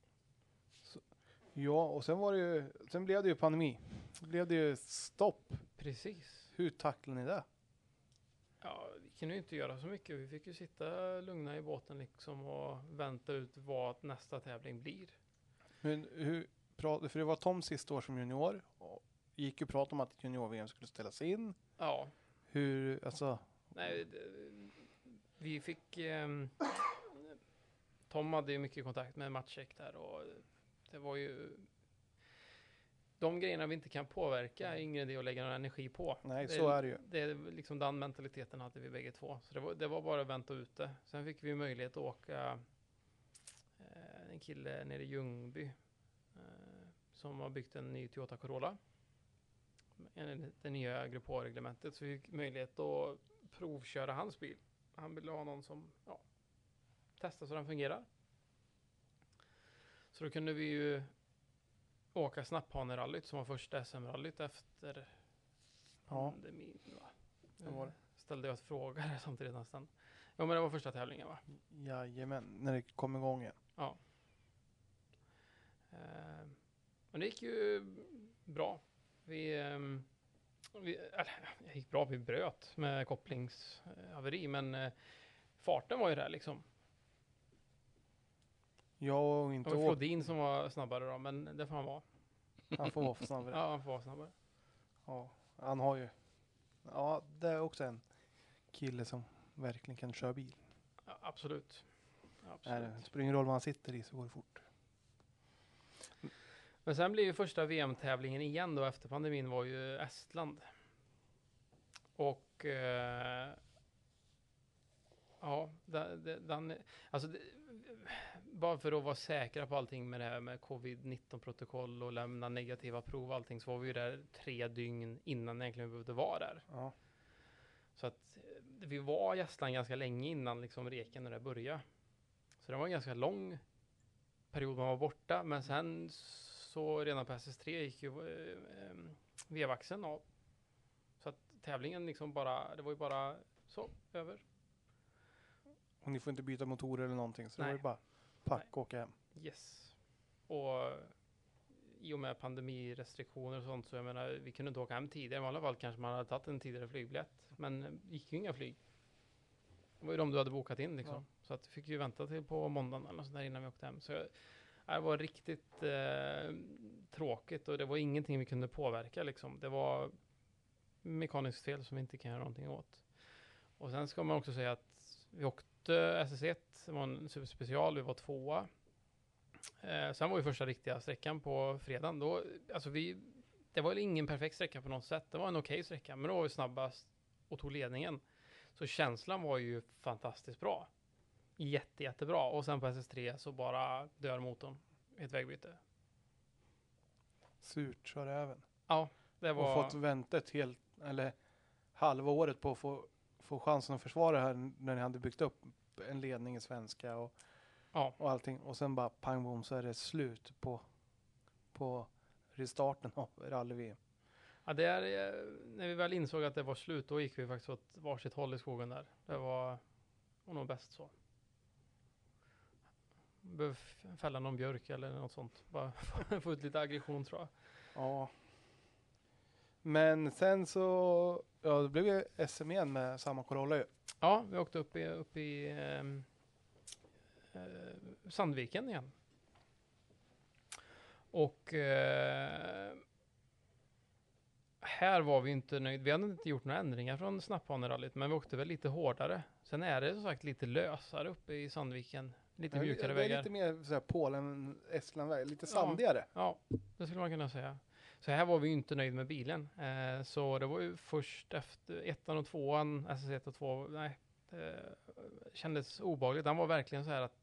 [SPEAKER 5] Ja, och sen blev det ju pandemi. Då blev det ju stopp.
[SPEAKER 4] Precis.
[SPEAKER 5] Hur tacklade ni det?
[SPEAKER 4] Ja, vi kunde ju inte göra så mycket. Vi fick ju sitta lugna i båten liksom och vänta ut vad nästa tävling blir.
[SPEAKER 5] Men för det var Toms sista år som junior. Och gick ju prat om att junior-VM skulle ställas in.
[SPEAKER 4] Ja.
[SPEAKER 5] Hur, alltså...
[SPEAKER 4] Nej, vi fick... Tom hade ju mycket kontakt med Matcheck där och det var ju... De grejerna vi inte kan påverka är ingen idé att lägga någon energi på.
[SPEAKER 5] Nej, så är det ju.
[SPEAKER 4] Det är liksom den mentaliteten hade vi bägge två. Så det var bara att vänta ute. Sen fick vi möjlighet att åka en kille nere i Ljungby som har byggt en ny Toyota Corolla. Det nya Grupp A-reglementet. Så vi fick möjlighet att provköra hans bil. Han ville ha någon som testar så den fungerar. Så då kunde vi ju åka Snapphanerallyt som var första SM-rallyt efter pandemin.
[SPEAKER 5] Det var det.
[SPEAKER 4] Ställde jag ett fråga här samtidigt nästan. Ja, men det var första tävlingen, va?
[SPEAKER 5] Jajamän, när det kom igång igen.
[SPEAKER 4] Ja. Men det gick ju bra. Det gick bra, vi bröt med kopplingshaveri, men farten var ju där liksom.
[SPEAKER 5] Jag och inte
[SPEAKER 4] det var Flodin som var snabbare då, men det får han vara.
[SPEAKER 5] Han får vara för snabbare.
[SPEAKER 4] Ja, han får vara snabbare.
[SPEAKER 5] Ja, han har ju... Ja, det är också en kille som verkligen kan köra bil.
[SPEAKER 4] Ja, absolut.
[SPEAKER 5] Det spelar ingen roll vad han sitter i så går det fort.
[SPEAKER 4] Men sen blev ju första VM-tävlingen igen då efter pandemin var ju Estland. Och bara för att vara säkra på allting med det här med covid-19-protokoll och lämna negativa prov och allting, så var vi ju där 3 dygn innan egentligen vi behövde vara där.
[SPEAKER 5] Ja.
[SPEAKER 4] Så att vi var i Estland ganska länge innan liksom reken när det började. Så det var en ganska lång period man var borta, men sen så redan på SS3 gick ju vevaxeln av. Så att tävlingen liksom det var ju bara så, över.
[SPEAKER 5] Och ni får inte byta motorer eller någonting, så
[SPEAKER 4] Nej.
[SPEAKER 5] det var ju bara packa och åka hem.
[SPEAKER 4] Yes. Och i och med pandemirestriktioner och sånt, så jag menar, vi kunde inte åka hem tidigare. I alla fall kanske man hade tagit en tidigare flygbiljett, men gick ju inga flyg. Det var ju de du hade bokat in liksom. Ja. Så att vi fick ju vänta till på måndagen eller så där innan vi åkte hem. Så det var riktigt tråkigt och det var ingenting vi kunde påverka liksom. Det var mekaniskt fel som vi inte kan göra någonting åt. Och sen ska man också säga att vi åkte SS1, det var en superspecial, vi var 2:a. Sen var ju första riktiga sträckan på fredagen. Då, alltså det var ingen perfekt sträcka på något sätt. Det var en okej sträcka, men då var vi snabbast och tog ledningen. Så känslan var ju fantastiskt bra. Jättebra. Och sen på SS3 så bara dör motorn i ett vägbyte.
[SPEAKER 5] Surt, sa det även.
[SPEAKER 4] Ja, det var...
[SPEAKER 5] Och fått vänta ett helt, eller halva året på att få chansen att försvara det här när ni hade byggt upp en ledning i svenska och allting. Och sen bara pang bom så är det slut på restarten av rally-VM.
[SPEAKER 4] Ja, när vi väl insåg att det var slut, då gick vi faktiskt åt varsitt håll i skogen där. Det var nog bäst så. Behöver fälla någon björk eller något sånt. Bara få ut lite aggression, tror jag.
[SPEAKER 5] Ja. Men sen så, det blev ju SM igen med samma Corolla ju.
[SPEAKER 4] Ja, vi åkte upp i Sandviken igen. Och här var vi inte nöjda. Vi hade inte gjort några ändringar från snapphanerallyt, men vi åkte väl lite hårdare. Sen är det som sagt lite lösare uppe i Sandviken. Lite mjukare vägar. Det är lite mer
[SPEAKER 5] så här Polen, Estland, lite sandigare.
[SPEAKER 4] Ja, det skulle man kunna säga. Så här var vi ju inte nöjda med bilen. Så det var ju först efter 1 och 2, SS1 och 2, nej, det kändes obehagligt. Den var verkligen så här att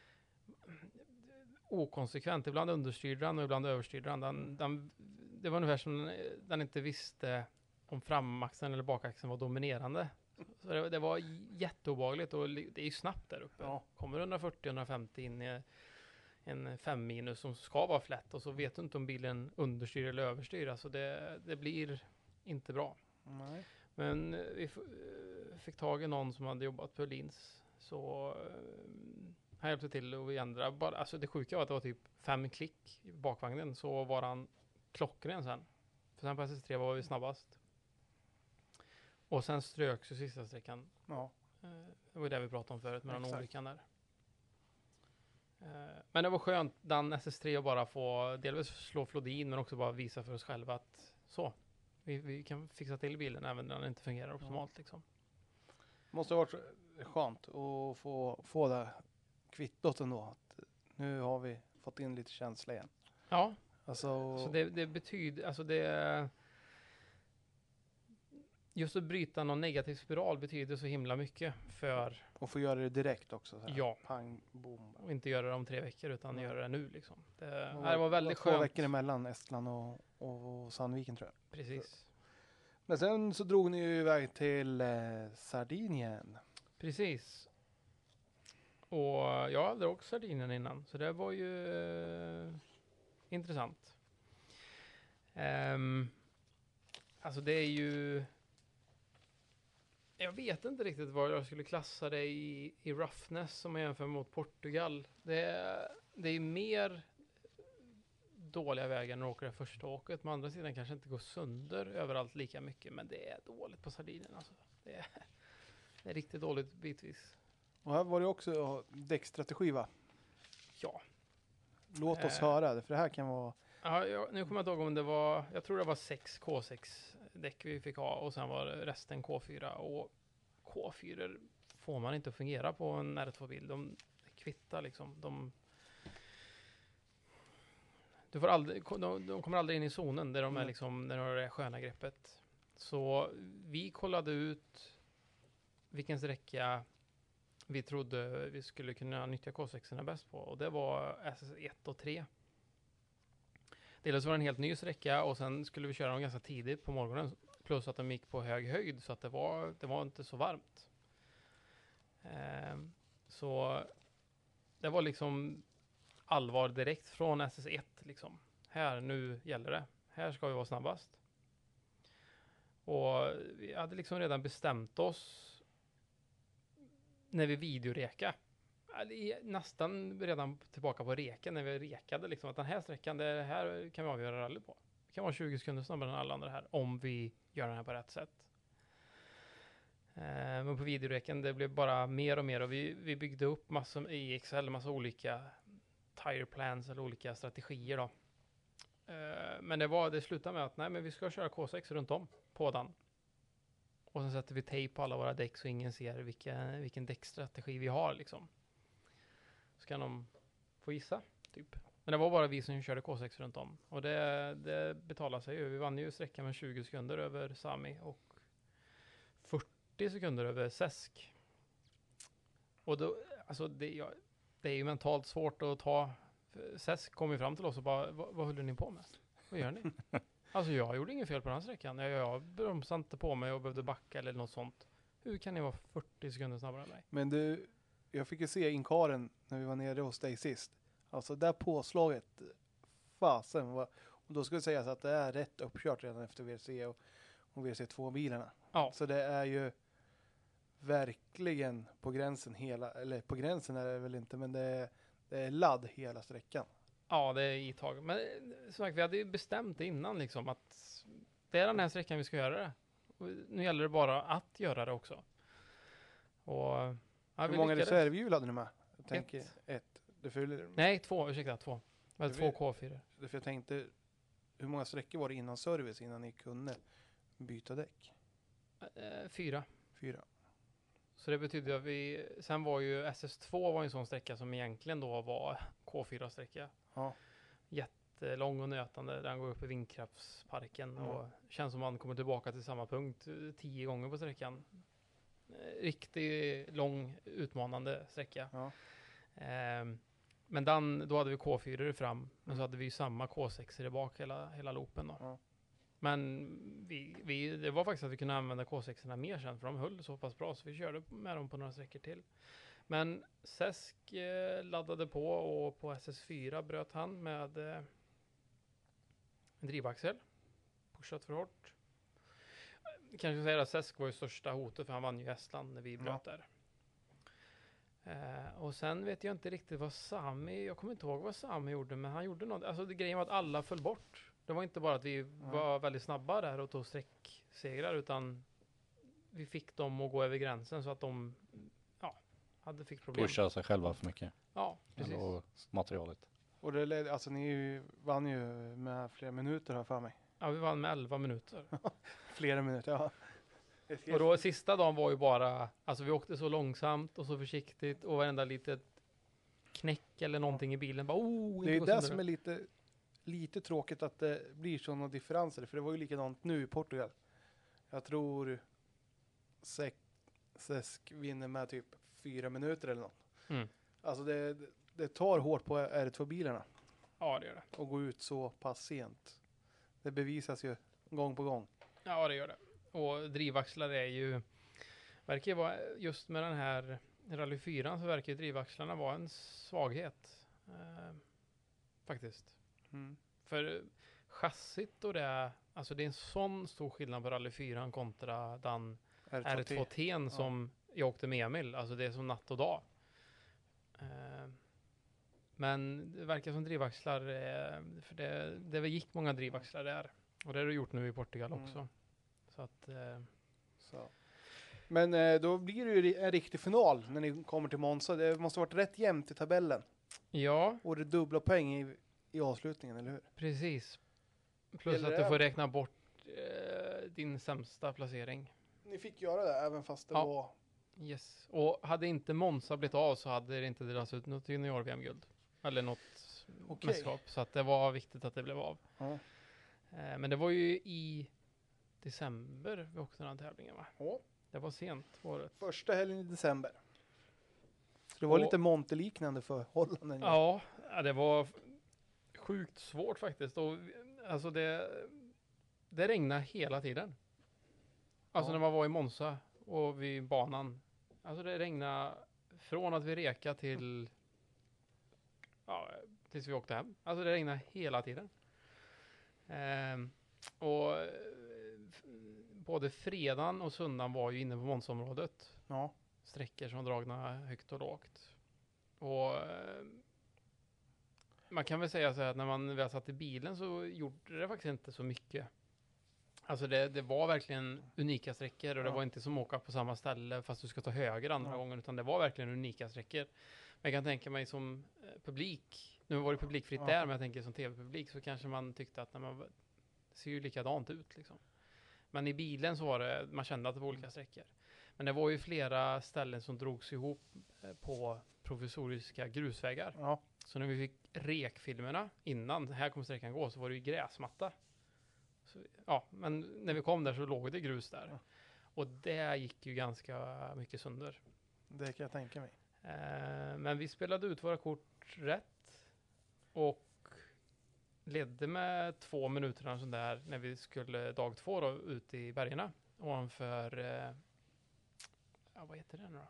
[SPEAKER 4] okonsekvent. Ibland understyrde han och ibland överstyrde han. Det var ungefär som den inte visste om framaxeln eller bakaxeln var dominerande. Så det var jätteobehagligt, och det är ju snabbt där uppe. Ja. Kommer 140-150 in i en 5 minus som ska vara flätt, och så vet du inte om bilen understyr eller överstyr. Alltså det blir inte bra.
[SPEAKER 5] Nej.
[SPEAKER 4] Men vi fick tag i någon som hade jobbat på Lins, så han hjälpte till och vi ändrade. Alltså det sjuka var att det var typ 5 klick i bakvagnen, så var han klockren sen. För sen på SS3 var vi snabbast. Och sen ströks ju sista sträckan.
[SPEAKER 5] Ja.
[SPEAKER 4] Det var det vi pratade om förut med den olyckan där. Men det var skönt den SS3 att bara få delvis slå Flodin, men också bara visa för oss själva att vi kan fixa till bilen även när den inte fungerar optimalt liksom.
[SPEAKER 5] Måste ha varit skönt att få det kvittot ändå. Att nu har vi fått in lite känsla igen.
[SPEAKER 4] Ja.
[SPEAKER 5] Alltså...
[SPEAKER 4] Så det betyder, alltså det... Just att bryta någon negativ spiral betyder så himla mycket för...
[SPEAKER 5] Och få göra det direkt också. Så här.
[SPEAKER 4] Ja.
[SPEAKER 5] Pang, boom.
[SPEAKER 4] Och inte göra det om 3 veckor, utan göra det nu liksom. Det var väldigt skönt.
[SPEAKER 5] 2 veckor emellan Estland och Sandviken, tror jag.
[SPEAKER 4] Precis.
[SPEAKER 5] Men sen så drog ni ju iväg till Sardinien.
[SPEAKER 4] Precis. Och jag hade också Sardinien innan, så det var ju intressant. Alltså det är ju... Jag vet inte riktigt vad jag skulle klassa det i roughness som jag jämför mot Portugal. Det är mer dåliga vägar när du åker det första åket. Men å andra sidan kanske inte går sönder överallt lika mycket. Men det är dåligt på Sardinien alltså. Det är riktigt dåligt bitvis.
[SPEAKER 5] Och här var det också däckstrategi, va?
[SPEAKER 4] Ja.
[SPEAKER 5] Låt oss höra det, för det här kan vara...
[SPEAKER 4] Ja, nu kommer jag inte ihåg om det var... Jag tror det var 6 K6 däck vi fick ha, och sen var resten K4. Och K4 får man inte fungera på en R2-bil. De kvittar liksom. De kommer aldrig in i zonen där de är liksom, när de har det sköna greppet. Så vi kollade ut vilken sträcka vi trodde vi skulle kunna nyttja K6-erna bäst på. Och det var SS1 och 3. Dels var det en helt ny sträcka, och sen skulle vi köra dem ganska tidigt på morgonen. Plus att de gick på hög höjd, så att det var inte så varmt. Så det var liksom allvar direkt från SS1 liksom. Här, nu gäller det. Här ska vi vara snabbast. Och vi hade liksom redan bestämt oss när vi videoreka. Nästan redan tillbaka på reken, när vi rekade liksom att den här sträckan, det här kan vi avgöra rally på. Det kan vara 20 sekunder snabbare än alla andra här, om vi gör den här på rätt sätt. Men på videoreken, det blev bara mer och mer, och vi byggde upp massor i Excel, massa olika tire plans eller olika strategier då. Men det slutade med att nej, men vi ska köra K6 runt om på den. Och sen sätter vi tejp på alla våra däck så ingen ser vilken däckstrategi vi har liksom. Så kan de få gissa, typ. Men det var bara vi som körde K6 runt om. Och det betalar sig ju. Vi vann ju sträckan med 20 sekunder över Sami och 40 40 sekunder över Säsk. Och då, alltså det är ju mentalt svårt att ta. Säsk kom ju fram till oss och bara, vad håller ni på med? Vad gör ni? Alltså jag gjorde inget fel på den här sträckan. Jag bromsade inte på mig och behövde backa eller något sånt. Hur kan ni vara 40 sekunder snabbare än mig?
[SPEAKER 5] Men du, jag fick ju se inkaren när vi var nere hos dig sist. Alltså där påslaget, fasen var, och då skulle det sägas att det är rätt uppkört redan efter VRC och VRC2-bilarna.
[SPEAKER 4] Ja.
[SPEAKER 5] Så det är ju verkligen på gränsen eller på gränsen är det väl inte, men det är ladd hela sträckan.
[SPEAKER 4] Ja, det är itag. Men som sagt, vi hade ju bestämt det innan liksom att det är den här sträckan vi ska göra det. Och nu gäller det bara att göra det också. Och ja,
[SPEAKER 5] Hur många reservhjul hade ni med? Jag tänker ett.
[SPEAKER 4] Nej, 2. Ursäkta, 2. Det var 2 K4.
[SPEAKER 5] För jag tänkte, hur många sträckor var det innan service innan ni kunde byta däck?
[SPEAKER 4] 4.
[SPEAKER 5] 4.
[SPEAKER 4] Så det betyder att sen var ju SS2 var en sån sträcka som egentligen då var K4-sträcka.
[SPEAKER 5] Ja.
[SPEAKER 4] Jättelång och nötande. Den går upp i vindkraftsparken och känns som man kommer tillbaka till samma punkt 10 gånger på sträckan. Riktigt lång, utmanande sträcka.
[SPEAKER 5] Ja.
[SPEAKER 4] Men då hade vi K4 fram, men så hade vi samma K6 i bak hela loopen då.
[SPEAKER 5] Ja.
[SPEAKER 4] Men det var faktiskt att vi kunde använda K6-erna mer sen, för de höll så pass bra, så vi körde med dem på några sträckor till. Men Säsk laddade på, och på SS4 bröt han med en drivaxel. Pushat för hårt. Kanske säga att Säsk var ju största hotet, för han vann ju Estland när vi bröt där. Och sen vet jag inte riktigt vad jag kommer inte ihåg vad Sami gjorde, men han gjorde något. Alltså grejen var att alla föll bort. Det var inte bara att vi var väldigt snabba där och tog sträcksegrar, utan vi fick dem att gå över gränsen så att de fick problem.
[SPEAKER 3] Pusha sig själva för mycket.
[SPEAKER 4] Ja, precis.
[SPEAKER 3] Och materialet.
[SPEAKER 5] Och det ledde, alltså ni vann ju med flera minuter här för mig.
[SPEAKER 4] Ja, vi vann med 11 minuter.
[SPEAKER 5] Flera minuter, ja.
[SPEAKER 4] Och då sista dagen var ju bara, alltså vi åkte så långsamt och så försiktigt, och varenda litet knäck eller någonting i bilen bara,
[SPEAKER 5] det är det som är lite tråkigt, att det blir sådana differenser, för det var ju likadant nu i Portugal. Jag tror Säsk vinner med typ 4 minuter eller något. Alltså det tar hårt på R2-bilarna.
[SPEAKER 4] Ja, det gör det.
[SPEAKER 5] Och gå ut så pass sent. Det bevisas ju gång på gång.
[SPEAKER 4] Ja, det gör det. Och drivaxlar verkar ju vara, just med den här Rally 4 så verkar ju drivaxlarna vara en svaghet. Faktiskt. För chassit och det, alltså det är en sån stor skillnad på Rally 4 kontra den R2T som jag åkte med Emil. Alltså det är som natt och dag. Men det verkar som drivaxlar, för det gick många drivaxlar där. Och det har du gjort nu i Portugal också. Så att...
[SPEAKER 5] Men då blir det ju en riktig final när ni kommer till Monza. Det måste ha varit rätt jämnt i tabellen.
[SPEAKER 4] Ja.
[SPEAKER 5] Och det dubbla poäng i avslutningen, eller hur?
[SPEAKER 4] Precis. Plus att du får räkna bort din sämsta placering.
[SPEAKER 5] Ni fick göra det även fast det var...
[SPEAKER 4] Yes. Och hade inte Monza blivit av så hade det inte delats ut något junior-VM-guld. Eller något mästerskap. Så att det var viktigt att det blev av.
[SPEAKER 5] Ja.
[SPEAKER 4] Men det var ju i december vi åkte den här tävlingen, va?
[SPEAKER 5] Ja.
[SPEAKER 4] Det var sent på året.
[SPEAKER 5] Första helgen i december. Så det var lite Monte-liknande förhållanden.
[SPEAKER 4] Ja, det var sjukt svårt faktiskt. Och, alltså det regnade hela tiden. Alltså när man var i Monza och vid banan. Alltså det regnade från att vi reka till tills vi åkte hem. Alltså det regnade hela tiden. Och både fredagen och söndagen var ju inne på Monza-området.
[SPEAKER 5] Ja.
[SPEAKER 4] Sträckor som var dragna högt och lågt. Och man kan väl säga så här att när man väl satt i bilen så gjorde det faktiskt inte så mycket. Alltså det var verkligen unika sträckor, och det var inte som att åka på samma ställe fast du ska ta höger andra gången, utan det var verkligen unika sträckor. Men jag kan tänka mig som publik, nu var det publikfritt där, men jag tänker som tv-publik så kanske man tyckte att det ser ju likadant ut liksom. Men i bilen så var det, man kände att det var olika sträckor. Men det var ju flera ställen som drogs ihop på provisoriska grusvägar.
[SPEAKER 5] Ja.
[SPEAKER 4] Så när vi fick rekfilmerna innan, här kommer sträckan gå, så var det ju gräsmatta. Så, men när vi kom där så låg det grus där. Ja. Och det gick ju ganska mycket sönder.
[SPEAKER 5] Det kan jag tänka mig.
[SPEAKER 4] Men vi spelade ut våra kort rätt och ledde med 2 minuter sån där när vi skulle dag 2 då, ut i bergarna ovanför vad heter det nu då?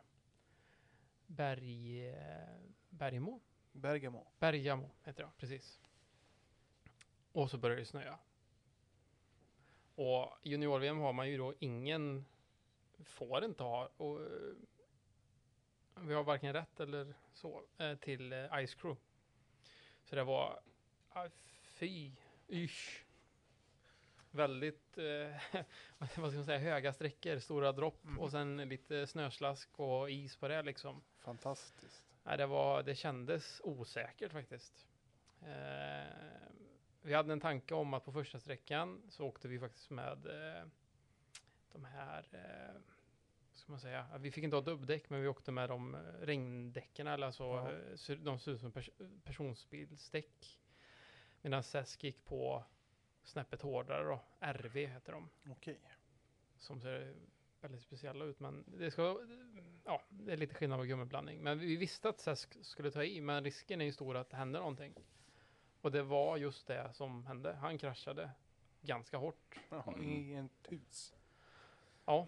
[SPEAKER 4] Bergamo heter det, precis. Och så började det snöa. Och junior-VM har man ju då får inte ha, och vi har varken rätt eller så till Ice Crew. Så det var väldigt vad ska man säga, höga sträckor, stora dropp och sen lite snöslask och is på det liksom.
[SPEAKER 5] Fantastiskt.
[SPEAKER 4] Nej, det kändes osäkert faktiskt. Vi hade en tanke om att på första sträckan så åkte vi faktiskt med de här ska man säga, vi fick inte ha dubbdäck, men vi åkte med de regndäcken, eller alltså de ser ut som personbilsdäck. Medan Sesk gick på snäppet hårdare då, RV heter de.
[SPEAKER 5] Okej.
[SPEAKER 4] Som ser väldigt speciella ut, men det är lite skillnad på gummiblandning. Men vi visste att Sesk skulle ta i, men risken är ju stor att det händer någonting. Och det var just det som hände. Han kraschade ganska hårt.
[SPEAKER 5] I en hus.
[SPEAKER 4] Ja.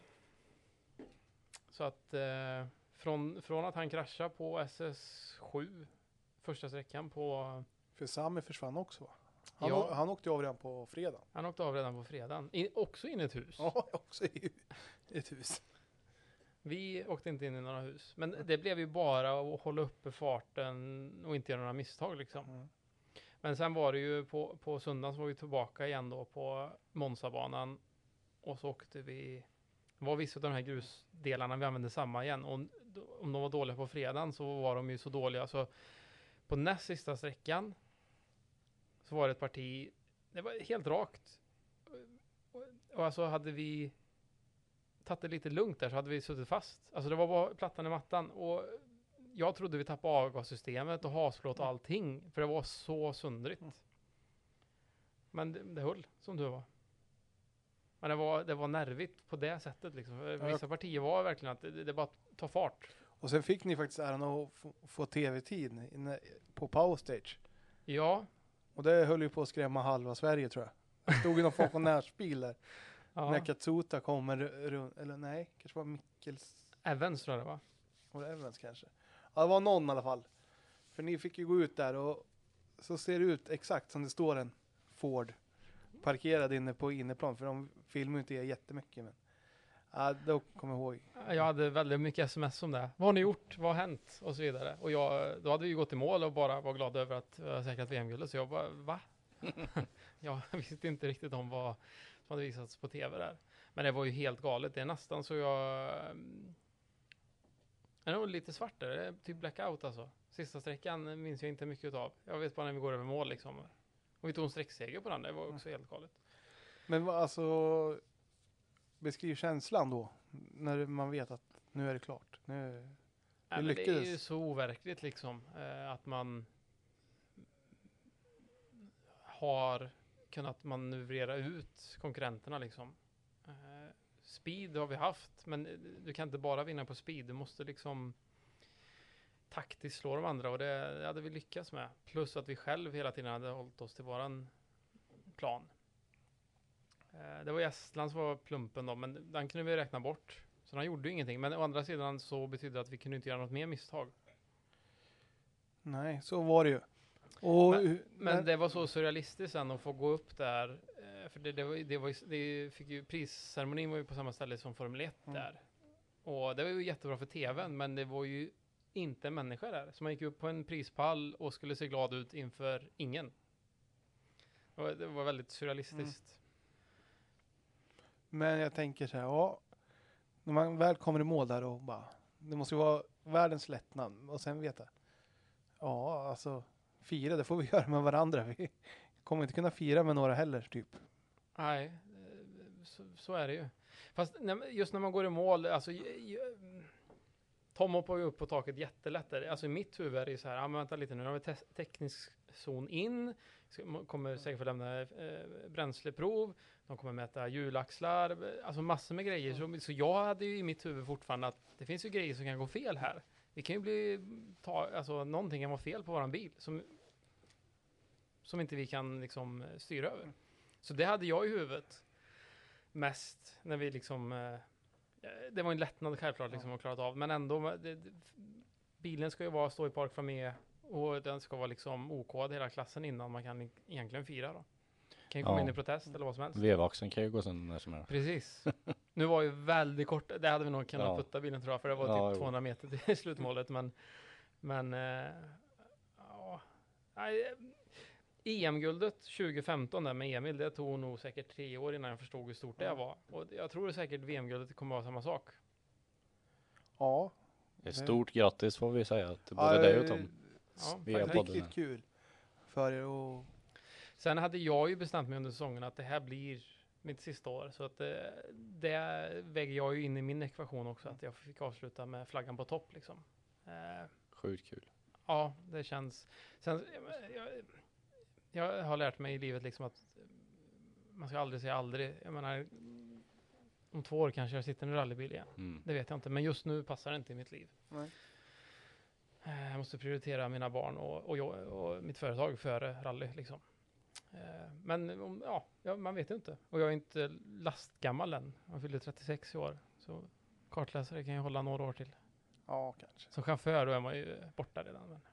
[SPEAKER 4] Så att från att han kraschade på SS7 första sträckan på...
[SPEAKER 5] För Sami försvann också, va? Han åkte av redan på fredag.
[SPEAKER 4] Han åkte av redan på fredagen. Också in i ett hus.
[SPEAKER 5] Ja, också i ett hus.
[SPEAKER 4] Vi åkte inte in i några hus. Men det blev ju bara att hålla uppe farten och inte göra några misstag liksom. Men sen var det ju på söndagen så var vi tillbaka igen då på Monzabanan. Och så åkte vi... Det var vissa av de här grusdelarna vi använde samma igen. Och om de var dåliga på fredagen så var de ju så dåliga. Så på näst sista sträckan så var det ett parti, det var helt rakt. Och alltså hade vi tagit det lite lugnt där så hade vi suttit fast. Alltså det var bara plattan i mattan. Och jag trodde vi tappade avgassystemet och hasplåt och allting. För det var så sundrigt. Men det höll som det var. Men det var nervigt på det sättet liksom. Vissa partier var verkligen att det bara tar fart.
[SPEAKER 5] Och sen fick ni faktiskt äran att få tv-tid på Powerstage.
[SPEAKER 4] Ja.
[SPEAKER 5] Och det höll ju på att skrämma halva Sverige, tror jag. Det stod ju någon funktionärsbil där.
[SPEAKER 4] Ja.
[SPEAKER 5] När Katsuta kommer runt, eller nej, kanske var Mikkels...
[SPEAKER 4] Evans tror jag det var.
[SPEAKER 5] Var det Evans kanske? Ja, det var någon i alla fall. För ni fick ju gå ut där och så ser det ut exakt som det står en Ford parkerad inne på inneplan. För de filmar ju inte jättemycket, men ja, då kommer jag ihåg.
[SPEAKER 4] Jag hade väldigt mycket sms om det. Vad har ni gjort? Vad har hänt? Och så vidare. Och då hade vi gått i mål och bara var glada över att jag säkrat VM-guldet. Så jag bara, va? Jag visste inte riktigt om vad som hade visats på tv där. Men det var ju helt galet. Det är nästan så jag... Det är nog lite svart där. Det är typ blackout alltså. Sista sträckan minns jag inte mycket av. Jag vet bara när vi går över mål liksom. Och vi tog en sträckseger på den. Det var också helt galet.
[SPEAKER 5] Men alltså... Beskriv känslan då. När man vet att nu är det klart. Nu
[SPEAKER 4] det är ju så overkligt liksom. Att man har kunnat manövrera ut konkurrenterna liksom. Speed har vi haft, men du kan inte bara vinna på speed. Du måste liksom taktiskt slå de andra, och det hade vi lyckats med. Plus att vi själv hela tiden hade hållit oss till våran plan. Det var Estland som var plumpen då, men den kunde vi räkna bort. Så den gjorde ju ingenting. Men å andra sidan så betyder det att vi kunde inte göra något mer misstag.
[SPEAKER 5] Nej, så var det ju. Och,
[SPEAKER 4] men det var så surrealistiskt sen att få gå upp där. För det fick ju, prisceremonin var ju på samma ställe som Formel 1 där. Och det var ju jättebra för tvn, men det var ju inte en människa där. Så man gick upp på en prispall och skulle se glad ut inför ingen. Och det var väldigt surrealistiskt.
[SPEAKER 5] Men jag tänker så här, ja, när man väl kommer i mål där och bara, det måste ju vara världens lättnad. Och sen veta, ja, alltså fira, det får vi göra med varandra. Vi kommer inte kunna fira med några heller, typ.
[SPEAKER 4] Nej, så är det ju. Fast just när man går i mål, alltså Tom hoppar ju upp på taket jättelätt. Alltså i mitt huvud är det så här, men vänta lite nu, har vi teknisk zon in. Kommer säkert få lämna bränsleprov. De kommer mäta hjulaxlar. Alltså massor med grejer. Så jag hade ju i mitt huvud fortfarande att det finns ju grejer som kan gå fel här. Det kan ju alltså någonting kan vara fel på våran bil. Som inte vi kan liksom styra över. Så det hade jag i huvudet mest när vi liksom det var en lättnad självklart liksom att klara av, men ändå bilen ska ju stå i park framme och den ska vara liksom OK hela klassen innan man kan egentligen fira då. Kan ju komma in i protest eller vad som helst.
[SPEAKER 3] Vevaxeln kan ju gå sen när som helst.
[SPEAKER 4] Precis. Nu var ju väldigt kort, det hade vi nog kunnat putta bilen tror jag, för det var typ 200 meter till slutmålet, men EM-guldet 2015 där med Emil, det tog nog säkert 3 år innan jag förstod hur stort det var. Och jag tror säkert VM-guldet kommer vara samma sak.
[SPEAKER 5] Ja.
[SPEAKER 3] Ett stort grattis får vi säga till både dig och Tom.
[SPEAKER 5] Ja, riktigt kul för er. Och
[SPEAKER 4] sen hade jag ju bestämt mig under säsongen att det här blir mitt sista år. Så att det väger jag ju in i min ekvation också. Att jag fick avsluta med flaggan på topp liksom.
[SPEAKER 3] Sjukt kul.
[SPEAKER 4] Ja, det känns. Sen, jag har lärt mig i livet liksom att man ska aldrig säga aldrig. Jag menar, om 2 år kanske jag sitter i en rallybil igen. Det vet jag inte. Men just nu passar det inte i mitt liv.
[SPEAKER 5] Nej.
[SPEAKER 4] Jag måste prioritera mina barn och mitt företag före rally liksom. Men man vet ju inte. Och jag är inte lastgammal än. Jag fyllde 36 i år. Så kartläsare kan ju hålla några år till.
[SPEAKER 5] Ja, kanske.
[SPEAKER 4] Som chaufför då är man ju borta redan. Men.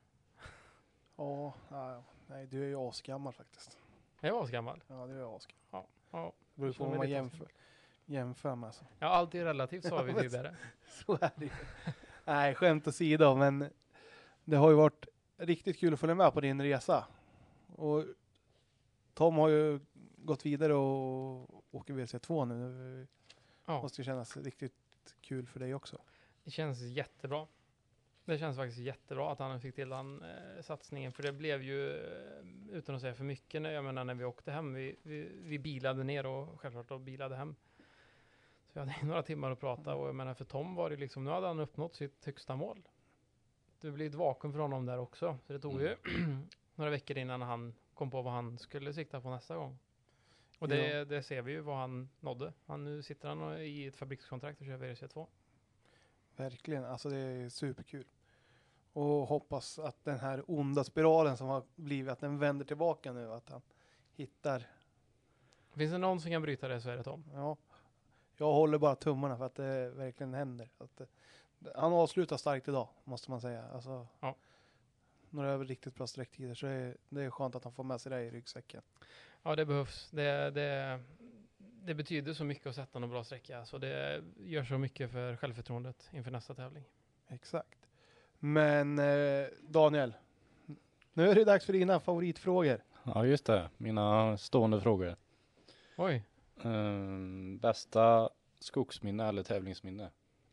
[SPEAKER 5] Nej, du är ju asgammal faktiskt.
[SPEAKER 4] Jag är asgammal?
[SPEAKER 5] Ja, du är asgammal.
[SPEAKER 4] Ja.
[SPEAKER 5] Det beror på vad man jämför med. Alltså.
[SPEAKER 4] Ja, allt är relativt, sa vi tidigare.
[SPEAKER 5] Så är det ju. Nej, skämt åsido, men det har ju varit riktigt kul att följa med på din resa. Och Tom har ju gått vidare och åker WC2 nu. Det måste ju kännas riktigt kul för dig också.
[SPEAKER 4] Det känns jättebra. Det känns faktiskt jättebra att han fick till den satsningen. För det blev ju, utan att säga för mycket, när vi åkte hem. Vi bilade ner och självklart då bilade hem. Så vi hade några timmar att prata. Och jag menar, för Tom var det liksom, nu hade han uppnått sitt högsta mål. Det blev ett vakuum för honom där också. Så det tog ju några veckor innan han kom på vad han skulle sikta på nästa gång. Och det ser vi ju vad han nådde. Nu sitter han i ett fabrikskontrakt och kör WRC2.
[SPEAKER 5] Verkligen, alltså det är superkul. Och hoppas att den här onda spiralen som har blivit, att den vänder tillbaka nu. Att han hittar.
[SPEAKER 4] Finns det någon som kan bryta det så är det Tom.
[SPEAKER 5] Ja, jag håller bara tummarna för att det verkligen händer. Han avslutar starkt idag, måste man säga. Alltså, några riktigt bra sträcktider, så det är skönt att han får med sig det i ryggsäcken.
[SPEAKER 4] Ja, det behövs. Det betyder så mycket att sätta någon bra sträcka. Så det gör så mycket för självförtroendet inför nästa tävling.
[SPEAKER 5] Exakt. Men Daniel, nu är det dags för dina favoritfrågor.
[SPEAKER 3] Ja, just det. Mina stående frågor.
[SPEAKER 4] Oj.
[SPEAKER 3] Bästa skogsminne eller tävlingsminne?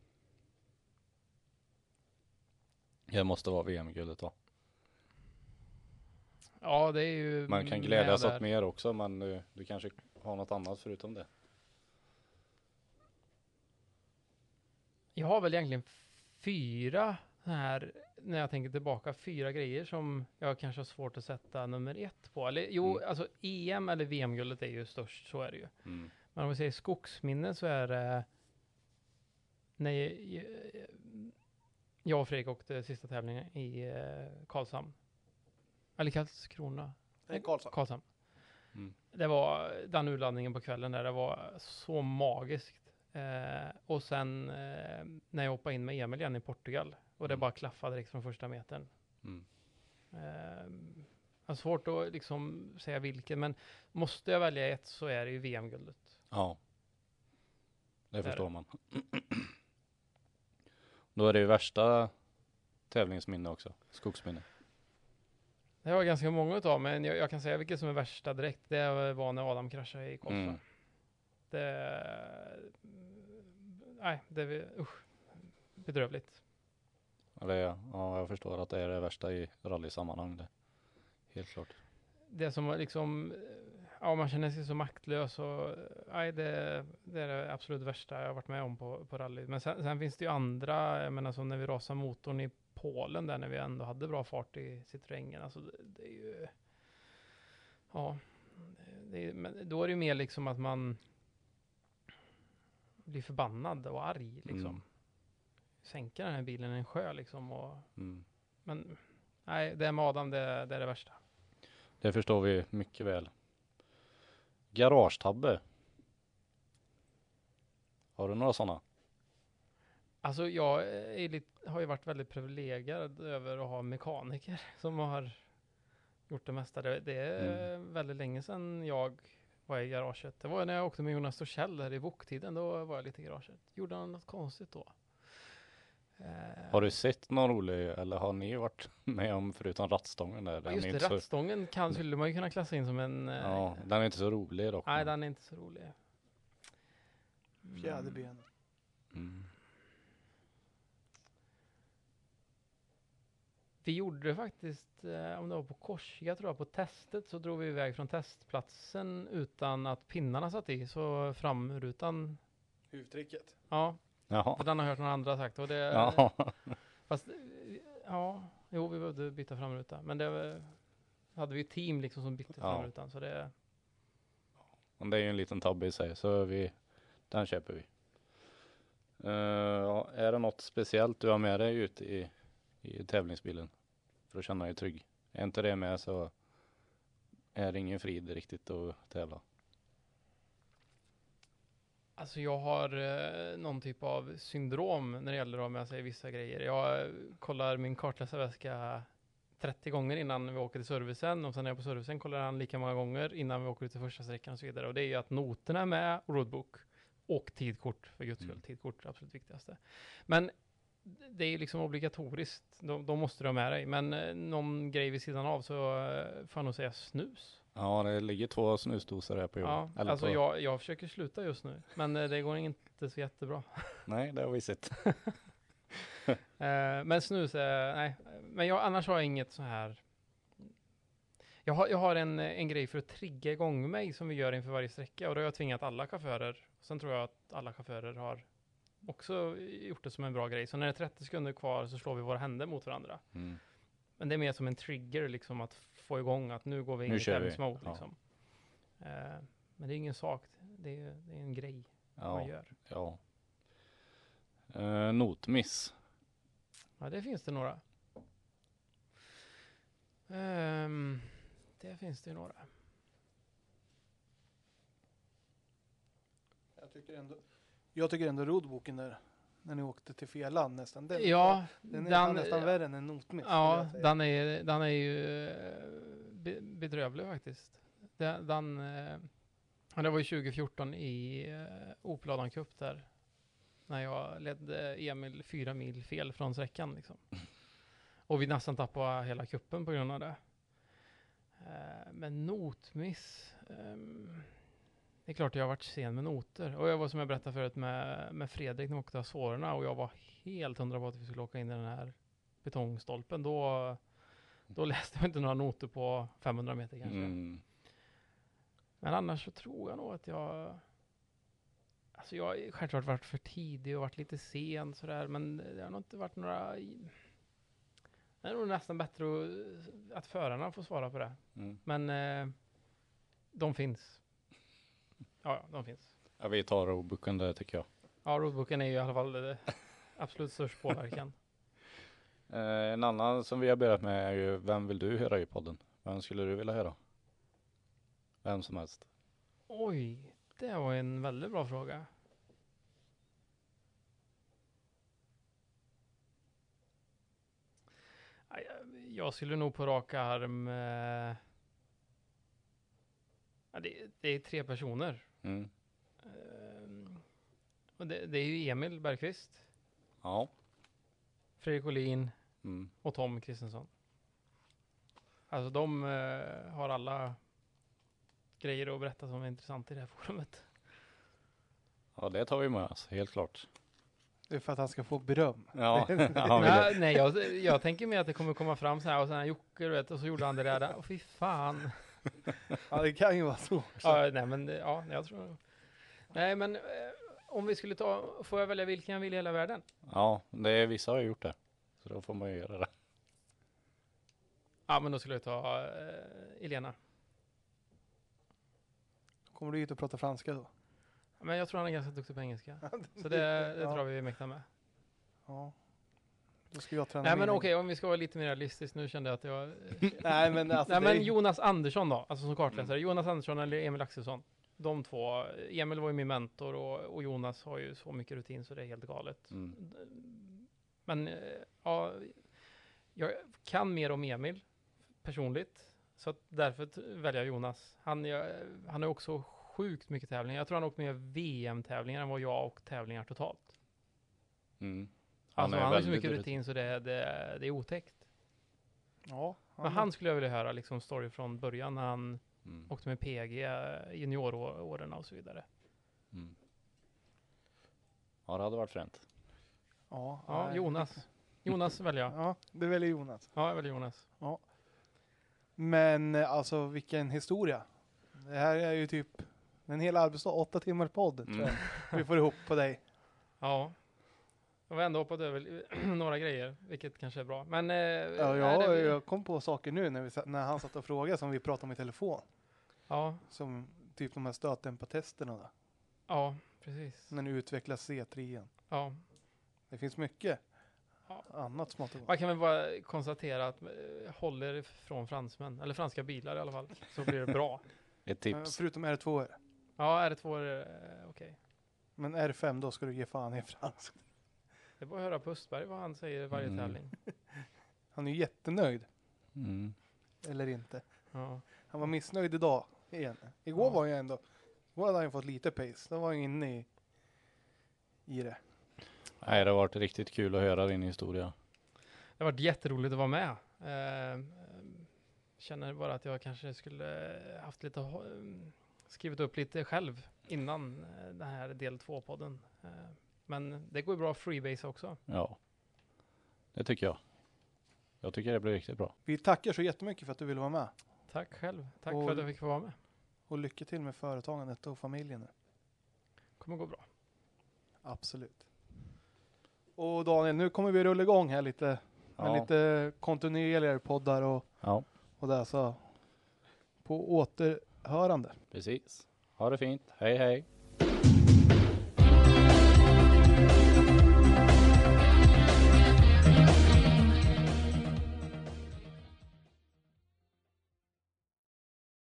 [SPEAKER 3] Det måste vara VM-guldet då.
[SPEAKER 4] Ja, det är ju...
[SPEAKER 3] Man kan glädjas åt mer också, men du kanske har något annat förutom det.
[SPEAKER 4] Jag har väl egentligen 4 här, när jag tänker tillbaka, 4 grejer som jag kanske har svårt att sätta nummer 1 på. Eller, alltså EM eller VM-guldet är ju störst, så är det ju. Men om vi säger skogsminne så är det när jag och Fredrik åkte sista tävlingen i Karlshamn. Eller Karlskrona.
[SPEAKER 5] Nej,
[SPEAKER 4] Karlshamn. Det var den urladdningen på kvällen där, det var så magiskt. Och sen när jag hoppade in med Emil igen i Portugal och det bara klaffade direkt från första metern. Jag har svårt att liksom säga vilken, men måste jag välja ett så är det ju VM-guldet.
[SPEAKER 3] Ja, det förstår man. Då är det ju värsta tävlingsminne också, skogsminne.
[SPEAKER 4] Det var ganska många utav, men jag kan säga vilket som är värsta direkt. Det var när Adam kraschade i Karlstad. Det är bedrövligt.
[SPEAKER 3] Ja, jag förstår att det är det värsta i rallysammanhang. Det. Helt klart.
[SPEAKER 4] Det som liksom, man känner sig så maktlös och det är det absolut värsta jag har varit med om på rally. Men sen finns det ju andra, jag menar som när vi rasade motorn i Polen där när vi ändå hade bra fart i Citroengen. Alltså det är ju... Ja. Men då är det ju mer liksom att man blir förbannad och arg liksom. Sänka den här bilen i en sjö liksom. Men nej, det med Adam, det är det värsta.
[SPEAKER 3] Det förstår vi mycket väl. Garagetabbe. Har du några sådana?
[SPEAKER 4] Alltså jag har ju varit väldigt privilegierad över att ha mekaniker som har gjort det mesta. Det är väldigt länge sedan jag var i garaget. Det var när jag åkte med Jonas Torssell där i boktiden. Då var jag lite i garaget. Gjorde han något konstigt då?
[SPEAKER 3] Har du sett någon rolig, eller har ni varit med om förutom rattstången där?
[SPEAKER 4] Ja, just det, rattstången skulle man ju kunna klassa in som en...
[SPEAKER 3] Ja, den är inte så rolig dock.
[SPEAKER 4] Nej, den är inte så rolig.
[SPEAKER 5] Fjäderben.
[SPEAKER 4] Vi gjorde det faktiskt, om det var på Korsika tror jag, på testet så drog vi iväg från testplatsen utan att pinnarna satt i, så framrutan...
[SPEAKER 5] Huvudtricket?
[SPEAKER 4] Ja.
[SPEAKER 3] Jaha.
[SPEAKER 4] För den har hört någon andra sagt. Och det,
[SPEAKER 3] ja.
[SPEAKER 4] Fast, ja, jo, vi behövde byta framruta. Men det hade vi ett team liksom som bytte framrutan. Så det...
[SPEAKER 3] Men det är ju en liten tabbe i sig, så den köper vi. Är det något speciellt du har med dig ut i tävlingsbilen för att känna dig trygg? Är inte det med så är det ingen frid riktigt att tävla.
[SPEAKER 4] Alltså jag har någon typ av syndrom när det gäller om jag säger vissa grejer. Jag kollar min kartläsarväska 30 gånger innan vi åker till servicen, och sen när jag är på servicen kollar han lika många gånger innan vi åker ut till första sträckan och så vidare. Och det är ju att noterna är med, roadbook och tidkort, för guds skull. Tidkort är absolut viktigaste. Men det är ju liksom obligatoriskt. De måste du ha med dig. Men någon grej vid sidan av så får jag nog säga snus.
[SPEAKER 3] Ja, det ligger 2 snusdosor här på jorden.
[SPEAKER 4] Ja, alltså jag försöker sluta just nu. Men det går inte så jättebra.
[SPEAKER 3] Nej, det har vi sett.
[SPEAKER 4] Men snus nej. Men annars har jag inget så här. Jag har en grej för att trigga igång mig som vi gör inför varje sträcka. Och då har jag tvingat alla chaufförer. Sen tror jag att alla chaufförer har också gjort det som en bra grej. Så när det är 30 sekunder kvar så slår vi våra händer mot varandra. Men det är mer som en trigger liksom, att få igång att nu går vi in i tävlingsmode liksom. Men det är ingen sak. Det är en grej man gör.
[SPEAKER 3] Ja. Notmiss.
[SPEAKER 4] Ja, det finns det några. Det finns det några.
[SPEAKER 5] Jag tycker ändå roadbooken där, när ni åkte till fel land nästan. Den är nästan värre än en notmiss.
[SPEAKER 4] Ja, den är ju bedrövlig faktiskt. Det var ju 2014 i Opel Adam Cup där. När jag ledde Emil 4 mil fel från sträckan liksom. Och vi nästan tappade hela kuppen på grund av det. Men notmiss... det är klart jag har varit sen med noter. Och jag var, som jag berättade förut, med Fredrik när vi åkte av svårarna. Och jag var helt hundra på att vi skulle åka in i den här betongstolpen. Då läste jag inte några noter på 500 meter kanske. Men annars så tror jag nog att jag... Alltså jag har självklart varit för tidig och varit lite sen sådär. Men det har nog inte varit några... Det är nog nästan bättre att förarna får svara på det. Men de finns. Ja, de finns.
[SPEAKER 3] Ja, vi tar roadbooken där tycker jag.
[SPEAKER 4] Ja, roadbooken är ju i alla fall det absolut störst påverkan.
[SPEAKER 3] En annan som vi har börjat med är ju, vem vill du höra i podden? Vem skulle du vilja höra? Vem som helst.
[SPEAKER 4] Oj, det var en väldigt bra fråga. Jag skulle nog på raka arm... det är 3 personer. Och det är ju Emil Bergqvist.
[SPEAKER 3] Ja.
[SPEAKER 4] Fredrik Olin. Och Tom Kristensson. Alltså de har alla grejer att berätta som är intressant i det här forumet.
[SPEAKER 3] Ja, det tar vi med oss, helt klart.
[SPEAKER 5] Det är för att han ska få beröm.
[SPEAKER 3] Ja.
[SPEAKER 4] Nej, jag tänker mer att det kommer komma fram så här och sen Jocke, du vet, och så gjorde han det där. Åh, fy fan.
[SPEAKER 5] Ja, det kan ju vara så.
[SPEAKER 4] Ja, nej, men ja, jag tror... Nej, men om vi skulle får jag välja vilken jag vill i hela världen?
[SPEAKER 3] Ja, vissa har ju gjort det. Så då får man ju göra det.
[SPEAKER 4] Ja, men då skulle jag ta Elena.
[SPEAKER 5] Kommer du hit och prata franska då?
[SPEAKER 4] Men jag tror han är ganska duktig på engelska. Så det drar vi mäkta med.
[SPEAKER 5] Ja. Då ska jag träna.
[SPEAKER 4] Nej, men okej, om vi ska vara lite mer realistisk. Nu kände jag att jag...
[SPEAKER 5] Nej, men alltså...
[SPEAKER 4] Nej, men Jonas Andersson då, alltså som kartläsare. Jonas Andersson eller Emil Axelsson. De två. Emil var ju min mentor och Jonas har ju så mycket rutin så det är helt galet. Men ja, jag kan mer om Emil personligt. Så att därför väljer jag Jonas. Han har också sjukt mycket tävlingar. Jag tror han har åkt mer VM-tävlingar än vad jag och tävlingar totalt. Han har så mycket rutin så det är otäckt.
[SPEAKER 5] Ja.
[SPEAKER 4] Men han skulle jag vilja höra liksom story från början när han åkte med PG junioråren och så vidare.
[SPEAKER 3] Ja, det hade varit fränt.
[SPEAKER 4] Ja, Jonas. Jonas väljer jag.
[SPEAKER 5] Ja, du väljer Jonas.
[SPEAKER 4] Ja, jag väljer Jonas.
[SPEAKER 5] Ja. Men alltså vilken historia. Det här är ju typ en hel arbetsdag, 8 timmar podd tror jag. Vi får ihop på dig.
[SPEAKER 4] Ja. Jag har ändå hoppat över några grejer, vilket kanske är bra. Men
[SPEAKER 5] jag kom på saker nu när han satt och frågade som vi pratade om i telefon.
[SPEAKER 4] Ja.
[SPEAKER 5] Som typ de här stötdämpartesterna då.
[SPEAKER 4] Ja, precis.
[SPEAKER 5] När ni utvecklar C3.
[SPEAKER 4] Ja.
[SPEAKER 5] Det finns mycket annat smått.
[SPEAKER 4] Man kan väl bara konstatera att håller från fransmän, eller franska bilar i alla fall, så blir det bra.
[SPEAKER 3] Ett tips.
[SPEAKER 5] Förutom R2.
[SPEAKER 4] Ja, R2 är okej.
[SPEAKER 5] Men R5 då ska du ge fan i fransk.
[SPEAKER 4] Det är bara att höra på Östberg vad han säger varje tävling.
[SPEAKER 5] Han är ju jättenöjd. Eller inte.
[SPEAKER 4] Ja.
[SPEAKER 5] Han var missnöjd idag igen. Igår var jag ändå. Igår hade han fått lite pace. Då var jag inne i det.
[SPEAKER 3] Nej, det har varit riktigt kul att höra din historia.
[SPEAKER 4] Det har varit jätteroligt att vara med. Känner bara att jag kanske skulle haft lite skrivit upp lite själv innan den här del 2-podden. Men det går ju bra freebase också.
[SPEAKER 3] Ja, det tycker jag. Jag tycker det blir riktigt bra.
[SPEAKER 5] Vi tackar så jättemycket för att du ville vara med.
[SPEAKER 4] Tack själv. Tack för att jag fick få vara med.
[SPEAKER 5] Och lycka till med företagandet och familjen.
[SPEAKER 4] Kommer gå bra.
[SPEAKER 5] Absolut. Och Daniel, nu kommer vi rulla igång här lite. Med lite kontinuerligare poddar och där så. På återhörande.
[SPEAKER 3] Precis. Ha det fint. Hej hej.